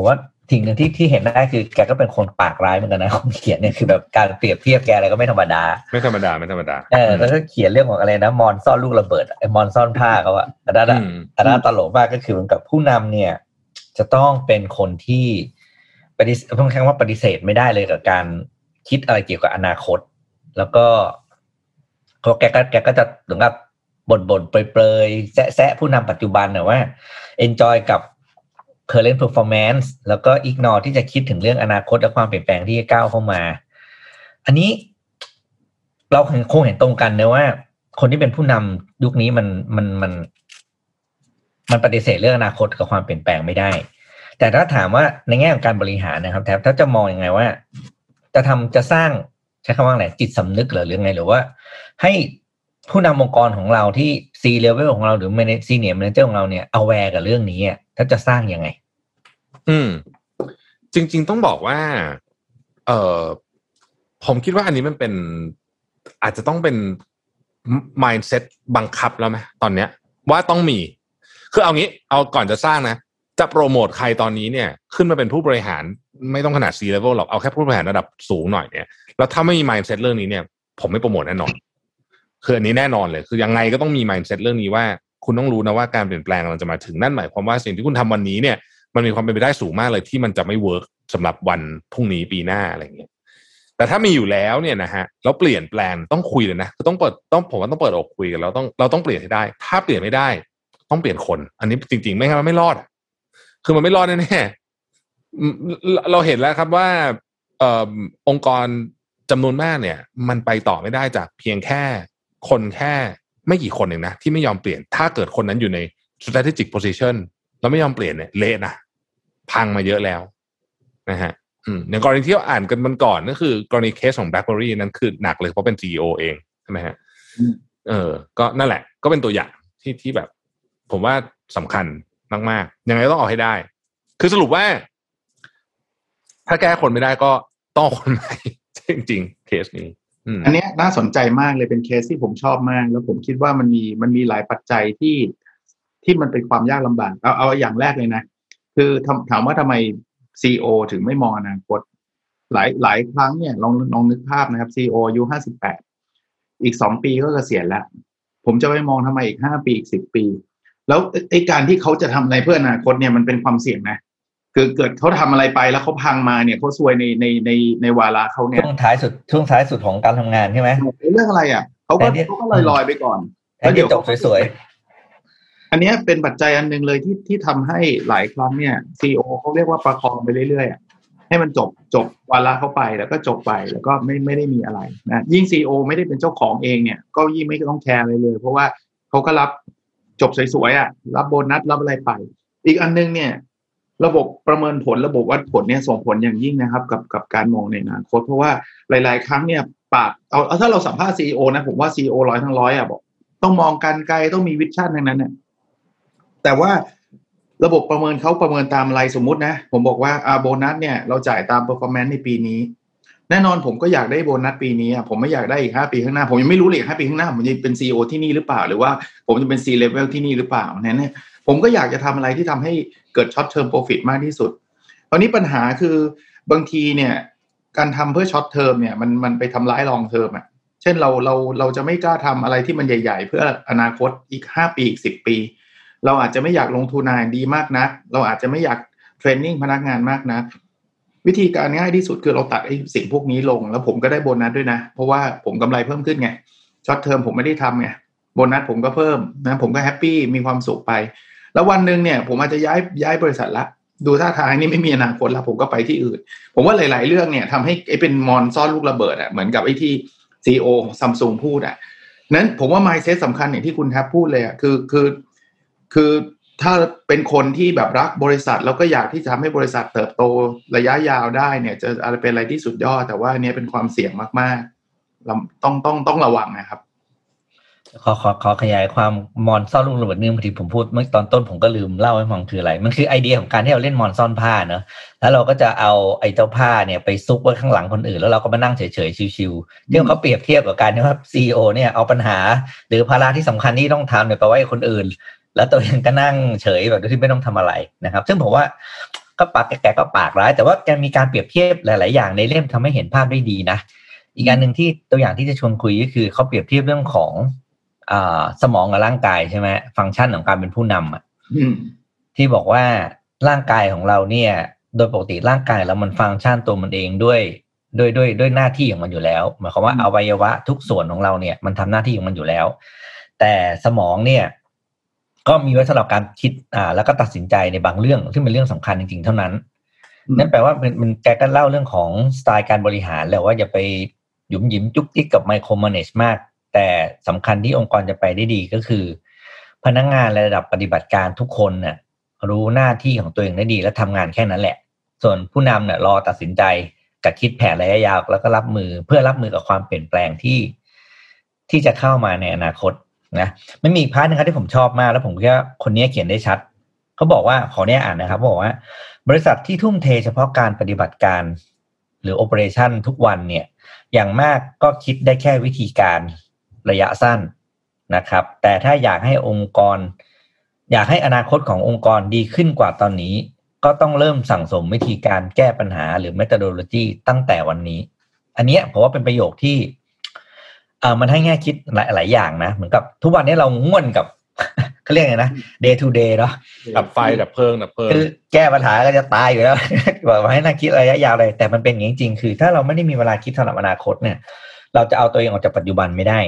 สิ่งหนึ่งที่ที่เห็นได้คือแกก็เป็นคนปากร้ายเหมือนกันนะคนเขียนเนี่ยคือแบบการเปรียบเทียบแกอะไรก็ไม่ธรรมดาไม่ธรรมดาไม่ธรรมดาเออแล้วก็เขียนเรื่องของอะไรนะมอนซ่อนลูกระเบิดไอ้มอนซ่อนผ้าเขาอะอันนั้นอะอันนั้นตลกมากก็คือเหมือนกับผู้นำเนี่ยจะต้องเป็นคนที่ปฏิต้องใช้คำว่าปฏิเสธไม่ได้เลยกับการคิดอะไรเกี่ยวกับอนาคตแล้วก็เขาแกก็แกก็จะเหมือนกับบ่นๆเปรยๆแซะๆผู้นำปัจจุบันเนี่ยว่า enjoy กับ current performance แล้วก็ ignore ที่จะคิดถึงเรื่องอนาคตและความเปลี่ยนแปลงที่จะก้าวเข้ามาอันนี้เราคงเห็นตรงกันนะว่าคนที่เป็นผู้นำยุคนี้มันมันมันมันปฏิเสธเรื่องอนาคตกับความเปลี่ยนแปลงไม่ได้แต่ถ้าถามว่าในแง่ของการบริหารนะครับแทบถ้าจะมองยังไงว่าจะทำจะสร้างใช้คำว่าอะไรจิตสำนึกหรือหรือไงหรือว่าให้ผู้นำองค์กรของเราที่ C level ของเราหรือ senior manager ของเราเนี่ย aware กับเรื่องนี้ถ้าจะสร้างยังไงอืมจริงๆต้องบอกว่าเอ่อผมคิดว่าอันนี้มันเป็นอาจจะต้องเป็น mindset บังคับแล้วไหมตอนเนี้ยว่าต้องมีคือเอางี้เอาก่อนจะสร้างนะจะโปรโมทใครตอนนี้เนี่ยขึ้นมาเป็นผู้บริหารไม่ต้องขนาด C level หรอกเอาแค่ผู้บริหารระดับสูงหน่อยเนี่ยแล้วถ้าไม่มี mindset เรื่องนี้เนี่ยผมไม่โปรโมทแน่นอนคืออันนี้แน่นอนเลยคือยังไงก็ต้องมี mindset เรื่องนี้ว่าคุณต้องรู้นะว่าการเปลี่ยนแปลงกำลังจะมาถึงนั่นหมายความว่าสิ่งที่คุณทำวันนี้เนี่ยมันมีความเป็นไปได้สูงมากเลยที่มันจะไม่เวิร์กสำหรับวันพรุ่งนี้ปีหน้าอะไรอย่างเงี้ยแต่ถ้ามีอยู่แล้วเนี่ยนะฮะแล้วเปลี่ยนแปลงต้องคุยเลยนะคือต้องเปิดต้องผมว่าต้องเปิดอกคุยกันแล้วต้องเราต้องเปลี่ยนให้ได้ถ้าเปลี่ยนไม่ได้ต้องเปลี่ยนคนอันนี้จริงๆไม่งั้นมันไม่รอดคือมันไม่รอดแน่ๆเราเห็นแล้วครับว่าเอ่อองค์กรจำนวนมากเนี่ยมันไปต่อไม่ได้จากเพียงแค่คนแค่ไม่กี่คนเองนะที่ไม่ยอมเปลี่ยนถ้าเกิดคนนั้นอยู่ใน strategic position แล้วไม่ยอมเปลี่ยนเนี่ยเละนะพังมาเยอะแล้วนะฮะอืมอย่างกรณีที่เราอ่านกันมันก่อนก็คือกรณีเคสของ BlackBerry นั้นคือหนักเลยเพราะเป็น ซี อี โอ เองใช่ไหมฮะเออก็นั่นแหละก็เป็นตัวอย่างที่ที่แบบผมว่าสำคัญมากๆยังไงต้องเอาให้ได้คือสรุปว่าถ้าแก้คนไม่ได้ก็ต้องคนใหม่จริงๆเคสนี้อันนี้น่าสนใจมากเลยเป็นเคสที่ผมชอบมากแล้วผมคิดว่ามันมีมันมีหลายปัจจัยที่ที่มันเป็นความยากลำบากเอาเอาอย่างแรกเลยนะคือถามว่าทำไม ซี อี โอ ถึงไม่มองอนาคตหลายหลายครั้งเนี่ยลองลองนึกภาพนะครับ ซี อี โอ อายุห้าสิบแปดอีกสองปีก็เกษียณแล้วผมจะไปมองทำไมอีกห้าปีอีกสิบปีแล้วไอ้การที่เขาจะทำอะไรเพื่ออนาคตเนี่ยมันเป็นความเสี่ยงนะคือเกิดเขาทำอะไรไปแล้วเขาพังมาเนี่ยเขาซวยในในในในวาระเขาเนี่ยช่วงท้ายสุดช่วงท้ายสุดของการทำงานใช่ไหมเรื่องอะไรอ่ะเขาก็เขาก็ลอยลอยไปก่อนแล้วเดี๋ยวจบสวยๆอันนี้เป็นปัจจัยอันนึงเลยที่ที่ทำให้หลายครั้งเนี่ย ซี อี โอ เขาเรียกว่าประคองไปเรื่อยๆให้มันจบจบวาระเข้าไปแล้วก็จบไปแล้วก็ไม่ไม่ได้มีอะไรนะยิ่ง ซี อี โอ ไม่ได้เป็นเจ้าของเองเนี่ยก็ยิ่งไม่ต้องแคร์อะไรเลยเพราะว่าเขาก็รับจบสวยๆอ่ะรับโบนัสรับอะไรไปอีกอันนึงเนี่ยระบบประเมินผลระบบวัดผลเนี่ยส่งผลอย่างยิ่งนะครับกับกับการมองในอนาคตเพราะว่าหลายๆครั้งเนี่ยปากเอาเอาถ้าเราสัมภาษณ์ ซี อี โอ นะผมว่า ซี อี โอ ร้อยทั้งร้อยอ่ะบอกต้องมองการไกลต้องมีวิชั่นทั้งนั้นเนี่ยแต่ว่าระบบประเมินเขาประเมินตามอะไรสมมุตินะผมบอกว่าอ่าโบนัสเนี่ยเราจ่ายตาม performance ในปีนี้แน่นอนผมก็อยากได้โบนัสปีนี้อ่ะผมไม่อยากได้อีกห้าปีข้างหน้าผมยังไม่รู้เลยอีกห้าปีข้างหน้าผมจะเป็น ซี อี โอ ที่นี่หรือเปล่าหรือว่าผมจะเป็น C level ที่นี่หรือเปล่าเนี่ยผมก็อยากจะทำอะไรที่ทำให้เกิด short term profit มากที่สุดตอนนี้ปัญหาคือบางทีเนี่ยการทำเพื่อ short term เนี่ยมันมันไปทำร้าย long term อ่ะเช่นเราเราเราจะไม่กล้าทำอะไรที่มันใหญ่ๆเพื่ออนาคตอีกห้าปีอีกสิบปีเราอาจจะไม่อยากลงทุนนานดีมากนักเราอาจจะไม่อยากเทรนนิ่งพนักงานมากนักวิธีการง่ายที่สุดคือเราตัดไอ้สิ่งพวกนี้ลงแล้วผมก็ได้โบนัสด้วยนะเพราะว่าผมกำไรเพิ่มขึ้นไง short term ผมไม่ได้ทำไงโบนัสผมก็เพิ่มนะผมก็แฮปปี้มีความสุขไปแล้ววันนึงเนี่ยผมอาจจะย้ายย้ายบริษัทละดูท่าทางนี่ไม่มีอนาคตแล้วผมก็ไปที่อื่นผมว่าหลายๆเรื่องเนี่ยทำให้ไอ้เป็นมอนซ่อนลูกระเบิดอ่ะเหมือนกับไอ้ที่ ซี อี โอ Samsung พูดอ่ะนั้นผมว่า mindset สำคัญอย่างที่คุณแทบพูดเลยอ่ะคือคือคือถ้าเป็นคนที่แบบรักบริษัทแล้วก็อยากที่จะทำให้บริษัทเติบโตระยะยาวได้เนี่ยจะอะไรเป็นอะไรที่สุดยอดแต่ว่าอันนี้เป็นความเสี่ยงมากๆเราต้องต้องต้องระวังนะครับขอขอขอขยายความมอนซ่อนลูกระเบิดนึงบางทีผมพูดเมื่อตอนต้นผมก็ลืมเล่าให้ฟังคืออะไรมันคือไอเดียของการที่เราเล่นมอนซ่อนผ้าเนอะแล้วเราก็จะเอาไอ้เจ้าผ้าเนี่ยไปซุกไว้ข้างหลังคนอื่นแล้วเราก็มานั่งเฉยๆชิวๆเรื่องเขาเปรียบเทียบกับการที่ว่า ซี อี โอ เนี่ยเอาปัญหาหรือภาระที่สำคัญที่ต้องทำเนี่ยไปไว้คนอื่นแล้วตัวเองก็นั่งเฉยแบบที่ไม่ต้องทำอะไรนะครับซึ่งผมว่าก็ปากแกก็ปากร้ายแต่ว่าแกมีการเปรียบเทียบหลายๆอย่างในเล่มทำให้เห็นภาพได้ดีนะอีกอันนึงที่ตัวอย่างที่จะชวนคุยก็คือเขาเปรียบเทียบเรื่องของอ่าสมองกับร่างกายใช่ไหมฟังก์ชันของการเป็นผู้นำอ่ะที่บอกว่าร่างกายของเราเนี่ยโดยปกติร่างกายแล้วมันฟังก์ชันตัวมันเองด้วยด้วยด้วยด้วยหน้าที่ของมันอยู่แล้วหมายความว่าอวัยวะทุกส่วนของเราเนี่ยมันทำหน้าที่ของมันอยู่แล้วแต่สมองเนี่ยก็มีไว้สำหรับการคิดอ่าแล้วก็ตัดสินใจในบางเรื่องที่เป็นเรื่องสำคัญจริงๆเท่านั้นนั่นแปลว่ามันมันแกก็เล่าเรื่องของสไตล์การบริหารแล้วว่าอย่าไปหยุมหยิมจุกจิกกับไมโครแมเนจมากแต่สำคัญที่องค์กรจะไปได้ดีก็คือพนักงานระดับปฏิบัติการทุกคนน่ะรู้หน้าที่ของตัวเองได้ดีและทำงานแค่นั้นแหละส่วนผู้นำเนี่ยรอตัดสินใจกับคิดแผนระยะยาวแล้วก็รับมือเพื่อรับมือกับความเปลี่ยนแปลงที่ที่จะเข้ามาในอนาคตนะไม่มีพาร์ทนึงครับที่ผมชอบมากแล้วผมคิดว่าคนนี้เขียนได้ชัดเขาบอกว่าขอเนี่ยอ่านนะครับบอกว่าบริษัทที่ทุ่มเทเฉพาะการปฏิบัติการหรือโอเปอเรชั่นทุกวันเนี่ยอย่างมากก็คิดได้แค่วิธีการระยะสั้นนะครับแต่ถ้าอยากให้องค์กรอยากให้อนาคตขององค์กรดีขึ้นกว่าตอนนี้ก็ต้องเริ่มสั่งสมวิธีการแก้ปัญหาหรือ methodology ตั้งแต่วันนี้อันนี้ผมว่าเป็นประโยคที่เอ่อมันให้แง่คิดหลายหลายอย่างนะเหมือนกับทุกวันนี้เราง่วนกับ เขาเรียกไงนะ day to day เนาะดับไฟดับเพลิงดับเพลิงคือแก้ปัญหาก็จะตายอยู่แล้ว บอกว่าให้นั่งคิดระยะยาวเลยแต่มันเป็นอย่างนี้จริงๆคือถ้าเราไม่ได้มีเวลาคิดสำหรับอนาคตเนี่ยเราจะเอาตัวเองออกจากปัจจุบันไม่ได้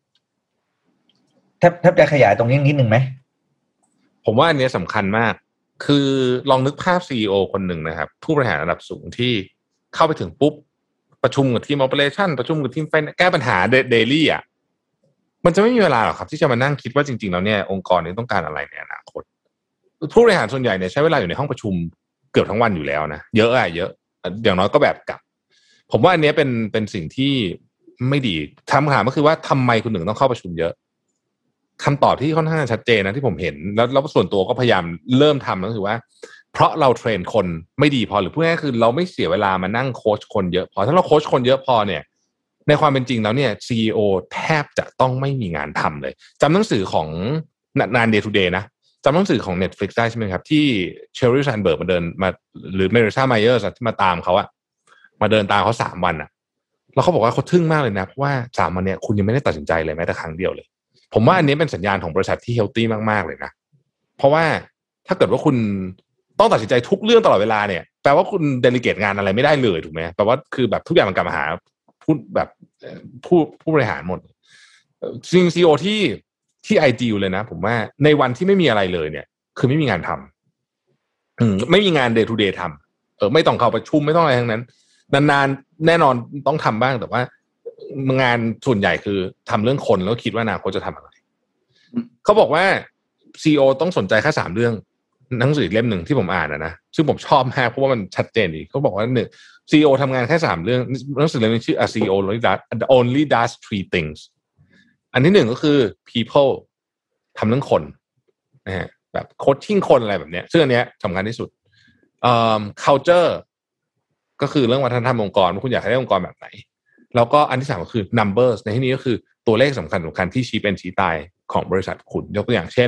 ถ้าถ้าจะขยายตรงนี้นิดนึงไหมผมว่าอันนี้สำคัญมากคือลองนึกภาพ ซี อี โอ คนหนึ่งนะครับผู้บริหารระดับสูงที่เข้าไปถึงปุ๊บประชุมกับทีม operation ประชุมกับทีมไฟแก้ปัญหา daily อ่ะมันจะไม่มีเวลาหรอกครับที่จะมานั่งคิดว่าจริงๆแล้วเนี่ยองค์กรนี้ต้องการอะไรในอนาคตผู้บริหารส่วนใหญ่เนี่ยใช้เวลาอยู่ในห้องประชุมเกือบทั้งวันอยู่แล้วนะเยอะอะเยอะอย่างน้อยก็แบบกลับผมว่าอันนี้เป็นเป็นสิ่งที่ไม่ดีคำถามก็คือว่าทำไมคุณหนึ่งต้องเข้าประชุมเยอะคำตอบที่ค่อนข้างชัดเจนนะที่ผมเห็นแล้วแล้วส่วนตัวก็พยายามเริ่มทำก็คือว่าเพราะเราเทรนคนไม่ดีพอหรือพูดง่ายๆคือเราไม่เสียเวลามานั่งโค้ชคนเยอะพอถ้าเราโค้ชคนเยอะพอเนี่ยในความเป็นจริงแล้วเนี่ย ซี อี โอ แทบจะต้องไม่มีงานทำเลยจำหนังสือของนาน day to day นะจำหนังสือของ Netflix ได้ใช่ไหมครับที่เชอร์รี่แซนเบิร์กมาเดินมาหรือเมริซาไมเออร์สที่มาตามเขาอะมาเดินตามเขาสามวันอะแล้วเขาบอกว่าเขาทึ่งมากเลยนะเพราะว่าสามวันเนี่ยคุณยังไม่ได้ตัดสินใจเลยแม้แต่ครั้งเดียวเลยผมว่าอันนี้เป็นสัญญาณของบริษัทที่เฮลตี้มากๆเลยนะเพราะว่าถ้าเกิดว่าคุณต้องตัดสินใจทุกเรื่องตลอดเวลาเนี่ยแปลว่าคุณเดลิเกตงานอะไรไม่ได้เลยถูกไหมแปลว่าคือแบบทุกอย่างมันกลับมาหาผู้แบบผู้ผู้บริหารหมดจริง ซี อี โอ ที่ที่ไอเดียเลยนะผมว่าในวันที่ไม่มีอะไรเลยเนี่ยคือไม่มีงานทำอืมไม่มีงาน day to day ทำเออไม่ต้องเข้าประชุมไม่ต้องอะไรทั้งนั้นนานๆแน่นอนต้องทำบ้างแต่ว่างานส่วนใหญ่คือทำเรื่องคนแล้วคิดว่าอนาคตจะทำอะไรเขาบอกว่า ซี อี โอ ต้องสนใจแค่สามเรื่องหนังสือเล่มหนึ่งที่ผมอ่านนะนะซึ่งผมชอบมากเพราะว่ามันชัดเจนดีเขาบอกว่าหนึ่ง ซี อี โอ ทำงานแค่สามเรื่องหนังสือเล่มนี้ชื่อ A ซี อี โอ only does three things อันที่หนึ่งก็คือ people ทำเรื่องคนนะฮะแบบโคชชิ่งคนอะไรแบบเนี้ยซึ่งอันเนี้ยสำคัญที่สุดเอ่อ culture ก็คือเรื่องวัฒนธรรมองค์กรว่าคุณอยากให้ได้องค์กรแบบไหนแล้วก็อันที่สามก็คือ numbers ในที่นี้ก็คือตัวเลขสำคัญสำคัญที่ชี้เป็นชี้ตายของบริษัทคุณยกตัวอย่างเช่น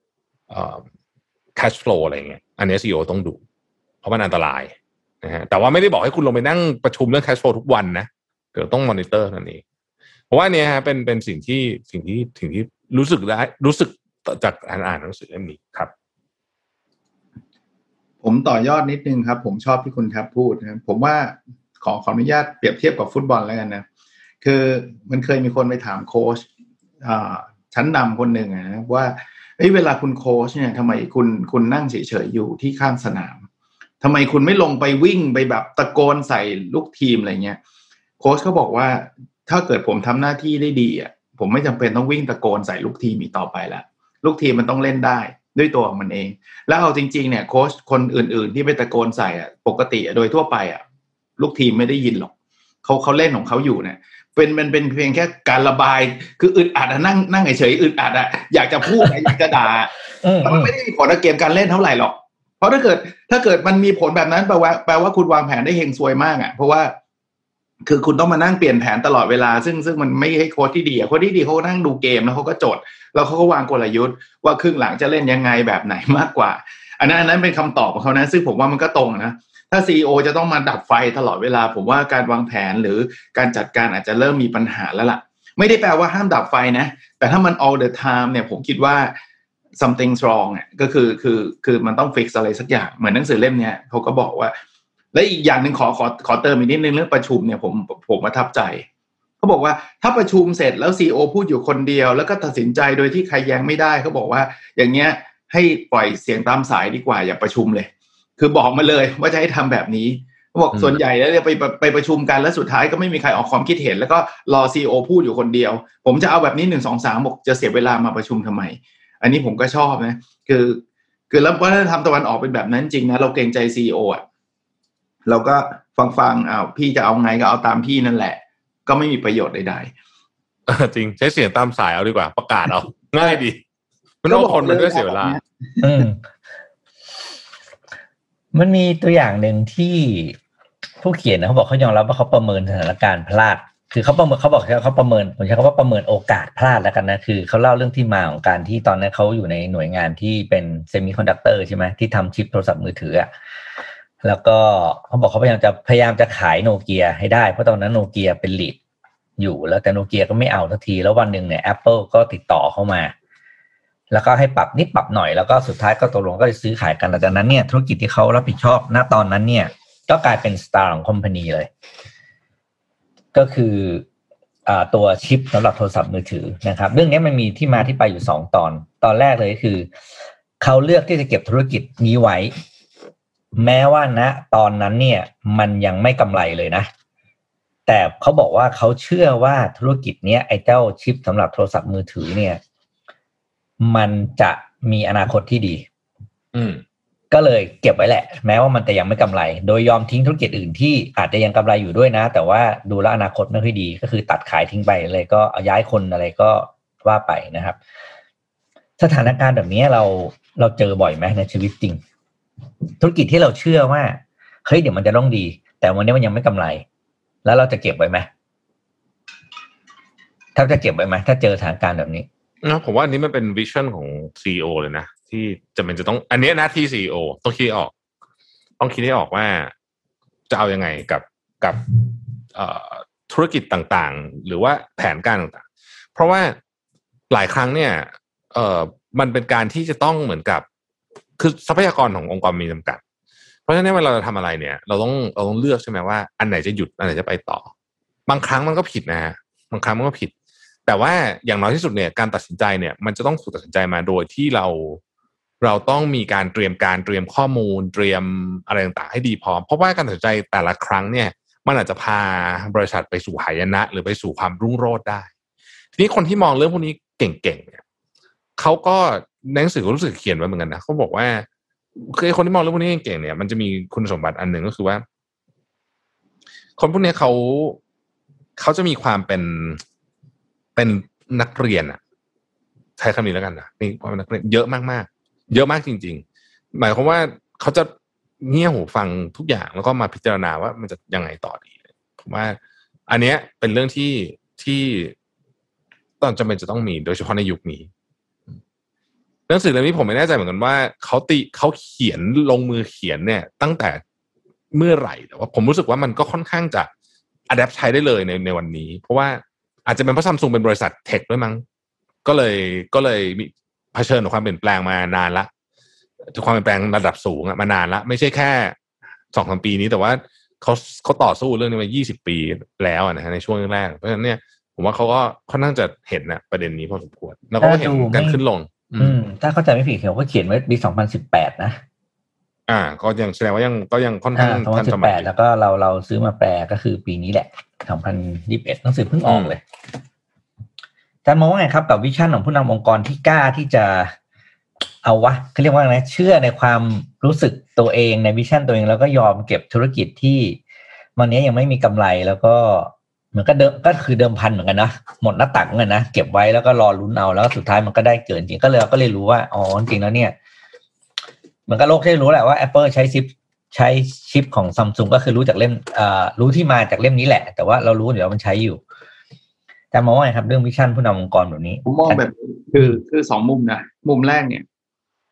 cash flow อะไรเงี้ยอันนี้ ซี อี โอ ต้องดูเพราะมันอันตรายนะฮะแต่ว่าไม่ได้บอกให้คุณลงไปนั่งประชุมเรื่อง cash flow ทุกวันนะเดี๋ยวต้อง monitor นั่นเองเพราะว่าเนี่ยฮะเป็นเป็นสิ่งที่สิ่งที่สิ่งที่รู้สึกได้รู้สึกจากการอ่านหนังสือเล่มนี้ครับผมต่อยอดนิดนึงครับผมชอบที่คุณครับพูดนะผมว่าขอขออนุญาตเปรียบเทียบกับฟุตบอลแล้วกันนะคือมันเคยมีคนไปถามโค้ชชั้นนำคนหนึ่งนะว่าเอ้ยเวลาคุณโค้ชเนี่ยทำไมคุณคุณนั่งเฉยๆอยู่ที่ข้างสนามทำไมคุณไม่ลงไปวิ่งไปแบบตะโกนใส่ลูกทีมอะไรเงี้ยโค้ชเขาบอกว่าถ้าเกิดผมทำหน้าที่ได้ดีอ่ะผมไม่จำเป็นต้องวิ่งตะโกนใส่ลูกทีมอีกต่อไปละลูกทีมมันต้องเล่นได้ด้วยตัวของมันเองแล้วเอาจริงๆเนี่ยโค้ชคนอื่นๆที่ไปตะโกนใส่อ่ะปกติโดยทั่วไปอ่ะลูกทีมไม่ได้ยินหรอกเขาเขาเล่นของเขาอยู่เนี่ยเป็นมันเป็นเพียงแค่การระบายคืออึดอัดอะนั่งนั่งเฉยๆอึดอัดอะอยากจะพูดอยากจะด่ามันไม่ได้มีผลกับเกมการเล่นเท่าไหร่หรอกเพราะถ้าเกิดถ้าเกิดมันมีผลแบบนั้นแปลว่าแปลว่าคุณวางแผนได้เฮงซวยมากอะเพราะว่าคือคุณต้องมานั่งเปลี่ยนแผนตลอดเวลาซึ่งซึ่งมันไม่ให้โค้ชที่ดีอะโค้ชที่ดีเขานั่งดูเกมแล้วเขาก็จดแล้วเขาก็วางกลยุทธ์ว่าครึ่งหลังจะเล่นยังไงแบบไหนมากกว่าอันนั้นอันนั้นเป็นคำตอบของเขานะซึ่งผมว่ามันก็ตรงนะถ้า ซี อี โอ จะต้องมาดับไฟตลอดเวลาผมว่าการวางแผนหรือการจัดการอาจจะเริ่มมีปัญหาแล้วล่ะไม่ได้แปลว่าห้ามดับไฟนะแต่ถ้ามัน all the time เนี่ยผมคิดว่า something wrong อ่ะก็คือคือคือมันต้อง fix อะไรสักอย่างเหมือนหนังสือเล่มเนี้ยเขาก็บอกว่าและอีกอย่างนึงขอขอขอเติมอีกนิดนึงเรื่องประชุมเนี่ยผมผมประทับใจเขาบอกว่าถ้าประชุมเสร็จแล้ว ซี อี โอ พูดอยู่คนเดียวแล้วก็ตัดสินใจโดยที่ใครแย้งไม่ได้เขาบอกว่าอย่างเงี้ยให้ปล่อยเสียงตามสายดีกว่าอย่าประชุมเลยคือบอกมาเลยว่าจะให้ทำแบบนี้เขาบอกส่วนใหญ่แล้วไปไปประชุมกันแล้วสุดท้ายก็ไม่มีใครออกความคิดเห็นแล้วก็รอ ซี อี โอ พูดอยู่คนเดียวผมจะเอาแบบนี้หนึ่ง สอง สามบอกจะเสียเวลามาประชุมทำไมอันนี้ผมก็ชอบนะคือคือแล้ววัฒนธรรมตะวันออกเป็นแบบนั้นจริงนะเราเกรงใจ ซี อี โอ อ่ะเราก็ฟังๆอ้าวพี่จะเอาไงก็เอาตามพี่นั่นแหละก็ไม่มีประโยชน์ใดๆจริงใช้เสียงตามสายเอาดีกว่าประกาศเอาง่ายดีไม่ต้องคนมันด้วยเสียเวลาอืมมันมีตัวอย่างหนึ่งที่ผู้เขียนนะเขาบอกเขายอมรับว่าเขาประเมินสถานการณ์พลาดคือเขาประเมินเขาบอกเขาประเมินผมใช้คำว่าประเมินโอกาสพลาดแล้วกันนะคือเขาเล่าเรื่องที่มาของการที่ตอนนั้นเขาอยู่ในหน่วยงานที่เป็นเซมิคอนดักเตอร์ใช่ไหมที่ทำชิปโทรศัพท์มือถืออ่ะแล้วก็เขาบอกเขาพยายามจะพยายามจะขายโนเกียให้ได้เพราะตอนนั้นโนเกียเป็นลีดอยู่แล้วแต่โนเกียก็ไม่เอาทันทีแล้ววันหนึ่งเนี่ย Apple ก็ติดต่อเข้ามาแล้วก็ให้ปรับนิดปรับหน่อยแล้วก็สุดท้ายก็ตกลงก็จะซื้อขายกันหลังจากนั้นเนี่ยธุรกิจที่เขารับผิดชอบณตอนนั้นเนี่ยก็กลายเป็นสตาร์ของคอมพานีเลยก็คืออ่าตัวชิปสำหรับโทรศัพท์มือถือนะครับเรื่องนี้มันมีที่มาที่ไปอยู่สองตอนตอนแรกเลยคือเขาเลือกที่จะเก็บธุรกิจนี้ไว้แม้ว่าณตอนนั้นเนี่ยมันยังไม่กำไรเลยนะแต่เขาบอกว่าเขาเชื่อว่าธุรกิจนี้ไอ้เจ้าชิปสำหรับโทรศัพท์มือถือเนี่ยมันจะมีอนาคตที่ดีอืมก็เลยเก็บไว้แหละแม้ว่ามันจะยังไม่กำไรโดยยอมทิ้งธุรกิจอื่นที่อาจจะยังกำไรอยู่ด้วยนะแต่ว่าดูแลอนาคตไม่ค่อยดีก็คือตัดขายทิ้งไปเลยก็เอาย้ายคนอะไรก็ว่าไปนะครับสถานการณ์แบบนี้เราเราเจอบ่อยไหมในชีวิตจริงธุรกิจที่เราเชื่อว่าเฮ้ยเดี๋ยวมันจะต้องดีแต่วันนี้มันยังไม่กำไรแล้วเราจะเก็บไว้ไหมถ้าจะเก็บไว้ไหมถ้าเจอสถานการณ์แบบนี้นะผมว่าอันนี้มันเป็นวิชั่นของ ซี อี โอ เลยนะที่จะเป็นจะต้องอันนี้หน้าที่ ซี อี โอ ต้องคิดออกต้องคิดให้ออกว่าจะเอายังไงกับกับธุรกิจต่างๆหรือว่าแผนการต่างๆเพราะว่าหลายครั้งเนี่ยเอ่อมันเป็นการที่จะต้องเหมือนกับคือทรัพยากรขององค์กรมีจำกัดเพราะฉะนั้นเวลาเราทำอะไรเนี่ยเราต้องเราต้องเลือกใช่ไหมว่าอันไหนจะหยุดอันไหนจะไปต่อบางครั้งมันก็ผิดนะฮะบางครั้งมันก็ผิดแต่ว่าอย่างน้อยที่สุดเนี่ยการตัดสินใจเนี่ยมันจะต้องถูกตัดสินใจมาโดยที่เราเราต้องมีการเตรียมการเตรียมข้อมูลเตรียมอะไรต่างๆให้ดีพร้อมเพราะว่าการตัดสินใจแต่ละครั้งเนี่ยมันอาจจะพาบริษัทไปสู่หายนะหรือไปสู่ความรุ่งโรจน์ได้ทีนี้คนที่มองเรื่องพวกนี้เก่งๆเนี่ยเขาก็ในหนังสือก็รู้สึกเขียนไว้เหมือนกันนะเขาบอกว่าคือคนที่มองเรื่องพวกนี้เก่งๆเนี่ยมันจะมีคุณสมบัติอันหนึ่งก็คือว่าคนพวกนี้เขาเขาจะมีความเป็นเป็นนักเรียนอ่ะใช้คำนี้แล้วกันนะนี่ความเป็นนักเรียนเยอะมากๆเยอะมากจริงๆหมายความว่าเขาจะเงี่ยหูฟังทุกอย่างแล้วก็มาพิจารณาว่ามันจะยังไงต่อดีผมว่าอันเนี้ยเป็นเรื่องที่ที่ตอนจำเป็นจะต้องมีโดยเฉพาะในยุคนี้หนังสือเล่มนี้ผมไม่แน่ใจเหมือนกันว่าเขาติเขาเขียนลงมือเขียนเนี่ยตั้งแต่เมื่อไหร่แต่ว่าผมรู้สึกว่ามันก็ค่อนข้างจะอะแดปใช้ได้เลยในในวันนี้เพราะว่าอาจจะเป็นเพราะ Samsung เป็นบริษัทเทคด้วยมั้งก็เลยก็เลยมีเผชิญกับความเปลี่ยนแปลงมานานละถึงความเปลี่ยนแปลงระดับสูงมานานละไม่ใช่แค่ สองถึงสาม ปีนี้แต่ว่าเขาเขาต่อสู้เรื่องนี้มายี่สิบปีแล้วนะฮะในช่วงแรกเพราะฉะนั้นเนี่ยผมว่าเขาก็ค่อนข้างจะเห็นนะประเด็นนี้พอสมควรแล้วก็เห็นการขึ้นลงอืมถ้าเข้าใจไม่ผิดเขาก็เขียนไว้ปีสองพันสิบแปดนะอ่าก็ยังแสดงว่ายังก็ยังค่อนข้างทันสมัยแล้วก็เราเราซื้อมาแปลก็คือปีนี้แหละสองพันยี่สิบเอ็ดหนังสือเพิ่งออกเลยอาจารย์มองว่าไงครับกับวิชั่นของผู้นำองค์กรที่กล้าที่จะเอาวะเขาเรียกว่าไงเชื่อในความรู้สึกตัวเองในวิชั่นตัวเองแล้วก็ยอมเก็บธุรกิจที่วันนี้ยังไม่มีกำไรแล้วก็เหมือนก็เดิมก็คือเดิมพันเหมือนกันนะหมดหน้าตักเหมือนกันนะเก็บไว้แล้วก็รอลุ้นเอาแล้วสุดท้ายมันก็ได้เกินจริงก็เลยก็เลยรู้ว่าอ๋อจริงแล้วเนี่ยมันก็โลกที่รู้แหละว่า Apple ใช้ชิปใช้ชิปของ Samsung ก็คือรู้จากเล่มอ่ารู้ที่มาจากเล่มนี้แหละแต่ว่าเรารู้อยู่แล้วมันใช้อยู่แต่มองว่าไงครับเรื่องวิชั่นผู้นำองค์กรแบบนี้ผมมองแบบคือคือสองมุมนะมุมแรกเนี่ย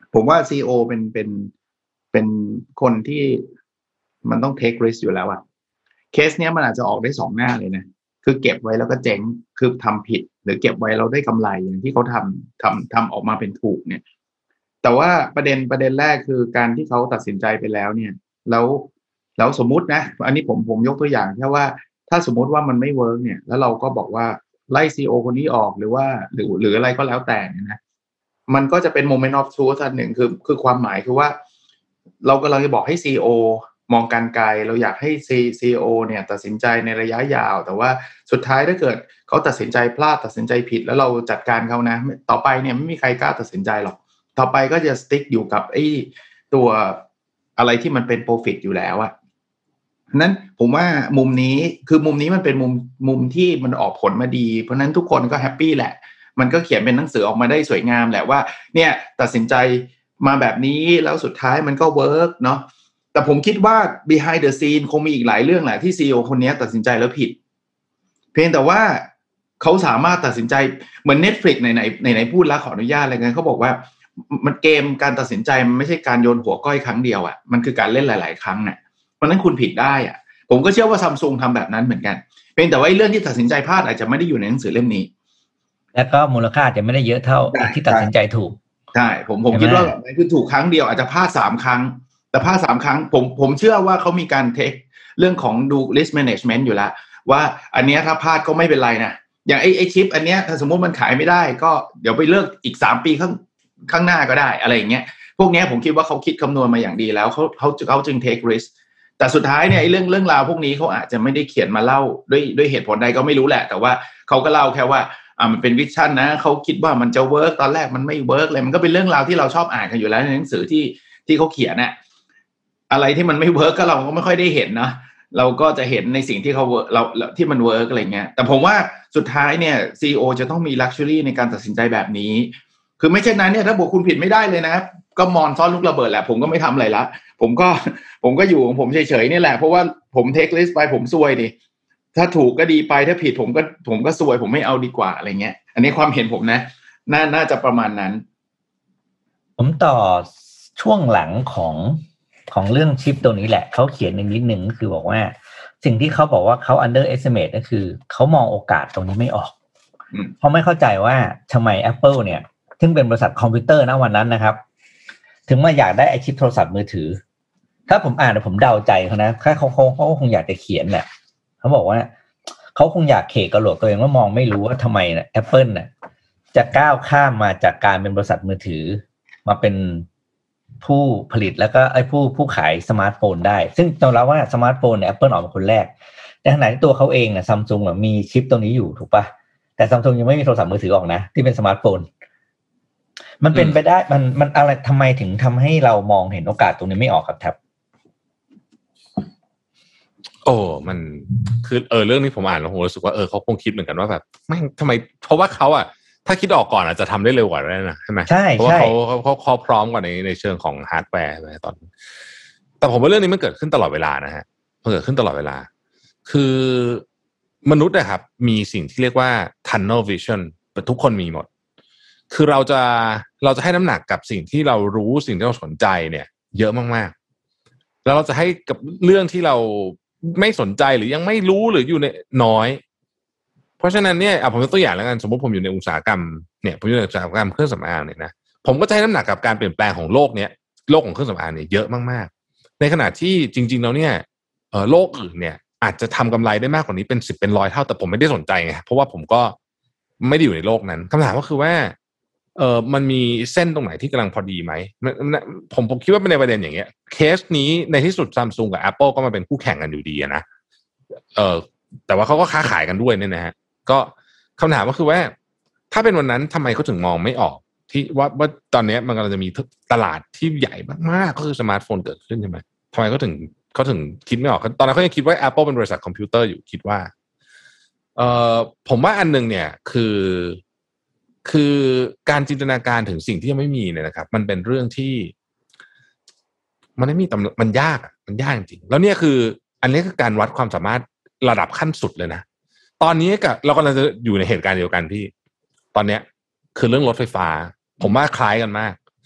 ผมว่า ซี อี โอ เป็นเป็นเป็นคนที่มันต้อง take risk อยู่แล้วอะเคสเนี้ยมันอาจจะออกได้สองหน้าเลยนะคือเก็บไว้แล้วก็เจ๊งคือทำผิดหรือเก็บไว้เราได้กำไรอย่างที่เขาทำทำทำออกมาเป็นถูกเนี่ยแต่ว่าประเด็นประเด็นแรกคือการที่เขาตัดสินใจไปแล้วเนี่ยแล้วแล้วสมมุตินะอันนี้ผมผมยกตัวอย่างแค่ว่าถ้าสมมุติว่ามันไม่เวิร์กเนี่ยแล้วเราก็บอกว่าไล่ ซี อี โอ คนนี้ออกหรือว่าหรือหรืออะไรก็แล้วแต่เนี่ยนะมันก็จะเป็น moment of truth อันหนึ่งคือคือความหมายคือว่าเรากำลังจะบอกให้ ซี อี โอ มองการไกลเราอยากให้ ซี อี โอ เนี่ยตัดสินใจในระยะยาวแต่ว่าสุดท้ายถ้าเกิดเขาตัดสินใจพลาดตัดสินใจผิดแล้วเราจัดการเขานะต่อไปเนี่ยไม่มีใครกล้าตัดสินใจหรอกต่อไปก็จะสติ๊กอยู่กับไอ้ตัวอะไรที่มันเป็น profit อยู่แล้วอะนั้นผมว่ามุมนี้คือมุมนี้มันเป็นมุมมุมที่มันออกผลมาดีเพราะนั้นทุกคนก็แฮปปี้แหละมันก็เขียนเป็นหนังสือออกมาได้สวยงามแหละว่าเนี่ยตัดสินใจมาแบบนี้แล้วสุดท้ายมันก็เวิร์กเนาะแต่ผมคิดว่า behind the scene คงมีอีกหลายเรื่องแหละที่ ซี อี โอ คนนี้ตัดสินใจแล้วผิดเพียงแต่ว่าเขาสามารถตัดสินใจเหมือน Netflix ไหนไหนไหนไหนพูดแล้วขออนุญาตอะไรเงี้ยเขาบอกว่ามันเกมการตัดสินใจมันไม่ใช่การโยนหัวก้อยครั้งเดียวอ่ะมันคือการเล่นหลายๆครั้งน่ะเพราะนั้นคุณผิดได้อ่ะผมก็เชื่อว่า Samsung ทำแบบนั้นเหมือนกันเพียงแต่ว่าเรื่องที่ตัดสินใจพลาดอาจจะไม่ได้อยู่ในหนังสือเล่มนี้แล้วก็มูลค่าจะไม่ได้เยอะเท่าที่ตัดสินใจถูกใช่ผมผมคิดว่าแบบนี้คือถูกครั้งเดียวอาจจะพลาดสามครั้งแต่พลาดสามครั้งผมผมเชื่อว่าเขามีการเทคเรื่องของดู risk management อยู่แล้วว่าอันนี้ถ้าพลาดก็ไม่เป็นไรนะอย่างไอ้ไอ้ชิปอันเนี้ยถ้าสมมติมันขายไม่ได้ก็เดี๋ยวไปเลิกอีกสามปีข้างข้างหน้าก็ได้อะไรอย่างเงี้ยพวกนี้ผมคิดว่าเขาคิดคำนวณมาอย่างดีแล้วเขาเขาเขาจึง take risk แต่สุดท้ายเนี่ยไอ้เรื่องเรื่องราวพวกนี้เขาอาจจะไม่ได้เขียนมาเล่าด้วยด้วยเหตุผลใดก็ไม่รู้แหละแต่ว่าเขาก็เล่าแค่ว่าอ่ามันเป็นวิชั่นนะเขาคิดว่ามันจะเวิร์กตอนแรกมันไม่เวิร์กเลยมันก็เป็นเรื่องราวที่เราชอบอ่านกันอยู่แล้วในหนังสือที่ที่เขาเขียนน่ะอะไรที่มันไม่เวิร์กก็เราก็ไม่ค่อยได้เห็นนะเราก็จะเห็นในสิ่งที่เขาเราที่มันเวิร์กอะไรเงี้ยแต่ผมว่าสุดท้ายเนี่ย ซี อี โอ จะต้องมี luxury ในการตัดสินใจแบบนี้คือไม่เช่นนั้นเนี่ยถ้าบอกคุณผิดไม่ได้เลยนะก็มอนซ่อนลูกระเบิดแหละผมก็ไม่ทำอะไรละผมก็ผมก็อยู่ของผมเฉยๆนี่แหละเพราะว่าผม take risk ไปผมซวยดิถ้าถูกก็ดีไปถ้าผิดผมก็ผมก็ซวยผมไม่เอาดีกว่าอะไรเงี้ยอันนี้ความเห็นผมนะน่าน่าจะประมาณนั้นผมต่อช่วงหลังของของเรื่องชิปตัวนี้แหละเขาเขียนนิดนึงก็คือบอกว่าสิ่งที่เขาบอกว่าเขา underestimate ก็คือเขามองโอกาสตรงนี้ไม่ออกเพราะไม่เข้าใจว่าทำไม Apple เนี่ยซึ่งเป็นบริษัทคอมพิวเตอร์ณวันนั้นนะครับถึงมาอยากได้ไอชิปโทรศัพท์มือถือถ้าผมอ่านผมเดาใจเขานะถ้าเขาเขาเขาคงอยากจะเขียนแหละเขาบอกว่าเขาคงอยากเขกกระโหลกตัวเองว่ามองไม่รู้ว่าทำไมนะ Apple น่ะจะก้าวข้ามมาจากการเป็นบริษัทมือถือมาเป็นผู้ผลิตแล้วก็ไอ้ผู้ผู้ขายสมาร์ทโฟนได้ซึ่งต้องรับว่าสมาร์ทโฟนเนี่ย Apple ออกมาคนแรกในขณะที่ตัวเขาเองน่ะ Samsung อ่ะมีชิปตัวนี้อยู่ถูกป่ะแต่ Samsung ยังไม่มีโทรศัพท์มือถือออกนะที่เป็นสมาร์ทโฟนมันเป็นไปได้มันมันอะไรทำไมถึงทำให้เรามองเห็นโอกาสตรงนี้ไม่ออกครับแท็บโอ้มันคือเออเรื่องนี้ผมอ่านแล้วผมรู้สึกว่าเออเขาคงคิดเหมือนกันว่าแบบแม่งทำไมเพราะว่าเขาอะถ้าคิดออกก่อนอาจจะทำได้เร็วกว่าได้นะใช่ไหมใช่เพราะว่าเขาเขาเขาพร้อมกว่าในในเชิงของฮาร์ดแวร์ใช่ไหมตอนแต่ผมว่าเรื่องนี้มันเกิดขึ้นตลอดเวลานะฮะมันเกิดขึ้นตลอดเวลาคือมนุษย์นะครับมีสิ่งที่เรียกว่า tunnel vision ทุกคนมีหมดคือเราจะเราจะให้น้ำหนักกับสิ่งที่เรารู้สิ่งที่เราสนใจเนี่ยเยอะมากๆแล้วเราจะให้กับเรื่องที่เราไม่สนใจหรือยังไม่รู้หรืออยู่ในน้อยเพราะฉะนั้นเนี่ยผมยกตัวอย่างแล้วกันสมมติผมอยู่ในอุตสาหกรรมเนี่ยผมอยู่ในอุตสาหกรรมเครื่องสำอางเนี่ยนะผมก็จะให้น้ำหนักกับการเปลี่ยนแปลงของโลกเนี้ยโลกของเครื่องสำอางเนี่ยเยอะมากๆในขณะที่จริงๆแล้วเนี่ยเอ่อโลกอื่นเนี่ยอาจจะทำกำไรได้มากกว่านี้เป็นสิบเป็นร้อยเท่าแต่ผมไม่ได้สนใจไงเพราะว่าผมก็ไม่ได้อยู่ในโลกนั้นคำถามก็คือว่าเออมันมีเส้นตรงไหนที่กำลังพอดีไหมผมผมคิดว่าเป็นในประเด็นอย่างเงี้ยเคสนี้ในที่สุด Samsung กับ Apple ก็มาเป็นคู่แข่งกันอยู่ดีนะเออแต่ว่าเขาก็ค้าขายกันด้วยเนี่ยนะฮะก็คำถามก็คือว่าถ้าเป็นวันนั้นทำไมเขาถึงมองไม่ออกที่ว่าว่าตอนนี้มันกำลังจะมีตลาดที่ใหญ่มากๆก็คือสมาร์ทโฟนเกิดขึ้นใช่ไหมทำไมเขาถึงเขาถึงคิดไม่ออกตอนนั้นเขายังคิดว่า Apple เป็นบริษัทคอมพิวเตอร์อยู่คิดว่าเออผมว่าอันนึงเนี่ยคือคือการจินตนาการถึงสิ่งที่ยังไม่มีเนี่ยนะครับมันเป็นเรื่องที่มันไม่มีมันยากมันยากจริงแล้วเนี่ยคืออันนี้คือการวัดความสามารถระดับขั้นสุดเลยนะตอนนี้กับเรากำลังจะอยู่ในเหตุการณ์เดียวกันพี่ตอนนี้คือเรื่องรถไฟฟ้าผมว่าคล้ายกันมาก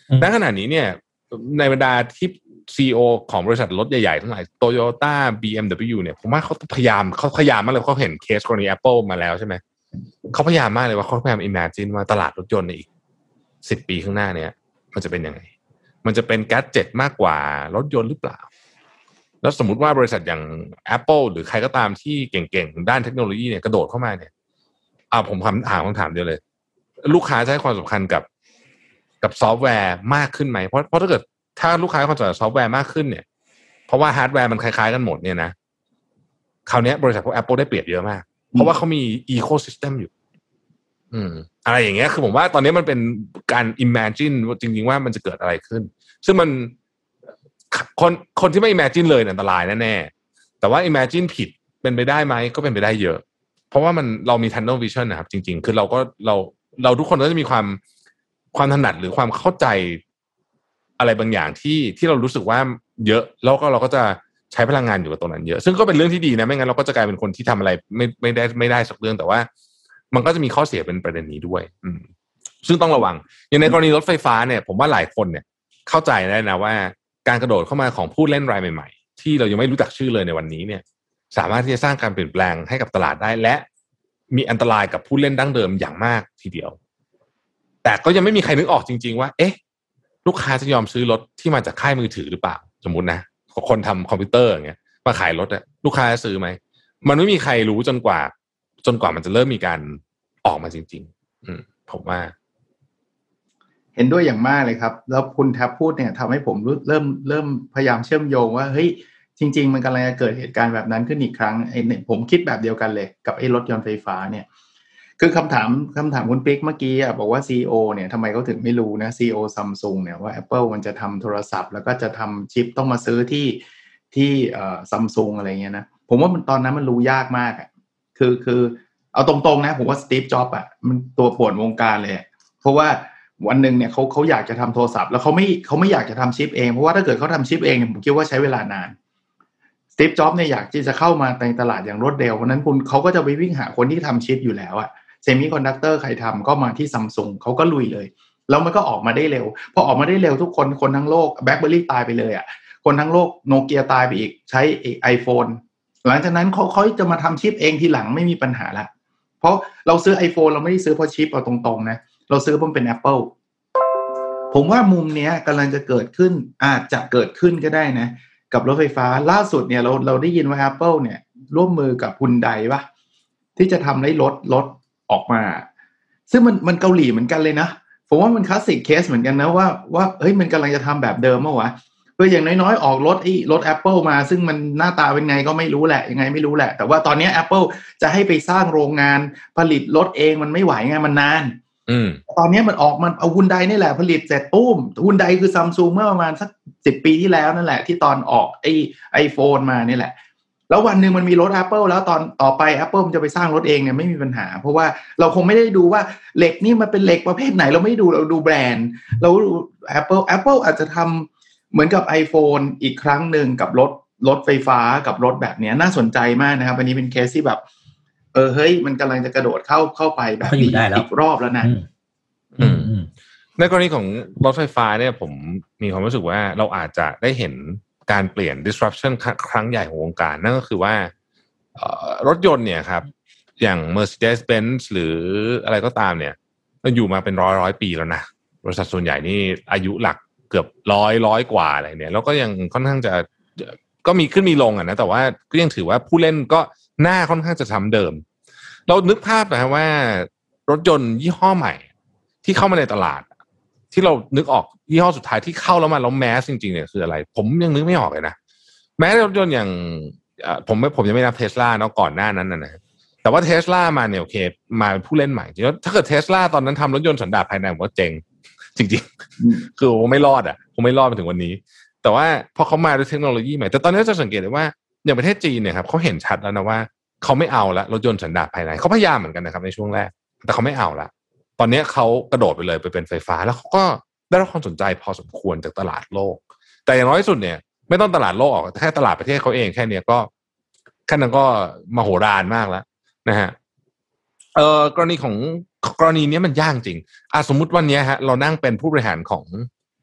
ณขณะนี้เนี่ยในบรรดาที่ ซี อี โอ ของบริษัทรถใหญ่ๆทั้งหลาย Toyota บี เอ็ม ดับเบิลยู เนี่ยผมว่าเขาพยายามเขาพยายามมากเลยเขาเห็นเคสกรณี Apple มาแล้วใช่ไหมเขาพยายามมากเลยว่าเขาพยายาม imagine ว่าตลาดรถยนต์ในอีกสิบปีข้างหน้าเนี่ยมันจะเป็นยังไงมันจะเป็นแกดเจ็ตมากกว่ารถยนต์หรือเปล่าแล้วสมมุติว่าบริษัทอย่าง Apple หรือใครก็ตามที่เก่งๆด้านเทคโนโลยีเนี่ยกระโดดเข้ามาเนี่ยอ่าผมถามถามคำถามเดียวเลยลูกค้าจะให้ความสำคัญกับกับซอฟต์แวร์มากขึ้นไหมเพราะเพราะถ้าเกิดถ้าลูกค้าให้ความสำคัญกับซอฟต์แวร์มากขึ้นเนี่ยเพราะว่าฮาร์ดแวร์มันคล้ายๆกันหมดเนี่ยนะคราวนี้บริษัทพวก Apple ได้เปรียบเยอะมากเพราะว่าเขามีอีโคซิสเต็มอยู่อืมอะไรอย่างเงี้ยคือผมว่าตอนนี้มันเป็นการ imagine จริงๆว่ามันจะเกิดอะไรขึ้นซึ่งมันคนคนที่ไม่ imagine เลยอันตรายแน่ๆแต่ว่า imagine ผิดเป็นไปได้ไหมก็เป็นไปได้เยอะเพราะว่ามันเรามี tunnel vision นะครับจริงๆคือเราก็เราเราทุกคนก็จะมีความความถนัดหรือความเข้าใจอะไรบางอย่างที่ที่เรารู้สึกว่าเยอะแล้วก็เราก็จะใช้พลังงานอยู่กับตรงนั้นเยอะซึ่งก็เป็นเรื่องที่ดีนะไม่งั้นเราก็จะกลายเป็นคนที่ทำอะไรไม่ไม่ได้ไม่ได้สักเรื่องแต่ว่ามันก็จะมีข้อเสียเป็นประเด็นนี้ด้วยอืมซึ่งต้องระวังอย่างในกรณีรถไฟฟ้าเนี่ยผมว่าหลายคนเนี่ยเข้าใจได้นะว่าการกระโดดเข้ามาของผู้เล่นรายใหม่ๆที่เรายังไม่รู้จักชื่อเลยในวันนี้เนี่ยสามารถที่จะสร้างการเปลี่ยนแปลงให้กับตลาดได้และมีอันตรายกับผู้เล่นดั้งเดิมอย่างมากทีเดียวแต่ก็ยังไม่มีใครนึกออกจริงๆว่าเอ๊ะลูกค้าจะยอมซื้อรถที่มาจากค่ายมือถือหรือเปล่าสมมุตินะคนทำคอมพิวเตอร์อย่างเงี้ยมาขายรถอะลูกค้าจะซื้อไหมมันไม่มีใครรู้จนกว่าจนกว่ามันจะเริ่มมีการออกมาจริงๆอืมผมว่าเห็นด้วยอย่างมากเลยครับแล้วคุณแทบพูดเนี่ยทำให้ผมเริ่มเริ่มพยายามเชื่อมโยงว่าเฮ้ยจริงๆมันกำลังจะเกิดเหตุการณ์แบบนั้นขึ้นอีกครั้งไอ้เนี่ยผมคิดแบบเดียวกันเลยกับไอ้รถยนต์ไฟฟ้าเนี่ยคือคำถามคำถามคุณปิ๊กเมื่อกี้อ่ะบอกว่า ซี อี โอ เนี่ยทำไมเขาถึงไม่รู้นะ ซี อี โอ Samsung เนี่ยว่า Apple มันจะทำโทรศัพท์แล้วก็จะทำชิปต้องมาซื้อที่ที่เอ่อ Samsung อะไรเงี้ยนะผมว่ามันตอนนั้นมันรู้ยากมากอ่ะคือคือเอาตรงๆนะผมว่า Steve Jobs อ่ะมันตัวป่วนวงการเลยเพราะว่าวันหนึ่งเนี่ยเขาเขาอยากจะทำโทรศัพท์แล้วเขาไม่เขาไม่อยากจะทำชิปเองเพราะว่าถ้าเกิดเขาทำชิปเองเนี่ยผมคิดว่าใช้เวลานานสตีฟ จ็อบส์เนี่ยอยากที่จะเข้ามาในตลาดอย่างรวดเร็วเพราะนั้นคุณเขาก็จะไปวิ่งหาคนที่ทำชิปอยู่แล้วอะเซมิคอนดักเตอร์ใครทำก็มาที่ Samsung เขาก็ลุยเลยแล้วมันก็ออกมาได้เร็วพอออกมาได้เร็วทุกคนคนทั้งโลก BlackBerry ตายไปเลยอะคนทั้งโลกโนเกียตายไปอีกใช้ iPhone หลังจากนั้นเขาเขาจะมาทำชิปเองทีหลังไม่มีปัญหาละเพราะเราซื้อ iPhone เราไม่ได้ซื้อเพราะชิปเอาตรงๆนะเราซื้อเพราะเป็น Appleผมว่ามุมเนี้ยกำลังจะเกิดขึ้นอาจจะเกิดขึ้นก็ได้นะกับรถไฟฟ้าล่าสุดเนี่ยเราเราได้ยินว่า Apple เนี่ยร่วมมือกับ Hyundai ป่ะที่จะทำให้รถรถออกมาซึ่งมันมันเกาหลีเหมือนกันเลยนะผมว่ามันคลาสสิกเคสเหมือนกันนะว่าว่าเฮ้ยมันกำลังจะทำแบบเดิมมั้งวะเพื่ออย่างน้อยๆออกรถไอ้รถ Apple มาซึ่งมันหน้าตาเป็นไงก็ไม่รู้แหละยังไงไม่รู้แหละแต่ว่าตอนนี้ Apple จะให้ไปสร้างโรงงานผลิตรถเองมันไม่ไหวไงมันนานตอนนี้มันออกมันเอา Hyundai นี่แหละผลิตเสร็จตุ้ม Hyundai คือ Samsung เมื่อประมาณสักสิบปีที่แล้วนั่นแหละที่ตอนออกไอ้ iPhone มานี่แหละแล้ววันนึงมันมีรถ Apple แล้วตอนต่อไป Apple มันจะไปสร้างรถเองเนี่ยไม่มีปัญหาเพราะว่าเราคงไม่ได้ดูว่าเหล็กนี่มันเป็นเหล็กประเภทไหนเราไม่ดูเราดูแบรนด์เราดู Apple Apple อาจจะทำเหมือนกับ iPhone อีกครั้งหนึ่งกับรถรถไฟฟ้ากับรถแบบนี้น่าสนใจมากนะครับอันนี้เป็นเคสที่แบบเออเฮ้ยมันกำลังจะกระโดดเข้าเข้าไปแบบนี้อีกรอบแล้วนะในกรณีของรถไฟฟ้าเนี่ยผมมีความรู้สึกว่าเราอาจจะได้เห็นการเปลี่ยน disruption ครั้งใหญ่ของวงการนั่นก็คือว่ารถยนต์เนี่ยครับอย่าง Mercedes-Benz หรืออะไรก็ตามเนี่ยมันอยู่มาเป็นร้อยร้อยปีแล้วนะบริษัทส่วนใหญ่นี่อายุหลักเกือบร้อยร้อยกว่าอะไรเนี่ยแล้วก็ยังค่อนข้างจะก็มีขึ้นมีลงอ่ะนะแต่ว่าก็ยังถือว่าผู้เล่นก็หน้าค่อนข้างจะซ้ำเดิมเรานึกภาพนะว่ารถยนต์ยี่ห้อใหม่ที่เข้ามาในตลาดที่เรานึกออกยี่ห้อสุดท้ายที่เข้าแล้วมาแล้วแมสจริงๆเนี่ยคืออะไรผมยังนึกไม่ออกเลยนะแม้รถยนต์อย่างผมไม่ผมยังไม่นับ Tesla เนาะก่อนหน้านั้นนะแต่ว่า Tesla มาเนี่ยโอเคมาเป็นผู้เล่นใหม่จริงๆถ้าเกิด Tesla ตอนนั้นทำรถยนต์สันดาปภายในผมว่าเจ๋งจริงๆคือผมไม่รอดอ่ะผมไม่รอดมาถึงวันนี้แต่ว่าพอเขามาด้วยเทคโนโลยีใหม่แต่ตอนนี้จะสังเกตได้ว่าอย่างประเทศจีนเนี่ยครับเขาเห็นชัดแล้วนะว่าเขาไม่เอาละรถยนต์สันดาปภายในเขาพยายามเหมือนกันนะครับในช่วงแรกแต่เขาไม่เอาละตอนนี้เขากระโดดไปเลยไปเป็นไฟฟ้าแล้วเขาก็ได้รับความสนใจพอสมควรจากตลาดโลกแต่อย่างน้อยที่สุดเนี่ยไม่ต้องตลาดโลกออกแค่ตลาดประเทศเขาเองแค่นี้ก็แค่นั้นก็มโหฬารมากแล้วนะฮะเอ่อกรณีของกรณีนี้มันยากจริงอ่ะสมมุติวันนี้ฮะเรานั่งเป็นผู้บริหารของ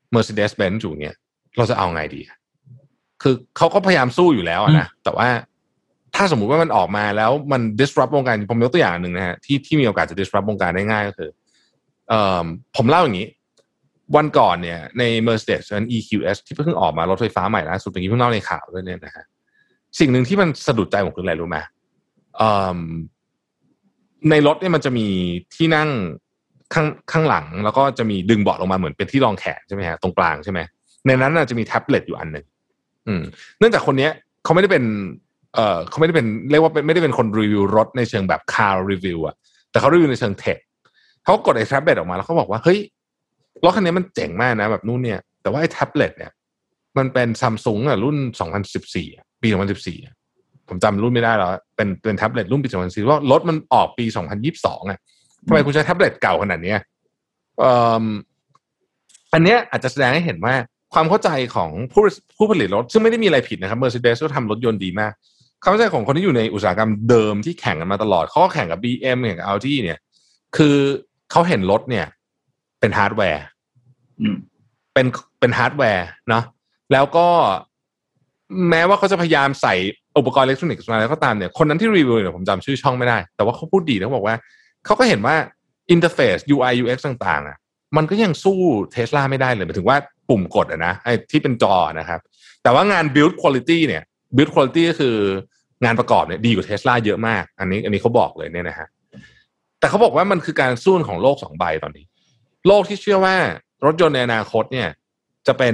Mercedes-Benz อยู่เนี่ยเราจะเอาไงดีคือเขาก็พยายามสู้อยู่แล้วนะแต่ว่าถ้าสมมุติว่ามันออกมาแล้วมัน disrupt วงการผมยกตัวอย่างหนึ่งนะฮะที่ที่มีโอกาสจะ disrupt วงการได้ง่ายก็คือเอ่อผมเล่าอย่างนี้วันก่อนเนี่ยใน Mercedes อัน อี คิว เอส ที่เพิ่งออกมารถไฟฟ้าใหม่ล่าสุดเมื่อกี้เพิ่งเล่าในข่าวด้วยเนี่ยนะฮะสิ่งหนึ่งที่มันสะดุดใจผมคืออะไรรู้ไหมเอ่อในรถเนี่ยมันจะมีที่นั่งข้างข้างหลังแล้วก็จะมีดึงเบาะลงมาเหมือนเป็นที่รองแขนใช่ไหมฮะตรงกลางใช่ไหมในนั้นน่ะจะมีแท็บเล็ตอยู่อันหนึ่งอืมเนื่องจากคนเนี้ยเขาไม่ได้เป็นเอ่อเขาไม่ได้เป็นเรียกว่าไม่ได้เป็นคนรีวิวรถในเชิงแบบคาร์รีวิวอะแต่เขารีวิวในเชิงเทคเขากดไอ้แท็บเล็ตออกมาแล้วเขาบอกว่าเฮ้ยรถคันนี้มันเจ๋งมากนะแบบนู่นเนี่ยแต่ว่าไอ้แท็บเล็ตเนี่ยมันเป็น Samsung อ่ะรุ่นสองพันสิบสี่อ่ะปีสองพันสิบสี่อ่ะผมจำรุ่นไม่ได้แล้วเป็นเป็นแท็บเล็ตรุ่นปีสองพันสิบสี่ว่ารถมันออกปีสองพันยี่สิบสองอ่ะทำไมคุณใช้แท็บเล็ตเก่าขนาดนี้เอ่ออันเนี้ยอาจจะแสดงให้เห็นว่าความเข้าใจของผู้ผู้ผลิตรถซึ่งไม่ได้มีอะไรผิดนะครับ Mercedes ก็ทำรถยนต์ดีมากความเข้าใจของคนที่อยู่ในอุตสาหกรรมเดิมที่แข่งกันมาตลอดเขาก็แข่งกับ บี เอ็ม แข่งกับ Audi เนี่ยคือเขาเห็นรถเนี่ยเป็นฮาร์ดแวร์เป็นเป็นฮาร์ดแวร์เนาะแล้วก็แม้ว่าเขาจะพยายามใส่อุปกรณ์อิเล็กทรอนิกส์มาแล้วก็ตามเนี่ยคนนั้นที่รีวิวเนี่ยผมจำชื่อช่องไม่ได้แต่ว่าเขาพูดดีเขาบอกว่าเขาก็เห็นว่าอินเทอร์เฟซ ยู ไอ ยู เอ็กซ์ ต่างๆอ่ะมันก็ยังสู้ Tesla ไม่ได้เลยหมายถึงว่าปุ่มกดอะนะไอ้ที่เป็นจอนะครับแต่ว่างาน build quality เนี่ย build quality ก็คืองานประกอบเนี่ยดีกว่า Tesla เยอะมากอันนี้อันนี้เขาบอกเลยเนี่ยนะฮะแต่เขาบอกว่ามันคือการสู้ของโลกสองใบตอนนี้โลกที่เชื่อว่ารถยนต์ในอนาคตเนี่ยจะเป็น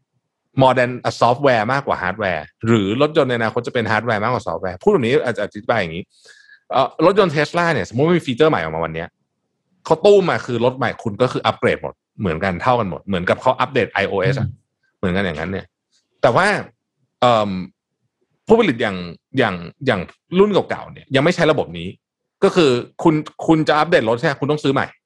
modern software มากกว่าฮาร์ดแวร์หรือรถยนต์ในอนาคตจะเป็นฮาร์ดแวร์มากกว่าซอฟต์แวร์พูดแบบนี้อาจจะอธิบายอย่างนี้เอ่อรถยนต์ Tesla เนี่ยสมมุติว่ามีฟีเจอร์ใหม่ออกมาวันนี้เขาตู้มาคือรถใหม่คุณก็คืออัปเกรดหมดเหมือนกันเท่ากันหมดเหมือนกับเขาอัปเดต iOS อ่ะเหมือนกันอย่างนั้นเนี่ยแต่ว่าเอ่อผู้ผลิตอย่างอย่างอย่างรุ่นเก่าๆเนี่ยยังไม่ใช้ระบบนี้ก็คือคุณคุณจะอัปเดตรถใช่ไหมคุณต้องซื้อใหม่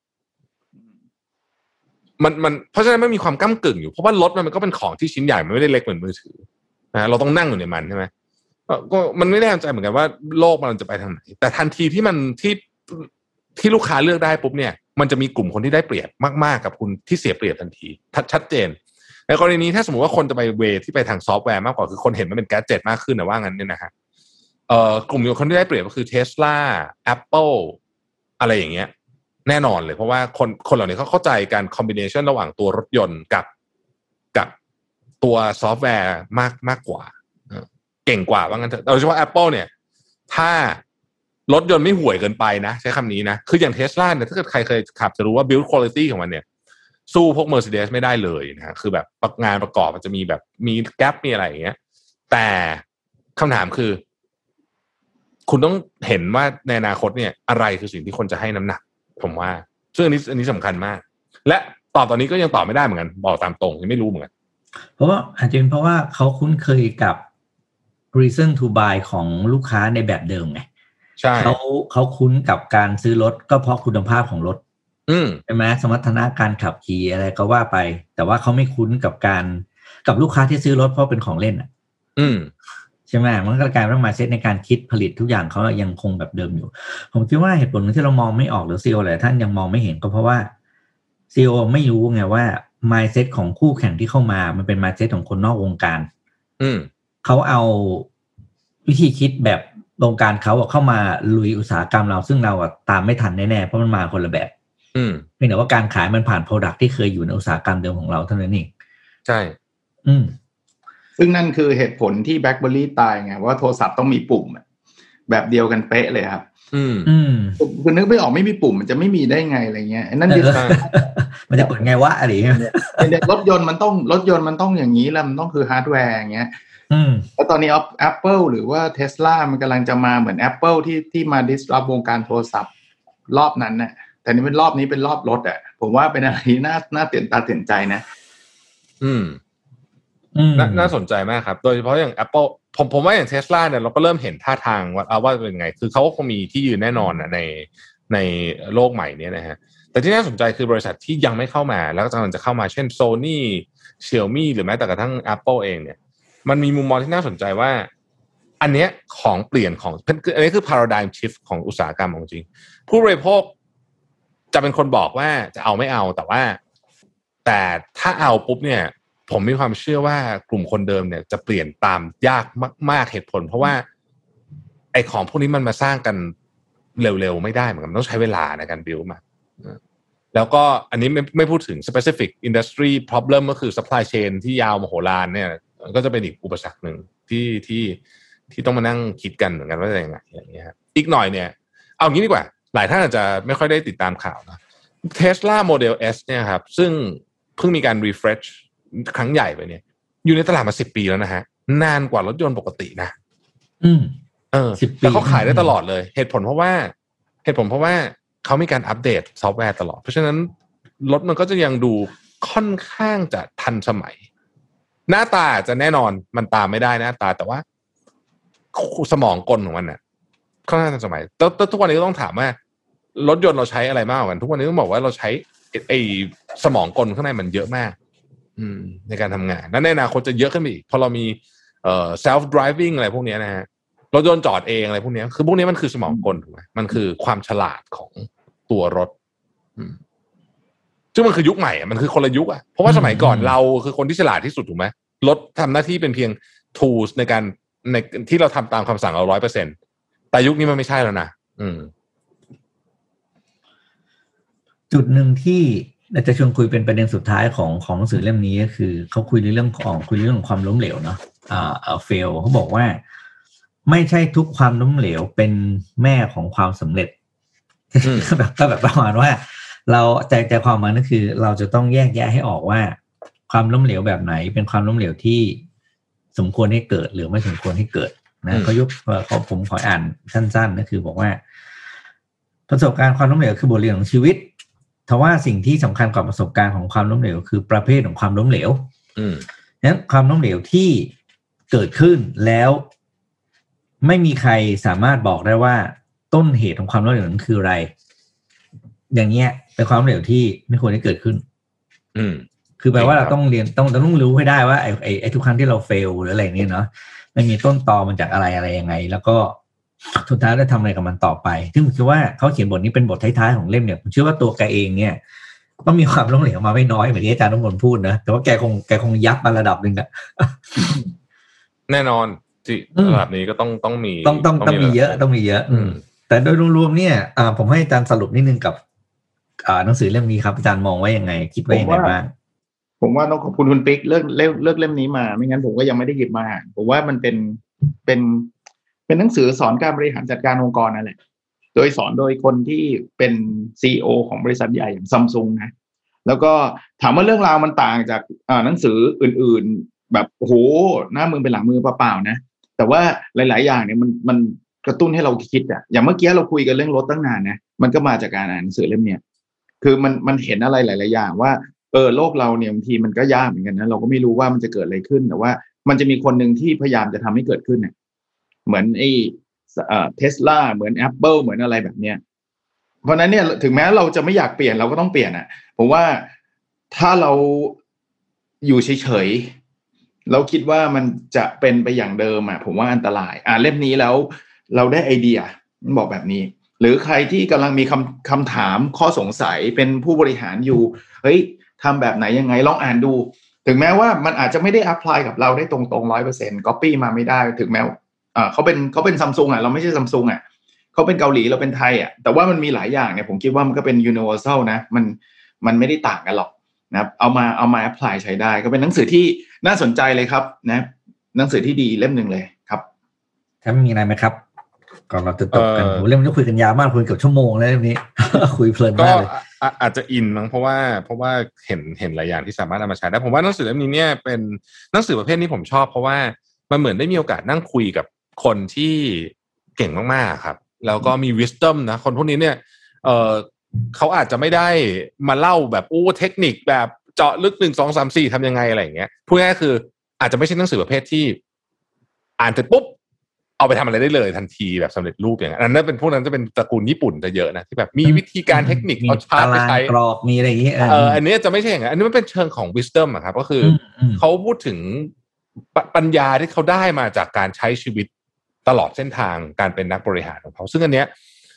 มันมันเพราะฉะนั้นมันมีความก้ำกึ่งอยู่เพราะว่ารถมันก็เป็นของที่ชิ้นใหญ่มันไม่ได้เล็กเหมือนมือถือนะเราต้องนั่งอยู่ในมันใช่ไหมก็มันไม่แน่ใจเหมือนกันว่าโลกมันจะไปทางไหนแต่ทันทีที่มันที่ที่ลูกค้าเลือกได้ปุ๊บเนี่ยมันจะมีกลุ่มคนที่ได้เปรียบมากๆกับคุณที่เสียเปรียบทันทีชัดเจนในกรณีนี้ถ้าสมมติว่าคนจะไปเวที่ไปทางซอฟต์แวร์มากกว่าคือคนเห็นมันเป็นแกดเจ็ตมากขึ้นนะว่างั้นเนี่ยนะฮะเอ่อกลุ่มคนที่ได้เปรียบก็คือ Tesla Apple อะไรอย่างเงี้ยแน่นอนเลยเพราะว่าคนคนเหล่านี้เขาเข้าใจการคอมบิเนชันระหว่างตัวรถยนต์กับกับตัวซอฟต์แวร์มากมากกว่าเก่งกว่าว่างั้นเถอะโดยเฉพาะ Apple เนี่ยถ้ารถยนต์ไม่ห่วยเกินไปนะใช้คำนี้นะคืออย่าง Tesla เนี่ยถ้าเกิดใครเคยขับจะรู้ว่า build quality ของมันเนี่ยสู้พวก Mercedes ไม่ได้เลยนะคือแบบงานประกอบมันจะมีแบบมีแกปมีอะไรอย่างเงี้ยแต่คำถามคือคุณต้องเห็นว่าในอนาคตเนี่ยอะไรคือสิ่งที่คนจะให้น้ำหนักผมว่าซึ่งอันนี้อันนี้สำคัญมากและตอบตอนนี้ก็ยังตอบไม่ได้เหมือนกันบอกตามตรงยังไม่รู้เหมือนกันเพราะว่าอาจจะเป็นเพราะว่าเขาคุ้นเคยกับ reason to buy ของลูกค้าในแบบเดิมไงใช่เขาเขาคุ้นกับการซื้อรถก็เพราะคุณภาพของรถใช่ไหมสมรรถนะการขับขี่อะไรก็ว่าไปแต่ว่าเขาไม่คุ้นกับการกับลูกค้าที่ซื้อรถเพราะเป็นของเล่นอ่ะใช่ไหมมันก็กลายเป็นมาเซ็ตในการคิดผลิตทุกอย่างเขายังคงแบบเดิมอยู่ผมคิดว่าเหตุผลนึงที่เรามองไม่ออกหรือซีอีโอหลายท่านยังมองไม่เห็นก็เพราะว่าซีอีโอไม่รู้ไงว่า mindset ของคู่แข่งที่เข้ามามันเป็น mindset ของคนนอกวงการเขาเอาวิธีคิดแบบวงการเขาเข้ามาลุยอุตสาหกรรมเราซึ่งเราตามไม่ทันแน่ๆเพราะมันมาคนละแบบเพียงแต่ว่าการขายมันผ่าน product ที่เคยอยู่ในอุตสาหกรรมเดิมของเราเท่านั้นเองใช่อืมซึ่งนั่นคือเหตุผลที่ BlackBerry ตายไงว่าโทรศัพท์ต้องมีปุ่มแบบเดียวกันเป๊ะเลยครับอืมอืมคุณนึกไม่ออกไม่มีปุ่มมันจะไม่มีได้ไงอะไรเงี้ยนั่นดิมันจะกดไงวะอะไรเงี้ยรถยนต์มันต้องรถยนต์มันต้องอย่างนี้แล้วมันต้องคือฮาร์ดแวร์อย่างเงี้ยแล้วตอนนี้ Apple หรือว่า Tesla มันกำลังจะมาเหมือน Apple ที่ที่มา disrupt วงการโทรศัพท์รอบนั้นน่ะแต่นี่เป็นรอบนี้เป็นรอบรถอ่ะผมว่าเป็นอะไรที่น่าน่าตื่นตาตื่นใจนะอืมน่าสนใจมากครับโดยเฉพาะอย่าง Apple ผมผมว่าอย่าง Tesla เนี่ยเราก็เริ่มเห็นท่าทางว่าว่าเป็นไงคือเขาก็คงมีที่ยืนแน่นอนนะในในโลกใหม่นี้นะฮะแต่ที่น่าสนใจคือบริษัทที่ยังไม่เข้ามาแล้วก็กำลังจะเข้ามาเช่น Sony Xiaomi หรือแม้แต่กระทั่ง Apple เองเนี่ยมันมีมุมมองที่น่าสนใจว่าอันเนี้ยของเปลี่ยนของอันนี้คือ paradigm shift ของอุตสาหกรรมของจริงผู้บริโภคจะเป็นคนบอกว่าจะเอาไม่เอาแต่ว่าแต่ถ้าเอาปุ๊บเนี่ยผมมีความเชื่อว่ากลุ่มคนเดิมเนี่ยจะเปลี่ยนตามยากมากๆเหตุผลเพราะว่าไอ้ของพวกนี้มันมาสร้างกันเร็วๆไม่ได้เหมือนกันต้องใช้เวลาในการบิวมาแล้วก็อันนี้ไม่ไม่พูดถึง specific industry problem ก็คือ supply chain ที่ยาวมโหฬารเนี่ยก็จะเป็นอีกอุปสรรคหนึ่งที่ที่ที่ต้องมานั่งคิดกันเหมือนกันว่าจะยังไงอย่างเงี้ยอีกหน่อยเนี่ยเอางี้ดีกว่าหลายท่านอาจจะไม่ค่อยได้ติดตามข่าวนะ Tesla Model S เนี่ยครับซึ่งเพิ่งมีการ refresh ครั้งใหญ่ไปเนี่ยอยู่ในตลาดมาสิบปีแล้วนะฮะนานกว่ารถยนต์ปกตินะอืมเออแต่เขาขายได้ตลอดเลยเหตุผลเพราะว่าเหตุผลเพราะว่าเขามีการอัปเดตซอฟต์แวร์ตลอดเพราะฉะนั้นรถมันก็จะยังดูค่อนข้างจะทันสมัยหน้าตาจะแน่นอนมันตามไม่ได้หน้าตาแต่ว่าสมองกลของมันเนี่ยค่อนข้างทันสมัยแล้วทุกวันนี้ก็ต้องถามว่ารถยนต์เราใช้อะไรมากกว่ากันทุกวันนี้ต้องบอกว่าเราใช้ไอ้สมองกลข้างในมันเยอะมากอืมในการทำงานและในอนาคตจะเยอะขึ้นไปอีกพอเรามีเอ่อ self driving อะไรพวกนี้นะฮะรถยนต์จอดเองอะไรพวกนี้คือพวกนี้มันคือสมองกลถูกไหมมันคือความฉลาดของตัวรถซึ่งมันคือยุคใหม่มันคือคนละยุคอ่ะเพราะว่าสมัยก่อนเราคือคนที่ฉลาดที่สุดถูกไหมรถทำหน้าที่เป็นเพียง tools ในการในที่เราทำตามคำสั่งเรา ร้อยเปอร์เซ็นต์ แต่ยุคนี้มันไม่ใช่แล้วนะอืมจุดหนึ่งที่เราจะชวนคุยเป็นประเด็นสุดท้ายของของหนังสือเล่มนี้ก็คือเขาคุยในเรื่องของคุยเรื่องของความล้มเหลวเนาะอ่าอ่า fail เขาบอกว่าไม่ใช่ทุกความล้มเหลวเป็นแม่ของความสำเร็จแบบก็แบบประมาณว่าเราใจใจความมันก็คือเราจะต้องแยกแยะให้ออกว่าความล้มเหลวแบบไหนเป็นความล้มเหลวที่สมควรให้เกิดหรือไม่สมควรให้เกิดนะเขายกเขาผมขออ่านสั้นๆก็คือบอกว่าประสบการณ์ความล้มเหลวคือบทเรียนของชีวิตทว่าสิ่งที่สำคัญกว่าประสบการณ์ของความล้มเหลวคือประเภทของความล้มเหลวนั้นความล้มเหลวที่เกิดขึ้นแล้วไม่มีใครสามารถบอกได้ว่าต้นเหตุของความล้มเหลวนั้นคืออะไรอย่างเงี้ยเป็นความล้มเหลวที่ไม่ควรให้เกิดขึ้นอืมคือแปลว่าเราต้องเรียนต้องต้องรู้ให้ได้ว่าไอ้ไอ้ไอ้ทุกครั้งที่เราเฟลหรืออะไรเนี่ยเนาะมันมีต้นตอมันจากอะไรอะไรยังไงแล้วก็สุดท้ายได้ทำอะไรกับมันต่อไปซึ่งผมคิดว่าเขาเขียนบทนี้เป็นบทท้ายๆของเล่มเนี่ยผมเชื่อว่าตัวแกเองเนี่ยต้องมีความล้มเหลวมาไม่น้อยเหมือนที่อาจารย์น้ำมนต์พูดนะแต่ว่าแกคงแกคงยับมาระดับนึงอะแน่นอนที่ระดับนี้ก็ต้องต้องมีต้องต้องต้องมีเยอะต้องมีเยอะแต่โดยรวมๆเนี่ยผมให้อาจารย์สรุปนิดนึงกับหนังสือเล่มนี้ครับอาจารย์มองว่ายังไงคิดว่ายังไงบ้างผมว่าต้องขอบคุณคุณปิ๊กเลือกเลือกเลือกเล่มนี้มาไม่งั้นผมก็ยังไม่ได้หยิบมาผมว่ามันเป็นเป็นเป็นหนังสือสอนการบริหารจัดการองค์กรนั่นแหละโดยสอนโดยคนที่เป็น ซี อี โอ ของบริษัทใหญ่อย่าง Samsung นะแล้วก็ถามว่าเรื่องราวมันต่างจากหนังสืออื่นๆแบบโอ้โหหน้ามือเป็นหลังมือเปล่าๆนะแต่ว่าหลายๆอย่างเนี่ยมันมันกระตุ้นให้เราคิดอ่ะอย่างเมื่อกี้เราคุยกันเรื่องรถตั้งนานนะมันก็มาจากการอ่านหนังสือเล่มเนี้ยคือมันมันเห็นอะไรหลายๆอย่างว่าเออโลกเราเนี่ยบางทีมันก็ยากเหมือนกันนะเราก็ไม่รู้ว่ามันจะเกิดอะไรขึ้นแต่ว่ามันจะมีคนหนึ่งที่พยายามจะทำให้เกิดขึ้นเนี่ยเหมือนไอ้เอ่อ Tesla เหมือน Apple เหมือนอะไรแบบเนี้ยเพราะนั้นเนี่ยถึงแม้เราจะไม่อยากเปลี่ยนเราก็ต้องเปลี่ยนอ่ะผมว่าถ้าเราอยู่เฉยๆเราคิดว่ามันจะเป็นไปอย่างเดิมอ่ะผมว่าอันตรายอ่านเล่มนี้แล้วเราได้ไอเดียมันบอกแบบนี้หรือใครที่กำลังมีคำคำถามข้อสงสัยเป็นผู้บริหารอยู่เฮ้ยทำแบบไหนยังไงลองอ่านดูถึงแม้ว่ามันอาจจะไม่ได้อัพพลายกับเราได้ตรงๆ ร้อยเปอร์เซ็นต์ copy มาไม่ได้ถึงแม้อ่าเขาเป็นเขาเป็น Samsung อ่ะเราไม่ใช่ Samsung อ่ะเขาเป็นเกาหลีเราเป็นไทยอ่ะแต่ว่ามันมีหลายอย่างเนี่ยผมคิดว่ามันก็เป็น universal นะมันมันไม่ได้ต่างกันหรอกนะครับเอามาเอามาอัพพลายใช้ได้ก็เป็นหนังสือที่น่าสนใจเลยครับนะหนังสือที่ดีเล่มนึงเลยครับถ้ามีอะไรไหมครับก่อนเราจะจบกันเรื่องนี้คุยกันยาวมากคุยเกือบชั่วโมงแล้วเรื่องนี้ คุยเพลินมากเลยอาจจะอินมั้งเพราะว่าเพราะว่าเห็นเห็นหลายอย่างที่สามารถนำมาใช้ได้ผมว่าหนังสือเล่มนี้เนี่ยเป็นหนังสือประเภทนี้ผมชอบเพราะว่ามันเหมือนได้มีโอกาสนั่งคุยกับคนที่เก่งมากๆครับแล้วก็มี wisdom นะคนพวกนี้เนี่ยเออเขาอาจจะไม่ได้มาเล่าแบบโอ้เทคนิคแบบเจาะลึกหนึ่งสองสามสี่ทำยังไงอะไรอย่างเงี้ยพูดง่ายๆคืออาจจะไม่ใช่หนังสือประเภทที่อ่านเสร็จปุ๊บเอาไปทำอะไรได้เลยทันทีแบบสำเร็จรูปอย่างนั้นอันนั้นเป็นพวกนั้นจะเป็นตระกูลญี่ปุ่นจะเยอะนะที่แบบมีวิธีการเทคนิคเอาชาร์ตไปใช้กรอบมีอะไรอย่างเงี้ยเอออันนี้จะไม่ใช่อย่างนั้นอันนี้มันเป็นเชิงของ wisdom อะครับก็คือเขาพูดถึงปัญญาที่เขาได้มาจากการใช้ชีวิตตลอดเส้นทางการเป็นนักบริหารของเขาซึ่งอันเนี้ย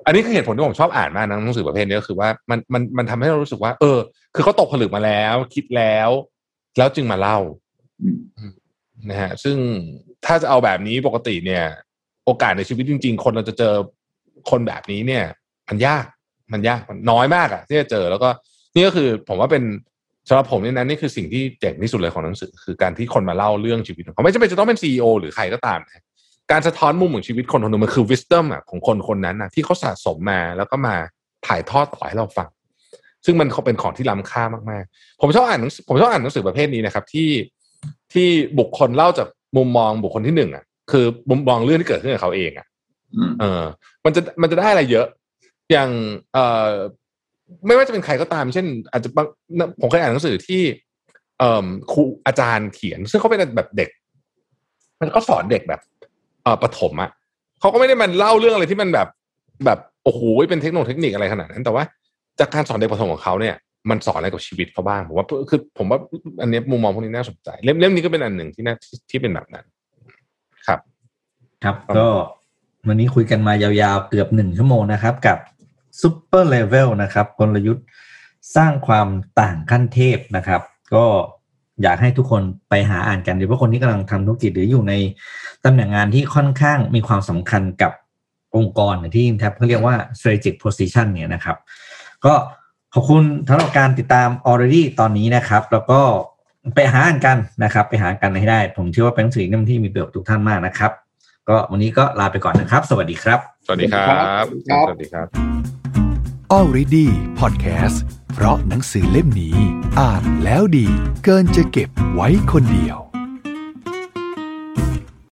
อันนี้คือเหตุผลที่ผมชอบอ่านมากนะหนังสือประเภทนี้ก็คือว่ามันมันมันทำให้เรารู้สึกว่าเออคือเขาตกผลึกมาแล้วคิดแล้วแล้วจึงมาเล่านะฮะซึ่งถ้าจะเอาแบบนี้ปกติเนี่ยโอกาสในชีวิตจริงๆคนเราจะเจอคนแบบนี้เนี่ยมันยากมันยากมันน้อยมากอะที่จะเจอแล้วก็นี่ก็คือผมว่าเป็นสำหรับผมนี่นะนี่คือสิ่งที่เจ๋งที่สุดเลยของหนังสือคือการที่คนมาเล่าเรื่องชีวิตเขาไม่จำเป็นจะต้องเป็น ซี อี โอ หรือใครก็ตามนะการสะท้อนมุมของชีวิตคนคนนึงมันคือ wisdom อ่ะของคนคนนั้นนะที่เขาสะสมมาแล้วก็มาถ่ายทอดต่อให้เราฟังซึ่งมันเป็นของที่ล้ำค่ามากๆผมชอบอ่านผมชอบอ่านหนังสือประเภทนี้นะครับที่ที่บุคคลเล่าจากมุมมองบุคคลที่หนึ่งอ่ะคือมุมมองเรื่องที่เกิดขึ้นกับเขาเองอ่ะเออมันจะมันจะได้อะไรเยอะอย่างเอ่อไม่ว่าจะเป็นใครก็ตามเช่นอาจจะผมเคยอ่านหนังสือที่เอ่อครูอาจารย์เขียนซึ่งเขาเป็นแบบเด็กมันก็สอนเด็กแบบเอ่อประถมอ่ะเขาก็ไม่ได้มันเล่าเรื่องอะไรที่มันแบบแบบโอ้โหเป็นเทคโนโลยีเทคนิคอะไรขนาดนั้นแต่ว่าจากการสอนเด็กประถมของเขาเนี่ยมันสอนอะไรกับชีวิตเขาบ้างผมว่าคือผมว่าอันนี้มุมมองพวกนี้น่าสนใจเล่มเล่มนี้ก็เป็นอันหนึ่งที่น่าที่เป็นแบบนั้นครับครับก็วันนี้คุยกันมายาวๆเกือบหนึ่งชั่วโมงนะครับกับซุปเปอร์เลเวลนะครับกลยุทธ์สร้างความต่างขั้นเทพนะครับก็อยากให้ทุกคนไปหาอ่านกันโดยเฉพาะคนที่กำลังทำธุรกิจหรืออยู่ในตำแหน่งงานที่ค่อนข้างมีความสำคัญกับองค์กรที่ครับเขาเรียกว่า strategic position เนี่ยนะครับก็ขอบคุณสำหรับการติดตาม already ตอนนี้นะครับแล้วก็ไปหาอ่านกันนะครับไปหากันให้ได้ผมเชื่อว่าเป็นสิ่งที่มีประโยชน์ทุกท่านมากนะครับก็วันนี้ก็ลาไปก่อนนะครับสวัสดีครับสวัสดีครับสวัสดีครับ Already Podcast เพราะหนังสือเล่มนี้อ่านแล้วดีเกินจะเก็บไว้คนเดียว